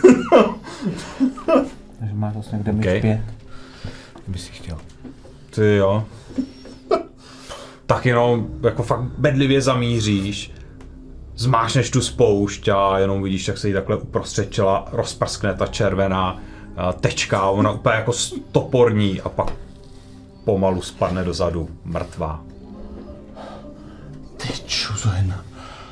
Takže máš vlastně kde mít okay. pět. Kdyby si chtěl. Ty jo. Tak jenom jako fakt bedlivě zamíříš, zmášneš tu spoušť a jenom vidíš, jak se jí takhle uprostřed čela rozprskne ta červená tečka a ona úplně jako stoporní a pak pomalu spadne dozadu, mrtvá. Ty čuzojna.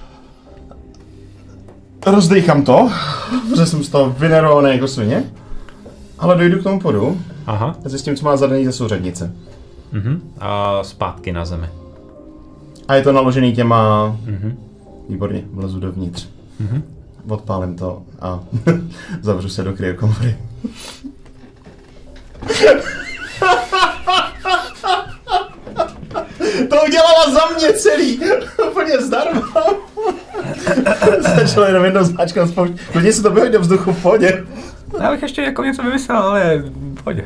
Rozdejchám to, protože jsem z toho vynervovaný jako svině, ale dojdu k tomu podu. Aha. A zjistím, co má zadaný ze souřadnice. Mhm. A zpátky na zemi. A je to naložený těma... Mhm. Výborně, vlezu dovnitř. Mhm. Odpálím to a zavřu se do kryokomory. To udělala za mě celý, úplně zdarma. Začal jenom jednou zmáčkat spoušť. Klidně se to vyhodí do vzduchu v pohodě. Já bych ještě jako něco vymyslel, ale v pohodě.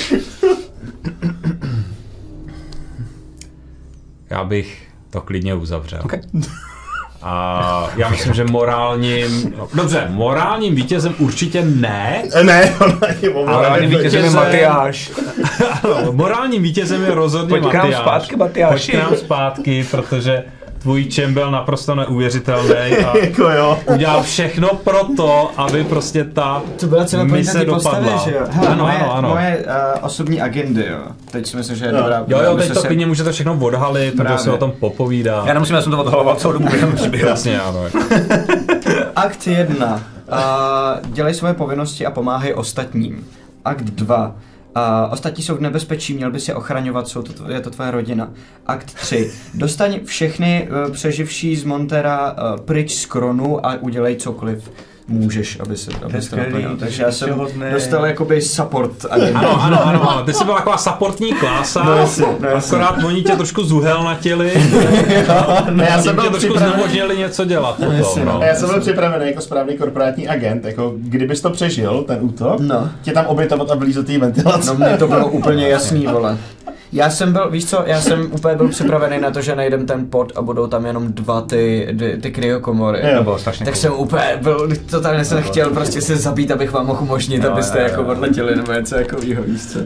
Já bych to klidně uzavřel. Okay. A já myslím, že morálním... Dobře, morálním vítězem určitě ne. Ne, on morálním vítězem je Matyáš. Morálním vítězem je rozhodně Pojď Matyáš. Pojď k nám zpátky, Matyáši. Pojď k nám zpátky, protože tvůj čem byl naprosto neuvěřitelný a jako jo. udělal všechno pro to, aby prostě ta to byla celá mise postavy, dopadla. Že jo? Hele, ano, moje, ano, ano. moje uh, osobní agendy, jo. Teď si myslím, že je no. dobrá. Jo, jo, teď to se... klidně můžete všechno odhalit, to si o tom popovídá. Já nemusím, já jsem to odhaloval celou dobu, jenom příběh. Jasně, ano. Akt jedna. Uh, dělej svoje povinnosti a pomáhej ostatním. Akt dva. A ostatní jsou v nebezpečí, měl by si ochraňovat, jsou to, je to tvoje rodina. Akt tři. Dostaň všechny uh, přeživší z Montera uh, pryč z Kronu a udělej cokoliv můžeš, aby se aby to naplnil. Takže já jsem hodný. Dostal jakoby support. Ano, ano, ano, ano. Ty jsi byla taková supportní klasa, no jasně, no jasně. Akorát oni tě trošku zuhelnatili. Ne, já jsem byl trošku připravený. znemožnili něco dělat no, potom, jasně, no. Já jsem byl připravený jako správný korporátní agent, jako kdybys to přežil, ten útok, no. tě tam obětovat a vlíz do té ventilace. No mně to bylo úplně jasný, vole. Já jsem byl, víš co, já jsem úplně byl připravený na to, že najdem ten pod a budou tam jenom dva ty, ty, ty kryokomory. To bylo strašně Tak cool. jsem úplně byl, totálně jsem chtěl prostě se zabít, abych vám mohl umožnit, Jo, abyste jo, jo. jako odletěli nebo něco takovýho, víš co.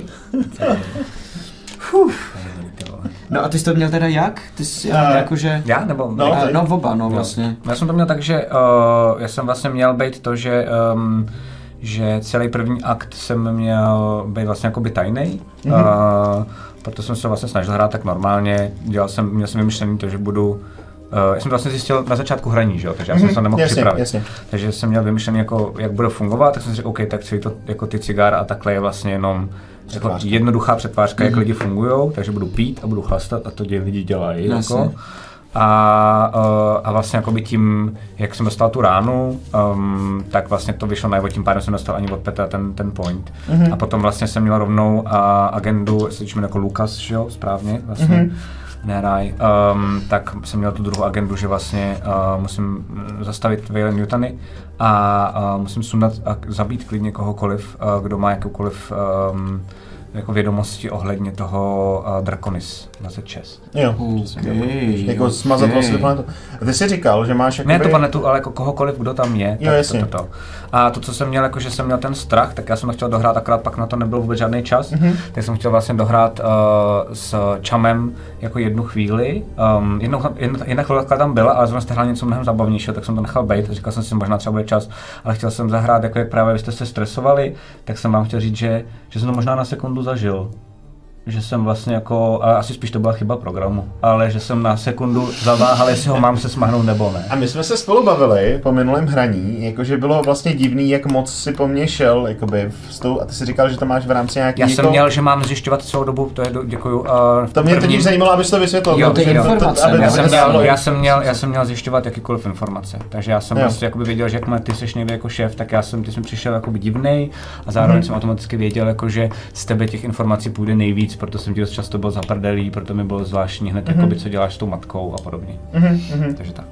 No a ty jsi to měl teda jak? Ty jsi uh, jakože... Já nebo? No, a, no oba, no vlastně. Já jsem to měl tak, že uh, já jsem vlastně měl být to, že um, že celý první akt jsem měl být vlastně jakoby tajnej. Mm-hmm. Uh, proto jsem se vlastně snažil hrát tak normálně. Dělal jsem, měl jsem vymyšlený to, že budu uh, já jsem to vlastně zjistil na začátku hraní, že jo, takže já jsem se to nemohl jasně, připravit. Jasně. Takže jsem měl vymyšlený, jako, jak bude fungovat, tak jsem si řekl, OK, tak celý to, jako ty cigára a takhle je vlastně jenom jako jednoduchá přetvářka, mm-hmm. jak lidi fungujou, takže budu pít a budu chlastat a to dě, lidi dělají. Jako. A, a vlastně jakoby tím, jak jsem dostal tu ránu, um, tak vlastně to vyšlo najevo, tím pádem jsem dostal ani od Petra ten, ten point. Mm-hmm. A potom vlastně jsem měl rovnou a, agendu, jestli jsme jako Lukas, že jo, správně vlastně. Mm-hmm. Ne Raj, um, tak jsem měl tu druhou agendu, že vlastně uh, musím zastavit Weyland Yutani a uh, musím sundat a zabít klidně kohokoliv, uh, kdo má jakoukoliv um, jako vědomosti ohledně toho uh, Draconis dvacet šest. Jo, okay, jako smazat okay. vlastně planetu. A ty jsi říkal, že máš jakoby... Ne tu planetu, ale jako kohokoliv, kdo tam je. Jo, tak jasně. To, to, to. A to, co jsem měl, jako že jsem měl ten strach, tak já jsem to chtěl dohrát, akorát pak na to nebyl vůbec žádný čas. Mm-hmm. Tak jsem chtěl vlastně dohrát uh, s Chamem jako jednu chvíli. Um, jednou, jedna, jedna chvílka tam byla, ale zrovna jste hráli něco mnohem zabavnějšího, tak jsem to nechal bejt. Říkal jsem si, možná třeba bude čas, ale chtěl jsem zahrát, jako jak právě vy jste se stresovali, tak jsem vám chtěl říct, že, že jsem to možná na sekundu zažil. Že jsem vlastně jako, a asi spíš to byla chyba programu, ale že jsem na sekundu zaváhal, jestli ho mám se smahnout nebo ne. A my jsme se spolu bavili po minulém hraní, jakože bylo vlastně divný, jak moc si po mně šel, jakoby s tou, a ty si říkal, že to máš v rámci nějaký... Já jako... jsem měl, že mám zjišťovat celou dobu, to je, děkuju. Uh, to mě totiž zajímalo, abys to vysvětlil. Jo, ty informace. Já jsem, měl, já, jsem měl, já jsem měl zjišťovat jakýkoliv informace, takže já jsem jo. prostě jakoby věděl, že jakmile ty seš někde jako šéf, tak já jsem, ty jsem přišel jakoby divnej a zároveň mm-hmm. jsem automaticky věděl, jako, že z tebe těch informací půjde nejvíc, proto jsem ti dost často byl zaprdelý, proto mi bylo zvláštní hned, mm-hmm. jakoby, co děláš s tou matkou a podobně. Mm-hmm. Takže tak.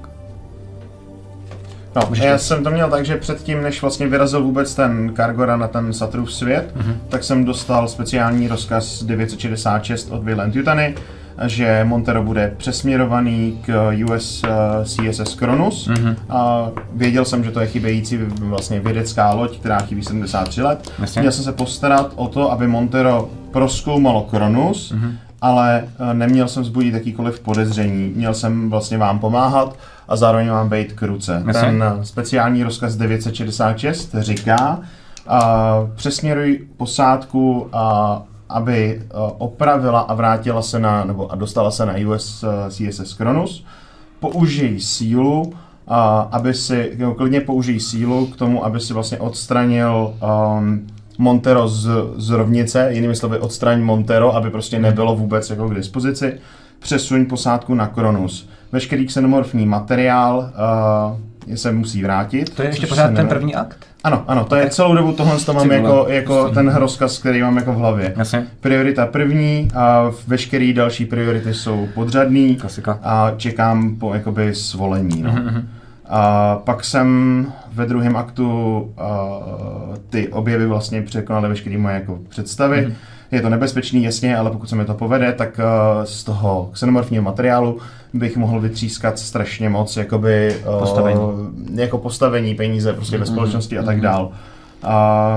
No, já jsem to měl tak, že předtím, než vlastně vyrazil vůbec ten Kargora na ten Saturův svět, mm-hmm. tak jsem dostal speciální rozkaz devět set šedesát šest od Weyland Yutani, že Montero bude přesměrovaný k U S C S S Cronus. Mm-hmm. A věděl jsem, že to je chybějící vlastně vědecká loď, která chybí sedmdesát tři let. Myslím. Měl jsem se postarat o to, aby Montero prozkoumalo Cronus, mm-hmm. ale neměl jsem vzbudit jakýkoliv podezření. Měl jsem vlastně vám pomáhat a zároveň vám být k ruce. Myslím. Ten speciální rozkaz devět set šedesát šest říká, uh, přesměruj posádku a uh, aby uh, opravila a vrátila se na, nebo a dostala se na U S C S S Cronus, použij sílu, uh, aby si, no, klidně použij sílu k tomu, aby si vlastně odstranil um, Montero z, z rovnice, jinými slovy odstraň Montero, aby prostě nebylo vůbec jako k dispozici, přesuň posádku na Cronus. Veškerý xenomorfní materiál uh, se musí vrátit. To je ještě pořád ten první akt? Ano, ano, to je celou dobu tohle, to mám jako, jako ten rozkaz, který mám jako v hlavě. Jasně. Priorita první a veškeré další priority jsou podřadný. Klasika. A čekám po jakoby svolení. No. Mm-hmm. A pak jsem ve druhém aktu a, ty objevy vlastně překonaly veškeré moje jako představy. Mm-hmm. Je to nebezpečný, jasně, ale pokud se mi to povede, tak uh, z toho xenomorfního materiálu bych mohl vytřískat strašně moc jakoby, uh, postavení. jako postavení, peníze prostě mm-hmm. ve společnosti a tak dál. A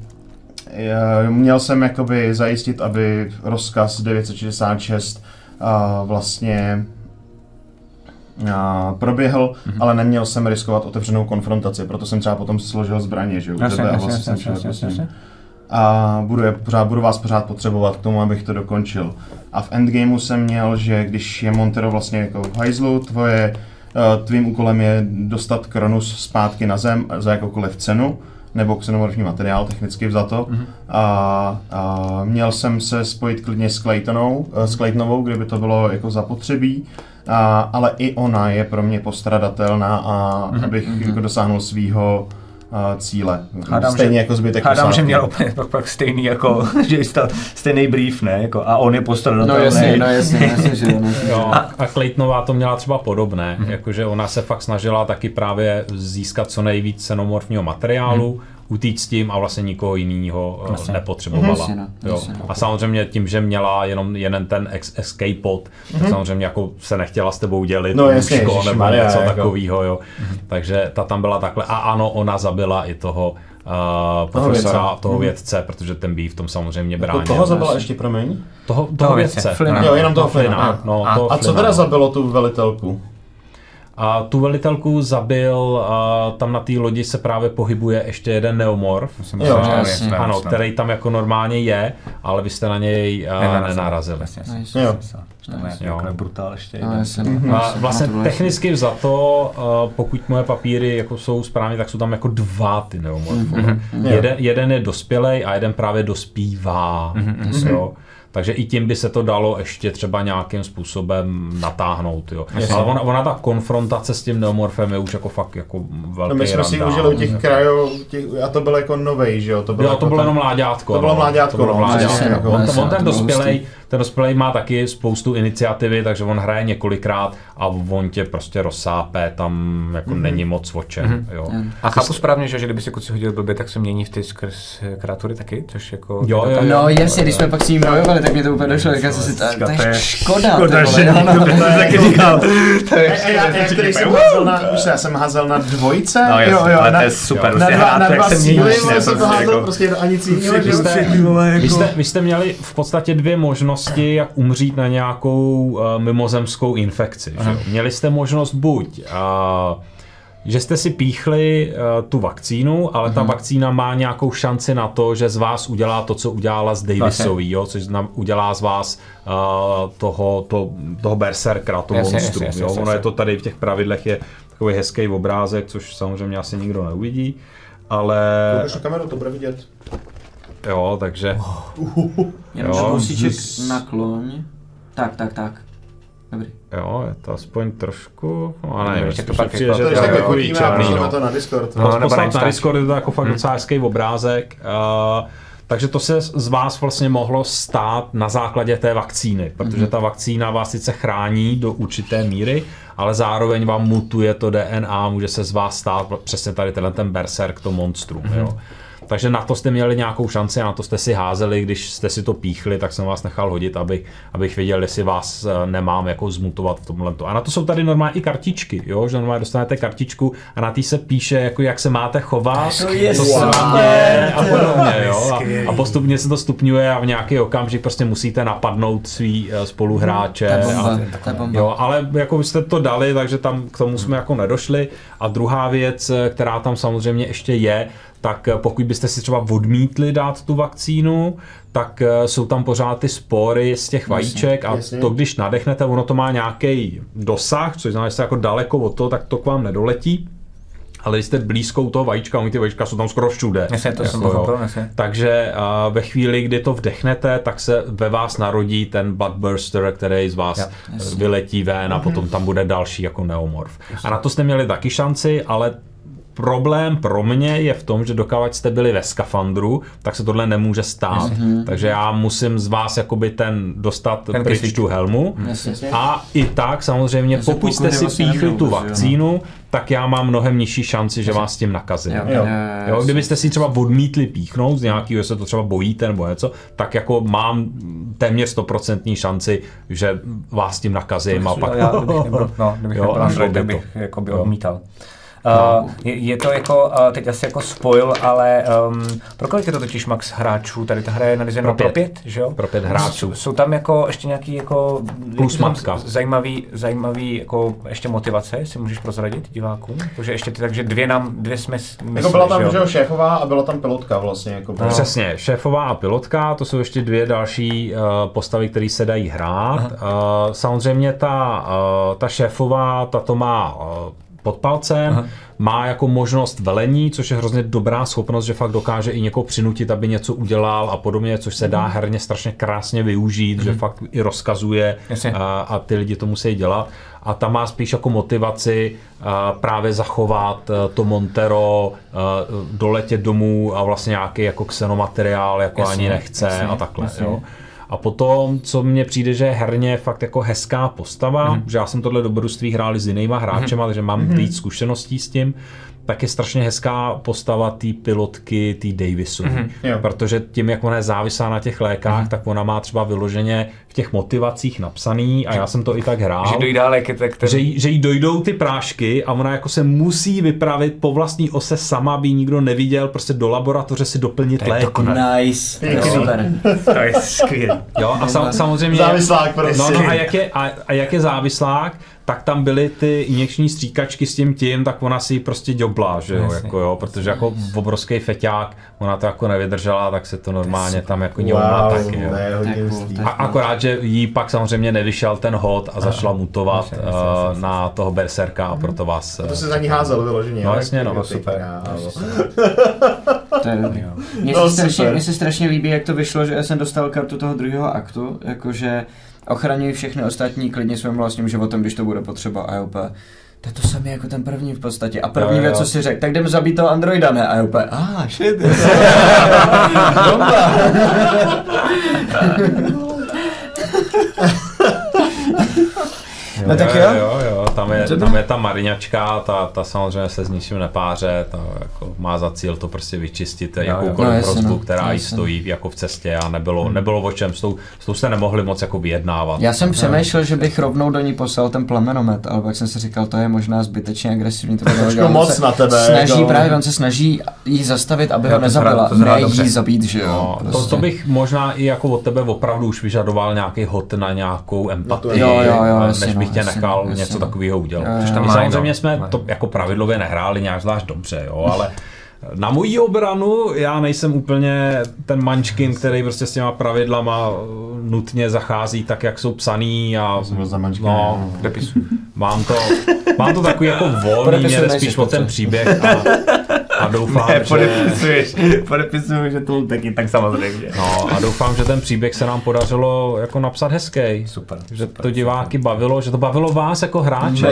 uh, měl jsem jakoby zajistit, aby rozkaz devět set šedesát šest uh, vlastně uh, proběhl, mm-hmm. ale neměl jsem riskovat otevřenou konfrontaci, proto jsem třeba potom složil zbraně, že u tebe a vlastně jsem šel a budu, je pořád, budu vás pořád potřebovat k tomu, abych to dokončil. A v endgameu jsem měl, že když je Montero vlastně jako v hajzlu, tvoje, tvým úkolem je dostat Cronus zpátky na zem za jakoukoliv cenu nebo xenomorfní materiál, technicky vzato. Mm-hmm. A, a měl jsem se spojit klidně s Claytonou, s Claytonovou, kdyby to bylo jako zapotřebí. A, ale i ona je pro mě postradatelná a mm-hmm. abych mm-hmm. jako dosáhnul svýho uh, cíle. Hádám, stejně že, jako zbytek hádám, posádky. že měl opět pak, pak stejný jako, že jistal stejný brief, ne? Jako, a on je postradatelný. No jasně, no jasně, jasně, že jo. Jo, a Claytonová to měla třeba podobné, mm-hmm. jakože ona se fakt snažila taky právě získat co nejvíc xenomorfního materiálu, mm-hmm. utíct s tím a vlastně nikoho jiného vlastně nepotřebovala. Jasně, no, jo. jasně, no. A samozřejmě tím, že měla jenom jeden ten escape pod, mm-hmm. tak samozřejmě jako se nechtěla s tebou dělit, no, jasně, nebo Maria, něco jako. takového, jo. Mm-hmm. Takže ta tam byla takhle. A ano, ona zabila i toho Uh, profesora, toho, toho vědce, protože ten býv v tom samozřejmě bránil. Jako toho zabila ještě, promiň? Toho, toho, toho vědce. Flina. Jo, jenom toho Flina. Flina. No, a, toho a co Flina, teda no. zabilo tu velitelku? A tu velitelku zabil, a tam na té lodi se právě pohybuje ještě jeden neomorf, jo, ano, ano, který tam jako normálně je, ale vy jste na něj uh, nenarazili. Jo. Jo. Brutál ještě no, jeden. A vlastně technicky vzato, uh, pokud moje papíry jako jsou správně, tak jsou tam jako dva ty neomorfové. Mm-hmm. Jeden, jeden je dospělej a jeden právě dospívá. Mm-hmm. Jo. Takže i tím by se to dalo ještě třeba nějakým způsobem natáhnout, jo. Yes. Ale ona, ona ta konfrontace s tím neomorfem je už jako fakt jako velký. No my jsme si užili u těch krajů, těch, a to bylo jako novej, že jo? To bylo, jo, to jako bylo ten, jenom mláďátko. To bylo mláďátko, to bylo no. mláďátko. Jako, on, on, on ten dospělej, ten dospělej má taky spoustu iniciativy, takže on hraje několikrát a on tě prostě rozsápe, tam jako mm-hmm. není moc o čem, mm-hmm. jo. A chápu správně, že kdyby si kluci hodili blbě, tak se mění v ty skrz kreatury taky, což jako... Jo, jo, jo. No jasně, když jsme pak s ním bojovali, tak mě to úplně došlo, říkal jsem si, to je škoda, škoda, že no, no, to taky říkal. Já jsem házel na dvojce, no, jo, jo, ale to je super, na dva, na dva síly, jsem to házel jako- prostě a nic jiného. Vy jste, vy jste měli v podstatě dvě možnosti, jak umřít na nějakou uh, mimozemskou infekci. Že? Měli jste možnost buď, uh, že jste si píchli uh, tu vakcínu, ale ta vakcína má nějakou šanci na to, že z vás udělá to, co udělala z Davisový, jo? Což znam, udělá z vás uh, toho, to, toho berserkera, to monstrum. Jasně, jasně, ono je to tady v těch pravidlech je takový hezký obrázek, což samozřejmě asi nikdo neuvidí, ale... Když na kameru to bude vidět. Jo, takže... Jenom kousíček nakloň. Tak, tak, tak. Dobrý. Jo, je to aspoň trošku, no a nevím, ještě to to pak přijde, že to je to je takový takový černý, no. to na Discord. No, poslat na Discord je to jako fakt docela hezký obrázek. Uh, takže to se z vás vlastně mohlo stát na základě té vakcíny, protože ta vakcína vás sice chrání do určité míry, ale zároveň vám mutuje to D N A, může se z vás stát přesně tady tenhle ten berserk, to monstrum, mm-hmm. jo. Takže na to jste měli nějakou šanci a na to jste si házeli, když jste si to píchli, tak jsem vás nechal hodit, aby, abych věděl, jestli vás nemám jako zmutovat v tomhle. A na to jsou tady normálně i kartičky, jo? Že normálně dostanete kartičku a na té se píše, jako jak se máte chovat, co se vám děje a podobně. Jo? A, a postupně se to stupňuje a v nějaký okamžik prostě musíte napadnout svý spoluhráče. A, jo, ale jako vy jste to dali, takže tam k tomu jsme jako nedošli. A druhá věc, která tam samozřejmě ještě je, tak pokud byste si třeba odmítli dát tu vakcínu, tak jsou tam pořád ty spory z těch vajíček a to, když nadechnete, ono to má nějaký dosah, což znamená, že jste jako daleko od toho, tak to k vám nedoletí. Ale když jste blízko u toho vajíčka, oni ty vajíčka jsou tam skoro všude. Jasně, to jako, jsem pochopil, takže uh, ve chvíli, kdy to vdechnete, tak se ve vás narodí ten Bloodburster, který z vás jasně. vyletí ven a potom tam bude další jako neomorf. Jasně. A na to jste měli taky šanci, ale problém pro mě je v tom, že dokud jste byli ve skafandru, tak se tohle nemůže stát. Mm-hmm. Takže já musím z vás jakoby ten dostat ten pryč tu helmu. Mm-hmm. A i tak samozřejmě, Jestli pokud jste si píchli tu vakcínu, tak já mám mnohem nižší šanci, že vás tím nakazím. Jo. Jo. Jo, kdybyste si třeba odmítli píchnout z nějakého, že se to třeba bojíte nebo něco, tak jako mám téměř stoprocentní šanci, že vás tím nakazím. A pak... Já, kdybych nebyl, no, kdybych jo, nebyl Android, tak bych jakoby odmítal. Uh, je, je to jako, uh, teď asi jako spoil, ale um, pro kolik je to totiž max hráčů? Tady ta hra je narizena pro, pro pět, že jo? Pro pět hráčů. Jsou, jsou tam jako ještě nějaký jako plus matka. Zajímavý, zajímavý jako ještě motivace, jestli můžeš prozradit divákům? Takže ještě ty, takže dvě nám, dvě jsme mysleli, jako byla tam, že jo, šéfová a byla tam pilotka vlastně. Jako no. Přesně, šéfová a pilotka, to jsou ještě dvě další uh, postavy, které se dají hrát. Uh, samozřejmě ta, uh, ta šéfová, ta to má uh, pod palcem, aha. má jako možnost velení, což je hrozně dobrá schopnost, že fakt dokáže i někoho přinutit, aby něco udělal a podobně, což se dá herně strašně krásně využít, mm. že fakt i rozkazuje a, a ty lidi to musí dělat. A ta má spíš jako motivaci uh, právě zachovat uh, to Montero, uh, doletět domů a vlastně nějaký jako xenomateriál jako jasně, ani nechce jasně, a takhle. Jo. A potom, co mně přijde, že je herně fakt jako hezká postava, mm. že já jsem tohle dobrodružství hrál s jinýma hráčema, mm. takže mám mm. víc zkušeností s tím, tak je strašně hezká postava té pilotky, té Davisu. Mm-hmm. Protože tím, jak ona je závislá na těch lékách, mm-hmm. tak ona má třeba vyloženě v těch motivacích napsaný, a já jsem to i tak hrál, že, dojdá léky, tak ten... že, jí, že jí dojdou ty prášky a ona jako se musí vypravit po vlastní ose sama, by nikdo neviděl, prostě do laboratoře si doplnit léky. Nice. To je super. To je skvělý. Jo, a sam, samozřejmě... Závislák prostě. No, no a, jak je, a, a jak je závislák, tak tam byly ty injekční stříkačky s tím tím, tak ona si prostě děblá, že jo, jako jo, protože jako obrovský feťák, ona to jako nevydržela, tak se to normálně tam jako dělala wow, taky, jo. A akorát, že jí pak samozřejmě nevyšel ten hod a začala mutovat uh, na toho berserka a proto vás... A to se za ní házel vyloženě. No jasně, no. Super. To je dobrý. Mně se, strašně, mně se strašně líbí, jak to vyšlo, že jsem dostal kartu toho druhého aktu, jakože ochraňuji všechny ostatní klidně svým vlastním životem, když to bude potřeba a úplně. To je to samé jako ten první v podstatě. A první věc, co si řekl, tak jdem zabít toho androida, ne? A úplně, ah, shit. Bomba. No tak jo, jo, jo, tam je, tam je ta mariňačka, ta, ta samozřejmě se s ničím nepáře, ta jako má za cíl to prostě vyčistit jakoukoliv no, hrozbu, která no, jí stojí jako v cestě a nebylo, hmm. nebylo o čem, s tou, s tou jste nemohli moc jako vyjednávat. Já jsem přemýšlel, že bych rovnou do ní poslal ten plamenomet, ale pak jsem si říkal, to je možná zbytečně agresivní. To trošku moc na tebe. Snaží jako... právě, on se snaží jí zastavit, aby jo, ho nezabila, ne jí zabít, že jo. No, prostě. to, to bych možná i jako od tebe opravdu už vyžadoval nějaký hod na nějakou empatii, jo, jo, jo, než bych tě nechal jasně, něco takového udělat. My samozřejmě jsme to jako pravidlově nehráli nějak zvlášť dobře, jo, ale na mojí obranu já nejsem úplně ten mančkin, který prostě s těma pravidlama nutně zachází tak, jak jsou psaný a no, mám to, mám to takový jako volný, mě spíš o ten příběh a, a doufám, ne, že... podepisuješ, podepisuju, že to taky tak samozřejmě. No a doufám, že ten příběh se nám podařilo jako napsat hezký. Super. Že to diváky bavilo, že to bavilo vás jako hráče.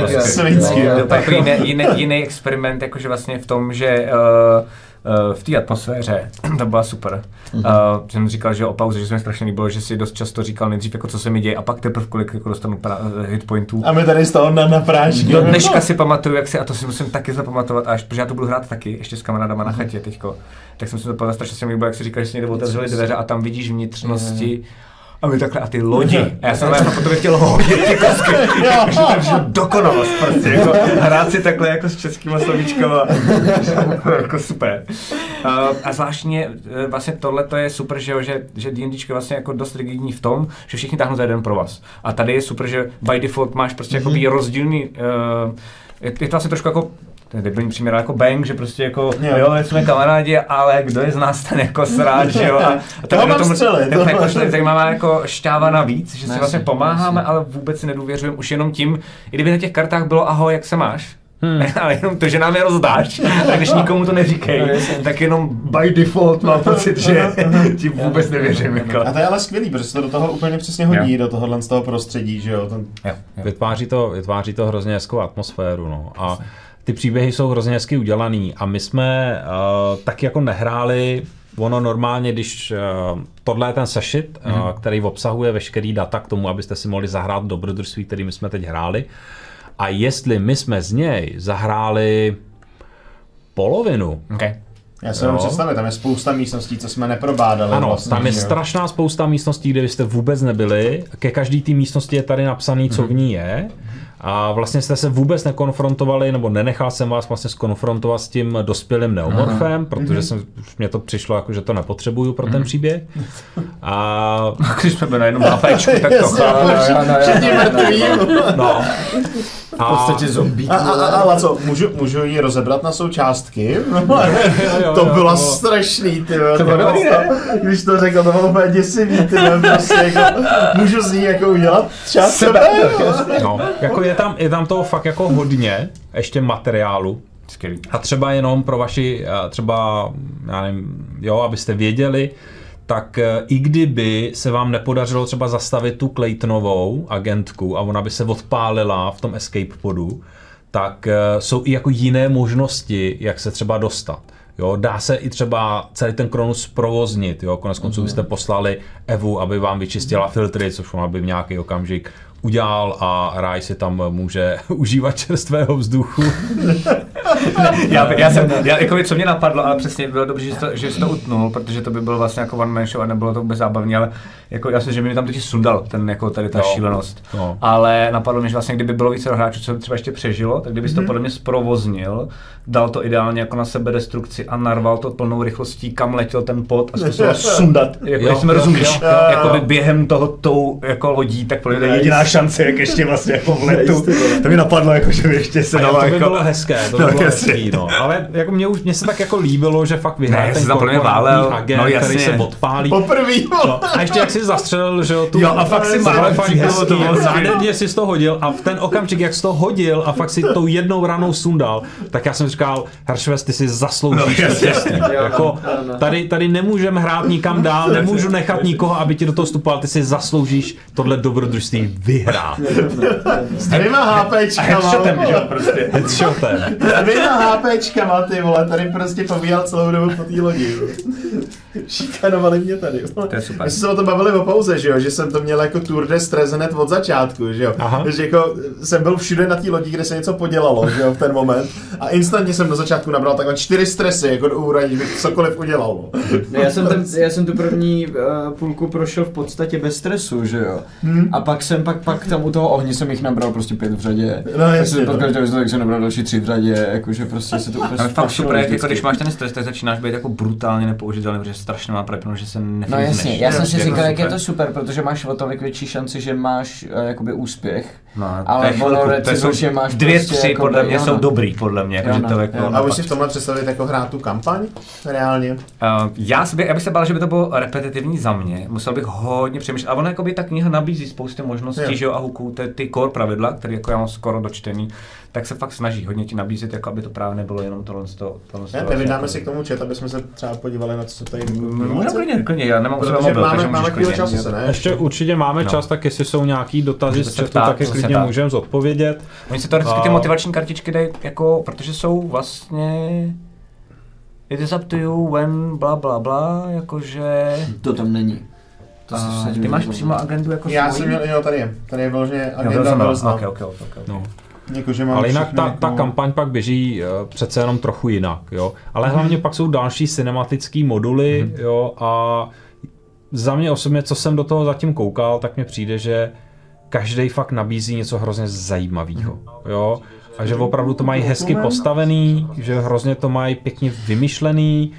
Jiný, jiný experiment, jakože vlastně v tom, že uh, Uh, v té atmosféře, to byla super. Mm-hmm. Uh, jsem říkal, že o pauze, že se mi strašně líbilo, že si dost často říkal nejdřív, jako co se mi děje, a pak teprve kolik jako dostanu pra- hitpointů. A my tady z toho na, na prášky. Do dneška si pamatuju, jak si, a to si musím taky zapamatovat, až, protože já to budu hrát taky, ještě s kamarádama na chatě teďko. Tak jsem si to pamatoval, strašně se mi líbilo, jak si říkal, že si někde otevřeli dveře a tam vidíš vnitřnosti. A my takhle, a ty lodi. A já jsem jako potom chtěl hodit ty kosky. Že tam žil dokonalost prostě, jako hrát si takhle jako s českýma slovíčkama. Jako super. Uh, a zvláštně vlastně tohle to je super, že, že, že D&Dčko je vlastně jako dost rigidní v tom, že všichni táhnou za jeden pro vás. A tady je super, že by default máš prostě mm-hmm. jako rozdílný, uh, je, je to asi trošku jako to je debilní příměr jako Bang, že prostě jako jo, jo jsme kamarádi, ale kdo je z nás ten jako sráč, jo, a, a to mám střely, to jako zajímavá jako šťáva navíc, že si vlastně pomáháme, ale vůbec si nedůvěřujeme už jenom tím, i kdyby na těch kartách bylo ahoj, jak se máš, hmm. ale jenom to, že nám je rozdáš, tak když nikomu to neříkej, no, tak jenom by default mám pocit, že ti vůbec nevěřím. Jako. A to je ale skvělý, protože se to do toho úplně přesně hodí, jo. do tohohle z toho prostředí, že jo. Ten... jo, jo. Vytváří to, vytváří to hrozně hezkou atmosféru, no. A ty příběhy jsou hrozně hezky udělaný a my jsme uh, taky jako nehráli, ono normálně, když uh, tohle je ten sešit, mm-hmm. uh, který obsahuje veškerý data k tomu, abyste si mohli zahrát dobrodružství, který my jsme teď hráli. A jestli my jsme z něj zahráli polovinu, okay. Já si jenom představit, tam je spousta místností, co jsme neprobádali. Ano, vlastně, tam je strašná spousta místností, kde byste vůbec nebyli. Ke každý té místnosti je tady napsaný, co v ní je. A vlastně jste se vůbec nekonfrontovali, nebo nenechal jsem vás vlastně skonfrontovat s tím dospělým neomorfem, protože jsem, mně to přišlo jako, že to nepotřebuju pro ten příběh. A když jsme byli na jednom lápečku, tak to chápu. No. V podstatě zombík. A, a, a, ale co, můžu, můžu ji rozebrat na součástky? To bylo strašný, ty to bylo dobrý, když to řekl, to bylo úplně děsivý, ty prostě jako, můžu z ní jako udělat část sebe. No, jako je tam, je tam toho fakt jako hodně, ještě materiálu. Skvělý. A třeba jenom pro vaši, třeba, já nevím, jo, abyste věděli, tak i kdyby se vám nepodařilo třeba zastavit tu Claytonovou agentku a ona by se odpálila v tom escape podu, tak jsou i jako jiné možnosti, jak se třeba dostat. Jo, dá se i třeba celý ten Kronus provoznit, jo, konec konců byste poslali Evu, aby vám vyčistila filtry, což ona by v nějaký okamžik udělal a Ráj si tam může užívat čerstvého vzduchu. já, já jsem, já, jako co mě napadlo, ale přesně bylo dobře, že jsi to, že jsi to utnul, protože to by bylo vlastně jako one man show a nebylo to vůbec zábavné, ale jako já si, že mi tam teď sundal ten, jako tady ta no, šílenost. No. Ale napadlo mi, že vlastně kdyby bylo více hráčů, co třeba ještě přežilo, tak kdybys to podle mě zprovoznil, dal to ideálně jako na sebe destrukci a narval to plnou rychlostí, kam letěl ten pod a zkusil ho sundat, jako jo, mi rozumíš, jakoby během toho tou jako lodí, tak podle mě jediná šance, jak ještě vlastně jako v letu. To mi napadlo, jako, že by ještě se dalo. To by jako... bylo hezké, to by no, bylo hezký, no. Ale jako mě už mě se tak jako líbilo, že fakt vyhrál ten korporátní agent, no, který se odpálí. Poprvý. No, a ještě jak si zastřelil, že jo, tu... Jo, a fakt si mále fakt hezký, nádherně si to hodil a v ten okamžik, jak jsi to hodil a fakt si tou jednou ranou sundal, tak já jsem říkal, Heršves, ty si zasloužíš no, to štěstí. Jako, tady, tady nemůžeme hrát nikam dál, nemůžu nechat nikoho, aby ti do toho vstupoval, ty si zasloužíš tohle dobrodružství vyhrát. S dvěma HPčkama. Headshotem, že jo, prostě. Headshotem. S dvěma HPčkama, ty vole, tady prostě pobíhal celou dobu po té lodi. Šikanovali mě tady. Vole. To je super. My jsme se o tom bavili o pauze, že jo, že jsem to měl jako Tour de Stress hned od začátku, že jo. Aha. Že jako jsem byl všude na té lodi, kde se něco podělalo, že jo, v ten moment. A instantně jsem na začátku nabral takhle čtyři stresy, jako do úhraní, že bych cokoliv udělal. Já jsem, ten, já jsem tu první uh, půlku prošel v podstatě bez stresu, že jo. Hmm. A pak jsem, pak, pak tam u toho ohně jsem jich nabral prostě pět v řadě. No jasně. Pak jsem, jsem nabral další tři v řadě, jakože prostě se to úplně ale fakt super, jako když máš ten stres, tak začínáš být jako brutálně nepoužitelný, protože strašně má prepnout, že se nefilzneš. No jasně, já jsem si říkal, jak je to super, protože máš o tolik větší šanci, že máš uh, jakoby úspěch. No, ale ono recizu, že máš dvě, prostě tři jako podle mě jsou dobrý, podle mě. Jako, že to jako a už si v tomhle představit jako hrát tu kampaň? Reálně? Uh, já, by, já bych se bál, že by to bylo repetitivní za mě. Musel bych hodně přemýšlet. A ono jakoby ta kniha nabízí spousty možností, že jo, a huků, ty, ty core pravidla, které jako já mám skoro dočtený, tak se fakt snaží hodně ti nabízet, jako aby to právě nebylo jenom tohle z toho. Ne, vydáme si k tomu chat, aby jsme se třeba podívali na to, co tady můžeme klidně, klidně, já nemám třeba mobil, takže máme chvíli času se, ne? Ještě určitě máme čas, tak jestli jsou nějaký dotazy z chatu, tak je klidně můžeme zodpovědět. Oni si teoreticky ty motivační kartičky dají, jako, protože jsou vlastně... It is up to you when bla bla bla, jakože... To tam není. To a, ty máš přímo agendu jako já jsem měl, jo, tady je. Tady je vyloženě agenda Velzna. Okay, okay, okay, okay. No. Jako, ale jinak ta, jako... ta kampaň pak běží uh, přece jenom trochu jinak, jo. Ale mm-hmm. hlavně pak jsou další cinematické moduly, mm-hmm. jo, a za mě osobně, co jsem do toho zatím koukal, tak mně přijde, že každý fakt nabízí něco hrozně zajímavého, jo. A že opravdu to mají hezky postavený, že hrozně to mají pěkně vymyšlený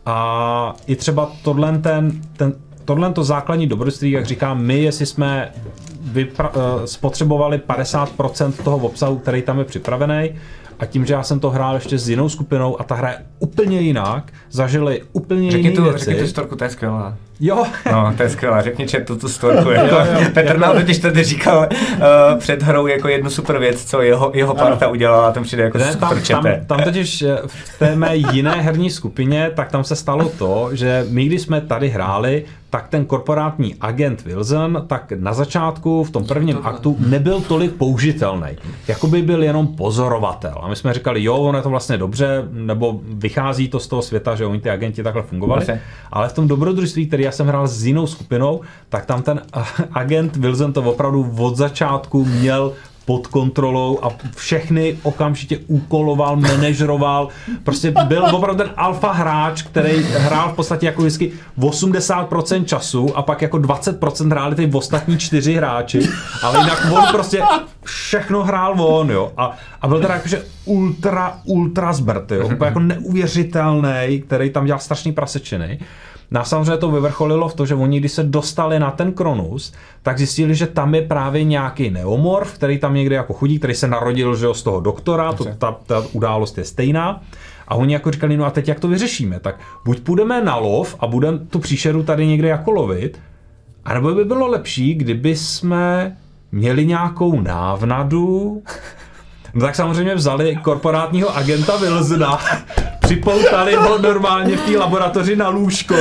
a i třeba tohle ten, ten tohle to základní dobrodružství, jak říkám, my, jestli jsme vypra- uh, spotřebovali padesát procent toho obsahu, který tam je připravený, a tím, že já jsem to hrál ještě s jinou skupinou a ta hra je úplně jinak, zažili úplně řekni jiné tu, věci. Řekni tu storku, to je skvělá. Jo. No, to je skvělá, řekni čet tu, tu storku. Jako. Petr nám totiž tady říkal uh, před hrou jako jednu super věc, co jeho, jeho parta udělala a tam přijde jako ne, super tam, tam, tam totiž v té mé jiné herní skupině, tak tam se stalo to, že my, když jsme tady hráli, tak ten korporátní agent Wilson, tak na začátku v tom prvním aktu nebyl tolik použitelný. Jakoby byl jenom pozorovatel. A my jsme říkali, jo, ono je to vlastně dobře, nebo vychází to z toho světa, že oni ty agenti takhle fungovali. Ale v tom dobrodružství, který já jsem hrál s jinou skupinou, tak tam ten agent Wilson to opravdu od začátku měl pod kontrolou a všechny okamžitě úkoloval, manažeroval. Prostě byl opravdu ten alfa hráč, který hrál v podstatě jako vždycky osmdesát procent času a pak jako dvacet procent hráli ty ostatní čtyři hráči, ale jinak on prostě všechno hrál on, jo. A, a byl teda jakože ultra, ultra zbrt, jo, úplně jako neuvěřitelný, který tam dělal strašný prasečiny. No a samozřejmě to vyvrcholilo v to, že oni, když se dostali na ten Kronus, tak zjistili, že tam je právě nějaký neomorf, který tam někde jako chodí, který se narodil, že jo, z toho doktora, to, ta, ta událost je stejná. A oni jako říkali, no a teď jak to vyřešíme? Tak buď půjdeme na lov a budeme tu příšeru tady někde jako lovit, anebo by bylo lepší, kdyby jsme měli nějakou návnadu. No tak samozřejmě vzali korporátního agenta Wilsona, připoutali ho normálně v té laboratoři na lůžko.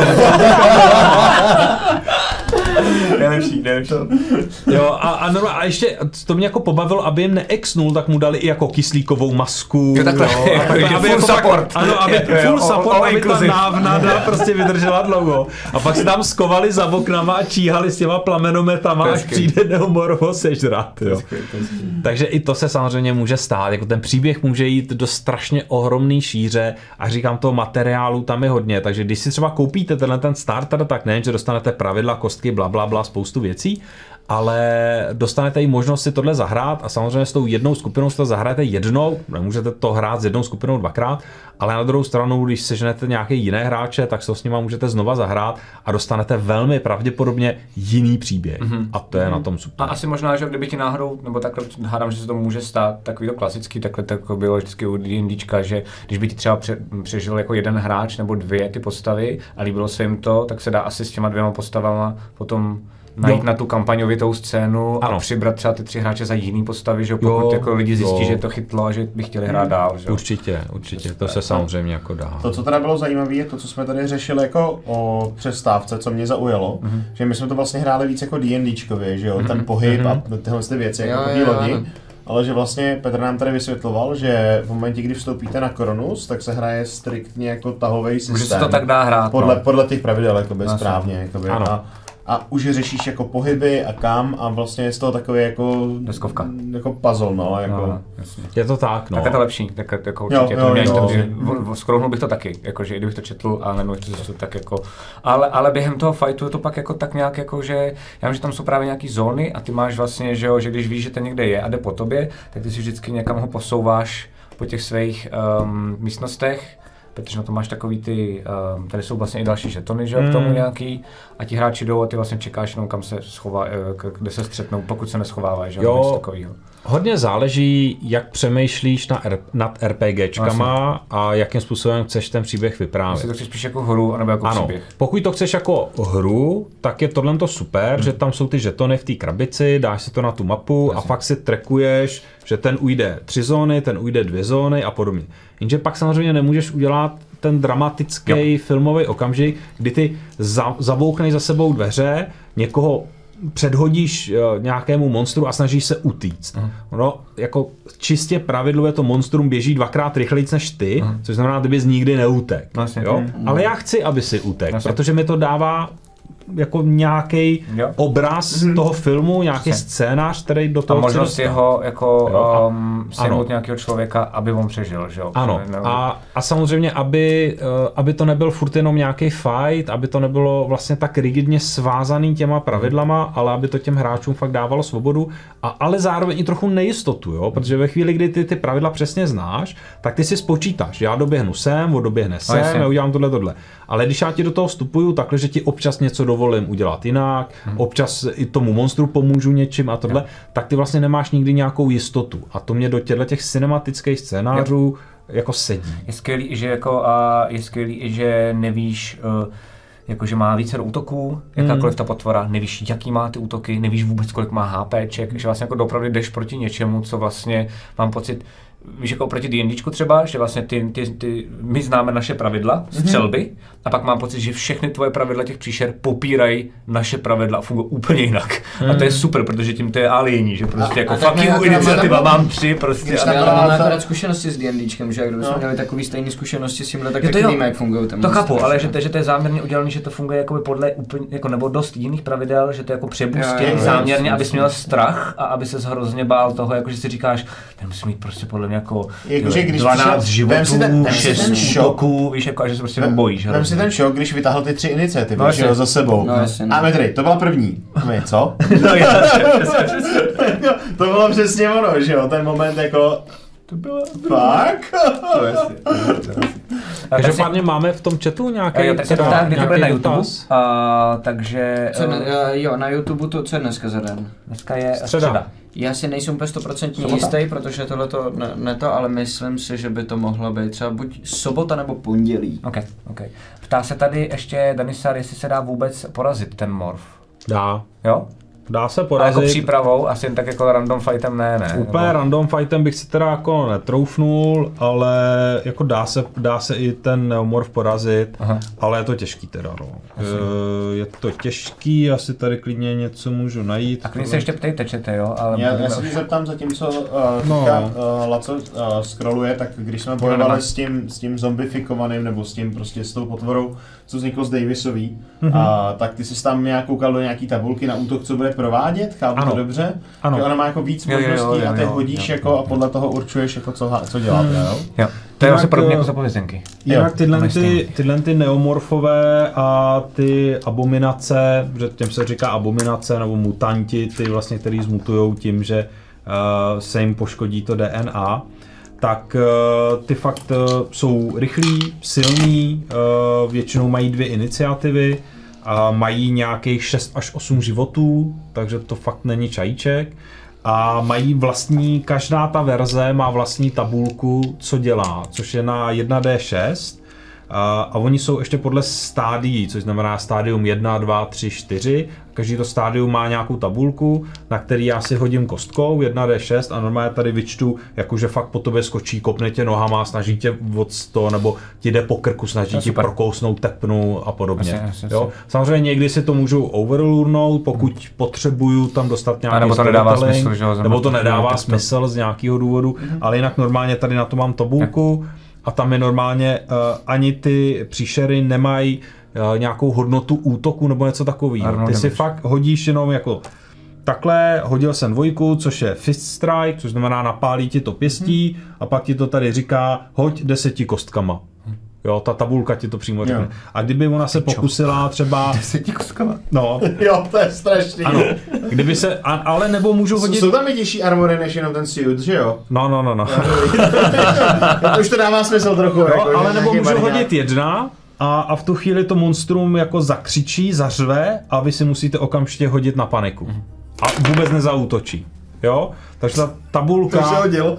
Nejlepší, nejlepší. Jo, a, a, no, a ještě to mě jako pobavilo, aby jim neexnul, tak mu dali i jako kyslíkovou masku. Jo, takhle, jo, jako, aby, full aby jako support. Tak, ano, aby Jo, jo, full support, all aby ta inclusive. návnada prostě vydržela dlouho. A pak se tam skovali za oknama a číhali s těma plamenometama, až přijde neumor ho sežrat. Jo. Takže i to se samozřejmě může stát. Jako ten příběh může jít do strašně ohromný šíře a říkám, toho materiálu tam je hodně. Takže když si třeba koupíte tenhle ten starter, tak nejen, že dostanete pravidla, kostky, bla, bla, bla, spoustu věcí, ale dostanete i možnost si tohle zahrát a samozřejmě s tou jednou skupinou si to zahrajete jednou, nemůžete to hrát s jednou skupinou dvakrát, ale na druhou stranu, když seženete nějaké jiné hráče, tak se s nima můžete znova zahrát a dostanete velmi pravděpodobně jiný příběh. Mm-hmm. A to je mm-hmm. na tom super. A asi možná, že kdyby ti náhodou, nebo takhle hádám, že se to může stát, takový to klasický, takhle to bylo vždycky u D&Dčka, že když by ti třeba pře- přežil jako jeden hráč nebo dvě ty postavy a líbilo se jim to, tak se dá asi s těma dvěma postavama potom najít jo. na tu kampaňovitou scénu ano. a přibrat třeba ty tři hráče za jiný postavy, že pokud jo, jako lidi zjistí, jo. že to chytlo a že by chtěli hrát dál. Že? Určitě, určitě, to se samozřejmě jako dá. To, co teda bylo zajímavé, je to, co jsme tady řešili jako o přestávce, co mě zaujalo, mm-hmm. že my jsme to vlastně hráli víc jako D&Dčkově, že jo, mm-hmm. ten pohyb mm-hmm. a tyhle ty věci, jako takový lodi. Ale že vlastně Petr nám tady vysvětloval, že v momentě, kdy vstoupíte na Kronus, tak se hraje striktně jako tahovej systém. Že se to tak dá hrát. Podle, no. podle těch pravidel, jakoby no, správně. Jakoby. A, a už řešíš jako pohyby a kam a vlastně je z toho takový jako... Deskovka. Jako puzzle, no. Jako. no je to tak, no. Tak je to lepší, tak jako určitě. Jo, jo, to jo. Skrouhnul bych to taky, jakože i kdybych to četl a nemohl to zase tak jako... Ale, ale během toho fightu je to pak jako tak nějak jako, že... Já vím, že tam jsou právě nějaký zóny a ty máš vlastně, že jo, že když víš, že ten někde je a jde po tobě, tak ty si vždycky někam ho posouváš po těch svých um, místnostech. Protože na to máš takový ty, um, tady jsou vlastně i další žetony, že k tomu nějaký a ti hráči jdou a ty vlastně čekáš jenom kam se schová, kde se střetnou, pokud se neschovávají, že jo, takovýho. Hodně záleží, jak přemýšlíš na R, nad RPGčkama vlastně. A jakým způsobem chceš ten příběh vyprávět. Jestli to chceš spíš jako hru, anebo jako ano. příběh. Pokud to chceš jako hru, tak je tohle to super, hmm. že tam jsou ty žetony v té krabici, dáš si to na tu mapu vlastně. A fakt si trackuješ, že ten ujde tři zóny, ten ujde dvě zóny a podobně. Jenže pak samozřejmě nemůžeš udělat ten dramatický jo. filmový okamžik, kdy ty za, zabouchneš za sebou dveře, někoho předhodíš uh, nějakému monstru a snažíš se utíct. Uh-huh. No, jako čistě pravidlově to monstrum běží dvakrát rychlejc než ty, uh-huh. což znamená, ty bys nikdy neutek. Vlastně. Jo? Uh-huh. Ale já chci, aby si utek, vlastně. Protože mi to dává jako nějaký obraz mm-hmm. toho filmu, nějaký Jasně. scénář, který do toho a možnost jeho jako um, sejmout nějakého člověka, aby on přežil, že jo? Ano. A, a samozřejmě, aby, uh, aby to nebyl furt jenom nějaký fight, aby to nebylo vlastně tak rigidně svázaný těma pravidlama, mm. ale aby to těm hráčům fakt dávalo svobodu, a, ale zároveň i trochu nejistotu, jo? Protože ve chvíli, kdy ty ty pravidla přesně znáš, tak ty si spočítáš, já doběhnu sem, on doběhne sem, já udělám tohle, tohle. Ale když já ti do toho vstupuju takhle, že ti občas něco dovolím udělat jinak, hmm. občas i tomu monstru pomůžu něčím a tohle, hmm. tak ty vlastně nemáš nikdy nějakou jistotu. A to mě do těchto těch cinematických scénářů hmm. jako sedí. Je skvělý, že jako a je skvělý, že nevíš, uh, jakože má více útoků, jakákoliv ta potvora, nevíš, jaký má ty útoky, nevíš vůbec, kolik má HPček, že vlastně jako dopravdy jdeš proti něčemu, co vlastně mám pocit, víš, jako oproti D&Dčku třeba, že vlastně ty, ty, ty, my známe naše pravidla, střelby, mm-hmm. a pak mám pocit, že všechny tvoje pravidla těch příšer popírají naše pravidla a fungují úplně jinak. Mm. A to je super, protože tím to je aliení, že prostě a, jako fuck you, iniciativa, mám tři prostě. Když já mám akorát zkušenosti s D&Dčkem, že kdybychom no. měli takový stejný zkušenosti s tímhle, tak taky víme, jak fungují tam. To chápu, ale že to, že to je záměrně udělané, že to funguje jakoby podle úplně, jako nebo dost jiných pravidel, že to je jako přebustěný záměrně, abys měl strach a aby ses hrozně bál toho, jako že si říkáš, ten musí mít prostě podle mě jako Jakože když dvanáct životů, šest útoků, víš, jako, a že se prostě bojíš. Vem si ten šok, když vytáhl ty tři iniciativy, no, že za sebou. No, jasně, no. A Medry, to byla první. My, co? No jasně, přesně, přesně. To bylo přesně ono, že jo, ten moment jako To bylo... Fakt? To je si. Každopádně máme v tom chatu nějaký, jo, tak se to teda, dá, kdy to bude na YouTube, dotaz? a, takže... Co, uh, ne, jo, na YouTube to, co je dneska za den? Dneska je Středa. středa. Já si nejsem úplně stoprocentně Sobota? jistý, protože tohle to ne, ne to, ale myslím si, že by to mohla být třeba buď sobota nebo pondělí. OK, OK. Ptá se tady ještě Danisar, jestli se dá vůbec porazit ten morf. Dá. Jo? Dá se A jako porazit. přípravou, asi jen tak jako random fightem ne, ne. Úplně nebo... random fightem bych si teda jako netroufnul, ale jako dá se, dá se i ten Neomorf porazit, Aha. ale je to těžký teda, no. E, je to těžký, asi tady klidně něco můžu najít. A klidně se ještě ptejte, čete, jo? Ale Já, budeme já se už- ti zeptám, zatímco uh, No. teďka uh, Laco uh, scrolluje, tak když jsme bojovali s tím, s tím zombifikovaným, nebo s tím prostě s tou potvorou, co vzniklo z Davisový, Mhm. a tak ty jsi tam nějak koukal do nějaký tabulky na útok, co bude provádět, chápu Ano. to dobře? Ano. Že ona má jako víc Jo, jo, jo, možností jo, a ty jo, hodíš jo, jako jo. a podle toho určuješ jako co, ha- co dělat, Hmm. jo? Jo. To je Jinak, vlastně podobně eh, jako za povězenky. Jinak Jo, tyhle, máš ty, stejný. tyhle ty neomorfové a ty abominace, že těm se říká abominace nebo mutanti, ty vlastně, který zmutujou tím, že uh, se jim poškodí to D N A, tak uh, ty fakt uh, jsou rychlí, silní, uh, většinou mají dvě iniciativy, a mají nějakých šest až osm životů, takže to fakt není čajíček. A mají vlastní, každá ta verze má vlastní tabulku, co dělá, což je na jedna dé šest. A, a oni jsou ještě podle stádií, což znamená stádium jedna, dva, tři, čtyři. Každý to stádium má nějakou tabulku, na který já si hodím kostkou jedna dé šest a normálně tady vyčtu, jakože fakt po tobě skočí, kopne tě nohama, snaží tě od sto, nebo ti jde po krku, snaží ti super. prokousnout, tepnu a podobně. Asi, asi, Jo? Samozřejmě někdy si to můžu overrulnout, pokud hmm. potřebuju tam dostat nějaký A nebo to nedává storytelling, smysl, že jo, nebo to zrovna nedává to- smysl z nějakého důvodu, ale jinak normálně tady na to mám tabulku a tam je normálně uh, ani ty příšery nemají uh, nějakou hodnotu útoku nebo něco takového. Arno, Ty si nebudeš. fakt hodíš jenom jako takhle, hodil jsem dvojku, což je fist strike, což znamená napálí ti to pěstí hmm. a pak ti to tady říká hoď deseti kostkama. Jo, ta tabulka ti to přímo řekne. Jo. A kdyby ona se pokusila třeba... Deseti kostkama. No, Jo, to je strašný. ano. Kdyby se... A, ale nebo můžu Jsou, hodit... jsou tam i těžší armory než jenom ten suit, že jo? No, no, no, no. To už to dává smysl trochu. Jo, jako, ale že nebo nějaký můžu variant. hodit jedna a, a v tu chvíli to monstrum jako zakřičí, zařve a vy si musíte okamžitě hodit na paniku. A vůbec nezaútočí. Jo? Takže ta To tabulka, se hodil.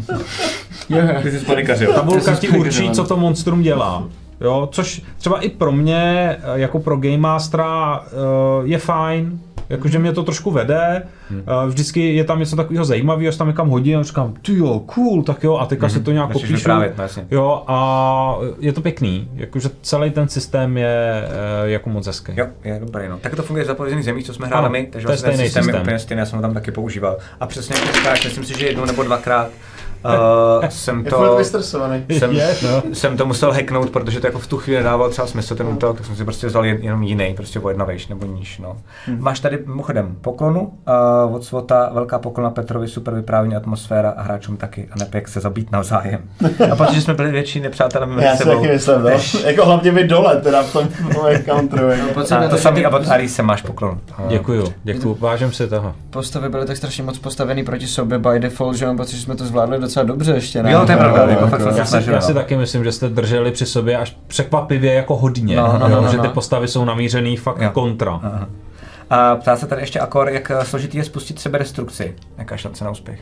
Ty jsi spanikařil. tabulka ti určí, co to monstrum dělá. Jo? Což třeba i pro mě, jako pro Game Mastera, eh, je fajn. Jakože mě to trošku vede, hmm. vždycky je tam něco takového zajímavého, že tam někam hodím a říkám, ty jo, cool, tak jo, a teďka hmm. si to nějak Začneš popíšu. vyprávět, no jasně. Jo, a je to pěkný, jakože celý ten systém je e, jako moc hezký. Jo, je dobrý, no. Tak to funguje v zapovězených zemích, co jsme hráli Ano, my, takže to je vlastně ten stejný systém, systém. je úplně stejný, já jsem ho tam taky používal. A přesně jak říkáš, myslím si, že jednou nebo dvakrát uh, jsem Je furt to... vystresovaný. Jsem, Je, no. jsem to musel hacknout, protože to jako v tu chvíli nedával třeba smysl ten útok, tak jsem si prostě vzal jen, jenom jiný, prostě o jedna vejš nebo níž, no. Hmm. Máš tady mimochodem poklonu uh, od Svota, velká poklona Petrovi, super vyprávění, atmosféra a hráčům taky a nepěk se zabít navzájem. A protože jsme byli větší nepřátelé mezi Já si sebou. taky myslím, no. Jako hlavně vy dole, teda v tom counteru. jako. Pocit A na to že samý ty Avatar se máš poklon. Děkuju, děkuju, vážím si toho. postavy byly tak strašně moc postavený proti sobě by default, že mám pocit, že jsme to zvládli docela dobře ještě. Ne? Jo, to je pravda, No, jako jako- fakt jsem se Já si, snažil, já si no. taky myslím, že jste drželi při sobě až překvapivě jako hodně, No, no, jo, no, že no, ty no. postavy jsou namířený fakt Jo. kontra. Aha. A ptá se tady ještě Akor, jak složitý je spustit sebedestrukci. Jaká šance na úspěch?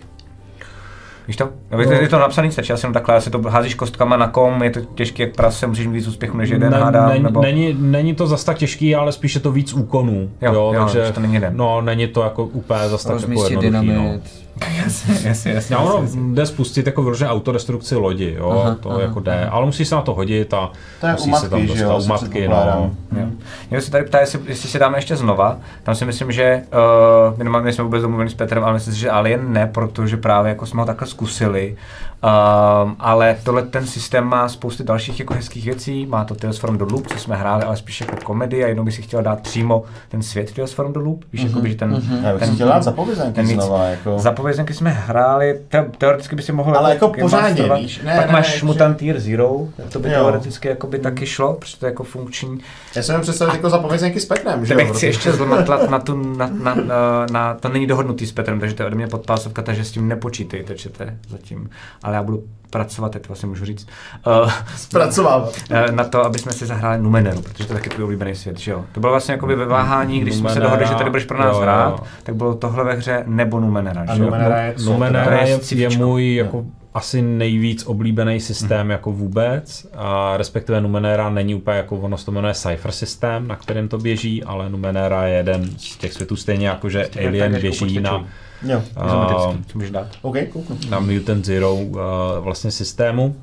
Víš to? No, je to napsaný, stačí asi jenom takhle, asi to házíš kostkama na kom, je to těžké jak prase, musíš mít víc úspěchů než jeden, Ne- hádám, není, nebo... není, není to zas tak těžký, ale spíš je to víc úkonů. Jo, jo, takže že to není jeden. No, není to jako úplně zas tak jako Rozmístit jednoduchý. No. dynamit. Jasně, jasně, jasně. No, ono jasně. jde spustit jako vyloženě autodestrukci lodi, jo, Aha, to aha, jako jde, ale musí se na to hodit a To je u musí se tam matky, že dostat jo, u si matky, předpokládám. no. Jo. Někdo se tady ptá, jestli, jestli si dáme ještě znova. Tam si myslím, že uh, my nemá- nejsme vůbec domluveni s Petrem, ale myslím si, že Alien ne, protože právě jako jsme ho takhle zkusili. Um, ale tohle ten systém má spousty dalších jako hezkých věcí. Má to Tales from the Loop, co jsme hráli, ale spíš jako komedii a jednou bych si chtěl dát přímo ten svět Tales from the Loop. Víš, mm-hmm. jakoby, že ten, Já bych ten, si chtěl dát zapovězenky ten víc- znova, jako. Zapovězenky jsme hráli, te, teoreticky by si mohl Ale jako Game pořádně, Masterovat. víš, ne, Pak ne, máš ne, Mutant Year Zero, tak to by Jo. teoreticky jakoby taky šlo, protože to je jako funkční. Já jsem mi představil A takový jako za povězenky spektrem, že Tebe jo? chci ještě zlomit na tu, na, na, na, na, to není dohodnutý spektrem, takže to je ode mě podpásovka, takže s tím nepočítejte, čete zatím. Ale já budu pracovat, teď vlastně můžu říct. Uh, Zpracovávat. Na to, aby jsme si zahráli Numeneru, protože to je taky tvůj oblíbený svět, že jo? To bylo vlastně jakoby ve váhání, když jsme se dohodli, že tady budeš pro nás jo, hrát, jo. tak bylo tohle ve hře nebo Numenera, A že jo? Numenera je co? Numenera je, je sci-fičko. můj jako asi nejvíc oblíbený systém hmm. jako vůbec, a respektive Numenera není úplně jako, ono se to jmenuje Cypher systém, na kterém to běží, ale Numenera je jeden z těch světů, stejně jako, že Alien běží na, Jo, uh, co můžeš dát? OK, cool. na Mutant Zero uh, vlastně systému,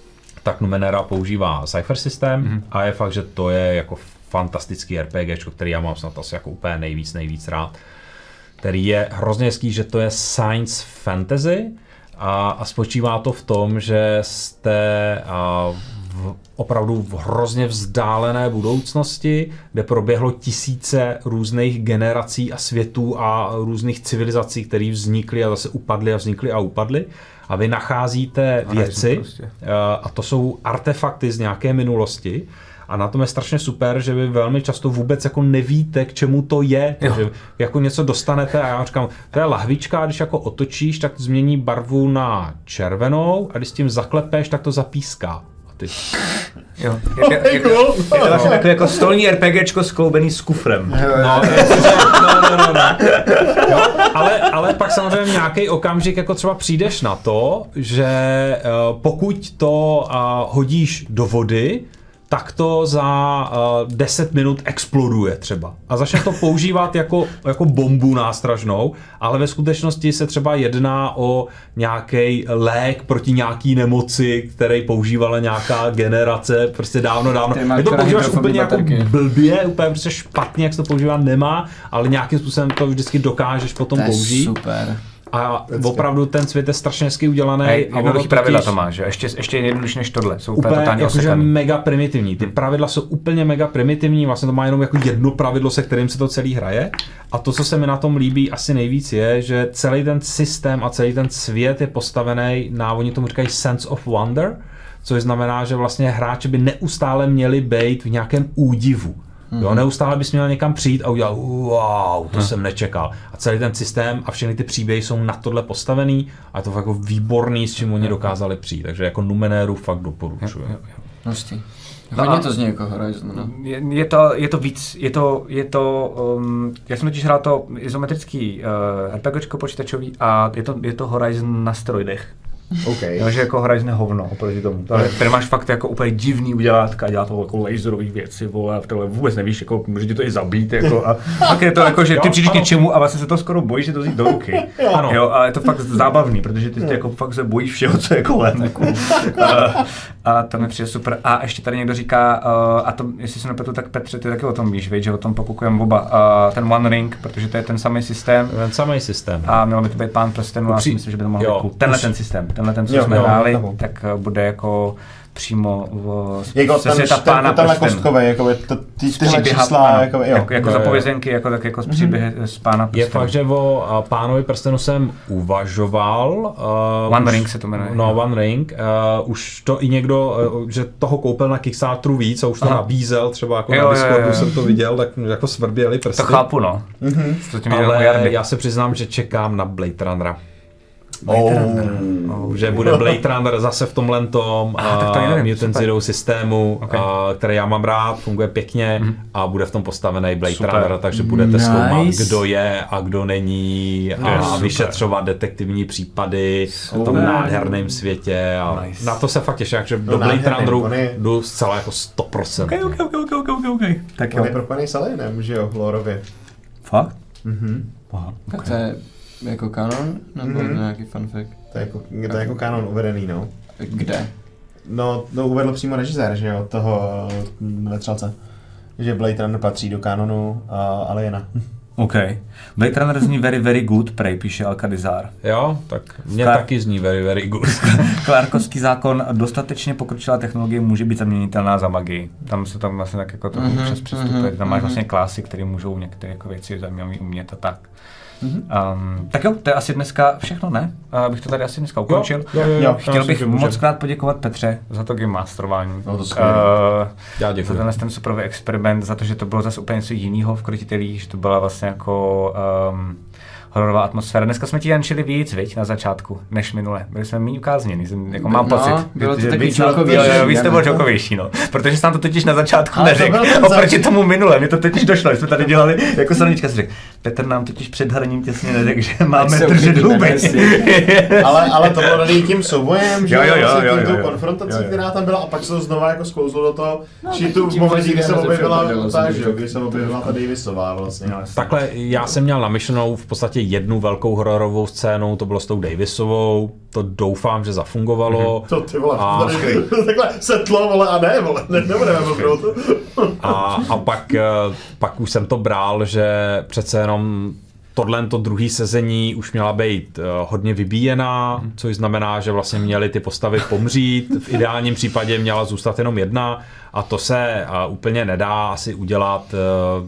tak Numenera používá Cypher systém hmm. a je fakt, že to je jako fantastický RPGčko, který já mám snad asi jako úplně nejvíc, nejvíc rád, který je hrozně hezký, že to je science fantasy, A, a spočívá to v tom, že jste a, v, opravdu v hrozně vzdálené budoucnosti, kde proběhlo tisíce různých generací a světů a různých civilizací, které vznikly a zase upadly a vznikly a upadly. A vy nacházíte věci, prostě. a, a to jsou artefakty z nějaké minulosti. A na tom je strašně super, že vy velmi často vůbec jako nevíte, k čemu to je. Takže jako něco dostanete a já říkám, to je lahvička, a když jako otočíš, tak změní barvu na červenou a když s tím zaklepeš, tak to zapíská. A ty... Jo, je, je, je, je, cool. je to vlastně takové jako stolní RPGčko skloubený s kufrem. No, no, no, no, no. Jo, ale, ale pak samozřejmě nějaký okamžik jako třeba přijdeš na to, že uh, pokud to uh, hodíš do vody, tak to za uh, deset minut exploduje třeba. A začne to používat jako, jako bombu nástražnou, ale ve skutečnosti se třeba jedná o nějaký lék proti nějaký nemoci, který používala nějaká generace prostě dávno, dávno. Je to používáš úplně jako blbě, úplně prostě špatně, jak se to používá nemá, ale nějakým způsobem to vždycky dokážeš potom použít. Super. A opravdu ten svět je strašně hezky udělaný. Hej, jednoduchý pravidla to má, že? Ještě, ještě jednodušší než tohle. Jsou úplně, úplně totálně jakože mega primitivní. Ty pravidla jsou úplně mega primitivní, vlastně to má jenom jako jedno pravidlo, se kterým se to celý hraje. A to, co se mi na tom líbí asi nejvíc, je, že celý ten systém a celý ten svět je postavený na, oni tomu říkají sense of wonder, což znamená, že vlastně hráči by neustále měli být v nějakém údivu. Mm-hmm. Jo, neustále bys měl někam přijít a udělat wow, to hmm. jsem nečekal. A celý ten systém a všechny ty příběhy jsou na tohle postavený a je to fakt jako výborný, s čím oni dokázali přijít. Takže jako Numeneru fakt doporučuji. Hustý. Hodně no to zní jako Horizon, no. Je, je, to, je to víc, je to, je to, um, já jsem totiž hrál to izometrický uh, RPGčko počítačový a je to, je to Horizon na steroidech. Okay. Jo, že jako Horizon je hovno oproti tomu. Tady máš fakt jako úplně divný udělátka, dělá to jako laserový věci, vole, a tohle vůbec nevíš, jako může tě to i zabít, jako a tak je to jako, že ty přijdeš k něčemu a vlastně se to skoro bojíš, že to vzít do ruky. Ano. Jo, a je to fakt zábavný, protože ty, ty jako fakt se bojíš všeho, co je kolem. Jako. a, a to mi přijde super. A ještě tady někdo říká, uh, a to, jestli se nepletu, tak Petře, ty taky o tom víš, víš, že o tom pokukujeme oba, uh, ten One Ring, protože to je ten samý systém. Ten samý systém. A mělo by to být Pán prstenů, a si myslím, že by to mohlo být tenhle ten systém. Tenhle ten, co jo, jsme jo, hráli, jo. tak bude jako přímo v jako se světa Pána prstenů. Kostkové, jako to, ty, tyhle čísla, jako, jo. Jako, jako zapovězenky, jako, tak jako z příběhy mm-hmm. z Pána prstenů. Je fakt, že o Pánovi prstenu jsem uvažoval. Uh, One už, Ring se to jmenuje. No, One Ring. Uh, už to i někdo, uh, že toho koupil na Kickstarteru víc a už to Aha. nabízel, třeba jako jo, na Discordu jo, jo. jsem to viděl, tak jako svrběli prsty. To chápu, no. Mm-hmm. Ale já se přiznám, že čekám na Blade Runnera. Oh. Oh, že bude Blade Runner zase v tomhle tom ah, uh, Mutant Zero systému, okay. uh, který já mám rád, funguje pěkně mm. a bude v tom postavený Blade super. Runner, takže budete nice. zkoumat, kdo je a kdo není a yes, vyšetřovat detektivní případy v tom nádherném světě a nice. Na to se fakt těším, že do no, Blade Runneru je... jdu zcela jako sto procent. Okay, okay, okay, okay, okay, okay. Tak on je propojený s Alienem, že jo, lorově. Fakt? Mhm. Aha, okay. To je jako kanon, nebo mm-hmm. nějaký fun fact? To je jako, to je jako kanon uvedený, no. Kde? No, to uvedl přímo režisér, že jo, toho Vetřelce. Že Blade Runner patří do kanonu uh, Aliena. OK. Blade Runner zní very, very good, prej, píše Alcadizar. Jo, tak mě Klar... taky zní very, very good. Clarkovský zákon, dostatečně pokročilá technologie může být zaměnitelná za magii. Tam se tam vlastně tak jako trochu mm-hmm, přes přestupuje. Mm-hmm, tam máš vlastně klasy, které můžou některé jako věci zajímavé umět a tak. Mm-hmm. Um, tak jo, to je asi dneska všechno, ne? Uh, bych to tady asi dneska ukončil. Jo, jo, jo, Chtěl bych moc krát poděkovat Petře za to game masterování. No to uh, Já děkuji. Za tenhle ten superový experiment, za to, že to bylo zase úplně něco jiného v Krotitelích, že to byla vlastně jako um, hororová atmosféra. Dneska jsme ti jančili víc, viď, na začátku, než minule. Byli jsme méně ukázněni, jako mám no, pocit. bylo to že, taky víc, celkovější. jo, jo, víc to bylo jokovější, no. Protože jsi nám to totiž na začátku Ale neřekl. to byl ten Oproti zač- tomu minule, mi to totiž došlo, jsme tady dělali, jako sranička si řekl, Petr nám totiž před hraním těsně neřekl, že máme se držet uvidíme, huby. ale, ale to bylo daný tím soubojem, že Jo, jo, jo, vlastně jo, tím jo, tou jo. konfrontací, Jo, jo. která tam byla a pak se to znova jako sklouzlo do toho, No, či tak tu v tím momentě, kdy se vozíkem objevila ze všeho ta, padlo, že jo, jsem kdy se objevila ta Davisová vlastně. No, jasně. Takhle, já jsem měl namyšlenou v podstatě jednu velkou hororovou scénu, to bylo s tou Davisovou, to doufám, že zafungovalo. To ty vole, A- tady, takhle setlo, vole, a ne, vole, ne, nebudeme blbnout. A, a pak, eh, pak už jsem to bral, že přece jenom tohle to druhý sezení už měla být uh, hodně vybíjená, což znamená, že vlastně měly ty postavy pomřít, v ideálním případě měla zůstat jenom jedna a to se uh, úplně nedá asi udělat uh,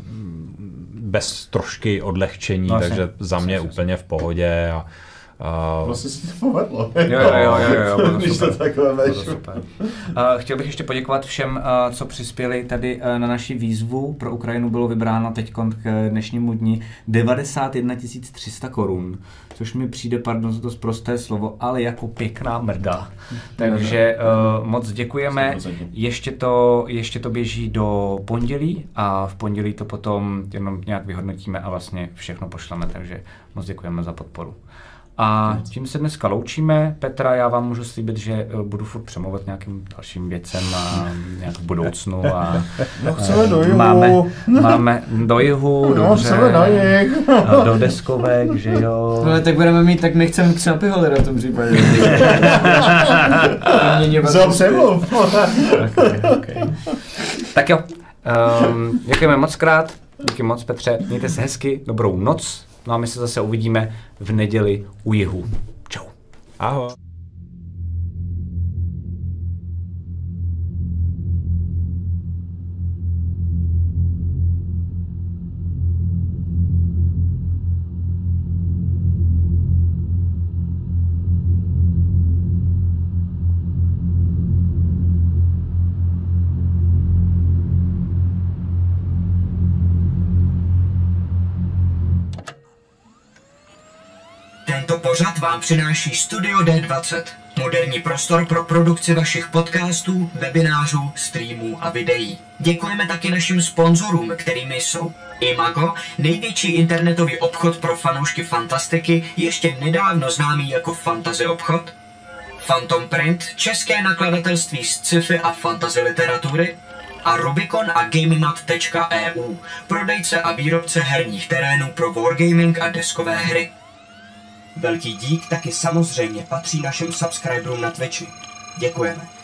bez trošky odlehčení, No, takže jasně. za mě Jasně, úplně v pohodě. A, uh, Vlastně se to povedlo. Jo, jo, jo, jo, jo, bylo Když to super. takové Bylo veš. super. Uh, chtěl bych ještě poděkovat všem, uh, co přispěli tady uh, na naši výzvu. Pro Ukrajinu bylo vybráno teď k dnešnímu dni devadesát jedna tisíc tři sta korun, což mi přijde, pardon za to sprosté slovo, ale jako pěkná mrda. Takže uh, moc děkujeme. sto procent. Ještě to, ještě to běží do pondělí a v pondělí to potom jenom nějak vyhodnotíme a vlastně všechno pošleme, takže moc děkujeme za podporu. A tím se dneska loučíme. Petra, já vám můžu slíbit, že eh, budu furt přemlouvat nějakým dalším věcem a nějak v budoucnu. A, No chceme do jihu. Máme, máme do jihu, No dobře. chceme na jich. A do deskovek, že jo. Ale tak budeme mít, tak my chceme třeba piholy v tom případě. Za přemluv. Okay, okay. Tak jo, um, děkujeme moc krát. Díky moc, Petře. Mějte se hezky, dobrou noc. No a my se zase uvidíme v neděli u jihu. Čau. ahoj. Tento pořad vám přináší Studio D dvacet. Moderní prostor pro produkci vašich podcastů, webinářů, streamů a videí. Děkujeme taky našim sponzorům, kterými jsou Imago, největší internetový obchod pro fanoušky fantastiky, ještě nedávno známý jako Fantasy obchod, Phantom Print, české nakladatelství z sci-fi a fantasy literatury, a Rubicon a Gamemat tečka e u, prodejce a výrobce herních terénů pro wargaming a deskové hry. Velký dík taky samozřejmě patří našim subscriberům na Twitchi. Děkujeme.